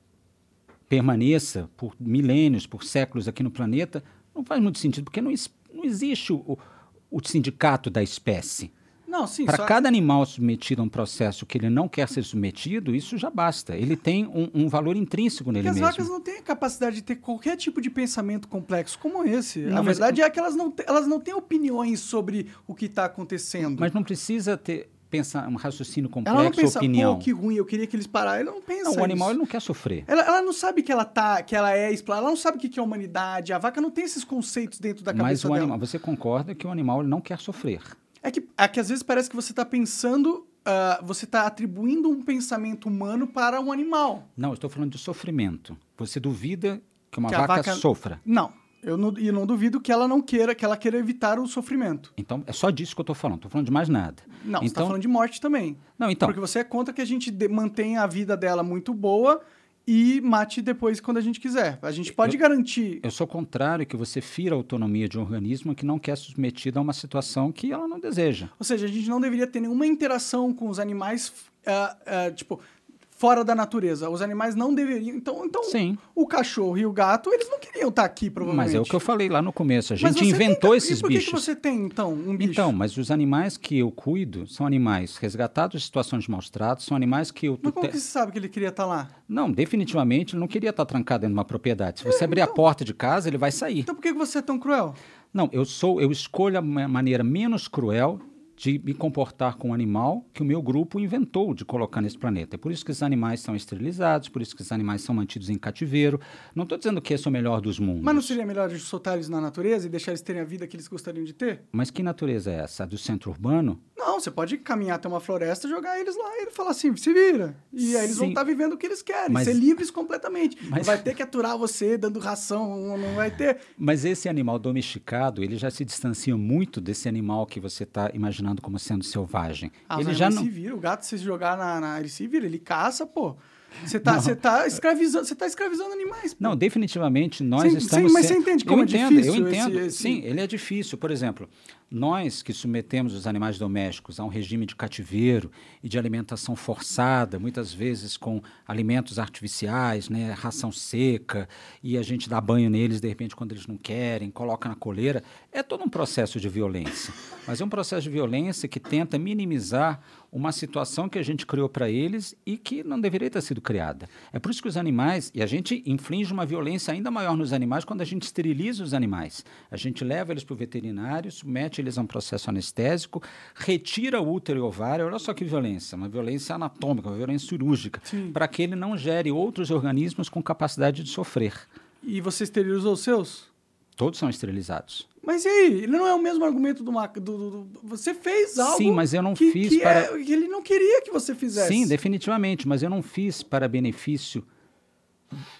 permaneça por milênios, por séculos aqui no planeta, não faz muito sentido, porque não, não existe o, o sindicato da espécie. Não, sim, Para só... cada animal submetido a um processo que ele não quer ser submetido, isso já basta. Ele tem um, um valor intrínseco nele Porque mesmo. as vacas não têm a capacidade de ter qualquer tipo de pensamento complexo como esse. Não, a mas- verdade é que elas não, te- elas não têm opiniões sobre o que está acontecendo. Mas não precisa ter pensar um raciocínio ela não complexo, pensa, opinião. pô, que ruim, eu queria que eles parassem. Ela não pensa Não, o animal isso. ele não quer sofrer. Ela, ela não sabe que ela, tá, que ela é explorada, ela não sabe o que que é humanidade. A vaca não tem esses conceitos dentro da Mas cabeça o dela. animal, você concorda que o animal ele não quer sofrer. É que, é que às vezes parece que você está pensando, ah, você está atribuindo um pensamento humano para um animal. Não, eu estou falando de sofrimento. Você duvida que uma Que a vaca, vaca- sofra. Não, eu não, e não duvido que ela não queira, que ela queira evitar o sofrimento. Então, é só disso que eu estou falando. Estou falando de mais nada. Não, você está então, falando de morte também. Não, então, Porque você é contra que a gente de- mantenha a vida dela muito boa e mate depois quando a gente quiser. A gente pode Eu- garantir... eu sou contrário que você fira a autonomia de um organismo que não quer ser submetido a uma situação que ela não deseja. Ou seja, a gente não deveria ter nenhuma interação com os animais, ah, ah, tipo, fora da natureza. Os animais não deveriam... Então, então Sim. o cachorro e o gato, eles não queriam estar aqui, provavelmente. Mas é o que eu falei lá no começo. A Mas gente você inventou tem- esses e por que bichos. que você tem, então, um bicho? Então, mas os animais que eu cuido são animais resgatados de situações de maus tratos, são animais que eu... Mas como tute- que você sabe que ele queria estar lá? Não, definitivamente ele não queria estar trancado dentro de uma propriedade. Se você abrir a então. porta de casa, ele vai sair. Então por que que você é tão cruel? Não, eu sou, eu escolho a ma- maneira menos cruel de me comportar com o animal que o meu grupo inventou de colocar nesse planeta. É por isso que os animais são esterilizados, por isso que os animais são mantidos em cativeiro. Não estou dizendo que esse é o melhor dos mundos. Mas não seria melhor a gente soltar eles na natureza e deixar eles terem a vida que eles gostariam de ter? Mas que natureza é essa? A do centro urbano? Não, você pode caminhar até uma floresta, jogar eles lá e ele falar assim, se vira. E aí eles vão Sim. estar vivendo o que eles querem, Mas- ser livres completamente. Não Mas- vai ter que aturar você dando ração, não vai ter... Mas esse animal domesticado, ele já se distancia muito desse animal que você está imaginando como sendo selvagem. Ah, os ele já animais não... se vira, o gato se jogar na, na... Ele se vira, ele caça, pô. Você tá, você tá escravizando, você tá escravizando animais, pô. Não, definitivamente nós Sim, estamos... sim, mas se- você entende como eu é entendo, difícil Eu esse- entendo, esse- sim, ele é difícil. Por exemplo, nós que submetemos os animais domésticos a um regime de cativeiro e de alimentação forçada, muitas vezes com alimentos artificiais, né, ração seca, e a gente dá banho neles, de repente, quando eles não querem, coloca na coleira, é todo um processo de violência. Mas é um processo de violência que tenta minimizar uma situação que a gente criou para eles e que não deveria ter sido criada. É por isso que os animais, e a gente inflige uma violência ainda maior nos animais quando a gente esteriliza os animais. A gente leva eles para o veterinário, submete eles a um processo anestésico, retira o útero e o ovário, olha só que violência, uma violência anatômica, uma violência cirúrgica, para que ele não gere outros organismos com capacidade de sofrer. E você esterilizou os seus? Todos são esterilizados. Mas e aí? Ele não é o mesmo argumento do... maca- do, do- do- você fez algo... Sim, mas eu não que, fiz que para... é- que ele não queria que você fizesse. Sim, definitivamente, mas eu não fiz para benefício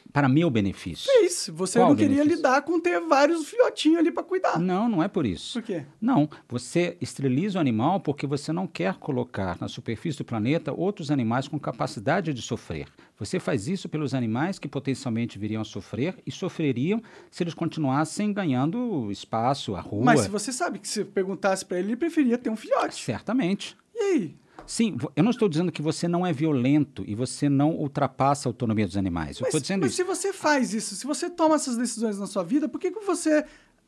para meu benefício. Fez. Você Qual não queria benefício? lidar com ter vários filhotinhos ali para cuidar. Não, não é por isso. Por quê? Não, você esteriliza o animal porque você não quer colocar na superfície do planeta outros animais com capacidade de sofrer. Você faz isso pelos animais que potencialmente viriam a sofrer e sofreriam se eles continuassem ganhando espaço, a rua. Mas se você sabe que se perguntasse para ele, ele preferia ter um filhote. Certamente. E aí? Sim, vo- eu não estou dizendo que você não é violento e você não ultrapassa a autonomia dos animais. Eu Mas, estou dizendo mas isso. se você faz isso, se você toma essas decisões na sua vida, por que, que você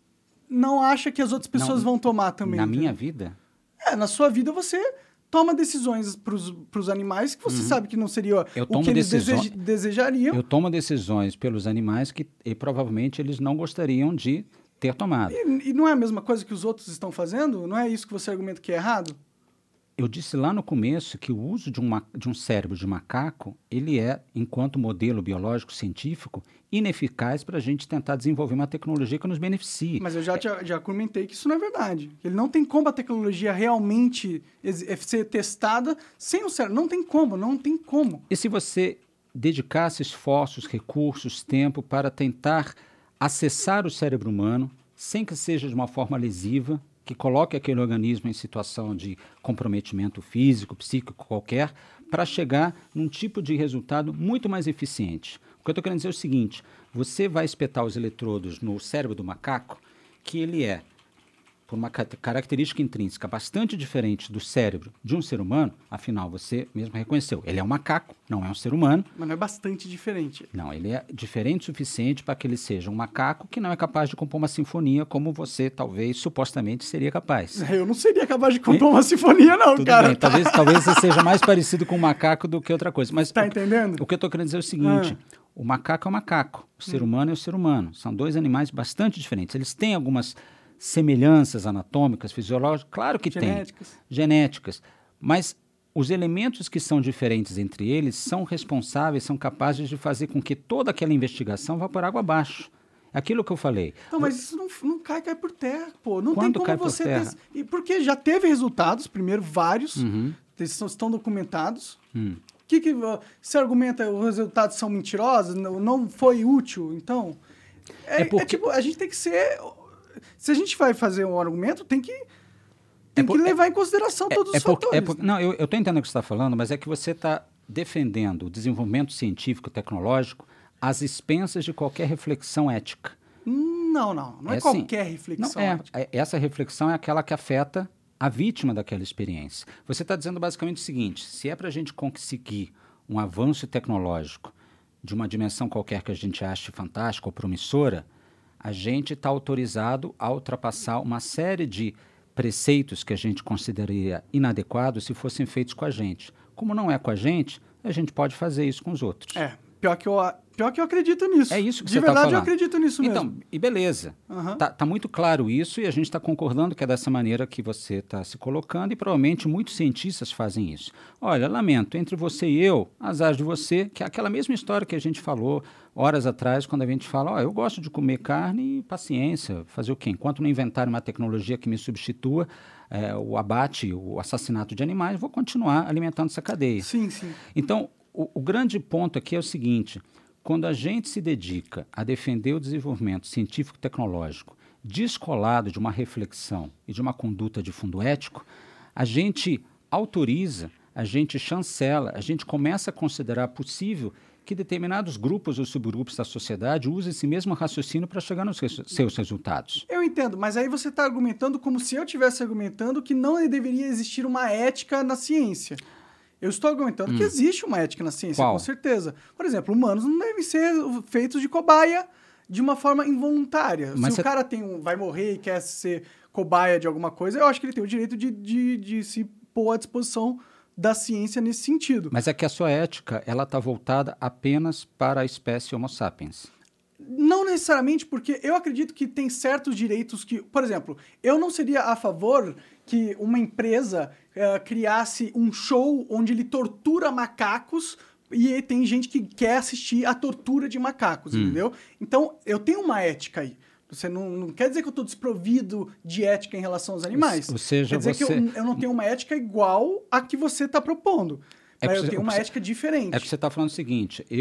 não acha que as outras pessoas Não, vão tomar também? Na minha entendeu? vida, É, na sua vida você toma decisões para os animais que você sabe que não seria Uhum. Eu o tomo que eles decisões- desej- desejariam. eu tomo decisões pelos animais que e, provavelmente eles não gostariam de ter tomado. E, e não é a mesma coisa que os outros estão fazendo? Não é isso que você argumenta que é errado? Eu disse lá no começo que o uso de, uma, de um cérebro de macaco, ele é, enquanto modelo biológico científico, ineficaz para a gente tentar desenvolver uma tecnologia que nos beneficie. Mas eu já, te- já comentei que isso não é verdade. Ele não tem como a tecnologia realmente ex- é, ser testada sem o cérebro. Não tem como, não tem como. E se você dedicasse esforços, recursos, tempo para tentar acessar o cérebro humano, sem que seja de uma forma lesiva, que coloque aquele organismo em situação de comprometimento físico, psíquico qualquer, para chegar num tipo de resultado muito mais eficiente. O que eu estou querendo dizer é o seguinte: você vai espetar os eletrodos no cérebro do macaco, que ele é, por uma ca- característica intrínseca bastante diferente do cérebro de um ser humano, afinal, você mesmo reconheceu, ele é um macaco, não é um ser humano. Mas não é bastante diferente. Não, ele é diferente o suficiente para que ele seja um macaco que não é capaz de compor uma sinfonia como você, talvez, supostamente seria capaz. Eu não seria capaz de compor uma sinfonia, não, Tudo cara. bem, talvez, talvez você seja mais parecido com um macaco do que outra coisa. Mas Tá o- entendendo? O que eu estou querendo dizer é o seguinte: Ah. o macaco é o macaco, o ser humano é o ser humano. São dois animais bastante diferentes. Eles têm algumas semelhanças anatômicas, fisiológicas, claro que Genéticas. tem. Genéticas. Mas os elementos que são diferentes entre eles são responsáveis, são capazes de fazer com que toda aquela investigação vá por água abaixo. Aquilo que eu falei. Não, mas isso não, não cai, cai por terra, pô. Não Quando tem cai como por você terra? ter... E porque já teve resultados, primeiro, vários, Uhum. eles são- estão documentados. Hum. Que que uh, se argumenta os resultados são mentirosos, não, não foi útil, então... É, É porque- é tipo, a gente tem que ser... Se a gente vai fazer um argumento, tem que, tem É por- que levar em consideração todos É os porque- fatores. é porque- não, eu estou entendendo o que você está falando, mas é que você está defendendo o desenvolvimento científico tecnológico às expensas de qualquer reflexão ética. Não, não. Não é, É sim. qualquer reflexão. Não, é, ética. é- essa reflexão é aquela que afeta a vítima daquela experiência. Você está dizendo basicamente o seguinte: se é para a gente conseguir um avanço tecnológico de uma dimensão qualquer que a gente ache fantástica ou promissora, a gente está autorizado a ultrapassar uma série de preceitos que a gente consideraria inadequados se fossem feitos com a gente. Como não é com a gente, a gente pode fazer isso com os outros. É, pior que eu, pior que eu acredito nisso. É isso que De você está verdade, falando. eu acredito nisso Então, mesmo. e beleza. Aham. Tá, tá muito claro isso e a gente está concordando que é dessa maneira que você está se colocando e provavelmente muitos cientistas fazem isso. Olha, lamento, entre você e eu, azar de você, que é aquela mesma história que a gente falou horas atrás, quando a gente fala, ó, eu gosto de comer carne e paciência, fazer o quê? Enquanto não inventarem uma tecnologia que me substitua é, o abate, o assassinato de animais, vou continuar alimentando essa cadeia. Sim, sim. Então, o, o grande ponto aqui é o seguinte: quando a gente se dedica a defender o desenvolvimento científico-tecnológico descolado de uma reflexão e de uma conduta de fundo ético, a gente autoriza, a gente chancela, a gente começa a considerar possível que determinados grupos ou subgrupos da sociedade usem esse mesmo raciocínio para chegar nos res- seus resultados. Eu entendo, mas aí você está argumentando como se eu estivesse argumentando que não deveria existir uma ética na ciência. Eu estou argumentando que existe uma ética na ciência, Qual? com certeza. Por exemplo, humanos não devem ser feitos de cobaia de uma forma involuntária. Mas se cê- o cara tem um, vai morrer e quer ser cobaia de alguma coisa, eu acho que ele tem o direito de, de, de se pôr à disposição da ciência nesse sentido. Mas é que a sua ética ela está voltada apenas para a espécie Homo sapiens. Não necessariamente, porque eu acredito que tem certos direitos que... Por exemplo, eu não seria a favor que uma empresa eh, criasse um show onde ele tortura macacos e tem gente que quer assistir a tortura de macacos, entendeu? Então, eu tenho uma ética aí. Você não, não quer dizer que eu estou desprovido de ética em relação aos animais. Ou seja, quer dizer você- que eu, eu não tenho uma ética igual a que você está propondo. É Mas que eu você- tenho uma você- ética diferente. É que você está falando o seguinte: eu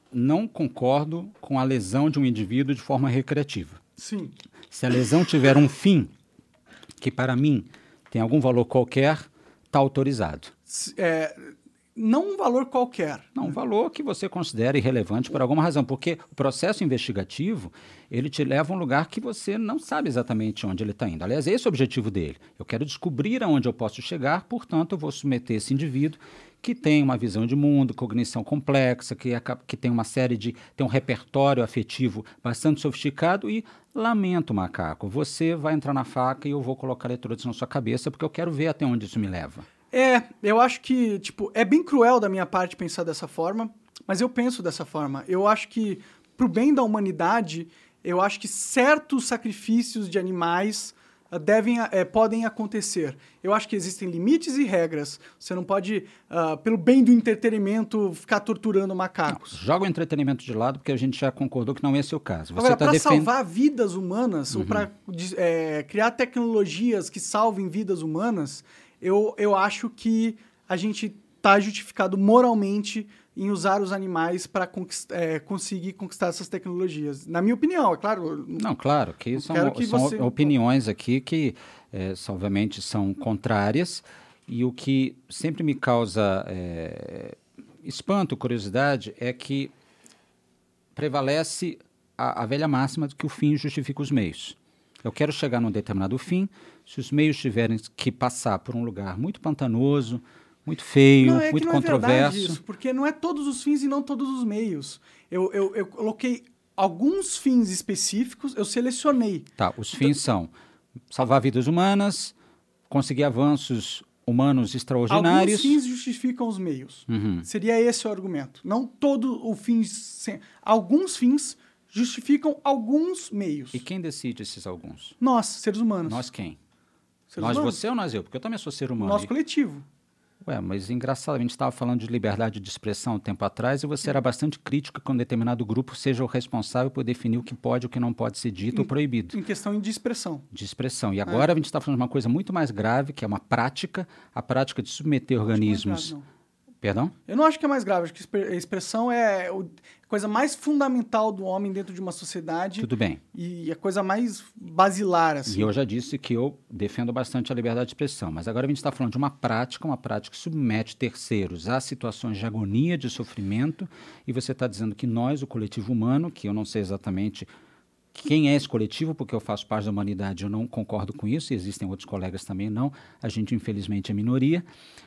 não concordo com a lesão de um indivíduo de forma recreativa. Sim. Se a lesão tiver um fim que, para mim, tem algum valor qualquer, está autorizado. É, não um valor qualquer. Não, um valor que você considere irrelevante por alguma razão, porque o processo investigativo, ele te leva a um lugar que você não sabe exatamente onde ele está indo. Aliás, esse é o objetivo dele. Eu quero descobrir aonde eu posso chegar, portanto, eu vou submeter esse indivíduo que tem uma visão de mundo, cognição complexa, que, é, que tem uma série de... tem um repertório afetivo bastante sofisticado e, lamento, macaco, você vai entrar na faca e eu vou colocar eletrodos na sua cabeça porque eu quero ver até onde isso me leva. É, eu acho que, tipo, é bem cruel da minha parte pensar dessa forma, mas eu penso dessa forma. Eu acho que, pro bem da humanidade, eu acho que certos sacrifícios de animais uh, devem, uh, podem acontecer. Eu acho que existem limites e regras. Você não pode, uh, pelo bem do entretenimento, ficar torturando macacos. Não, joga o entretenimento de lado, porque a gente já concordou que não é esse o caso. Você Agora, tá para defend... salvar vidas humanas, Uhum. ou para é, criar tecnologias que salvem vidas humanas, eu, eu acho que a gente está justificado moralmente em usar os animais para conquist, é, conseguir conquistar essas tecnologias. Na minha opinião, é claro. Não, claro, que são, quero que são você- opiniões aqui que, é, obviamente, são contrárias, e o que sempre me causa é, espanto, curiosidade, é que prevalece a, a velha máxima de que o fim justifica os meios. Eu quero chegar num determinado fim, se os meios tiverem que passar por um lugar muito pantanoso, muito feio, Não, é que muito não é verdade controverso. isso, porque não é todos os fins e não todos os meios. Eu, eu, eu coloquei alguns fins específicos, eu selecionei. Tá, os fins são salvar vidas humanas, conseguir avanços humanos extraordinários. Alguns fins justificam os meios. Uhum. Seria esse o argumento. Não todo o fim... se- Alguns fins justificam alguns meios. E quem decide esses alguns? Nós, seres humanos. Nós quem? Seres Nós humanos. você ou nós eu? Porque eu também sou ser humano. Nosso E- coletivo. Ué, mas engraçado, a gente estava falando de liberdade de expressão um tempo atrás e você era bastante crítico que um determinado grupo seja o responsável por definir o que pode e o que não pode ser dito ou proibido Em questão de expressão. de expressão. E agora a gente está falando de uma coisa muito mais grave, que é uma prática, a prática de submeter organismos... Acho que não é grave, Perdão? não. Eu não acho que é mais grave. Acho que expre- a expressão é o- a coisa mais fundamental do homem dentro de uma sociedade. Tudo bem. E a coisa mais basilar, assim. E eu já disse que eu defendo bastante a liberdade de expressão, mas agora a gente está falando de uma prática, uma prática que submete terceiros a situações de agonia, de sofrimento, e você está dizendo que nós, o coletivo humano, que eu não sei exatamente quem é esse coletivo, porque eu faço parte da humanidade, eu não concordo com isso, e existem outros colegas também não, a gente infelizmente é minoria,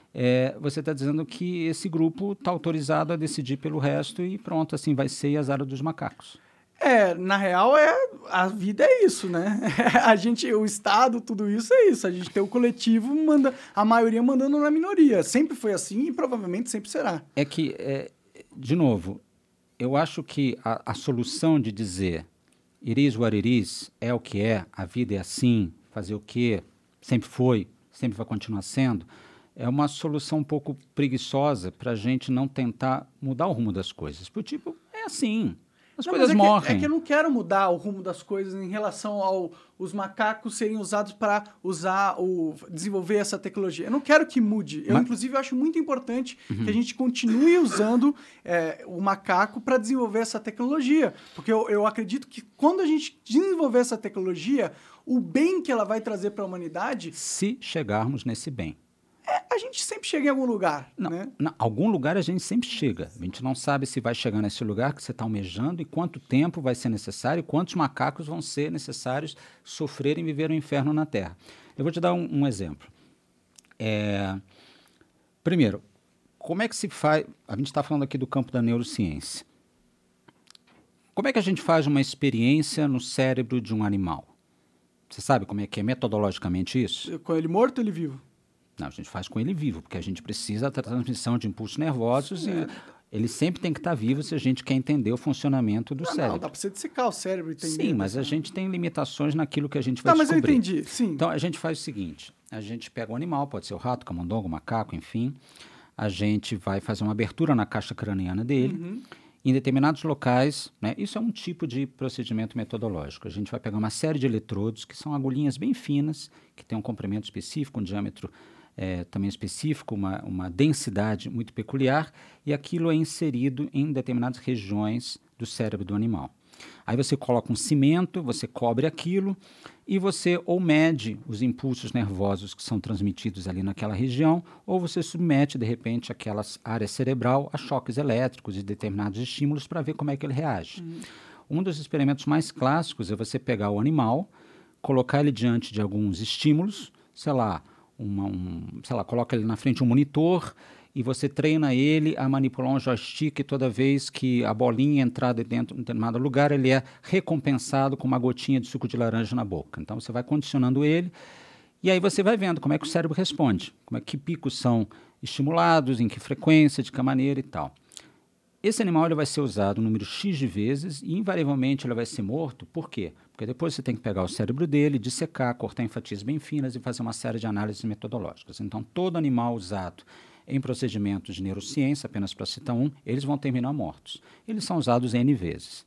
é, você está dizendo que esse grupo está autorizado a decidir pelo resto e pronto, assim vai ser e azar dos macacos. É, na real, é, a vida é isso, né? A gente, o Estado, tudo isso é isso. A gente tem o coletivo, manda, a maioria mandando na minoria. Sempre foi assim e provavelmente sempre será. É que, é, de novo, eu acho que a, a solução de dizer it is what it is, é o que é, a vida é assim, fazer o quê, sempre foi, sempre vai continuar sendo, é uma solução um pouco preguiçosa para a gente não tentar mudar o rumo das coisas. Por tipo, é assim, as Não, coisas mas é morrem. Que, é que eu não quero mudar o rumo das coisas em relação ao os macacos serem usados para usar o desenvolver essa tecnologia. Eu não quero que mude. Eu, Mas- inclusive, acho muito importante que a gente continue usando é, o macaco para desenvolver essa tecnologia. Porque eu, eu acredito que quando a gente desenvolver essa tecnologia, o bem que ela vai trazer para a humanidade, Se chegarmos nesse bem. a gente sempre chega em algum lugar, Não, né? não, algum lugar a gente sempre chega. A gente não sabe se vai chegar nesse lugar que você está almejando e quanto tempo vai ser necessário e quantos macacos vão ser necessários sofrerem e viver o inferno na Terra. Eu vou te dar um, um exemplo. É, primeiro, como é que se faz... A gente está falando aqui do campo da neurociência. Como é que a gente faz uma experiência no cérebro de um animal? Você sabe como é que é metodologicamente isso? Com ele morto ou ele vivo? Não, a gente faz com ele vivo, porque a gente precisa da transmissão de impulsos nervosos e ele sempre tem que estar vivo se a gente quer entender o funcionamento do Não, cérebro. não, dá para você dissecar o cérebro e entender. Sim, mas a gente tem limitações naquilo que a gente vai Tá, mas eu descobrir. entendi, sim. Então, a gente faz o seguinte, a gente pega um animal, pode ser o rato, camundongo, macaco, enfim, a gente vai fazer uma abertura na caixa craniana dele, Uhum. em determinados locais, né, isso é um tipo de procedimento metodológico. A gente vai pegar uma série de eletrodos, que são agulhinhas bem finas, que têm um comprimento específico, um diâmetro é, também específico, uma, uma densidade muito peculiar, e aquilo é inserido em determinadas regiões do cérebro do animal. Aí você coloca um cimento, você cobre aquilo e você ou mede os impulsos nervosos que são transmitidos ali naquela região, ou você submete, de repente, aquela área cerebral a choques elétricos e determinados estímulos para ver como é que ele reage. Uhum. Um dos experimentos mais clássicos é você pegar o animal, colocar ele diante de alguns estímulos, sei lá, uma, um, sei lá, coloca ele na frente de um monitor e você treina ele a manipular um joystick toda vez que a bolinha entrar dentro de um determinado lugar, ele é recompensado com uma gotinha de suco de laranja na boca. Então, você vai condicionando ele e aí você vai vendo como é que o cérebro responde, como é que picos são estimulados, em que frequência, de que maneira e tal. Esse animal ele vai ser usado um número X de vezes e, invariavelmente, ele vai ser morto. Por quê? Porque depois você tem que pegar o cérebro dele, dissecar, cortar em fatias bem finas e fazer uma série de análises metodológicas. Então, todo animal usado em procedimentos de neurociência, apenas para citar um, eles vão terminar mortos. Eles são usados N vezes.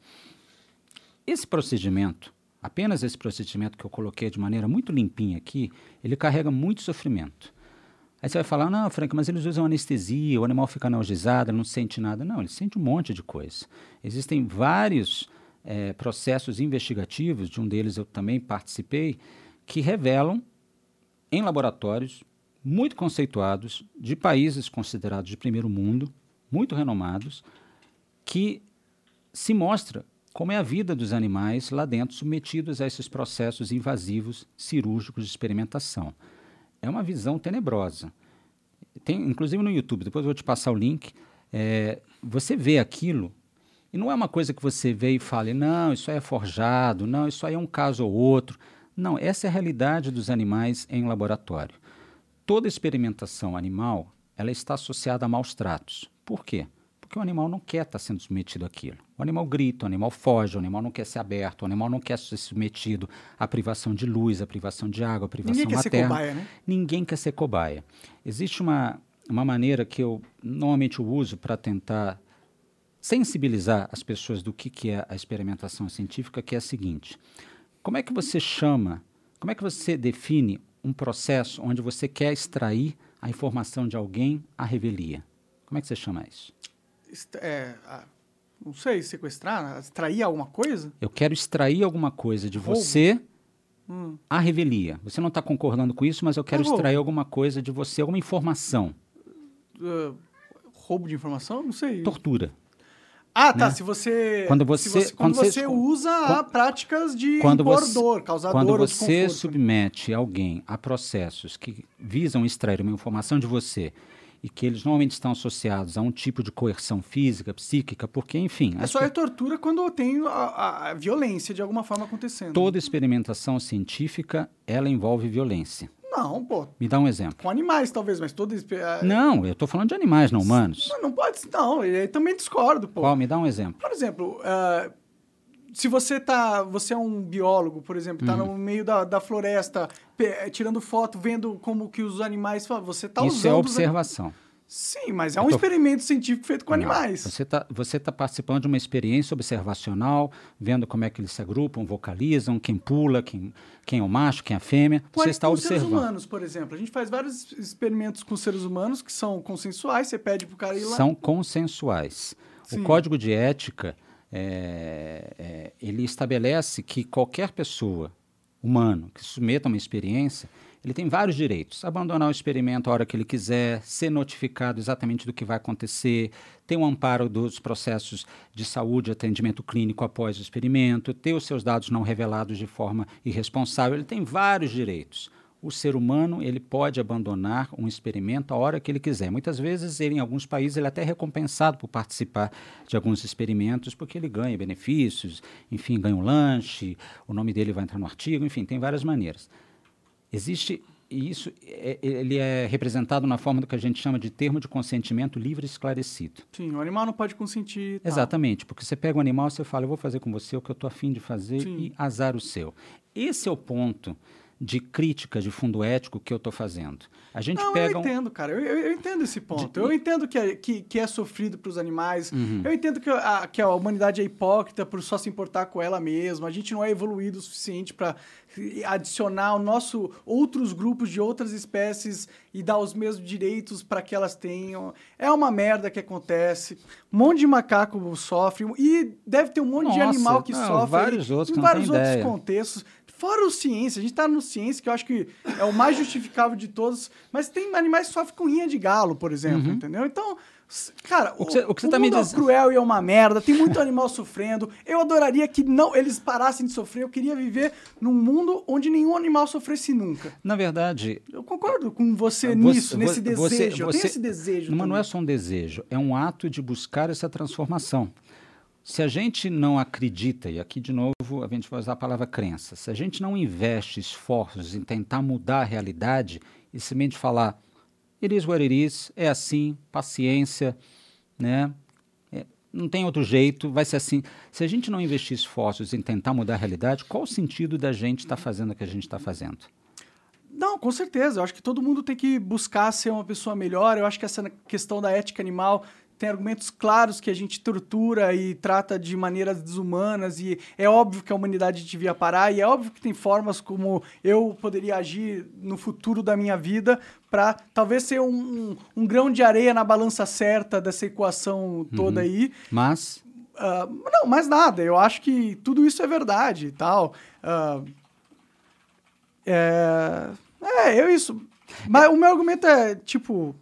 Esse procedimento, apenas esse procedimento que eu coloquei de maneira muito limpinha aqui, ele carrega muito sofrimento. Aí você vai falar, não, Frank, mas eles usam anestesia, o animal fica analgesado, ele não sente nada. Não, ele sente um monte de coisa. Existem vários é, processos investigativos, de um deles eu também participei, que revelam em laboratórios muito conceituados, de países considerados de primeiro mundo, muito renomados, que se mostra como é a vida dos animais lá dentro, submetidos a esses processos invasivos cirúrgicos de experimentação. É uma visão tenebrosa. Tem, inclusive no YouTube, depois eu vou te passar o link, é, você vê aquilo, e não é uma coisa que você vê e fale, não, isso aí é forjado, não, isso aí é um caso ou outro. Não, essa é a realidade dos animais em laboratório. Toda experimentação animal, ela está associada a maus tratos. Por quê? Porque o animal não quer estar sendo submetido àquilo. O animal grita, o animal foge, o animal não quer ser aberto, o animal não quer ser submetido à privação de luz, à privação de água, à privação Ninguém materna. quer ser cobaia, né? Ninguém quer ser cobaia. Existe uma, uma maneira que eu normalmente uso para tentar sensibilizar as pessoas do que, que é a experimentação científica, que é a seguinte. Como é que você chama, como é que você define um processo onde você quer extrair a informação de alguém à revelia? Como é que você chama isso? É, não sei, sequestrar, extrair alguma coisa? Eu quero extrair alguma coisa de Roubo. você Hum. à revelia. Você não está concordando com isso, mas eu quero É roubo. extrair alguma coisa de você, alguma informação. Uh, roubo de informação? Não sei. Tortura. Ah, tá. Né? Se você. Quando você, se você quando, quando você, você usa quando, práticas de quando impor você, dor, causar quando dor ou você desconforto. submete alguém a processos que visam extrair uma informação de você e que eles normalmente estão associados a um tipo de coerção física, psíquica, porque, enfim... É só é tortura quando tem a, a, a violência de alguma forma acontecendo. Toda experimentação científica, ela envolve violência. Não, pô. Me dá um exemplo. Com animais, talvez, mas toda... Não, eu estou falando de animais, não humanos. Não, não pode... Não, eu também discordo, pô. Qual? Me dá um exemplo. Por exemplo, uh, se você tá... Você é um biólogo, por exemplo, tá uhum. no meio da, da floresta, pe- tirando foto, vendo como que os animais... Você tá Isso usando... é observação. Sim, mas é um tô... experimento científico feito com não, animais. Você está você tá participando de uma experiência observacional, vendo como é que eles se agrupam, vocalizam, quem pula, quem, quem é o macho, quem é a fêmea. Você com, está com observando. seres humanos, por exemplo. A gente faz vários experimentos com seres humanos que são consensuais. Você pede para o cara ir lá. São consensuais. Sim. O Código de Ética, é, é, ele estabelece que qualquer pessoa, humano, que se submeta a uma experiência... Ele tem vários direitos. Abandonar o experimento a hora que ele quiser, ser notificado exatamente do que vai acontecer, ter um amparo dos processos de saúde e atendimento clínico após o experimento, ter os seus dados não revelados de forma irresponsável. Ele tem vários direitos. O ser humano ele pode abandonar um experimento a hora que ele quiser. Muitas vezes, ele, em alguns países, ele é até recompensado por participar de alguns experimentos, porque ele ganha benefícios, enfim, ganha um lanche, o nome dele vai entrar no artigo, enfim, tem várias maneiras. Existe, e isso é, ele é representado na forma do que a gente chama de termo de consentimento livre e esclarecido. Sim, o animal não pode consentir. Tal. Exatamente, porque você pega um animal e você fala, eu vou fazer com você o que eu estou afim de fazer Sim. e azar o seu. Esse é o ponto de crítica de fundo ético que eu estou fazendo. A gente Não, pega eu entendo, um... cara. Eu, eu, eu entendo esse ponto. De... Eu entendo que é, que, que é sofrido para os animais. Uhum. Eu entendo que a, que a humanidade é hipócrita por só se importar com ela mesma. A gente não é evoluído o suficiente para adicionar ao nosso outros grupos de outras espécies e dar os mesmos direitos para que elas tenham. É uma merda que acontece. Um monte de macaco sofre. E deve ter um monte Nossa, de animal que não, sofre. Vários outros em que vários não tem outros ideia. contextos. Fora o ciência, a gente tá no ciência, que eu acho que é o mais justificável de todos, mas tem animais que sofrem com rinha de galo, por exemplo, uhum. entendeu? Então, cara, o, que você, o, que você o tá mundo me diz... é cruel e é uma merda, tem muito animal sofrendo, eu adoraria que não eles parassem de sofrer, eu queria viver num mundo onde nenhum animal sofresse nunca. Na verdade... Eu concordo com você, você nisso, nesse desejo, você, eu tenho esse desejo Mas também. Não é só um desejo, é um ato de buscar essa transformação. Se a gente não acredita, e aqui de novo a gente vai usar a palavra crença, se a gente não investe esforços em tentar mudar a realidade e simplesmente falar, it is what it is, é assim, paciência, né? É, não tem outro jeito, vai ser assim. Se a gente não investir esforços em tentar mudar a realidade, qual o sentido da gente estar tá fazendo o que a gente está fazendo? Não, com certeza. Eu acho que todo mundo tem que buscar ser uma pessoa melhor. Eu acho que essa questão da ética animal... Tem argumentos claros que a gente tortura e trata de maneiras desumanas e é óbvio que a humanidade devia parar e é óbvio que tem formas como eu poderia agir no futuro da minha vida para talvez ser um, um, um grão de areia na balança certa dessa equação toda uhum. aí. Mas? Uh, não, mais nada. Eu acho que tudo isso é verdade e tal. Uh, é, é, eu isso... Mas o meu argumento é, tipo...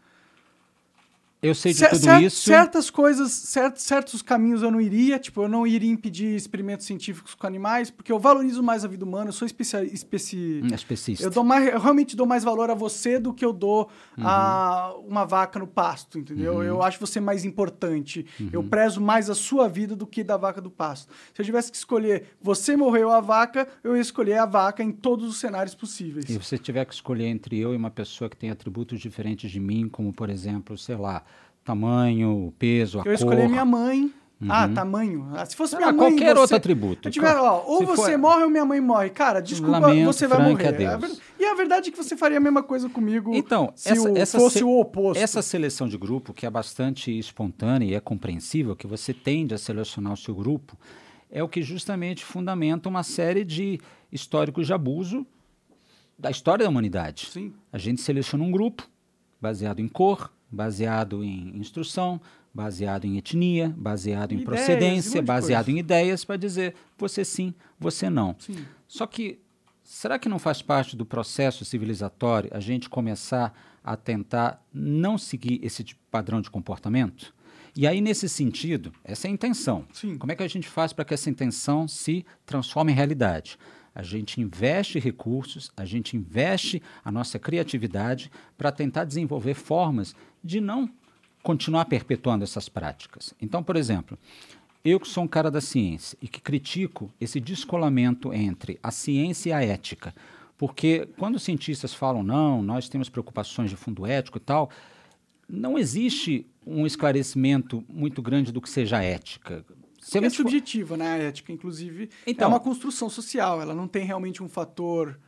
Eu sei de C- tudo cer- isso. Certas coisas, cert- certos caminhos eu não iria. Tipo, eu não iria impedir experimentos científicos com animais, porque eu valorizo mais a vida humana, eu sou especia- especi... Hum, especista. Eu, dou mais, eu realmente dou mais valor a você do que eu dou uhum. a uma vaca no pasto, entendeu? Uhum. Eu acho você mais importante. Uhum. Eu prezo mais a sua vida do que da vaca do pasto. Se eu tivesse que escolher você morreu a vaca, eu ia escolher a vaca em todos os cenários possíveis. E se você tiver que escolher entre eu e uma pessoa que tem atributos diferentes de mim, como, por exemplo, sei lá, tamanho, peso, a cor... Eu escolhi minha mãe. Uhum. Ah, tamanho. Ah, se fosse Não, minha mãe... qualquer você... outro atributo. Eu tiver, ó, ou se você for... morre ou minha mãe morre. Cara, desculpa, Lamento, você vai morrer. A Deus. A ver... E a verdade é que você faria a mesma coisa comigo então, se essa, o... essa fosse se... o oposto. Essa seleção de grupo, que é bastante espontânea e é compreensível, que você tende a selecionar o seu grupo, é o que justamente fundamenta uma série de históricos de abuso da história da humanidade. Sim. A gente seleciona um grupo baseado em cor, baseado em instrução, baseado em etnia, baseado em ideias, procedência, um baseado em ideias, para dizer você sim, você não. Sim. Só que, será que não faz parte do processo civilizatório a gente começar a tentar não seguir esse tipo, padrão de comportamento? E aí, nesse sentido, essa é a intenção. Sim. Como é que a gente faz para que essa intenção se transforme em realidade? A gente investe recursos, a gente investe a nossa criatividade para tentar desenvolver formas de não continuar perpetuando essas práticas. Então, por exemplo, eu que sou um cara da ciência e que critico esse descolamento entre a ciência e a ética, porque quando os cientistas falam, não, nós temos preocupações de fundo ético e tal, não existe um esclarecimento muito grande do que seja ética. Se é subjetiva, né, a ética, inclusive, então, é uma construção social, ela não tem realmente um fator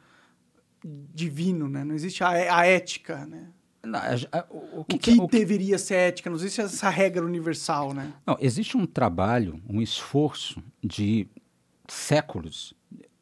divino, né? Não existe a, a ética, né? Não, a, a, o que, o que, que o deveria ser ética? Não existe essa regra universal, né? Não, existe um trabalho, um esforço de séculos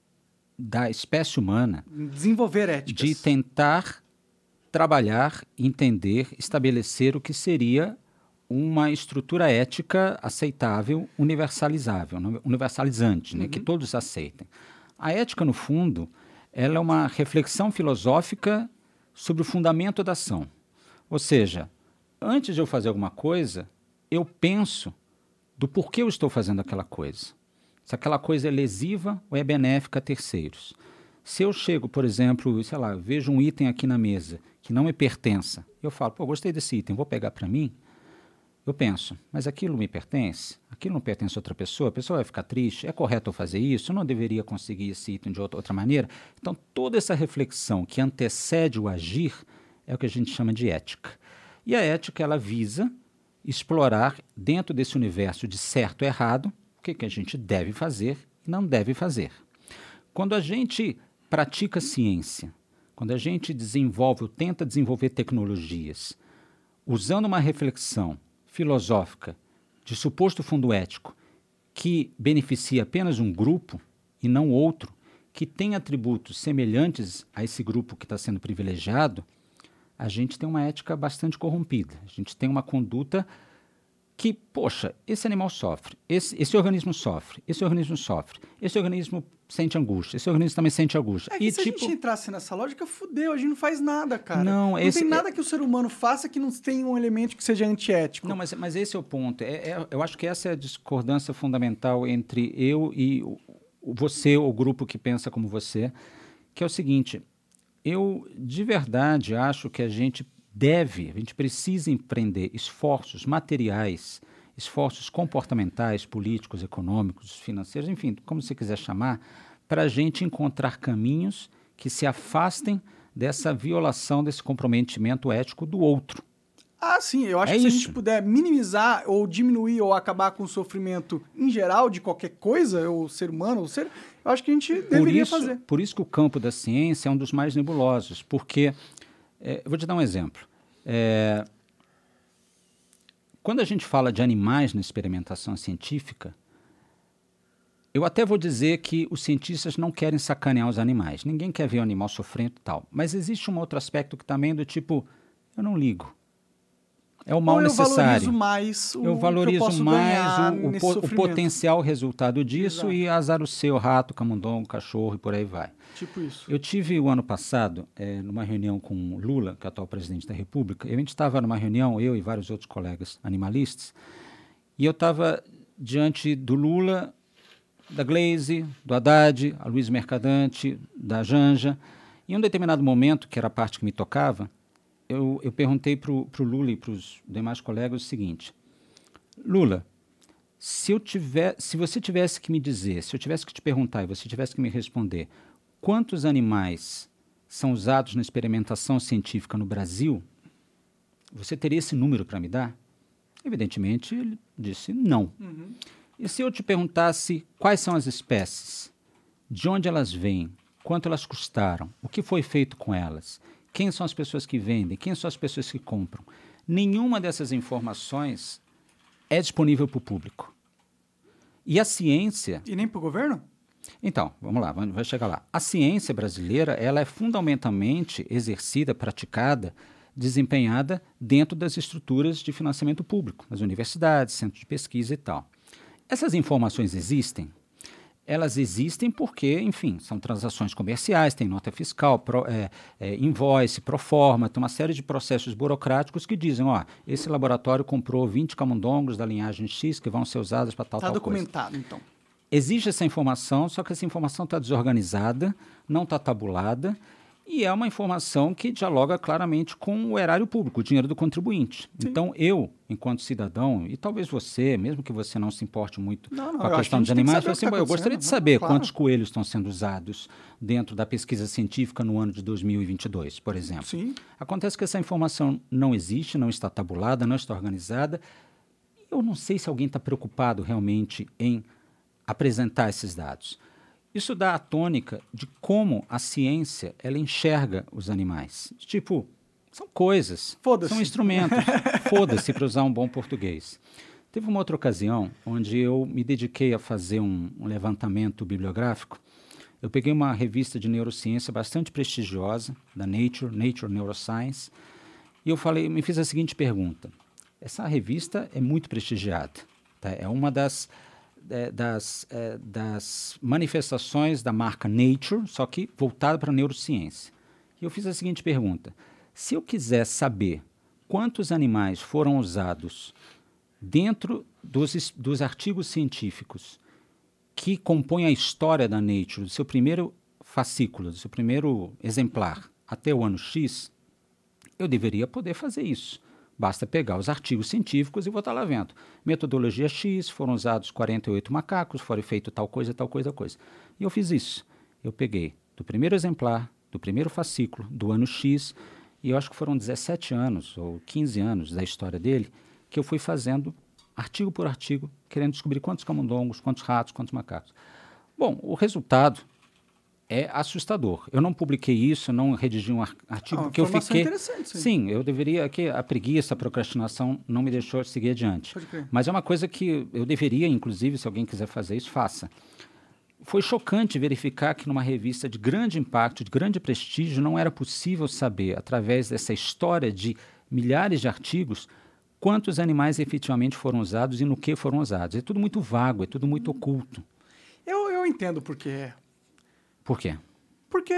da espécie humana desenvolver éticas, de tentar trabalhar, entender, estabelecer o que seria uma estrutura ética aceitável, universalizável, universalizante, né, uhum. que todos aceitem. A ética, no fundo, ela é uma reflexão filosófica sobre o fundamento da ação. Ou seja, antes de eu fazer alguma coisa, eu penso do porquê eu estou fazendo aquela coisa. Se aquela coisa é lesiva ou é benéfica a terceiros. Se eu chego, por exemplo, sei lá, vejo um item aqui na mesa que não me pertença, eu falo, pô, gostei desse item, vou pegar para mim. Eu penso, mas aquilo me pertence? Aquilo não pertence a outra pessoa? A pessoa vai ficar triste? É correto eu fazer isso? Eu não deveria conseguir esse item de outra, outra maneira? Então, toda essa reflexão que antecede o agir é o que a gente chama de ética. E a ética, ela visa explorar, dentro desse universo de certo e errado, o que, que a gente deve fazer e não deve fazer. Quando a gente pratica ciência, quando a gente desenvolve ou tenta desenvolver tecnologias, usando uma reflexão filosófica de suposto fundo ético que beneficia apenas um grupo e não outro, que tem atributos semelhantes a esse grupo que está sendo privilegiado, a gente tem uma ética bastante corrompida. A gente tem uma conduta que, poxa, esse animal sofre, esse, esse organismo sofre, esse organismo sofre, esse organismo sente angústia, esse organismo também sente angústia. É que e, se tipo, a gente entrasse nessa lógica, fudeu, a gente não faz nada, cara. Não, não esse, tem nada é... que o ser humano faça que não tenha um elemento que seja antiético. Não, mas, mas esse é o ponto. É, é, eu acho que essa é a discordância fundamental entre eu e o, o você, o grupo que pensa como você, que é o seguinte, eu de verdade acho que a gente deve, a gente precisa empreender esforços materiais, esforços comportamentais, políticos, econômicos, financeiros, enfim, como você quiser chamar, para a gente encontrar caminhos que se afastem dessa violação, desse comprometimento ético do outro. Ah, sim, eu acho É que se isso. a gente puder minimizar ou diminuir ou acabar com o sofrimento em geral de qualquer coisa, ou ser humano, ou ser, eu acho que a gente Por deveria isso, fazer. por isso que o campo da ciência é um dos mais nebulosos, porque, é, eu vou te dar um exemplo. É, quando a gente fala de animais na experimentação científica, eu até vou dizer que os cientistas não querem sacanear os animais. Ninguém quer ver o animal sofrendo e tal. Mas existe um outro aspecto que também é do tipo, eu não ligo. É o mal Ou eu necessário. valorizo mais o eu valorizo que eu posso mais ganhar o, o, nesse po- o sofrimento. potencial resultado disso. Exato. E azar o seu, rato, camundongo, cachorro e por aí vai. Tipo isso. Eu tive o ano passado, é, numa reunião com o Lula, que é o atual presidente da República, e a gente estava numa reunião, eu e vários outros colegas animalistas, e eu estava diante do Lula, da Gleisi, do Haddad, a Luiz Mercadante, da Janja. Em um determinado momento, que era a parte que me tocava, eu, eu perguntei para o Lula e para os demais colegas o seguinte, Lula, se, eu tiver, se você tivesse que me dizer, se eu tivesse que te perguntar e você tivesse que me responder, quantos animais são usados na experimentação científica no Brasil, você teria esse número para me dar? Evidentemente, ele disse não. Uhum. E se eu te perguntasse quais são as espécies, de onde elas vêm, quanto elas custaram, o que foi feito com elas, quem são as pessoas que vendem, quem são as pessoas que compram, nenhuma dessas informações é disponível para o público. E a ciência... E nem para o governo? Então, vamos lá, vai chegar lá. A ciência brasileira, ela é fundamentalmente exercida, praticada, desempenhada dentro das estruturas de financiamento público, nas universidades, centros de pesquisa e tal. Essas informações existem? Elas existem porque, enfim, são transações comerciais, tem nota fiscal, pro, é, é, invoice, proforma, tem uma série de processos burocráticos que dizem, ó, esse laboratório comprou vinte camundongos da linhagem X que vão ser usados para tal, Tá tal coisa. documentado, então. Existe essa informação, só que essa informação está desorganizada, não está tabulada, e é uma informação que dialoga claramente com o erário público, o dinheiro do contribuinte. Sim. Então, eu, enquanto cidadão, e talvez você, mesmo que você não se importe muito Não, não, com eu a acho questão que dos a gente tem que animais, saber o assim, que tá eu gostaria de acontecendo, saber claro. quantos coelhos estão sendo usados dentro da pesquisa científica no ano de dois mil e vinte e dois, por exemplo. Sim. Acontece que essa informação não existe, não está tabulada, não está organizada. Eu não sei se alguém está preocupado realmente em apresentar esses dados. Isso dá a tônica de como a ciência ela enxerga os animais. Tipo, são coisas, Foda-se. são instrumentos. Foda-se, para usar um bom português. Teve uma outra ocasião onde eu me dediquei a fazer um, um levantamento bibliográfico. Eu peguei uma revista de neurociência bastante prestigiosa, da Nature, Nature Neuroscience, e eu falei, me fiz a seguinte pergunta. Essa revista é muito prestigiada, tá? É uma das... É, das, é, das manifestações da marca Nature, só que voltada para a neurociência. E eu fiz a seguinte pergunta. Se eu quiser saber quantos animais foram usados dentro dos, dos artigos científicos que compõem a história da Nature, do seu primeiro fascículo, do seu primeiro exemplar, até o ano X, eu deveria poder fazer isso. Basta pegar os artigos científicos e botar lá vendo. Metodologia X, foram usados quarenta e oito macacos, foram feito tal coisa, tal coisa, coisa. E eu fiz isso. Eu peguei do primeiro exemplar, do primeiro fascículo, do ano X, e eu acho que foram dezessete anos ou quinze anos da história dele, que eu fui fazendo artigo por artigo, querendo descobrir quantos camundongos, quantos ratos, quantos macacos. Bom, o resultado é assustador. Eu não publiquei isso, não redigi um ar- artigo, Ah, porque eu informação fiquei... interessante, sim. Sim, eu deveria... Que a preguiça, a procrastinação não me deixou seguir adiante. Pode crer. Mas é uma coisa que eu deveria, inclusive, se alguém quiser fazer isso, faça. Foi chocante verificar que numa revista de grande impacto, de grande prestígio, não era possível saber, através dessa história de milhares de artigos, quantos animais efetivamente foram usados e no que foram usados. É tudo muito vago, é tudo muito oculto. Eu, eu entendo por quê. Por quê? Porque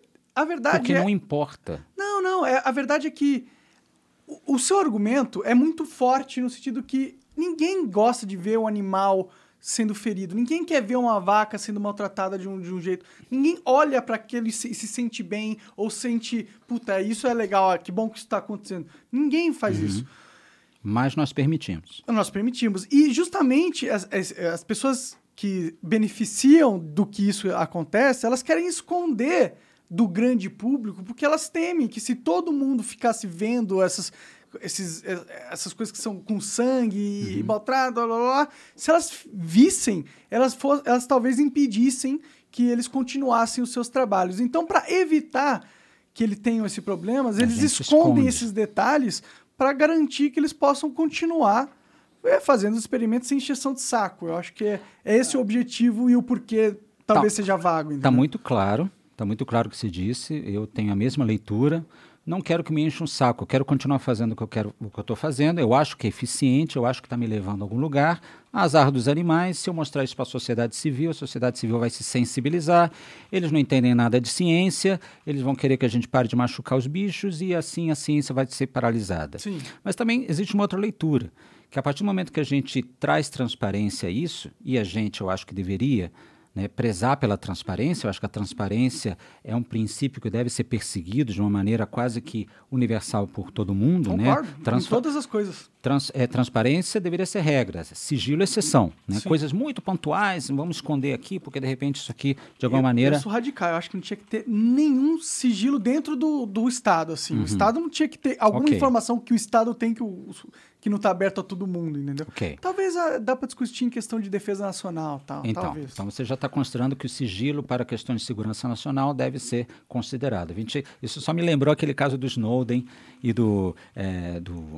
a verdade Porque é... não importa. Não, não. É, a verdade é que o, o seu argumento é muito forte no sentido que ninguém gosta de ver um animal sendo ferido. Ninguém quer ver uma vaca sendo maltratada de um, de um jeito. Ninguém olha para aquilo e se, e se sente bem ou sente, puta, isso é legal, que bom que isso está acontecendo. Ninguém faz Uhum. isso. Mas nós permitimos. Nós permitimos. E justamente as, as, as pessoas que beneficiam do que isso acontece, elas querem esconder do grande público, porque elas temem que se todo mundo ficasse vendo essas, esses, essas coisas que são com sangue e Uhum. maltrato, blá, blá, blá, se elas vissem, elas, for, elas talvez impedissem que eles continuassem os seus trabalhos. Então, para evitar que eles tenham esse problema, A eles gente escondem esconde. esses detalhes para garantir que eles possam continuar é, fazendo os experimentos sem encheção de saco. Eu acho que é, é esse o objetivo e o porquê talvez seja vago. Está entendeu? muito claro, está muito claro o que se disse, eu tenho a mesma leitura, não quero que me encha um saco, eu quero continuar fazendo o que eu quero, o que eu estou fazendo, eu acho que é eficiente, eu acho que está me levando a algum lugar, azar dos animais, se eu mostrar isso para a sociedade civil, a sociedade civil vai se sensibilizar, eles não entendem nada de ciência, eles vão querer que a gente pare de machucar os bichos e assim a ciência vai ser paralisada. Sim. Mas também existe uma outra leitura, que a partir do momento que a gente traz transparência a isso, e a gente, eu acho que deveria, né, prezar pela transparência, eu acho que a transparência é um princípio que deve ser perseguido de uma maneira quase que universal por todo mundo. Concordo, Né? em Transpa- todas as coisas. Trans, é, transparência deveria ser regra, sigilo é exceção. Né? Sim. Coisas muito pontuais, vamos esconder aqui, porque de repente isso aqui, de alguma eu, maneira... Eu sou radical, eu acho que não tinha que ter nenhum sigilo dentro do, do Estado, assim. O Estado não tinha que ter alguma Ok. informação que o Estado tem que, o, que não está aberto a todo mundo, entendeu? Ok. Talvez ah, dá para discutir em questão de defesa nacional, tal, Então, talvez. então você já está considerando que o sigilo para questões de segurança nacional deve ser considerado. Vinte Isso só me lembrou aquele caso do Snowden e do, é, do,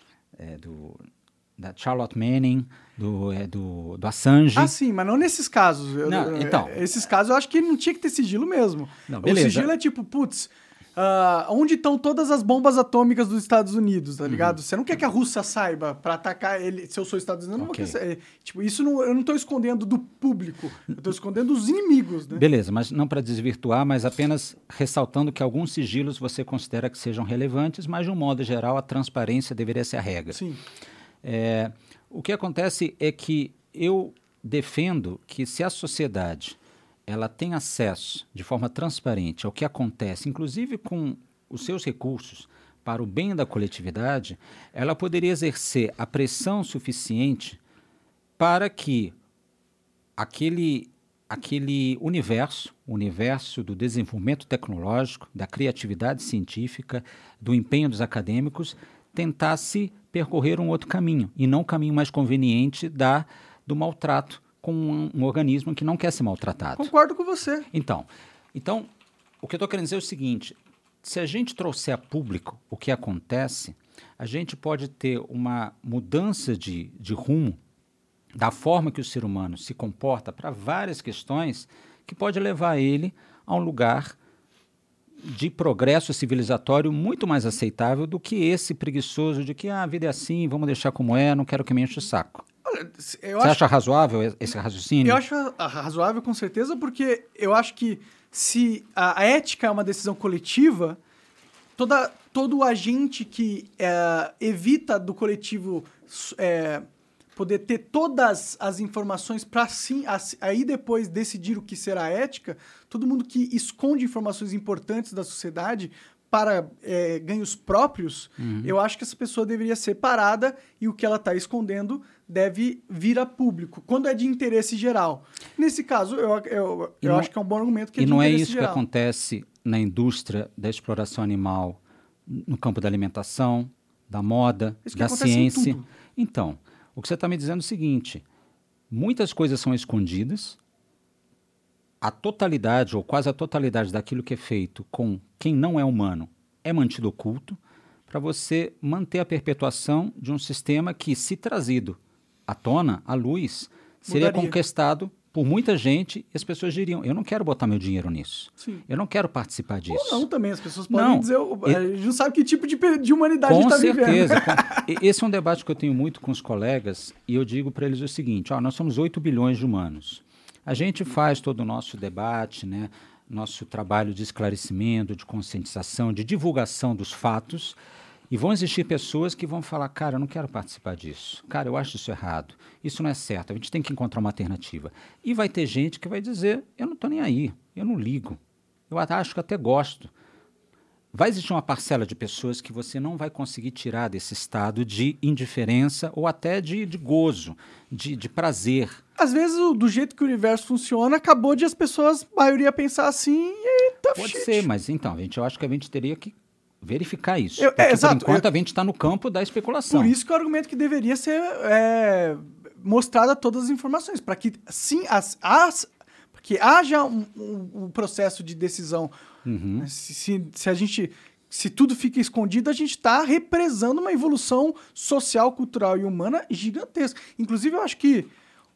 é, do da Charlotte Manning, do, é, do, do Assange. Ah, sim, mas não nesses casos. Eu- Não, eu- então. Esses casos eu acho que não tinha que ter sigilo mesmo. Não, o beleza. sigilo é tipo, putz, ah, onde estão todas as bombas atômicas dos Estados Unidos, tá ligado? Você não quer que a Rússia saiba pra atacar ele, se eu sou Estados Unidos, eu não Ok. vou querer saber. Tipo, isso não, eu não tô escondendo do público, eu tô escondendo dos inimigos, né? Beleza, mas não para desvirtuar, mas apenas ressaltando que alguns sigilos você considera que sejam relevantes, mas de um modo geral a transparência deveria ser a regra. Sim. É, o que acontece é que eu defendo que se a sociedade ela tem acesso de forma transparente ao que acontece, inclusive com os seus recursos, para o bem da coletividade, ela poderia exercer a pressão suficiente para que aquele, aquele universo, o universo do desenvolvimento tecnológico, da criatividade científica, do empenho dos acadêmicos, tentasse percorrer um outro caminho, e não o caminho mais conveniente da, do maltrato com um, um organismo que não quer ser maltratado. Concordo com você. Então, então, o que eu estou querendo dizer é o seguinte, se a gente trouxer a público o que acontece, a gente pode ter uma mudança de, de rumo da forma que o ser humano se comporta para várias questões que pode levar ele a um lugar de progresso civilizatório muito mais aceitável do que esse preguiçoso de que ah, a vida é assim, vamos deixar como é, não quero que me enche o saco. Olha, eu Você acho, acha razoável esse raciocínio? eu acho razoável com certeza, porque eu acho que se a, a ética é uma decisão coletiva, toda, todo agente que é, evita do coletivo é, poder ter todas as informações para sim, aí depois decidir o que será ética, todo mundo que esconde informações importantes da sociedade para é, ganhos próprios, uhum. eu acho que essa pessoa deveria ser parada e o que ela está escondendo deve vir a público, quando é de interesse geral. Nesse caso, eu, eu, eu não, acho que é um bom argumento que é e de não é interesse isso geral. que acontece na indústria da exploração animal, no campo da alimentação, da moda, isso da que acontece em ciência. tudo. Então, o que você está me dizendo é o seguinte, muitas coisas são escondidas a totalidade ou quase a totalidade daquilo que é feito com quem não é humano é mantido oculto, para você manter a perpetuação de um sistema que, se trazido à tona, à luz, seria Mudaria. conquistado por muita gente e as pessoas diriam, eu não quero botar meu dinheiro nisso, Sim. eu não quero participar disso. Ou não também, as pessoas podem Não. dizer, E- a gente não sabe que tipo de, pe- de humanidade a Com gente tá vivendo. certeza. com- e- Esse é um debate que eu tenho muito com os colegas e eu digo para eles o seguinte, ó, nós somos oito bilhões de humanos. A gente faz todo o nosso debate, né, nosso trabalho de esclarecimento, de conscientização, de divulgação dos fatos, e vão existir pessoas que vão falar, cara, eu não quero participar disso. Cara, eu acho isso errado. Isso não é certo. A gente tem que encontrar uma alternativa. E vai ter gente que vai dizer, eu não estou nem aí, eu não ligo. Eu até acho que até gosto. Vai existir uma parcela de pessoas que você não vai conseguir tirar desse estado de indiferença ou até de, de gozo, de, de prazer. Às vezes, o- do jeito que o universo funciona, acabou de as pessoas, a maioria, pensar assim e aí tá Pode shit. ser, mas então, a gente, eu acho que a gente teria que verificar isso. Eu- é, porque, exato, por enquanto, eu- a gente está no campo da especulação. Por isso que eu argumento que deveria ser é, mostrada todas as informações, para que sim, as, as, que haja um, um- um processo de decisão. Uhum. Né? Se, se, se a gente, se tudo fica escondido, a gente está represando uma evolução social, cultural e humana gigantesca. Inclusive, eu acho que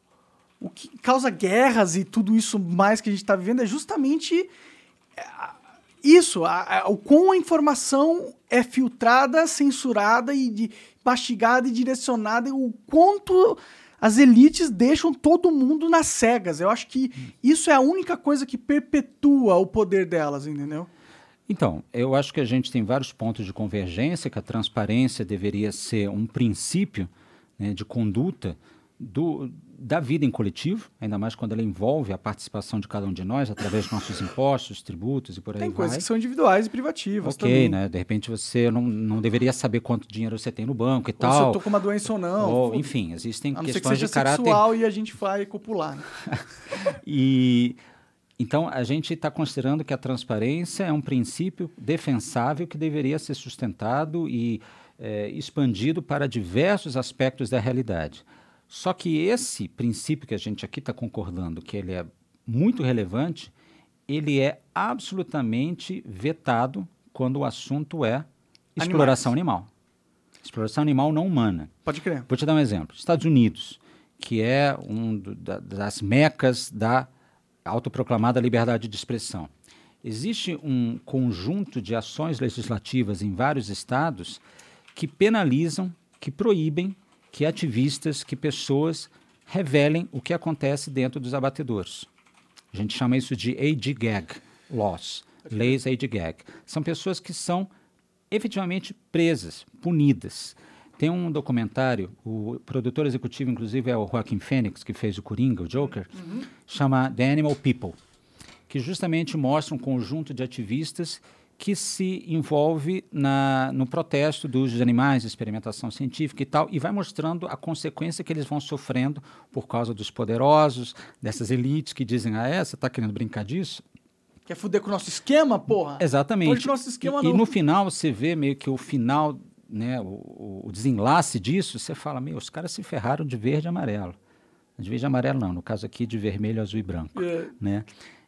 o que causa guerras e tudo isso mais que a gente está vivendo é justamente é, isso, a, a, o como a informação é filtrada, censurada e de, mastigada e direcionada, e o quanto as elites deixam todo mundo nas cegas. Eu acho que isso é a única coisa que perpetua o poder delas, entendeu? Então, eu acho que a gente tem vários pontos de convergência, que a transparência deveria ser um princípio, né, de conduta do, da vida em coletivo, ainda mais quando ela envolve a participação de cada um de nós, através dos nossos impostos, tributos e por aí Tem vai. coisas que são individuais e privativas Ok, também. né? De repente você não, não deveria saber quanto dinheiro você tem no banco e Ou se eu tal. tô com uma doença ou não. Ou, foda- enfim, existem a não ser que questões seja de caráter. sexual e a gente vai copular. Né? E então a gente está considerando que a transparência é um princípio defensável que deveria ser sustentado e eh, expandido para diversos aspectos da realidade. Só que esse princípio que a gente aqui está concordando, que ele é muito relevante, ele é absolutamente vetado quando o assunto é exploração animal. Exploração animal não humana. Pode crer. Vou te dar um exemplo. Estados Unidos, que é um do, da, das mecas da autoproclamada liberdade de expressão. Existe um conjunto de ações legislativas em vários estados que penalizam, que proíbem que ativistas, que pessoas revelem o que acontece dentro dos abatedouros. A gente chama isso de age gag laws, leis age gag. São pessoas que são efetivamente presas, punidas. Tem um documentário, o produtor executivo, inclusive, é o Joaquin Phoenix, que fez o Coringa, o Joker, uhum. chama The Animal People, que justamente mostra um conjunto de ativistas que se envolve na, no protesto do uso de animais, experimentação científica e tal, e vai mostrando a consequência que eles vão sofrendo por causa dos poderosos, dessas elites que dizem, ah, é, você está querendo brincar disso? Quer fuder com o nosso esquema, porra? Exatamente. Pode nosso esquema, e, não. E no final você vê meio que o final, né, o, o desenlace disso, você fala, meu, os caras se ferraram de verde e amarelo. De verde e amarelo não, no caso aqui de vermelho, azul e branco. É. Né?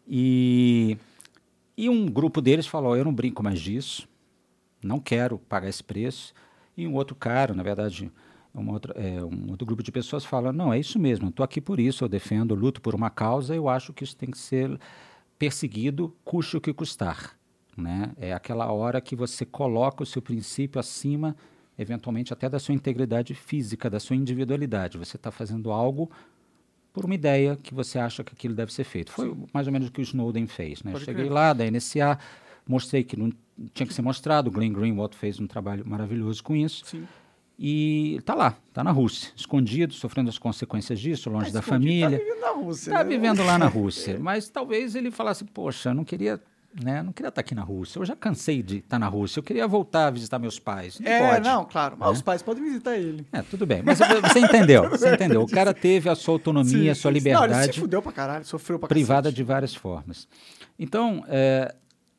E... E um grupo deles falou, eu não brinco mais disso, não quero pagar esse preço. E um outro cara, na verdade, uma outra, é, um outro grupo de pessoas fala, não, é isso mesmo, eu estou aqui por isso, eu defendo, eu luto por uma causa, eu acho que isso tem que ser perseguido, custe o que custar. Né? É aquela hora que você coloca o seu princípio acima, eventualmente até da sua integridade física, da sua individualidade. Você está fazendo algo por uma ideia que você acha que aquilo deve ser feito. Foi Sim. mais ou menos o que o Snowden fez. Né? Cheguei crer. lá, da N S A, mostrei que não tinha que ser mostrado, o Glenn Greenwald fez um trabalho maravilhoso com isso. Sim. E está lá, está na Rússia, escondido, sofrendo as consequências disso, longe tá da família. Está vivendo na Rússia. Está né? vivendo lá na Rússia. Mas talvez ele falasse, poxa, eu não queria... Né? Não queria estar aqui na Rússia. Eu já cansei de estar na Rússia. Eu queria voltar a visitar meus pais. Não é, pode. não, claro. Mas né? os pais podem visitar ele. É, tudo bem. Mas você entendeu. Você entendeu. O cara teve a sua autonomia, sim, a sua sim. liberdade. Não, ele se fudeu pra caralho, sofreu pra privada cacete. de várias formas. Então, é,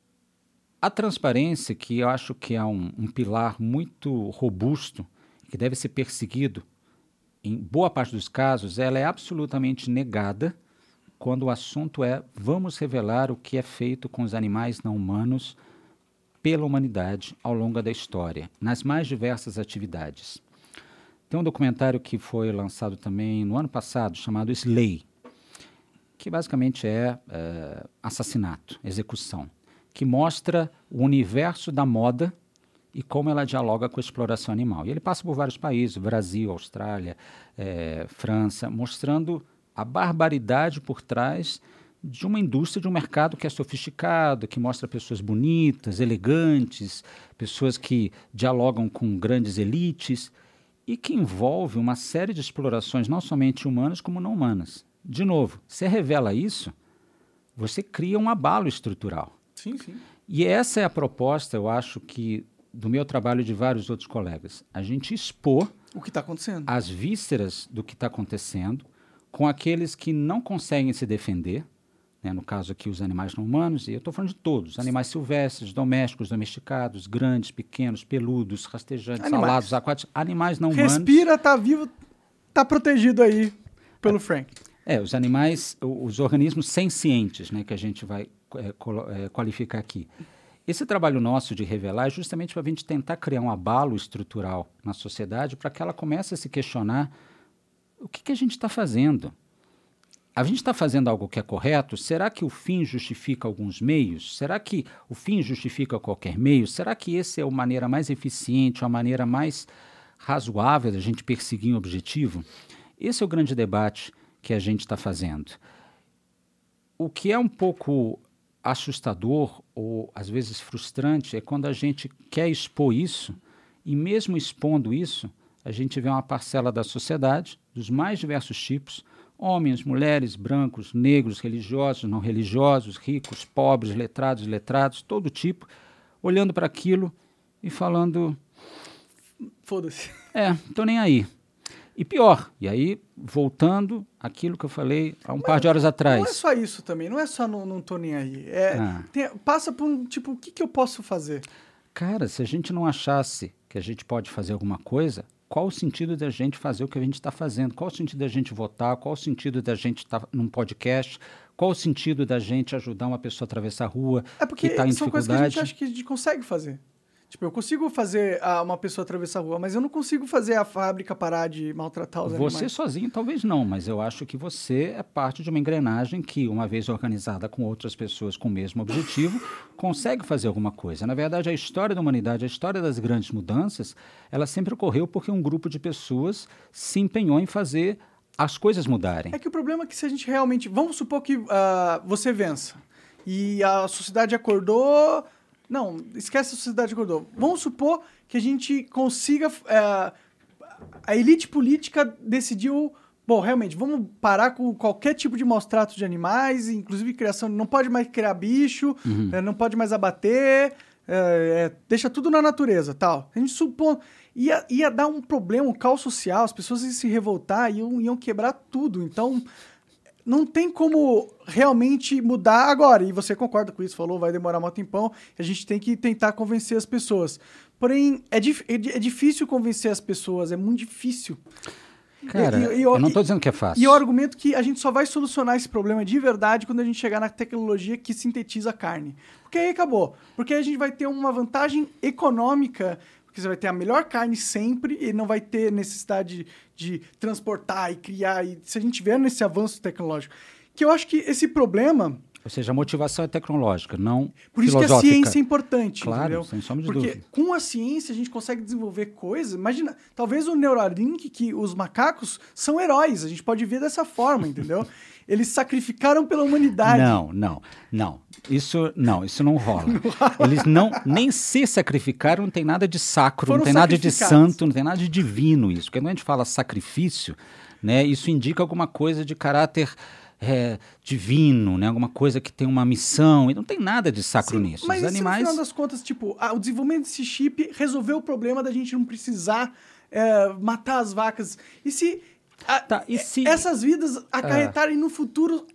a transparência, que eu acho que é um, um pilar muito robusto, que deve ser perseguido, em boa parte dos casos, ela é absolutamente negada quando o assunto é vamos revelar o que é feito com os animais não humanos pela humanidade ao longo da história, nas mais diversas atividades. Tem um documentário que foi lançado também no ano passado, chamado Slay, que basicamente é, é assassinato, execução, que mostra o universo da moda e como ela dialoga com a exploração animal. E ele passa por vários países, Brasil, Austrália, é, França, mostrando a barbaridade por trás de uma indústria, de um mercado que é sofisticado, que mostra pessoas bonitas, elegantes, pessoas que dialogam com grandes elites e que envolve uma série de explorações não somente humanas como não humanas. De novo, você revela isso, você cria um abalo estrutural. Sim, sim. E essa é a proposta, eu acho, que do meu trabalho e de vários outros colegas. A gente expor o que está acontecendo, as vísceras do que está acontecendo com aqueles que não conseguem se defender, né, no caso aqui os animais não humanos, e eu estou falando de todos, animais silvestres, domésticos, domesticados, grandes, pequenos, peludos, rastejantes, Animais. alados, aquáticos, animais não humanos. Respira, tá vivo, tá protegido aí pelo Frank. É, os animais, os organismos sencientes, né, que a gente vai é, colo- é, qualificar aqui. Esse trabalho nosso de revelar é justamente para a gente tentar criar um abalo estrutural na sociedade para que ela comece a se questionar o que, que a gente está fazendo. A gente está fazendo algo que é correto? Será que o fim justifica alguns meios? Será que o fim justifica qualquer meio? Será que essa é a maneira mais eficiente, a maneira mais razoável da gente perseguir um objetivo? Esse é o grande debate que a gente está fazendo. O que é um pouco assustador ou às vezes frustrante é quando a gente quer expor isso e mesmo expondo isso, a gente vê uma parcela da sociedade, dos mais diversos tipos, homens, mulheres, brancos, negros, religiosos, não religiosos, ricos, pobres, letrados, letrados, todo tipo, olhando para aquilo e falando... Foda-se. É, tô nem aí. E pior, e aí, voltando àquilo que eu falei há um Mas par de horas atrás. Não é só isso também, não é só não, não tô nem aí. É, Ah. tem- passa por um, tipo, o que, que eu posso fazer? Cara, se a gente não achasse que a gente pode fazer alguma coisa, qual o sentido da gente fazer o que a gente está fazendo? Qual o sentido da gente votar? Qual o sentido da gente estar num podcast? Qual o sentido da gente ajudar uma pessoa a atravessar a rua É porque que está em são coisas que a gente dificuldade? acha que a gente consegue fazer. Tipo, eu consigo fazer a, uma pessoa atravessar a rua, mas eu não consigo fazer a fábrica parar de maltratar os Você animais. sozinho talvez não, mas eu acho que você é parte de uma engrenagem que, uma vez organizada com outras pessoas com o mesmo objetivo, consegue fazer alguma coisa. Na verdade, a história da humanidade, a história das grandes mudanças, ela sempre ocorreu porque um grupo de pessoas se empenhou em fazer as coisas mudarem. É que o problema é que se a gente realmente... Vamos supor que ah, você vença e a sociedade acordou... Não, esquece a sociedade acordou. Vamos supor que a gente consiga... eh, a elite política decidiu... Bom, realmente, vamos parar com qualquer tipo de maus tratos de animais, inclusive criação... Não pode mais criar bicho, eh, não pode mais abater, eh, eh, deixa tudo na natureza, tal. A gente supõe... Ia, ia dar um problema, um caos social, as pessoas iam se revoltar, iam, iam quebrar tudo. Então... Não tem como realmente mudar agora. E você concorda com isso, falou, vai demorar um tempão. A gente tem que tentar convencer as pessoas. Porém, é, dif- é, di- é difícil convencer as pessoas, é muito difícil. Cara, E- e- e- eu não estou e- dizendo que é fácil. E eu argumento que a gente só vai solucionar esse problema de verdade quando a gente chegar na tecnologia que sintetiza a carne. Porque aí acabou. Porque aí a gente vai ter uma vantagem econômica, porque você vai ter a melhor carne sempre e não vai ter necessidade de transportar e criar. E se a gente tiver nesse avanço tecnológico. Que eu acho que esse problema... Ou seja, a motivação é tecnológica, não Por isso que a filosófica. ciência é importante, Claro, entendeu? sem sombra de Porque dúvida. com a ciência a gente consegue desenvolver coisas. Imagina, talvez o Neuralink, que os macacos são heróis. A gente pode ver dessa forma, entendeu? Eles sacrificaram pela humanidade. Não, não, não. Isso não, isso não rola. Eles não nem se sacrificaram, não tem nada de sacro, Foram não tem nada de sacrificados. santo, não tem nada de divino isso. Porque quando a gente fala sacrifício, né, isso indica alguma coisa de caráter é, divino, né, alguma coisa que tem uma missão, e não tem nada de sacro Sim, nisso. mas Os se animais no final das contas, tipo, a- o desenvolvimento desse chip resolveu o problema da gente não precisar é, matar as vacas. E se, a- Tá, e se- essas vidas acarretarem no futuro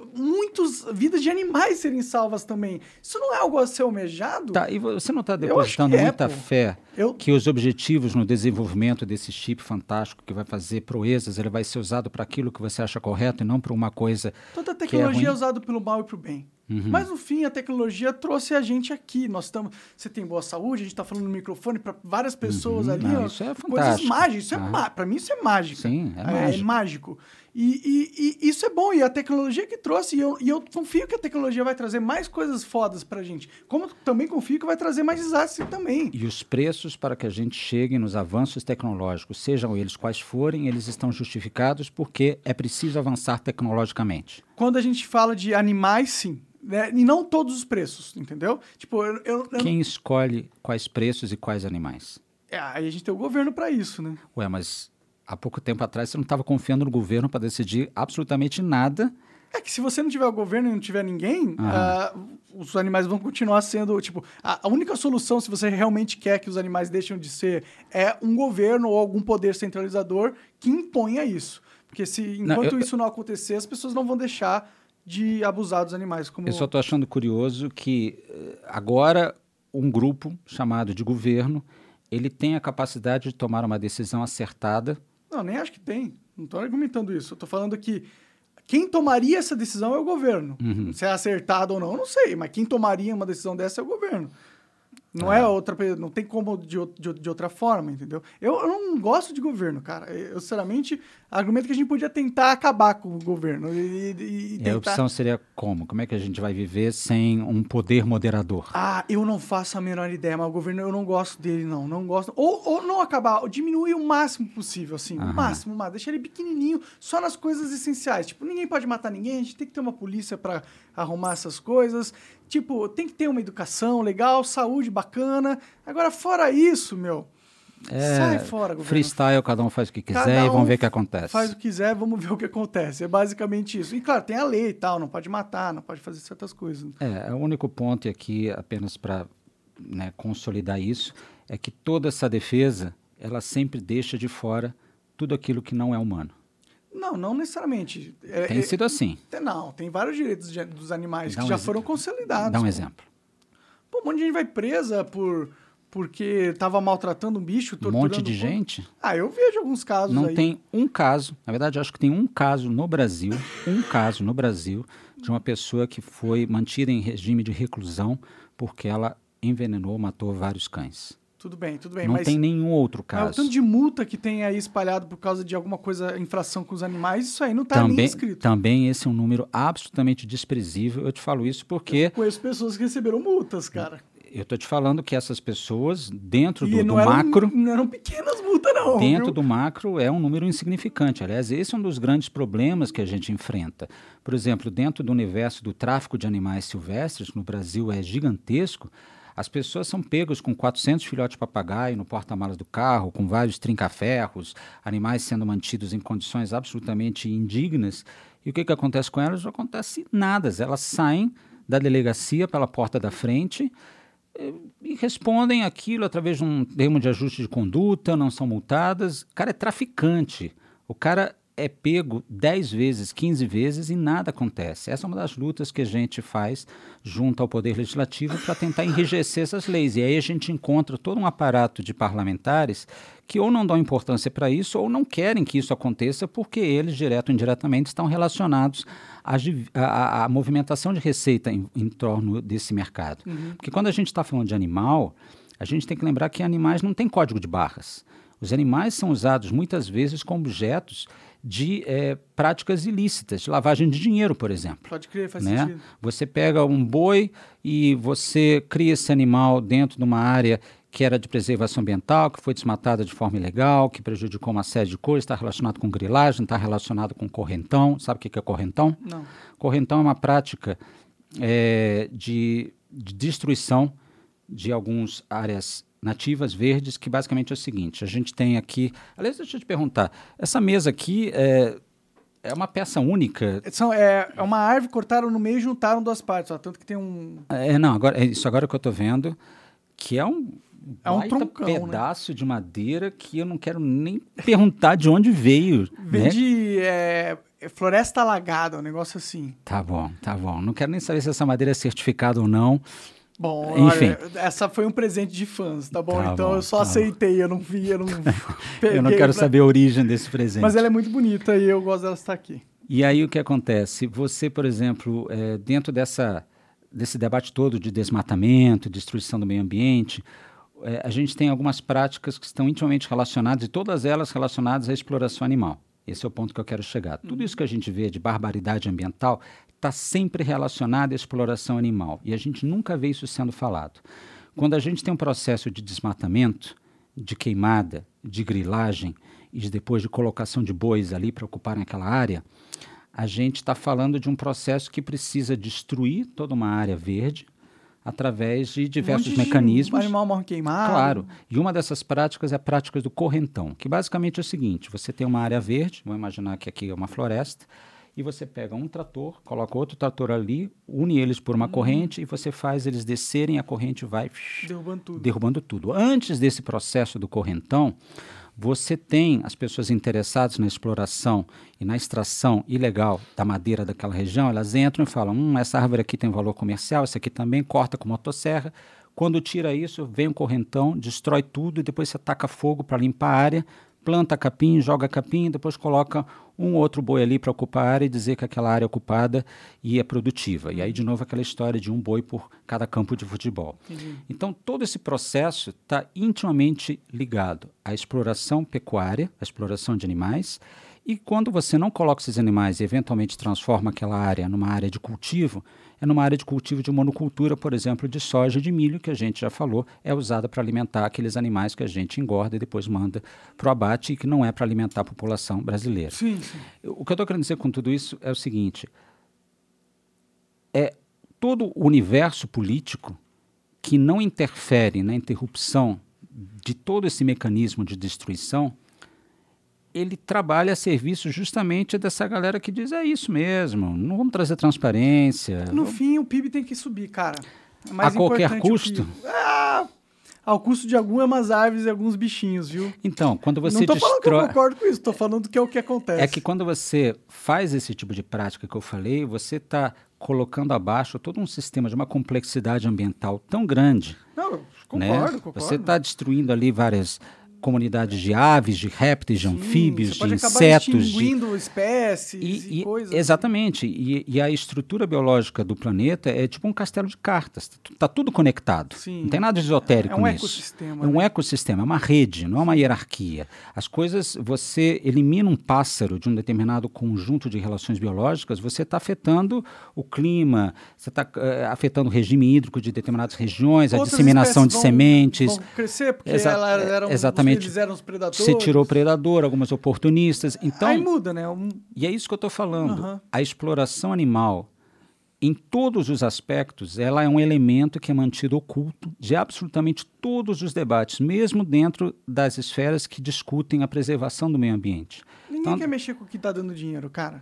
muitas vidas de animais serem salvas também. Isso não é algo a ser almejado? Tá, e você não está Eu acho depositando que é, muita pô. fé Eu- que os objetivos no desenvolvimento desse chip fantástico que vai fazer proezas, ele vai ser usado para aquilo que você acha correto e não para uma coisa Toda a que é tecnologia é, ruim? usada pelo mal e pro bem. Uhum. Mas no fim, a tecnologia trouxe a gente aqui. Nós estamos. Você tem boa saúde, a gente está falando no microfone para várias pessoas Uhum. ali. Não, ó, isso é coisas fantástico. mágicas. Isso é Ah. má- para mim, isso é mágico. Sim, é É, mágico. mágico. E, e- e isso é bom. E a tecnologia que trouxe. E eu, e eu confio que a tecnologia vai trazer mais coisas fodas pra gente. Como eu também confio que vai trazer mais desastre também. E os preços para que a gente chegue nos avanços tecnológicos, sejam eles quais forem, eles estão justificados porque é preciso avançar tecnologicamente. Quando a gente fala de animais, sim. Né? E não todos os preços, entendeu? Tipo, eu, eu, eu Quem escolhe quais preços e quais animais? É, aí a gente tem o governo pra isso, né? Ué, mas há pouco tempo atrás você não estava confiando no governo para decidir absolutamente nada. É que se você não tiver o governo e não tiver ninguém, Aham. ah, os animais vão continuar sendo, tipo, a, a única solução, se você realmente quer que os animais deixem de ser, é um governo ou algum poder centralizador que imponha isso. Porque se Não, enquanto eu- isso não acontecer, as pessoas não vão deixar de abusar dos animais. Como... Eu só estou achando curioso que eh, agora um grupo chamado de governo, ele tem a capacidade de tomar uma decisão acertada. Não, nem acho que tem. Não estou argumentando isso. Eu estou falando que quem tomaria essa decisão é o governo. Uhum. Se é acertado ou não, eu não sei. Mas quem tomaria uma decisão dessa é o governo. Não Ah. é outra, pe- não tem como de, ou- de, de outra forma, entendeu? Eu, eu não gosto de governo, cara. Eu, sinceramente, argumento que a gente podia tentar acabar com o governo e, e- e E a tentar... opção seria como? Como é que a gente vai viver sem um poder moderador? Ah, eu não faço a menor ideia, mas o governo eu não gosto dele, não. Não gosto. Ou, ou não acabar, ou diminuir o máximo possível, assim. Aham. O máximo, o máximo. Deixar ele pequenininho, só nas coisas essenciais. Tipo, ninguém pode matar ninguém, a gente tem que ter uma polícia pra arrumar essas coisas. Tipo, tem que ter uma educação legal, saúde bacana. Agora, fora isso, meu, sai fora, governo. Freestyle, cada um faz o que quiser Cada e vamos um ver o que acontece. Faz o que quiser, vamos ver o que acontece. É basicamente isso. E claro, tem a lei e tal, não pode matar, não pode fazer certas coisas. É, o único ponto aqui, apenas para né, consolidar isso, é que toda essa defesa, ela sempre deixa de fora tudo aquilo que não é humano. Não, não necessariamente. É- Tem é- sido assim. Tem- Não, tem vários direitos de- dos animais Dá que um já exemplo. foram consolidados. Dá um pô. exemplo. Pô, um monte de gente vai presa por porque tava maltratando um bicho, Um torturando... monte de um- gente. Ah, eu vejo alguns casos Não aí. tem um caso, na verdade, eu acho que tem um caso no Brasil, um caso no Brasil, de uma pessoa que foi mantida em regime de reclusão porque ela envenenou, matou vários cães. Tudo bem, tudo bem, Não mas... tem nenhum outro mas o caso. tanto de multa que tem aí espalhado por causa de alguma coisa, infração com os animais, isso aí não tá nem Também, escrito. também esse é um número absolutamente desprezível. Eu te falo isso porque Conheço pessoas que receberam multas, cara. eu estou te falando que essas pessoas, dentro E do, do não, eram, macro, não eram pequenas multas, não. dentro viu? do macro é um número insignificante. Aliás, esse é um dos grandes problemas que a gente enfrenta. Por exemplo, dentro do universo do tráfico de animais silvestres, que no Brasil é gigantesco, as pessoas são pegas com quatrocentos filhotes de papagaio no porta-malas do carro, com vários trinca-ferros, animais sendo mantidos em condições absolutamente indignas. E o que, que acontece com elas? Não acontece nada. Elas saem da delegacia pela porta da frente eh, e respondem aquilo através de um termo de ajuste de conduta, não são multadas. O cara é traficante. O cara é pego dez vezes, quinze vezes e nada acontece. Essa é uma das lutas que a gente faz junto ao Poder Legislativo para tentar enrijecer essas leis. E aí a gente encontra todo um aparato de parlamentares que ou não dão importância para isso ou não querem que isso aconteça porque eles, direto ou indiretamente, estão relacionados à, div- à- à movimentação de receita em, em torno desse mercado. Uhum. Porque quando a gente está falando de animal, a gente tem que lembrar que animais não têm código de barras. Os animais são usados muitas vezes como objetos de eh, práticas ilícitas, de lavagem de dinheiro, por exemplo. Pode crer, faz Né? sentido. Você pega um boi e você cria esse animal dentro de uma área que era de preservação ambiental, que foi desmatada de forma ilegal, que prejudicou uma série de coisas, está relacionado com grilagem, está relacionado com correntão. Sabe o que que é correntão? Não. Correntão é uma prática eh, de, de destruição de algumas áreas nativas verdes, que basicamente é o seguinte, a gente tem aqui... Aliás, deixa eu te perguntar, essa mesa aqui é, é uma peça única? São, é, é uma árvore, cortaram no meio e juntaram duas partes, ó, tanto que tem um... É, não, agora, é isso agora que eu estou vendo, que é um, É um baita troncão, né? pedaço de madeira que eu não quero nem perguntar de onde veio. Vem né? de... É, é floresta alagada, um negócio assim. Tá bom, tá bom. Não quero nem saber se essa madeira é certificada ou não. Bom, Enfim. Olha, essa foi um presente de fãs, tá bom? Tá então bom, eu só tá aceitei, eu não vi, eu não peguei. Eu não quero pra... saber a origem desse presente. Mas ela é muito bonita e eu gosto dela estar aqui. E aí o que acontece? Você, por exemplo, é, dentro dessa, desse debate todo de desmatamento, destruição do meio ambiente, é, a gente tem algumas práticas que estão intimamente relacionadas, e todas elas relacionadas à exploração animal. Esse é o ponto que eu quero chegar. Tudo isso que a gente vê de barbaridade ambiental está sempre relacionado à exploração animal. E a gente nunca vê isso sendo falado. Quando a gente tem um processo de desmatamento, de queimada, de grilagem e de, depois de colocação de bois ali para ocuparem aquela área, a gente está falando de um processo que precisa destruir toda uma área verde através de diversos um monte mecanismos. De animal morre queimado. Claro. E uma dessas práticas é a prática do correntão, que basicamente é o seguinte: você tem uma área verde, vamos imaginar que aqui é uma floresta, e você pega um trator, coloca outro trator ali, une eles por uma hum. corrente e você faz eles descerem, a corrente vai derrubando tudo. derrubando tudo. Antes desse processo do correntão, você tem as pessoas interessadas na exploração e na extração ilegal da madeira daquela região, elas entram e falam, hum, essa árvore aqui tem valor comercial, essa aqui também, corta com motosserra. Quando tira isso, vem um correntão, destrói tudo e depois você taca fogo para limpar a área, planta capim, joga capim, depois coloca um outro boi ali para ocupar a área e dizer que aquela área é ocupada e é produtiva. E aí, de novo, aquela história de um boi por cada campo de futebol. Uhum. Então, todo esse processo está intimamente ligado à exploração pecuária, à exploração de animais, e quando você não coloca esses animais e eventualmente transforma aquela área numa área de cultivo, é numa área de cultivo de monocultura, por exemplo, de soja e de milho, que a gente já falou, é usada para alimentar aqueles animais que a gente engorda e depois manda para o abate e que não é para alimentar a população brasileira. Sim, sim. O que eu estou querendo dizer com tudo isso é o seguinte, é todo o universo político que não interfere na interrupção de todo esse mecanismo de destruição, ele trabalha a serviço justamente dessa galera que diz, é isso mesmo, não vamos trazer transparência. No vamos... fim, o P I B tem que subir, cara. É mais a qualquer custo? Ah, ao custo de algumas aves e alguns bichinhos, viu? Então, quando você não tô destrói... falando que eu concordo com isso, tô falando que é o que acontece. É que quando você faz esse tipo de prática que eu falei, você está colocando abaixo todo um sistema de uma complexidade ambiental tão grande. Não, eu concordo, né? concordo. Você está destruindo ali várias comunidades de aves, de répteis, de Sim, anfíbios, você de pode insetos. extinguindo de... espécies e, e, e coisas. Exatamente. E, e a estrutura biológica do planeta é tipo um castelo de cartas. Está tudo conectado. Sim. Não tem nada de esotérico nisso. É um nisso. ecossistema. É um né? ecossistema, é uma rede, não é uma hierarquia. As coisas, você elimina um pássaro de um determinado conjunto de relações biológicas, você está afetando o clima, você está uh, afetando o regime hídrico de determinadas regiões, Outras a disseminação de vão, sementes. Vão crescer porque Exa elas eram, exatamente. eles eram os predadores. Você tirou o predador, algumas oportunistas. Então, aí muda, né? Um... E é isso que eu estou falando. Uhum. A exploração animal, em todos os aspectos, ela é um elemento que é mantido oculto de absolutamente todos os debates, mesmo dentro das esferas que discutem a preservação do meio ambiente. Ninguém então, quer mexer com o que está dando dinheiro, cara.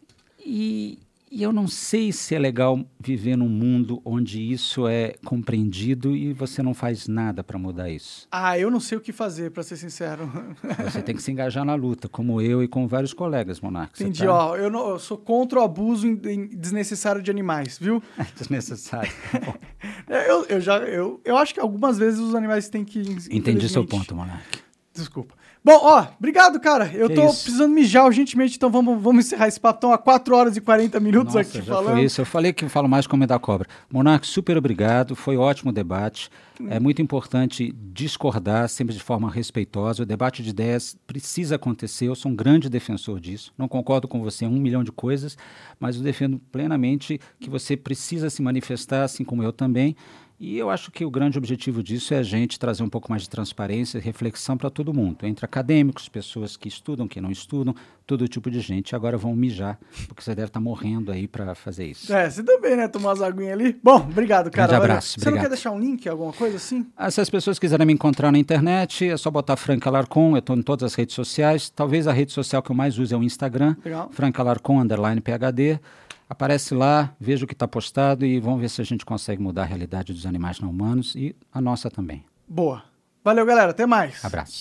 E... E eu não sei se é legal viver num mundo onde isso é compreendido e você não faz nada para mudar isso. Ah, eu não sei o que fazer, para ser sincero. Você tem que se engajar na luta, como eu e com vários colegas, Monarca. Entendi, tá... ó. Eu, não, eu sou contra o abuso in, in, desnecessário de animais, viu? Desnecessário. eu, eu, já, eu, eu acho que algumas vezes os animais têm que... Entendi seu ponto, Monarca. Desculpa. Bom, ó, obrigado, cara. Eu que tô isso? precisando mijar urgentemente, então vamos, vamos encerrar esse papo. Estão há quatro horas e quarenta minutos Nossa, aqui já falando. Foi isso. Eu falei que eu falo mais como é da cobra. Monarca, super obrigado. Foi um ótimo debate. Hum. É muito importante discordar sempre de forma respeitosa. O debate de ideias precisa acontecer. Eu sou um grande defensor disso. Não concordo com você em um milhão de coisas, mas eu defendo plenamente que você precisa se manifestar, assim como eu também. E eu acho que o grande objetivo disso é a gente trazer um pouco mais de transparência e reflexão para todo mundo, entre acadêmicos, pessoas que estudam, que não estudam, todo tipo de gente. Agora vão mijar, porque você deve estar morrendo aí para fazer isso. É, você também, né? Tomar umas aguinhas ali. Bom, obrigado, cara. Grande abraço. Você obrigado. não quer deixar um link, alguma coisa assim? Ah, se as pessoas quiserem me encontrar na internet, é só botar Frank Alarcon. Eu estou em todas as redes sociais. Talvez a rede social que eu mais uso é o Instagram. Legal. Frank Alarcon, underline P H D. Aparece lá, veja o que está postado e vamos ver se a gente consegue mudar a realidade dos animais não humanos e a nossa também. Boa. Valeu, galera. Até mais. Abraço.